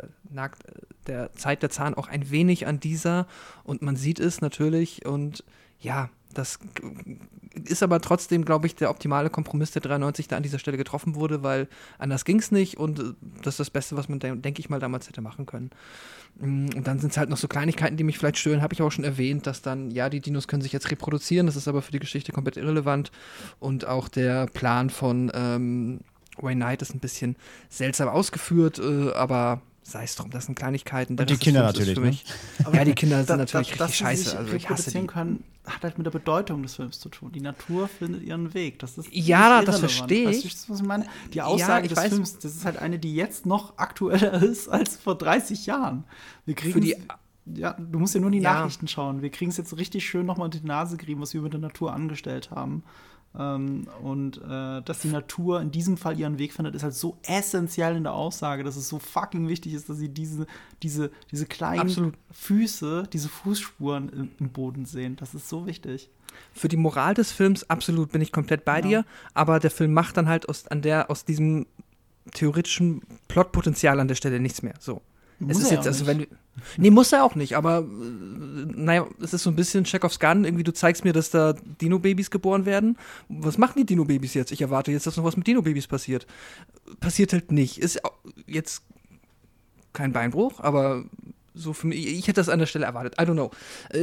der Zahn auch ein wenig an dieser und man sieht es natürlich und ja, das ist aber trotzdem, glaube ich, der optimale Kompromiss, der 93 da an dieser Stelle getroffen wurde, weil anders ging es nicht und das ist das Beste, was man, denke ich mal, damals hätte machen können. Und dann sind es halt noch so Kleinigkeiten, die mich vielleicht stören, habe ich auch schon erwähnt, dass dann, die Dinos können sich jetzt reproduzieren, das ist aber für die Geschichte komplett irrelevant und auch der Plan von Wayne Knight ist ein bisschen seltsam ausgeführt, aber sei es drum, das sind Kleinigkeiten. Und die Kinder natürlich, ne? Ja, die Kinder sind natürlich richtig scheiße. Also ich hasse die. Hat halt mit der Bedeutung des Films zu tun. Die Natur findet ihren Weg. Das ist das verstehe ich. Weißt du, was ich meine? Die Aussage des Films, das ist halt eine, die jetzt noch aktueller ist als vor 30 Jahren. Wir kriegen du musst ja nur in die Nachrichten schauen. Wir kriegen es jetzt richtig schön nochmal in die Nase gerieben, was wir mit der Natur angestellt haben. Dass die Natur in diesem Fall ihren Weg findet, ist halt so essentiell in der Aussage, dass es so fucking wichtig ist, dass sie diese kleinen Füße, diese Fußspuren im Boden sehen. Das ist so wichtig. Für die Moral des Films absolut bin ich komplett bei dir, aber der Film macht dann halt aus diesem theoretischen Plotpotenzial an der Stelle nichts mehr. So. Es ist jetzt, also muss er auch nicht, aber es ist so ein bisschen Check aufs Gun. Irgendwie, du zeigst mir, dass da Dino-Babys geboren werden. Was machen die Dino-Babys jetzt? Ich erwarte jetzt, dass noch was mit Dino-Babys passiert. Passiert halt nicht. Ist jetzt kein Beinbruch, aber so für mich, ich hätte das an der Stelle erwartet. I don't know.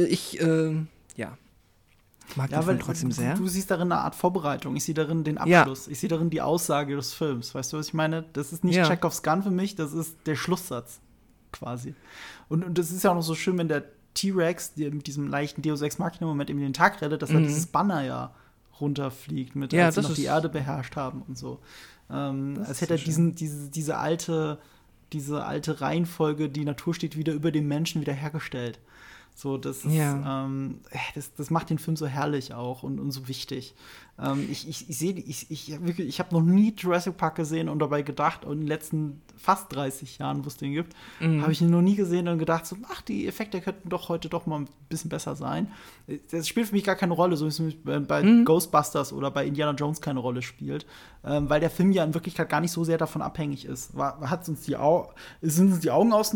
Mag den Film trotzdem sehr. Du siehst darin eine Art Vorbereitung. Ich sehe darin den Abschluss. Ich sehe darin die Aussage des Films. Weißt du, was ich meine? Das ist nicht Check aufs Gun für mich, das ist der Schlusssatz. Quasi. Und das ist ja auch noch so schön, wenn der T-Rex, der mit diesem leichten Deus Ex Machina-Moment eben den Tag rettet, dass dieses Banner ja runterfliegt, als sie noch die Erde beherrscht haben und so. Als hätte er diese alte Reihenfolge, die Natur steht wieder über dem Menschen, wieder hergestellt. So, das ist, das macht den Film so herrlich auch und so wichtig. Ich habe noch nie Jurassic Park gesehen und dabei gedacht, und in den letzten fast 30 Jahren, wo es den gibt, habe ich ihn noch nie gesehen und gedacht, so, ach, die Effekte könnten doch heute doch mal ein bisschen besser sein. Das spielt für mich gar keine Rolle, so wie es bei Ghostbusters oder bei Indiana Jones keine Rolle spielt, weil der Film ja in Wirklichkeit gar nicht so sehr davon abhängig ist. Sind uns die Augen aus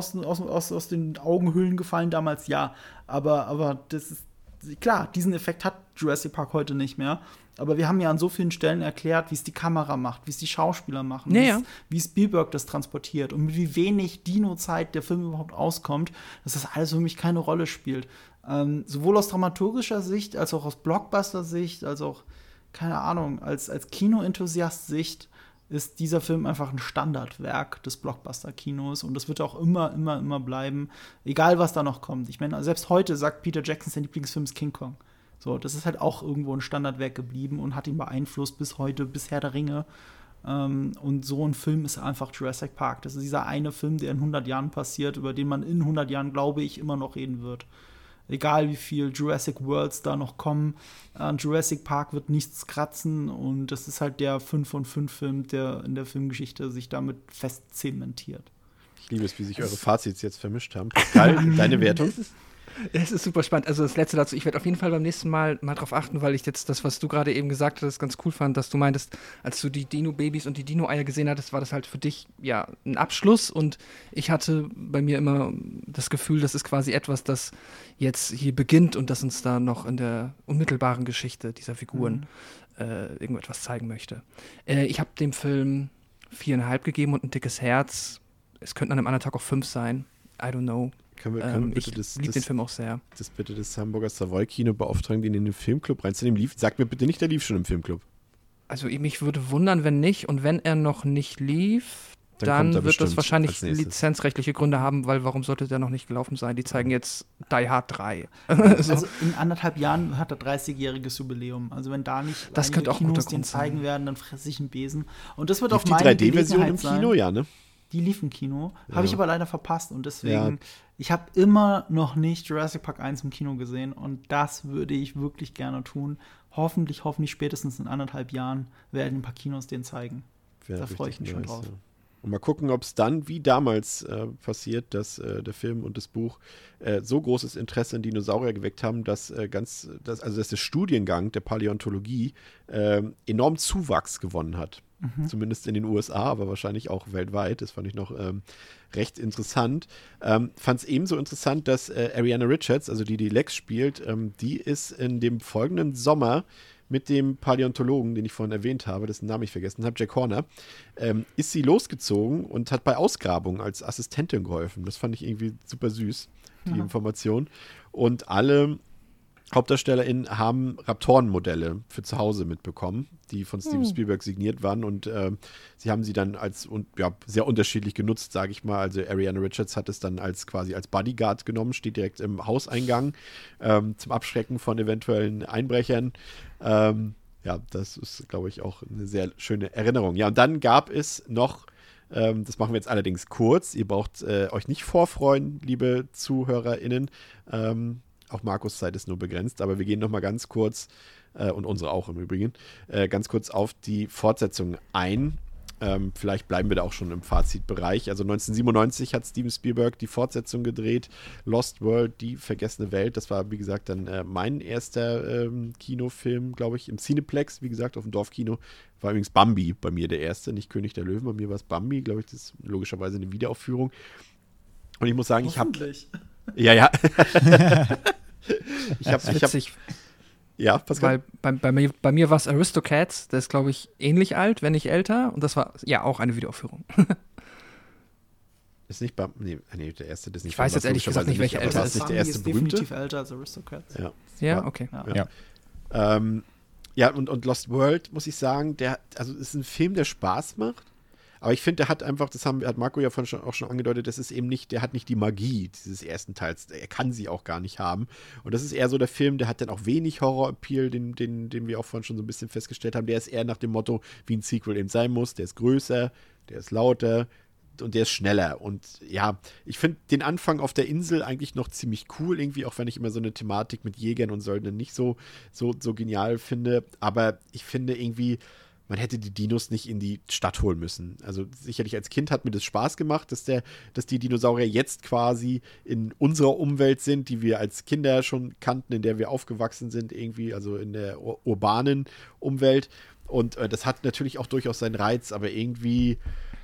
den Augenhöhlen gefallen damals? Ja, aber das ist klar, diesen Effekt hat Jurassic Park heute nicht mehr. Aber wir haben ja an so vielen Stellen erklärt, wie es die Kamera macht, wie es die Schauspieler machen, wie Spielberg das transportiert und mit wie wenig Dino-Zeit der Film überhaupt auskommt, dass das alles für mich keine Rolle spielt. Sowohl aus dramaturgischer Sicht, als auch aus Blockbuster-Sicht, als auch, keine Ahnung, als Kino-Enthusiast-Sicht ist dieser Film einfach ein Standardwerk des Blockbuster-Kinos und das wird auch immer bleiben, egal was da noch kommt. Ich meine, selbst heute sagt Peter Jackson, sein Lieblingsfilm ist King Kong. So, das ist halt auch irgendwo ein Standardwerk geblieben und hat ihn beeinflusst bis heute, bis Herr der Ringe. Und so ein Film ist einfach Jurassic Park. Das ist dieser eine Film, der in 100 Jahren passiert, über den man in 100 Jahren, glaube ich, immer noch reden wird. Egal wie viel Jurassic Worlds da noch kommen, an Jurassic Park wird nichts kratzen und das ist halt der 5 von 5 Film, der in der Filmgeschichte sich damit fest zementiert. Ich liebe es, wie sich eure Fazits jetzt vermischt haben. Pascal, deine Wertung? Es ist super spannend. Also das Letzte dazu, ich werde auf jeden Fall beim nächsten Mal drauf achten, weil ich jetzt das, was du gerade eben gesagt hast, ganz cool fand, dass du meintest, als du die Dino-Babys und die Dino-Eier gesehen hattest, war das halt für dich ja ein Abschluss und ich hatte bei mir immer das Gefühl, das ist quasi etwas, das jetzt hier beginnt und das uns da noch in der unmittelbaren Geschichte dieser Figuren irgendetwas zeigen möchte. Ich habe dem Film 4,5 gegeben und ein dickes Herz. Es könnten an einem anderen Tag auch 5 sein. I don't know. Können wir bitte ich liebe den Film auch sehr. Das bitte das Hamburger Savoy-Kino beauftragen, den in den Filmclub reinzunehmen. Sag mir bitte nicht, der lief schon im Filmclub. Also mich würde wundern, wenn nicht. Und wenn er noch nicht lief, dann wird das wahrscheinlich lizenzrechtliche Gründe haben, weil warum sollte der noch nicht gelaufen sein? Die zeigen jetzt Die Hard 3. Also in 1,5 Jahren hat er 30-jähriges Jubiläum. Also wenn da nicht das könnte auch Kinos den zeigen werden, dann fresse ich einen Besen. Und das wird auch die meine 3D-Version im sein. Kino, ja, ne? Die lief im Kino. Habe ich aber leider verpasst. Und deswegen, ich habe immer noch nicht Jurassic Park 1 im Kino gesehen. Und das würde ich wirklich gerne tun. Hoffentlich spätestens in 1,5 Jahren werden ein paar Kinos den zeigen. Da freue ich mich schon drauf. Ja. Und mal gucken, ob es dann wie damals passiert, dass der Film und das Buch so großes Interesse an Dinosaurier geweckt haben, dass der Studiengang der Paläontologie enorm Zuwachs gewonnen hat. Zumindest in den USA, aber wahrscheinlich auch weltweit. Das fand ich noch recht interessant. Fand es ebenso interessant, dass Ariana Richards, also die Lex spielt, die ist in dem folgenden Sommer mit dem Paläontologen, den ich vorhin erwähnt habe, dessen Namen ich vergessen habe, Jack Horner, ist sie losgezogen und hat bei Ausgrabungen als Assistentin geholfen. Das fand ich irgendwie super süß, die Information. Und alle HauptdarstellerInnen haben Raptorenmodelle für zu Hause mitbekommen, die von Steven Spielberg signiert waren und sie haben sie dann sehr unterschiedlich genutzt, sage ich mal. Also Ariana Richards hat es dann quasi als Bodyguard genommen, steht direkt im Hauseingang zum Abschrecken von eventuellen Einbrechern. Das ist, glaube ich, auch eine sehr schöne Erinnerung. Ja, und dann gab es noch, das machen wir jetzt allerdings kurz, ihr braucht euch nicht vorfreuen, liebe ZuhörerInnen, auch Markus' Zeit ist nur begrenzt, aber wir gehen noch mal ganz kurz, und unsere auch im Übrigen, ganz kurz auf die Fortsetzung ein. Vielleicht bleiben wir da auch schon im Fazitbereich. Also 1997 hat Steven Spielberg die Fortsetzung gedreht, Lost World, die vergessene Welt. Das war, wie gesagt, dann mein erster Kinofilm, glaube ich, im Cineplex, wie gesagt, auf dem Dorfkino. War übrigens Bambi bei mir der erste, nicht König der Löwen. Bei mir war es Bambi, glaube ich, das ist logischerweise eine Wiederaufführung. Und ich muss sagen, ich habe... Ja. ich habe ja, Pascal? Weil bei mir war es Aristocats, der ist, glaube ich, ähnlich alt, wenn nicht älter. Und das war ja auch eine Wiederaufführung. Ist nicht nee, der erste Disney. Ich weiß jetzt ehrlich gesagt nicht, welcher älter ist. Nicht der erste berühmte? Definitiv älter als Aristocats. Ja, okay. Ja. Und Lost World, muss ich sagen, es ist ein Film, der Spaß macht, Aber ich finde, der hat einfach, hat Marco ja auch schon angedeutet, das ist eben nicht, der hat nicht die Magie dieses ersten Teils. Er kann sie auch gar nicht haben. Und das ist eher so der Film, der hat dann auch wenig Horror-Appeal, den wir auch vorhin schon so ein bisschen festgestellt haben. Der ist eher nach dem Motto, wie ein Sequel eben sein muss. Der ist größer, der ist lauter und der ist schneller. Und ja, ich finde den Anfang auf der Insel eigentlich noch ziemlich cool, irgendwie, auch wenn ich immer so eine Thematik mit Jägern und Söldnern nicht so genial finde. Aber ich finde irgendwie, man hätte die Dinos nicht in die Stadt holen müssen. Also sicherlich als Kind hat mir das Spaß gemacht, dass die Dinosaurier jetzt quasi in unserer Umwelt sind, die wir als Kinder schon kannten, in der wir aufgewachsen sind, irgendwie, also in der urbanen Umwelt. Und das hat natürlich auch durchaus seinen Reiz, aber irgendwie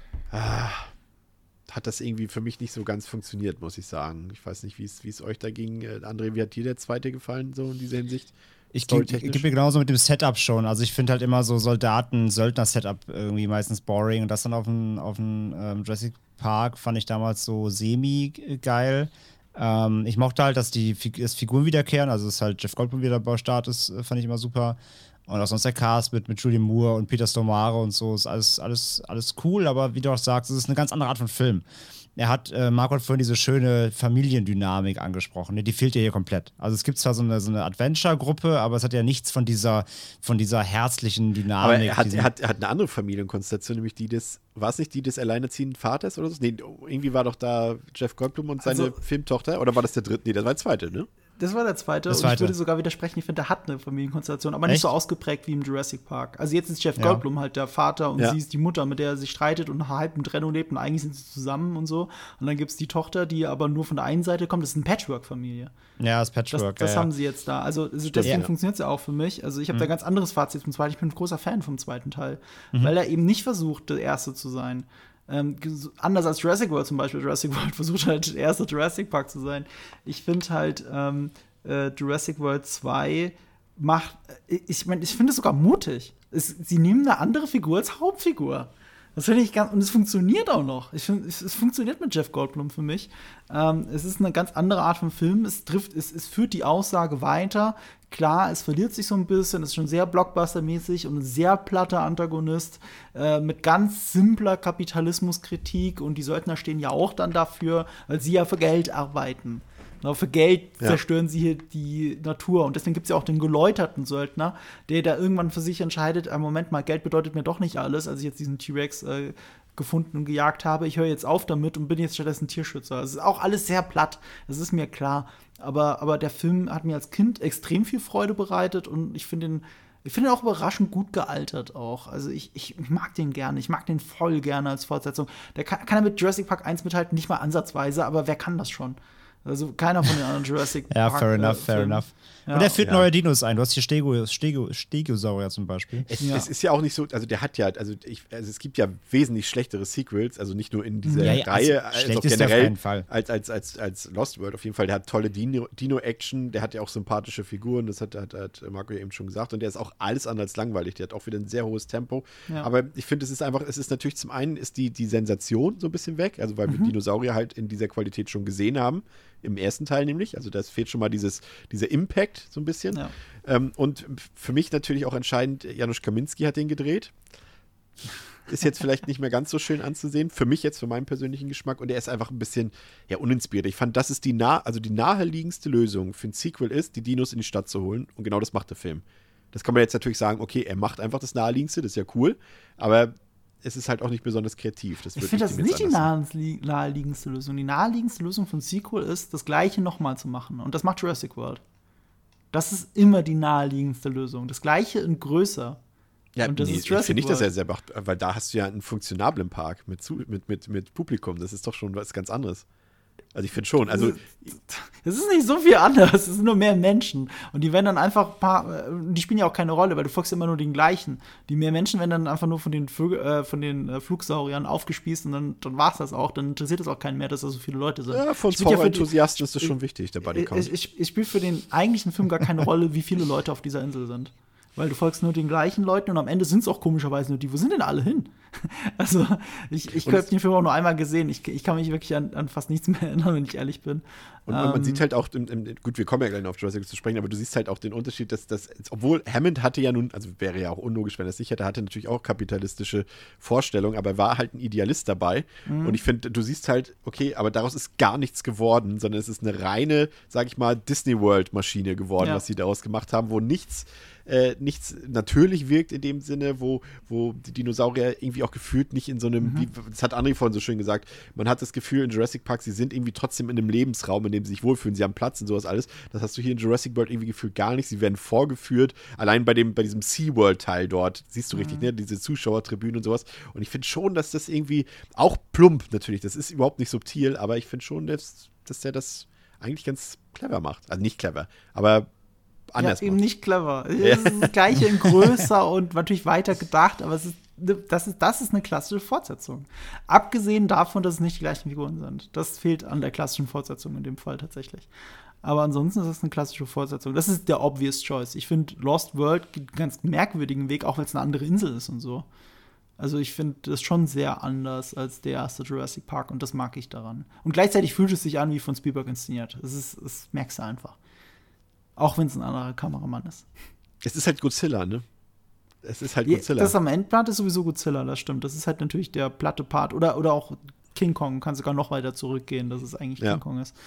hat das irgendwie für mich nicht so ganz funktioniert, muss ich sagen. Ich weiß nicht, wie es euch da ging. André, wie hat dir der zweite gefallen, so in dieser Hinsicht? Ich gebe mir genauso mit dem Setup schon. Also ich finde halt immer so Söldner-Setup irgendwie meistens boring. Und das dann auf dem Jurassic Park fand ich damals so semi-geil. Ich mochte halt, dass dass Figuren wiederkehren. Also dass halt Jeff Goldblum wieder bei Start ist, fand ich immer super. Und auch sonst der Cast mit Julianne Moore und Peter Stormare und so ist alles cool. Aber wie du auch sagst, es ist eine ganz andere Art von Film. Marco hat vorhin diese schöne Familiendynamik angesprochen. Die fehlt ja hier komplett. Also es gibt zwar so eine Adventure-Gruppe, aber es hat ja nichts von dieser herzlichen Dynamik. Aber er hat eine andere Familienkonstellation, nämlich war es nicht die des alleinerziehenden Vaters oder so? Nee, irgendwie war doch da Jeff Goldblum und seine Filmtochter, oder war das der dritte? Nee, das war der zweite, ne? Das war der zweite. Und ich würde sogar widersprechen, ich finde, der hat eine Familienkonstellation, aber nicht so ausgeprägt wie im Jurassic Park. Also jetzt ist Jeff Goldblum halt der Vater und sie ist die Mutter, mit der er sich streitet und halb in Trennung lebt und eigentlich sind sie zusammen und so. Und dann gibt es die Tochter, die aber nur von der einen Seite kommt. Das ist eine Patchwork-Familie. Ja, das Patchwork. Das haben sie jetzt da. Also deswegen funktioniert es ja auch für mich. Also ich habe da ganz anderes Fazit zum zweiten. Ich bin ein großer Fan vom zweiten Teil, weil er eben nicht versucht, der Erste zu sein. Anders als Jurassic World zum Beispiel. Jurassic World versucht halt, der erste Jurassic Park zu sein. Ich finde halt, Jurassic World 2 ich finde es sogar mutig. Sie nehmen eine andere Figur als Hauptfigur. Das finde ich und es funktioniert auch noch. Ich finde, es funktioniert mit Jeff Goldblum für mich. Es ist eine ganz andere Art von Film. Es führt die Aussage weiter. Klar, es verliert sich so ein bisschen. Es ist schon sehr Blockbuster-mäßig und ein sehr platter Antagonist mit ganz simpler Kapitalismuskritik. Und die Söldner stehen ja auch dann dafür, weil sie ja für Geld arbeiten. Für Geld zerstören sie hier die Natur. Und deswegen gibt es ja auch den geläuterten Söldner, der da irgendwann für sich entscheidet, Moment mal, Geld bedeutet mir doch nicht alles, als ich jetzt diesen T-Rex gefunden und gejagt habe. Ich höre jetzt auf damit und bin jetzt stattdessen Tierschützer. Es ist auch alles sehr platt, das ist mir klar. Aber der Film hat mir als Kind extrem viel Freude bereitet und ich finde ihn auch überraschend gut gealtert auch. Also ich mag den gerne. Ich mag den voll gerne als Fortsetzung. Der kann er mit Jurassic Park 1 mithalten, nicht mal ansatzweise, aber wer kann das schon? Also keiner von den anderen Jurassic Park. Ja, fair enough. Ja. Und er führt neue Dinos ein. Du hast hier Stegosaurier zum Beispiel. Es ist ja auch nicht so, also der hat ja, es gibt ja wesentlich schlechtere Sequels, also nicht nur in dieser Reihe, also auch generell als Lost World auf jeden Fall. Der hat tolle Dino-Action, der hat ja auch sympathische Figuren, das hat Marco ja eben schon gesagt, und der ist auch alles andere als langweilig. Der hat auch wieder ein sehr hohes Tempo. Ja. Aber ich finde, es ist natürlich zum einen ist die Sensation so ein bisschen weg, also weil wir Dinosaurier halt in dieser Qualität schon gesehen haben. Im ersten Teil nämlich, also das fehlt schon mal dieser Impact so ein bisschen. Ja. Und für mich natürlich auch entscheidend, Janusz Kaminski hat den gedreht. Ist jetzt vielleicht nicht mehr ganz so schön anzusehen, für mich jetzt, für meinen persönlichen Geschmack. Und er ist einfach ein bisschen uninspiriert. Ich fand, das ist die naheliegendste Lösung für ein Sequel ist, die Dinos in die Stadt zu holen. Und genau das macht der Film. Das kann man jetzt natürlich sagen, okay, er macht einfach das Naheliegendste, das ist ja cool. Aber es ist halt auch nicht besonders kreativ. Ich finde, das ist nicht die naheliegendste Lösung. Die naheliegendste Lösung von Sequel ist, das Gleiche nochmal zu machen. Und das macht Jurassic World. Das ist immer die naheliegendste Lösung. Das Gleiche in größer. Ja, und das ist Jurassic World. Finde ich das ja sehr macht, weil da hast du ja einen funktionablen Park mit Publikum. Das ist doch schon was ganz anderes. Also ich finde schon, also es ist nicht so viel anders, es sind nur mehr Menschen und die werden dann einfach die spielen ja auch keine Rolle, weil du folgst immer nur den gleichen. Die mehr Menschen werden dann einfach nur von den Flugsauriern aufgespießt und dann war's das auch, dann interessiert es auch keinen mehr, dass da so viele Leute sind. Ja, von Horror-Enthusiasten ist das schon wichtig, der Bodycount. Ich spiele für den eigentlichen Film gar keine Rolle, wie viele Leute auf dieser Insel sind. Weil du folgst nur den gleichen Leuten und am Ende sind es auch komischerweise nur die. Wo sind denn alle hin? Also, ich habe den Film auch nur einmal gesehen. Ich kann mich wirklich an fast nichts mehr erinnern, wenn ich ehrlich bin. Und man sieht halt auch, gut, wir kommen ja gleich noch auf Jurassic zu sprechen, aber du siehst halt auch den Unterschied, dass obwohl Hammond hatte ja nun, also wäre ja auch unlogisch, wenn er es nicht hätte, hatte natürlich auch kapitalistische Vorstellungen, aber er war halt ein Idealist dabei. Und ich finde, du siehst halt, okay, aber daraus ist gar nichts geworden, sondern es ist eine reine, sag ich mal, Disney-World-Maschine geworden, was sie daraus gemacht haben, wo nichts natürlich wirkt in dem Sinne, wo die Dinosaurier irgendwie auch gefühlt nicht in so einem, wie, das hat André vorhin so schön gesagt, man hat das Gefühl in Jurassic Park, sie sind irgendwie trotzdem in einem Lebensraum, in dem sie sich wohlfühlen, sie haben Platz und sowas alles. Das hast du hier in Jurassic World irgendwie gefühlt gar nicht. Sie werden vorgeführt, allein bei diesem SeaWorld-Teil dort, siehst du richtig, ne, diese Zuschauertribünen und sowas. Und ich finde schon, dass das irgendwie, auch plump natürlich, das ist überhaupt nicht subtil, aber ich finde schon, dass der das eigentlich ganz clever macht. Also nicht clever, aber anders eben nicht clever. Es ist das Gleiche in größer und natürlich weiter gedacht, aber das ist eine klassische Fortsetzung. Abgesehen davon, dass es nicht die gleichen Figuren sind. Das fehlt an der klassischen Fortsetzung in dem Fall tatsächlich. Aber ansonsten ist es eine klassische Fortsetzung. Das ist der obvious choice. Ich finde, Lost World geht einen ganz merkwürdigen Weg, auch wenn es eine andere Insel ist und so. Also ich finde das schon sehr anders als der erste Jurassic Park und das mag ich daran. Und gleichzeitig fühlt es sich an wie von Spielberg inszeniert. Das merkst du einfach. Auch wenn es ein anderer Kameramann ist. Es ist halt Godzilla, ne? Es ist halt Godzilla. Das am Endblatt ist sowieso Godzilla, das stimmt. Das ist halt natürlich der platte Part. Oder auch King Kong, kann sogar noch weiter zurückgehen, dass es eigentlich King Kong ist.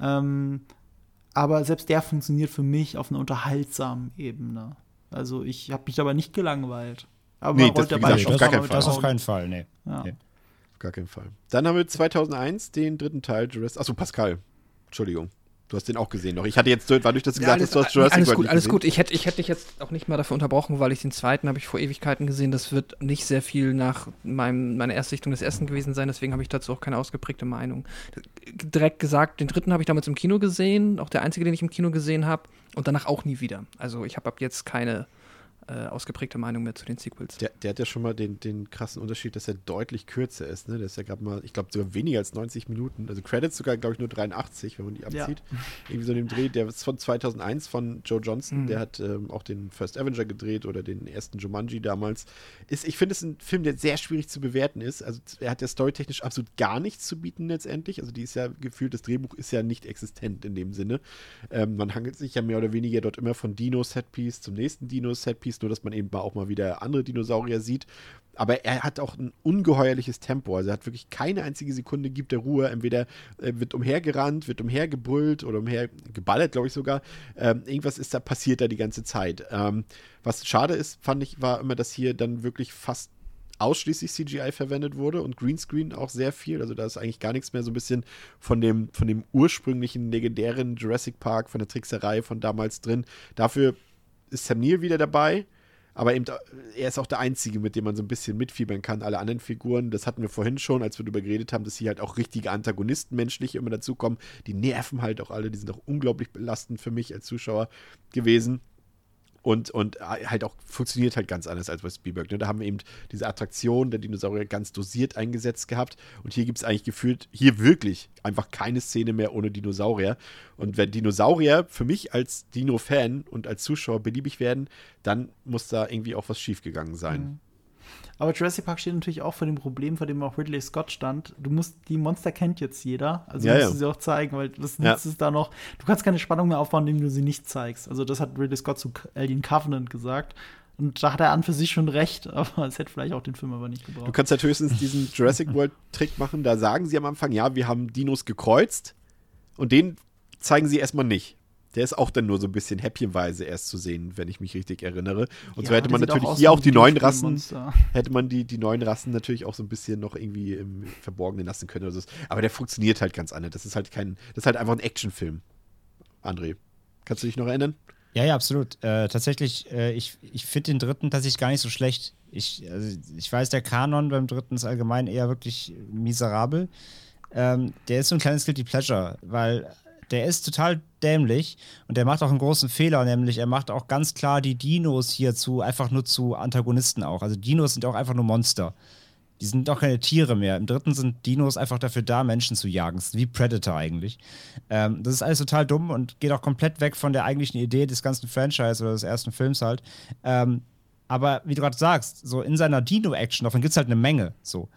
Aber selbst der funktioniert für mich auf einer unterhaltsamen Ebene. Also ich habe mich dabei nicht gelangweilt. Aber nee, man rollt dabei auf gar keinen Fall. Das auf keinen Fall, nee. Ja. Nee. Auf gar keinen Fall. Dann haben wir 2001 den dritten Teil Jurassic. Achso, Pascal. Entschuldigung. Du hast den auch gesehen noch. Ich hatte jetzt, dadurch, dass du gesagt hast, du hast Jurassic World alles gut. Ich hätte dich jetzt auch nicht mal dafür unterbrochen, weil den zweiten habe ich vor Ewigkeiten gesehen. Das wird nicht sehr viel nach meiner Erstsichtung des ersten gewesen sein. Deswegen habe ich dazu auch keine ausgeprägte Meinung. Direkt gesagt, den dritten habe ich damals im Kino gesehen. Auch der einzige, den ich im Kino gesehen habe. Und danach auch nie wieder. Also ich habe ab jetzt keine ausgeprägte Meinung mehr zu den Sequels. Der hat ja schon mal den krassen Unterschied, dass er deutlich kürzer ist. Ne? Der ist ja gerade mal, ich glaube, sogar weniger als 90 Minuten. Also Credits sogar, glaube ich, nur 83, wenn man die abzieht. Ja. Irgendwie so in dem Dreh. Der ist von 2001 von Joe Johnston. Der hat auch den First Avenger gedreht oder den ersten Jumanji damals. Ich finde es ein Film, der sehr schwierig zu bewerten ist. Also er hat ja storytechnisch absolut gar nichts zu bieten letztendlich. Also die ist ja gefühlt, das Drehbuch ist ja nicht existent in dem Sinne. Man hangelt sich ja mehr oder weniger dort immer von Dino-Setpiece zum nächsten Dino-Setpiece, nur dass man eben auch mal wieder andere Dinosaurier sieht. Aber er hat auch ein ungeheuerliches Tempo. Also er hat wirklich keine einzige Sekunde gibt der Ruhe. Entweder wird umhergerannt, wird umhergebrüllt oder umhergeballert, glaube ich sogar. Irgendwas passiert da die ganze Zeit. Was schade ist, fand ich, war immer, dass hier dann wirklich fast ausschließlich CGI verwendet wurde und Greenscreen auch sehr viel. Also da ist eigentlich gar nichts mehr so ein bisschen von dem ursprünglichen legendären Jurassic Park, von der Trickserei von damals drin. Dafür ist Sam Neill wieder dabei. Aber eben, er ist auch der Einzige, mit dem man so ein bisschen mitfiebern kann. Alle anderen Figuren, das hatten wir vorhin schon, als wir darüber geredet haben, dass hier halt auch richtige Antagonisten menschlich immer dazukommen. Die nerven halt auch alle, die sind auch unglaublich belastend für mich als Zuschauer gewesen. Und halt auch funktioniert halt ganz anders als bei Spielberg. Ne? Da haben wir eben diese Attraktion der Dinosaurier ganz dosiert eingesetzt gehabt. Und hier gibt es eigentlich gefühlt, hier wirklich einfach keine Szene mehr ohne Dinosaurier. Und wenn Dinosaurier für mich als Dino-Fan und als Zuschauer beliebig werden, dann muss da irgendwie auch was schiefgegangen sein. Mhm. Aber Jurassic Park steht natürlich auch vor dem Problem, vor dem auch Ridley Scott stand. Die Monster kennt jetzt jeder, also musst du sie auch zeigen, weil was nützt es da noch? Du kannst keine Spannung mehr aufbauen, indem du sie nicht zeigst. Also das hat Ridley Scott zu Alien Covenant gesagt. Und da hat er an für sich schon recht, aber es hätte vielleicht auch den Film aber nicht gebraucht. Du kannst halt höchstens diesen Jurassic World-Trick machen, da sagen sie am Anfang, ja, wir haben Dinos gekreuzt und den zeigen sie erstmal nicht. Der ist auch dann nur so ein bisschen häppchenweise erst zu sehen, wenn ich mich richtig erinnere. Und so hätte man natürlich hier auch die neuen Rassen, hätte man die neuen Rassen natürlich auch so ein bisschen noch irgendwie im Verborgenen lassen können. Oder so. Aber der funktioniert halt ganz anders. Das ist halt einfach ein Actionfilm. André, kannst du dich noch erinnern? Ja, absolut. Tatsächlich, ich finde den dritten tatsächlich gar nicht so schlecht. Ich weiß, der Kanon beim dritten ist allgemein eher wirklich miserabel. Der ist so ein kleines Guilty Pleasure, weil der ist total dämlich und der macht auch einen großen Fehler, nämlich er macht auch ganz klar die Dinos hier einfach nur zu Antagonisten auch. Also Dinos sind auch einfach nur Monster. Die sind doch keine Tiere mehr. Im dritten sind Dinos einfach dafür da, Menschen zu jagen. Das ist wie Predator eigentlich. Das ist alles total dumm und geht auch komplett weg von der eigentlichen Idee des ganzen Franchise oder des ersten Films halt. Aber wie du gerade sagst, so in seiner Dino-Action, davon gibt es halt eine Menge. So.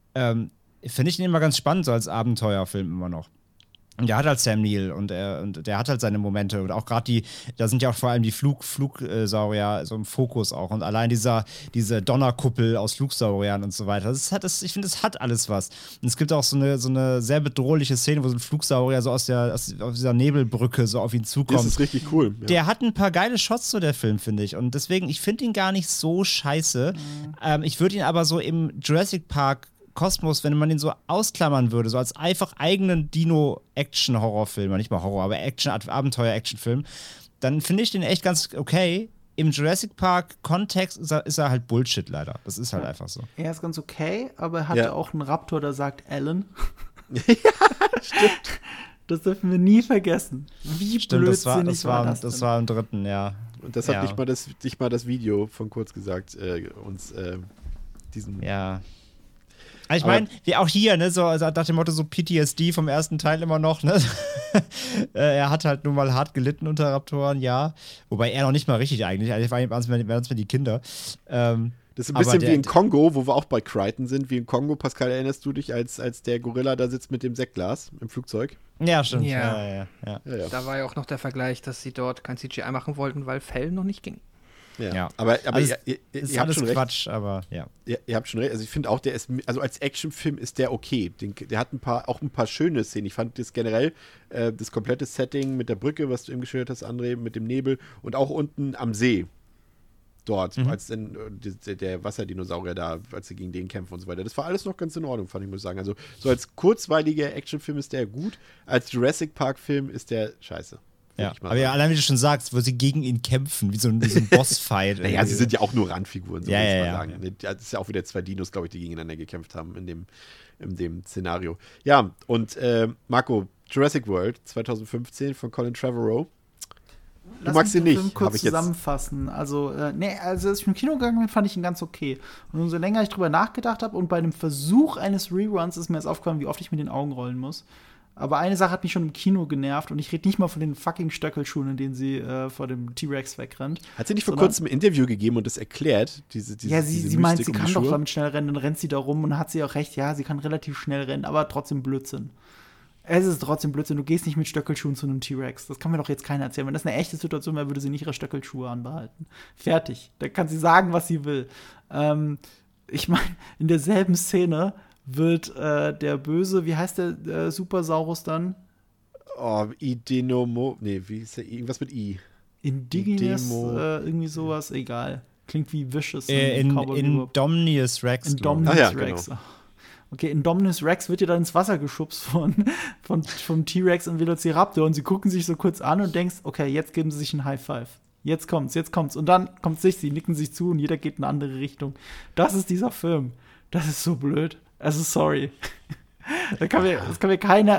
Finde ich ihn immer ganz spannend, so als Abenteuerfilm immer noch. Und der hat halt Sam Neill und der hat halt seine Momente und auch gerade da sind ja auch vor allem die Flugsaurier so im Fokus auch und allein diese Donnerkuppel aus Flugsauriern und so weiter. Ich finde, das hat alles was. Und es gibt auch so eine sehr bedrohliche Szene, wo so ein Flugsaurier so aus dieser Nebelbrücke so auf ihn zukommt. Das ist richtig cool. Ja. Der hat ein paar geile Shots, so der Film, finde ich. Und deswegen, ich finde ihn gar nicht so scheiße. Ich würde ihn aber so im Jurassic Park Kosmos, wenn man den so ausklammern würde, so als einfach eigenen Dino-Action-Horrorfilm, nicht mal Horror, aber Abenteuer-Action-Film, dann finde ich den echt ganz okay. Im Jurassic Park-Kontext ist er halt Bullshit leider. Das ist halt einfach so. Er ist ganz okay, aber er hatte auch einen Raptor, der sagt Alan. Ja, stimmt. Das dürfen wir nie vergessen. Wie blödsinnig war das? Das war im dritten, ja. Und das hat nicht mal das Video von kurz gesagt, uns diesen. Ja. Ich meine, wie auch hier, ne, so also nach dem Motto so PTSD vom ersten Teil immer noch, ne? Er hat halt nun mal hart gelitten unter Raptoren, ja. Wobei er noch nicht mal richtig eigentlich. Eigentlich waren es mir die Kinder. Das ist ein bisschen wie in Kongo, wo wir auch bei Crichton sind. Wie in Kongo, Pascal, erinnerst du dich, als der Gorilla da sitzt mit dem Sektglas im Flugzeug? Ja, stimmt. Ja. Ja. Da war ja auch noch der Vergleich, dass sie dort kein CGI machen wollten, weil Fell noch nicht ging. Ja. Aber also ihr ist habt alles schon recht. Quatsch, aber ja. Ihr habt schon recht. Also ich finde auch, der ist, also als Actionfilm ist der okay. Der hat auch ein paar schöne Szenen. Ich fand das generell, das komplette Setting mit der Brücke, was du eben geschildert hast, André, mit dem Nebel und auch unten am See. Dort, als dann der Wasserdinosaurier da, als sie gegen den kämpfen und so weiter. Das war alles noch ganz in Ordnung, fand ich, muss ich sagen. Also so als kurzweiliger Actionfilm ist der gut. Als Jurassic Park-Film ist der scheiße. Ja, aber ja, allein wie du schon sagst, wo sie gegen ihn kämpfen, wie so ein Bossfight. Naja, sie sind ja auch nur Randfiguren, so muss man sagen. Ja. Das ist ja auch wieder 2 Dinos, glaube ich, die gegeneinander gekämpft haben in dem Szenario. Ja, und Marco, Jurassic World 2015 von Colin Trevorrow. Du magst ihn nicht, Film kurz zusammenfassen. Also, als ich im Kino gegangen bin, fand ich ihn ganz okay. Und umso länger ich drüber nachgedacht habe und bei einem Versuch eines Reruns ist mir jetzt aufgefallen, wie oft ich mit den Augen rollen muss. Aber eine Sache hat mich schon im Kino genervt und ich rede nicht mal von den fucking Stöckelschuhen, in denen sie vor dem T-Rex wegrennt. Hat sie nicht vor kurzem ein Interview gegeben und das erklärt? Sie meint, sie kann doch damit schnell rennen, dann rennt sie da rum und hat sie auch recht, ja, sie kann relativ schnell rennen, aber trotzdem Blödsinn. Es ist trotzdem Blödsinn, du gehst nicht mit Stöckelschuhen zu einem T-Rex. Das kann mir doch jetzt keiner erzählen. Wenn das eine echte Situation wäre, würde sie nicht ihre Stöckelschuhe anbehalten. Fertig. Da kann sie sagen, was sie will. Ich meine, in derselben Szene wird der Böse, wie heißt der Supersaurus dann? Oh, Idenomo, wie ist der? Irgendwas mit I. Indigenous, irgendwie sowas, egal. Klingt wie Vicious. Indominus Rex. Indominus Rex. Genau. Okay, Indominus Rex wird ja dann ins Wasser geschubst vom T-Rex und Velociraptor und sie gucken sich so kurz an und denkst, okay, jetzt geben sie sich einen High Five. Jetzt kommt's. Und dann kommt sie nicken sich zu und jeder geht in eine andere Richtung. Das ist dieser Film. Das ist so blöd. Also, sorry. Das kann mir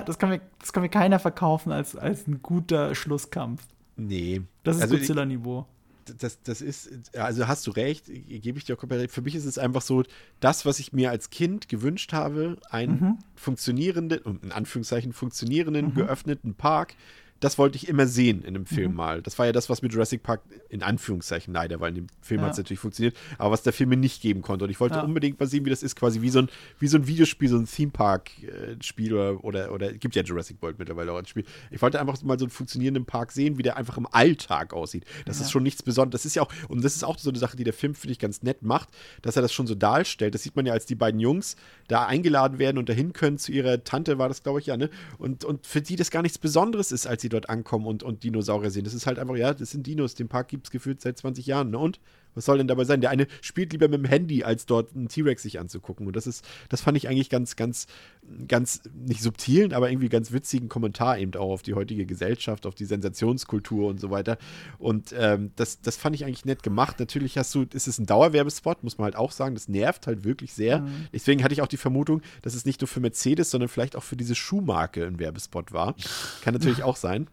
keiner verkaufen als ein guter Schlusskampf. Nee. Das ist Godzilla-Niveau. Das ist, also hast du recht, gebe ich dir auch komplett recht. Für mich ist es einfach so, das, was ich mir als Kind gewünscht habe, einen funktionierenden, in Anführungszeichen geöffneten Park, das wollte ich immer sehen in einem Film mal. Das war ja das, was mit Jurassic Park in Anführungszeichen leider, weil in dem Film hat es natürlich funktioniert, aber was der Film mir nicht geben konnte. Und ich wollte unbedingt mal sehen, wie das ist, quasi wie so ein Videospiel, so ein Theme-Park-Spiel oder gibt ja Jurassic World mittlerweile auch als Spiel. Ich wollte einfach mal so einen funktionierenden Park sehen, wie der einfach im Alltag aussieht. Das ist schon nichts Besonderes. Das ist ja auch, und das ist auch so eine Sache, die der Film, finde ich, ganz nett macht, dass er das schon so darstellt. Das sieht man ja, als die beiden Jungs da eingeladen werden und dahin können zu ihrer Tante, war das, glaube ich, ja, ne? Und für die das gar nichts Besonderes ist, als sie dort ankommen und Dinosaurier sehen. Das ist halt einfach, das sind Dinos. Den Park gibt es gefühlt seit 20 Jahren. Ne? Und was soll denn dabei sein? Der eine spielt lieber mit dem Handy, als dort einen T-Rex sich anzugucken. Und das fand ich eigentlich ganz, ganz, ganz nicht subtilen, aber irgendwie ganz witzigen Kommentar eben auch auf die heutige Gesellschaft, auf die Sensationskultur und so weiter. Und das fand ich eigentlich nett gemacht. Natürlich ist es ein Dauerwerbespot, muss man halt auch sagen. Das nervt halt wirklich sehr. Deswegen hatte ich auch die Vermutung, dass es nicht nur für Mercedes, sondern vielleicht auch für diese Schuhmarke ein Werbespot war. Kann natürlich auch sein.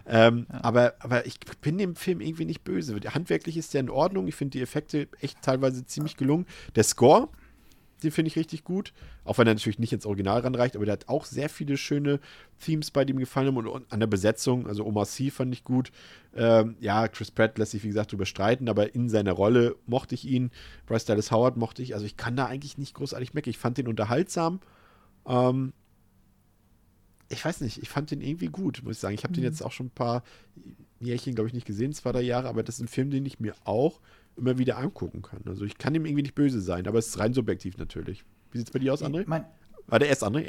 Aber ich bin dem Film irgendwie nicht böse. Handwerklich ist der in Ordnung. Ich finde die Effekte echt teilweise ziemlich gelungen. Der Score den finde ich richtig gut. Auch wenn er natürlich nicht ins Original ranreicht, aber der hat auch sehr viele schöne Themes bei dem gefallen haben und an der Besetzung. Also Omar Sy fand ich gut. Chris Pratt lässt sich, wie gesagt, drüber streiten, aber in seiner Rolle mochte ich ihn. Bryce Dallas Howard mochte ich. Also ich kann da eigentlich nicht großartig meckern. Ich fand den unterhaltsam. Ich weiß nicht, ich fand den irgendwie gut, muss ich sagen. Ich habe den jetzt auch schon ein paar Jährchen, glaube ich, nicht gesehen, 2-3 Jahre, aber das ist ein Film, den ich mir auch immer wieder angucken kann. Also ich kann ihm irgendwie nicht böse sein, aber es ist rein subjektiv natürlich. Wie sieht es bei dir aus, André? Warte, erst André.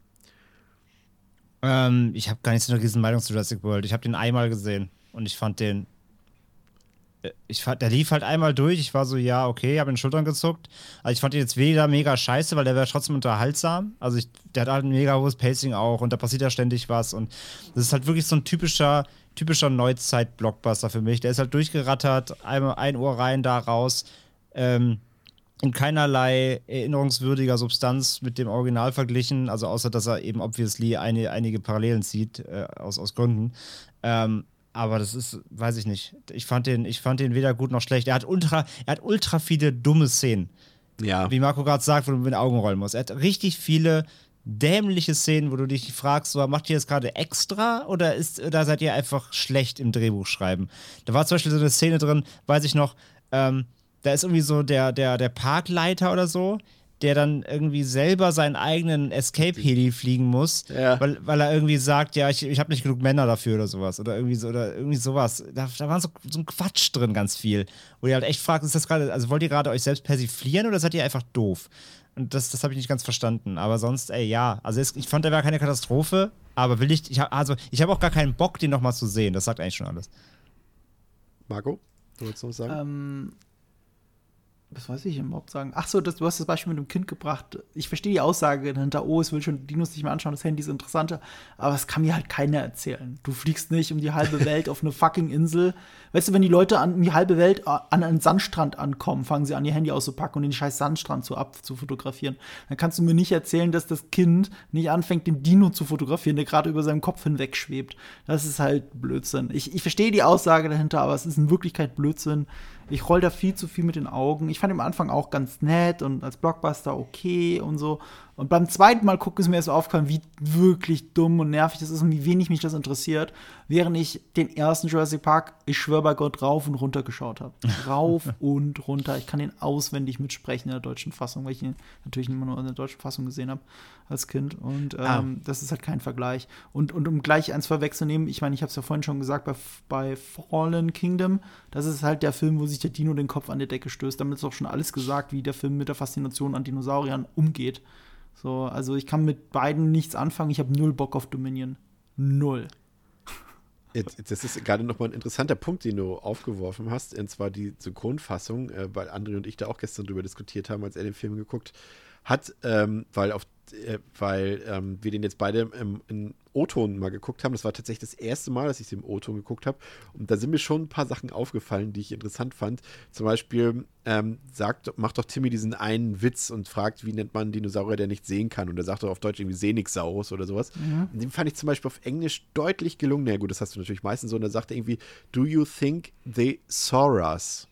Ich habe gar nicht so eine riesen Meinung zu Jurassic World. Ich habe den einmal gesehen und ich fand den der lief halt einmal durch. Ich war so, ja, okay, habe in den Schultern gezuckt. Also ich fand den jetzt weder mega scheiße, weil der wäre trotzdem unterhaltsam. Also der hat halt ein mega hohes Pacing auch und da passiert ja ständig was. Und das ist halt wirklich so ein typischer Neuzeit-Blockbuster für mich. Der ist halt durchgerattert, einmal 1 Uhr rein, da raus. In keinerlei erinnerungswürdiger Substanz mit dem Original verglichen. Also außer, dass er eben obviously einige Parallelen zieht, aus Gründen. Aber das ist, weiß ich nicht. Ich fand den weder gut noch schlecht. Er hat ultra viele dumme Szenen. Ja. Wie Marco gerade sagt, wo du mit den Augen rollen musst. Er hat richtig viele dämliche Szenen, wo du dich fragst, so, macht ihr das gerade extra oder seid ihr einfach schlecht im Drehbuchschreiben? Da war zum Beispiel so eine Szene drin, weiß ich noch, da ist irgendwie so der Parkleiter oder so, der dann irgendwie selber seinen eigenen Escape-Heli fliegen muss, weil er irgendwie sagt, ja, ich habe nicht genug Männer dafür oder sowas. Oder irgendwie sowas. Da war so ein Quatsch drin, ganz viel. Wo ihr halt echt fragt, ist das gerade, also wollt ihr gerade euch selbst persiflieren oder seid ihr einfach doof? Und das habe ich nicht ganz verstanden. Aber sonst, ja. Also ich fand, der war keine Katastrophe, aber ich habe auch gar keinen Bock, den nochmal zu sehen. Das sagt eigentlich schon alles. Marco, du wolltest noch was sagen? Was weiß ich überhaupt sagen? Ach so, du hast das Beispiel mit dem Kind gebracht. Ich verstehe die Aussage dahinter, es will schon Dinos nicht mehr anschauen, das Handy ist interessanter. Aber es kann mir halt keiner erzählen. Du fliegst nicht um die halbe Welt auf eine fucking Insel. Weißt du, wenn die Leute um die halbe Welt an einen Sandstrand ankommen, fangen sie an, ihr Handy auszupacken und den scheiß Sandstrand zu fotografieren. Dann kannst du mir nicht erzählen, dass das Kind nicht anfängt, den Dino zu fotografieren, der gerade über seinem Kopf hinweg schwebt. Das ist halt Blödsinn. Ich verstehe die Aussage dahinter, aber es ist in Wirklichkeit Blödsinn. Ich roll da viel zu viel mit den Augen. Ich fand ihn am Anfang auch ganz nett und als Blockbuster okay und so. Und beim zweiten Mal gucken ist mir erst so aufgefallen, wie wirklich dumm und nervig das ist und wie wenig mich das interessiert, während ich den ersten Jurassic Park, ich schwöre bei Gott, rauf und runter geschaut habe. Rauf und runter. Ich kann den auswendig mitsprechen in der deutschen Fassung, weil ich ihn natürlich immer nur in der deutschen Fassung gesehen habe als Kind. Und das ist halt kein Vergleich. Und um gleich eins vorwegzunehmen, ich meine, ich habe es ja vorhin schon gesagt, bei Fallen Kingdom, das ist halt der Film, wo sich der Dino den Kopf an die Decke stößt. Damit ist auch schon alles gesagt, wie der Film mit der Faszination an Dinosauriern umgeht. So, also ich kann mit beiden nichts anfangen. Ich habe 0 Bock auf Dominion. 0. Das ist gerade nochmal ein interessanter Punkt, den du aufgeworfen hast, und zwar die Synchronfassung, weil André und ich da auch gestern drüber diskutiert haben, als er den Film geguckt hat, weil wir den jetzt beide in O-Ton mal geguckt haben. Das war tatsächlich das erste Mal, dass ich es im O-Ton geguckt habe. Und da sind mir schon ein paar Sachen aufgefallen, die ich interessant fand. Zum Beispiel macht doch Timmy diesen einen Witz und fragt, wie nennt man einen Dinosaurier, der nicht sehen kann. Und er sagt doch auf Deutsch irgendwie Senixaurus oder sowas. Mhm. Und den fand ich zum Beispiel auf Englisch deutlich gelungen. Na gut, das hast du natürlich meistens so. Und er sagt irgendwie, do you think they saw us?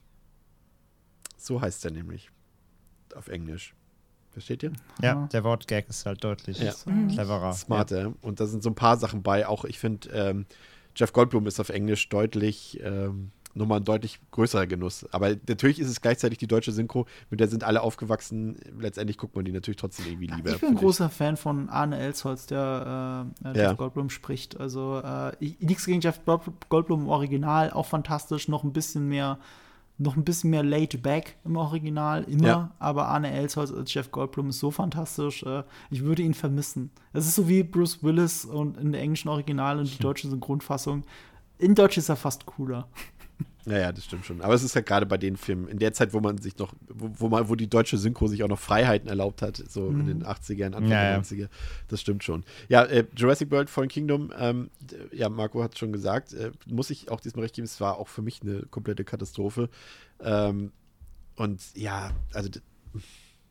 So heißt er nämlich auf Englisch. Versteht ihr? Ja, der Wortgag ist halt deutlich cleverer. Smarter. Ja. Und da sind so ein paar Sachen bei. Auch ich finde, Jeff Goldblum ist auf Englisch nochmal ein deutlich größerer Genuss. Aber natürlich ist es gleichzeitig die deutsche Synchro, mit der sind alle aufgewachsen. Letztendlich guckt man die natürlich trotzdem irgendwie lieber. Ich bin ein großer Fan von Arne Elsholz, der Jeff Goldblum spricht. Also nichts gegen Jeff Goldblum im Original, auch fantastisch, noch ein bisschen mehr laid back im Original, immer, aber Arne Elsholz als Jeff Goldblum ist so fantastisch, ich würde ihn vermissen. Es ist so wie Bruce Willis und in der englischen Original und die deutsche Synchronfassung. In Deutsch ist er fast cooler. Ja, das stimmt schon. Aber es ist ja gerade bei den Filmen, in der Zeit, wo man sich noch, wo die deutsche Synchro sich auch noch Freiheiten erlaubt hat, so in den 80ern, Anfang der 90er, das stimmt schon. Ja, Jurassic World Fallen Kingdom, Marco hat es schon gesagt, muss ich auch diesmal recht geben, es war auch für mich eine komplette Katastrophe. Und ja, also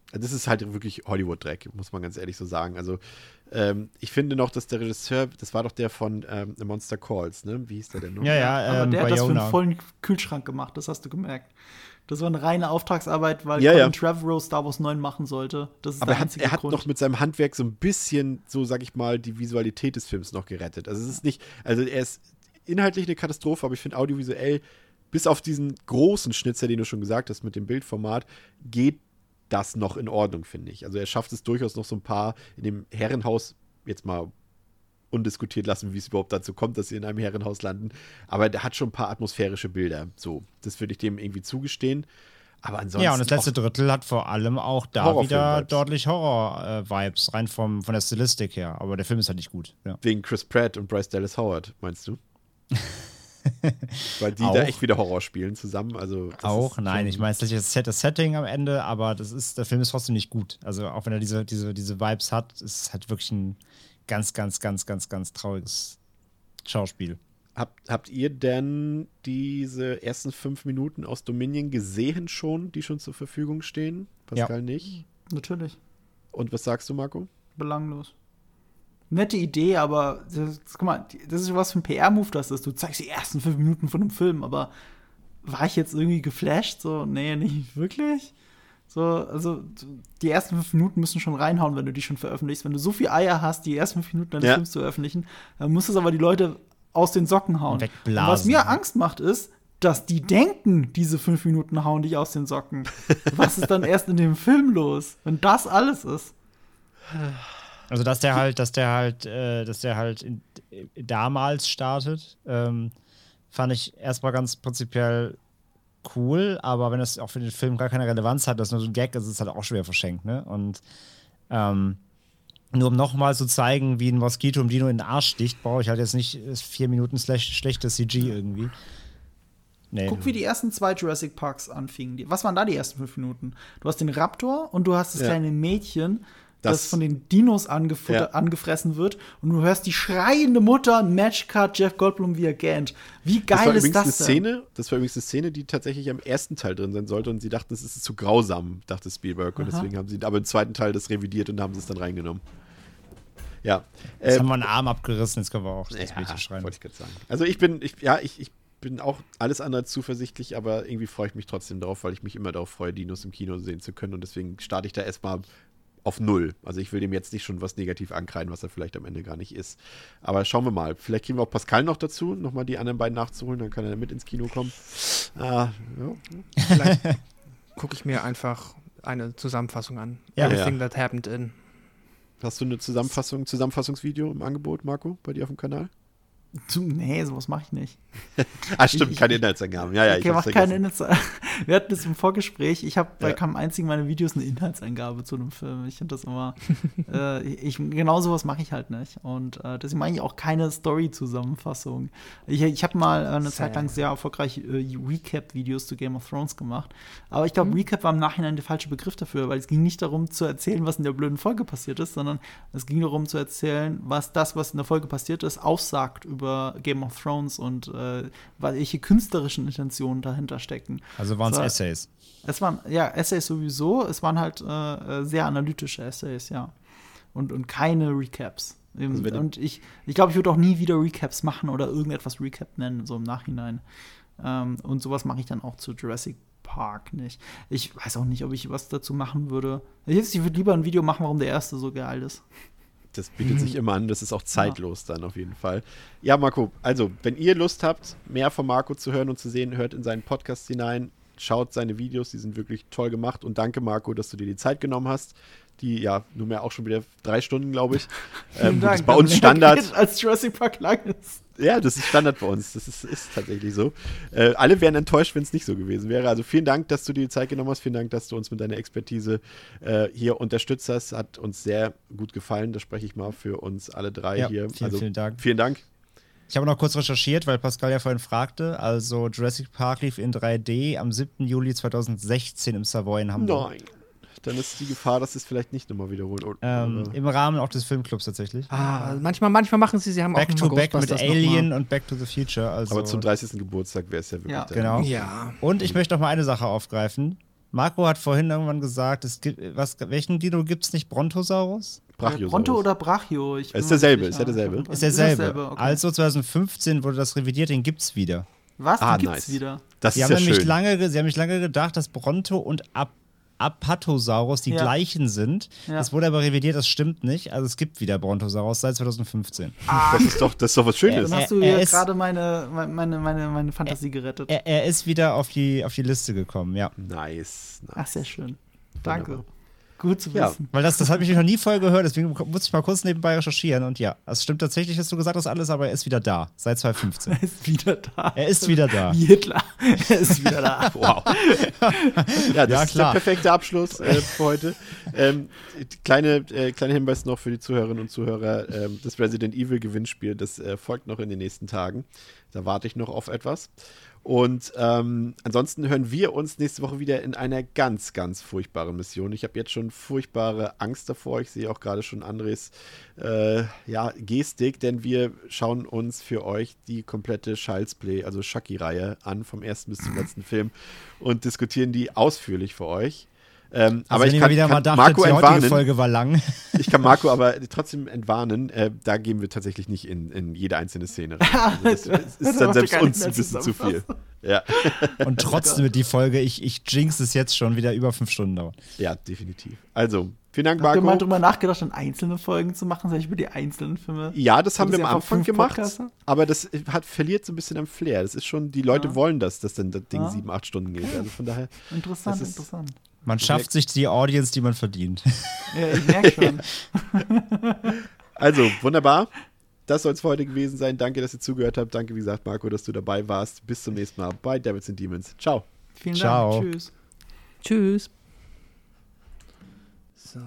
das ist halt wirklich Hollywood-Dreck, muss man ganz ehrlich so sagen. Also ich finde noch, dass der Regisseur, das war doch der von The Monster Calls, ne? Wie hieß der denn noch? Aber der hat das für einen vollen Kühlschrank gemacht, das hast du gemerkt. Das war eine reine Auftragsarbeit, weil Colin Trevorrow Star Wars 9 machen sollte. Das ist aber er hat noch mit seinem Handwerk so ein bisschen, so sag ich mal, die Visualität des Films noch gerettet. Also es ist nicht, also er ist inhaltlich eine Katastrophe, aber ich finde audiovisuell, bis auf diesen großen Schnitzer, den du schon gesagt hast, mit dem Bildformat, geht das noch in Ordnung, finde ich. Also er schafft es durchaus noch so ein paar in dem Herrenhaus, jetzt mal undiskutiert lassen, wie es überhaupt dazu kommt, dass sie in einem Herrenhaus landen. Aber der hat schon ein paar atmosphärische Bilder. So, das würde ich dem irgendwie zugestehen. Aber ansonsten. Ja, und das letzte Drittel hat vor allem auch da wieder deutlich Horror-Vibes, rein von der Stilistik her. Aber der Film ist halt nicht gut. Ja. Wegen Chris Pratt und Bryce Dallas Howard, meinst du? Weil die da echt wieder Horror spielen zusammen. Also nein, ich meine, das Setting am Ende, aber der Film ist trotzdem nicht gut. Also auch wenn er diese Vibes hat, ist es halt wirklich ein ganz, ganz, ganz, ganz, ganz trauriges Schauspiel. Habt ihr denn diese ersten 5 Minuten aus Dominion gesehen schon, die schon zur Verfügung stehen? Pascal nicht? Natürlich. Und was sagst du, Marco? Belanglos. Nette Idee, aber guck mal, das ist was für ein PR-Move, das ist. Du zeigst die ersten 5 Minuten von einem Film, aber war ich jetzt irgendwie geflasht? So, nee, nicht wirklich. So, also die ersten 5 Minuten müssen schon reinhauen, wenn du die schon veröffentlichst. Wenn du so viel Eier hast, die ersten 5 Minuten deines Films zu veröffentlichen, dann muss es aber die Leute aus den Socken hauen. Wegblasen. Und was mir Angst macht, ist, dass die denken, diese 5 Minuten hauen dich aus den Socken. Was ist dann erst in dem Film los, wenn das alles ist? Also, dass der halt damals startet, fand ich erstmal ganz prinzipiell cool, aber wenn das auch für den Film gar keine Relevanz hat, dass nur so ein Gag ist, ist es halt auch schwer verschenkt, ne? Und nur um nochmal zu zeigen, wie ein Moskito im Dino in den Arsch sticht, brauche ich halt jetzt nicht 4 Minuten schlechtes CG irgendwie. Nee. Guck, wie die ersten 2 Jurassic Parks anfingen. Was waren da die ersten 5 Minuten? Du hast den Raptor und du hast das kleine Mädchen, das von den Dinos angefressen wird, und du hörst die schreiende Mutter, Matchcut, Jeff Goldblum, wie er gähnt. Wie geil ist das denn? Das war übrigens eine Szene, die tatsächlich am ersten Teil drin sein sollte, und sie dachten, das ist zu grausam, dachte Spielberg. Und deswegen haben sie aber im zweiten Teil das revidiert und haben es dann reingenommen. Ja. Jetzt haben wir einen Arm abgerissen, jetzt können wir auch das Mädchen schreien. Wollte ich gerade sagen. Also ich bin auch alles andere als zuversichtlich, aber irgendwie freue ich mich trotzdem darauf, weil ich mich immer darauf freue, Dinos im Kino sehen zu können, und deswegen starte ich da erstmal auf 0. Also ich will dem jetzt nicht schon was negativ ankreiden, was er vielleicht am Ende gar nicht ist. Aber schauen wir mal. Vielleicht kriegen wir auch Pascal noch dazu, nochmal die anderen beiden nachzuholen, dann kann er mit ins Kino kommen. Vielleicht gucke ich mir einfach eine Zusammenfassung an. Everything that happened in. Hast du eine Zusammenfassungsvideo im Angebot, Marco, bei dir auf dem Kanal? Nee, sowas mache ich nicht. Stimmt, keine Inhaltsangaben. Ich mache keine Inhaltsangaben. Wir hatten das im Vorgespräch. Ich habe bei keinem einzigen meiner Videos eine Inhaltsangabe zu einem Film. Ich finde das immer genau sowas mache ich halt nicht. Und deswegen mache ich auch keine Story-Zusammenfassung. Ich habe mal eine Zeit lang sehr erfolgreich Recap-Videos zu Game of Thrones gemacht. Aber ich glaube, Recap war im Nachhinein der falsche Begriff dafür, weil es ging nicht darum zu erzählen, was in der blöden Folge passiert ist, sondern es ging darum zu erzählen, was in der Folge passiert ist, aussagt über Game of Thrones und welche künstlerischen Intentionen dahinter stecken. Also waren es Essays? Es waren, Essays sowieso. Es waren halt sehr analytische Essays, ja. Und keine Recaps. Also und ich glaube, ich würde auch nie wieder Recaps machen oder irgendetwas Recap nennen, so im Nachhinein. Und sowas mache ich dann auch zu Jurassic Park nicht. Ich weiß auch nicht, ob ich was dazu machen würde. Ich würde lieber ein Video machen, warum der erste so geil ist. Das bietet sich immer an, das ist auch zeitlos dann auf jeden Fall. Ja, Marco, also, wenn ihr Lust habt, mehr von Marco zu hören und zu sehen, hört in seinen Podcast hinein, schaut seine Videos, die sind wirklich toll gemacht, und danke, Marco, dass du dir die Zeit genommen hast. Die, nunmehr auch schon wieder 3 Stunden, glaube ich. Vielen Dank, bei uns Standard. Als Jurassic Park lang ist. Ja, das ist Standard bei uns. Das ist tatsächlich so. Alle wären enttäuscht, wenn es nicht so gewesen wäre. Also vielen Dank, dass du dir die Zeit genommen hast. Vielen Dank, dass du uns mit deiner Expertise hier unterstützt hast. Hat uns sehr gut gefallen. Das spreche ich mal für uns alle 3 hier. Vielen Dank. Vielen Dank. Ich habe noch kurz recherchiert, weil Pascal ja vorhin fragte. Also Jurassic Park lief in 3D am 7. Juli 2016 im Savoy in Hamburg. Nein. Dann ist die Gefahr, dass es vielleicht nicht nochmal wiederholt. Im Rahmen auch des Filmclubs tatsächlich. Manchmal machen sie haben Back to Back mit Alien und Back to the Future. Also aber zum 30. Geburtstag wäre es ja wirklich. Genau. Ja. Und ich möchte noch mal eine Sache aufgreifen. Marco hat vorhin irgendwann gesagt, welchen Dino gibt es nicht? Brontosaurus? Brachiosaurus. Bronto oder Brachio? Ist derselbe, ist ja derselbe. Ist derselbe. Okay. Also 2015 wurde das revidiert, den gibt's wieder. Was? Den gibt's nice. wieder? Das Sie ist haben ja nämlich schön. sie haben mich lange gedacht, dass Bronto und Apatosaurus die gleichen sind. Ja. Das wurde aber revidiert, das stimmt nicht. Also es gibt wieder Brontosaurus seit 2015. Das ist doch was Schönes. Dann hast du hier gerade meine Fantasie gerettet. Er ist wieder auf die Liste gekommen, ja. Nice. Ach, sehr schön. Danke. Wunderbar. Gut zu Ja. wissen. Weil das habe ich noch nie vorher gehört, deswegen musste ich mal kurz nebenbei recherchieren. Und ja, es stimmt tatsächlich, dass du gesagt hast alles, aber er ist wieder da, seit 2015. Er ist wieder da. Er ist wieder da. Wie Hitler. Er ist wieder da. Wow. Ja, das ist klar. der perfekte Abschluss für heute. Kleiner Hinweis noch für die Zuhörerinnen und Zuhörer. Das Resident Evil Gewinnspiel, das folgt noch in den nächsten Tagen. Da warte ich noch auf etwas. Und ansonsten hören wir uns nächste Woche wieder in einer ganz, ganz furchtbaren Mission. Ich habe jetzt schon furchtbare Angst davor. Ich sehe auch gerade schon Andres Gestik, denn wir schauen uns für euch die komplette Child's Play, also Chucky-Reihe an, vom ersten bis zum letzten Film und diskutieren die ausführlich für euch. Aber ich kann Marco die heutige entwarnen. Folge war lang. Ich kann Marco aber trotzdem entwarnen. Da gehen wir tatsächlich nicht in jede einzelne Szene rein. Also das ist dann selbst uns ein bisschen zu viel. Ja, Und trotzdem wird die Folge, ich jinx es jetzt schon, wieder über 5 Stunden dauern. ja, definitiv. Also, vielen Dank, Habt ihr mal Marco. drüber nachgedacht, dann einzelne Folgen zu machen, sag ich über die einzelnen Filme? Ja, das haben wir Sie am einfach Anfang 5 gemacht, Podcasts? aber das verliert so ein bisschen am Flair. Das ist schon, die Leute wollen dass dann das Ding Ja. 7-8 Stunden geht. Also von daher, Interessant, Das ist- interessant. Man schafft sich die Audience, die man verdient. Ja, ich merke schon. also wunderbar. Das soll es für heute gewesen sein. Danke, dass ihr zugehört habt. Danke, wie gesagt, Marco, dass du dabei warst. Bis zum nächsten Mal bei Devils and Demons. Ciao. Vielen Ciao. Dank. Tschüss. Tschüss.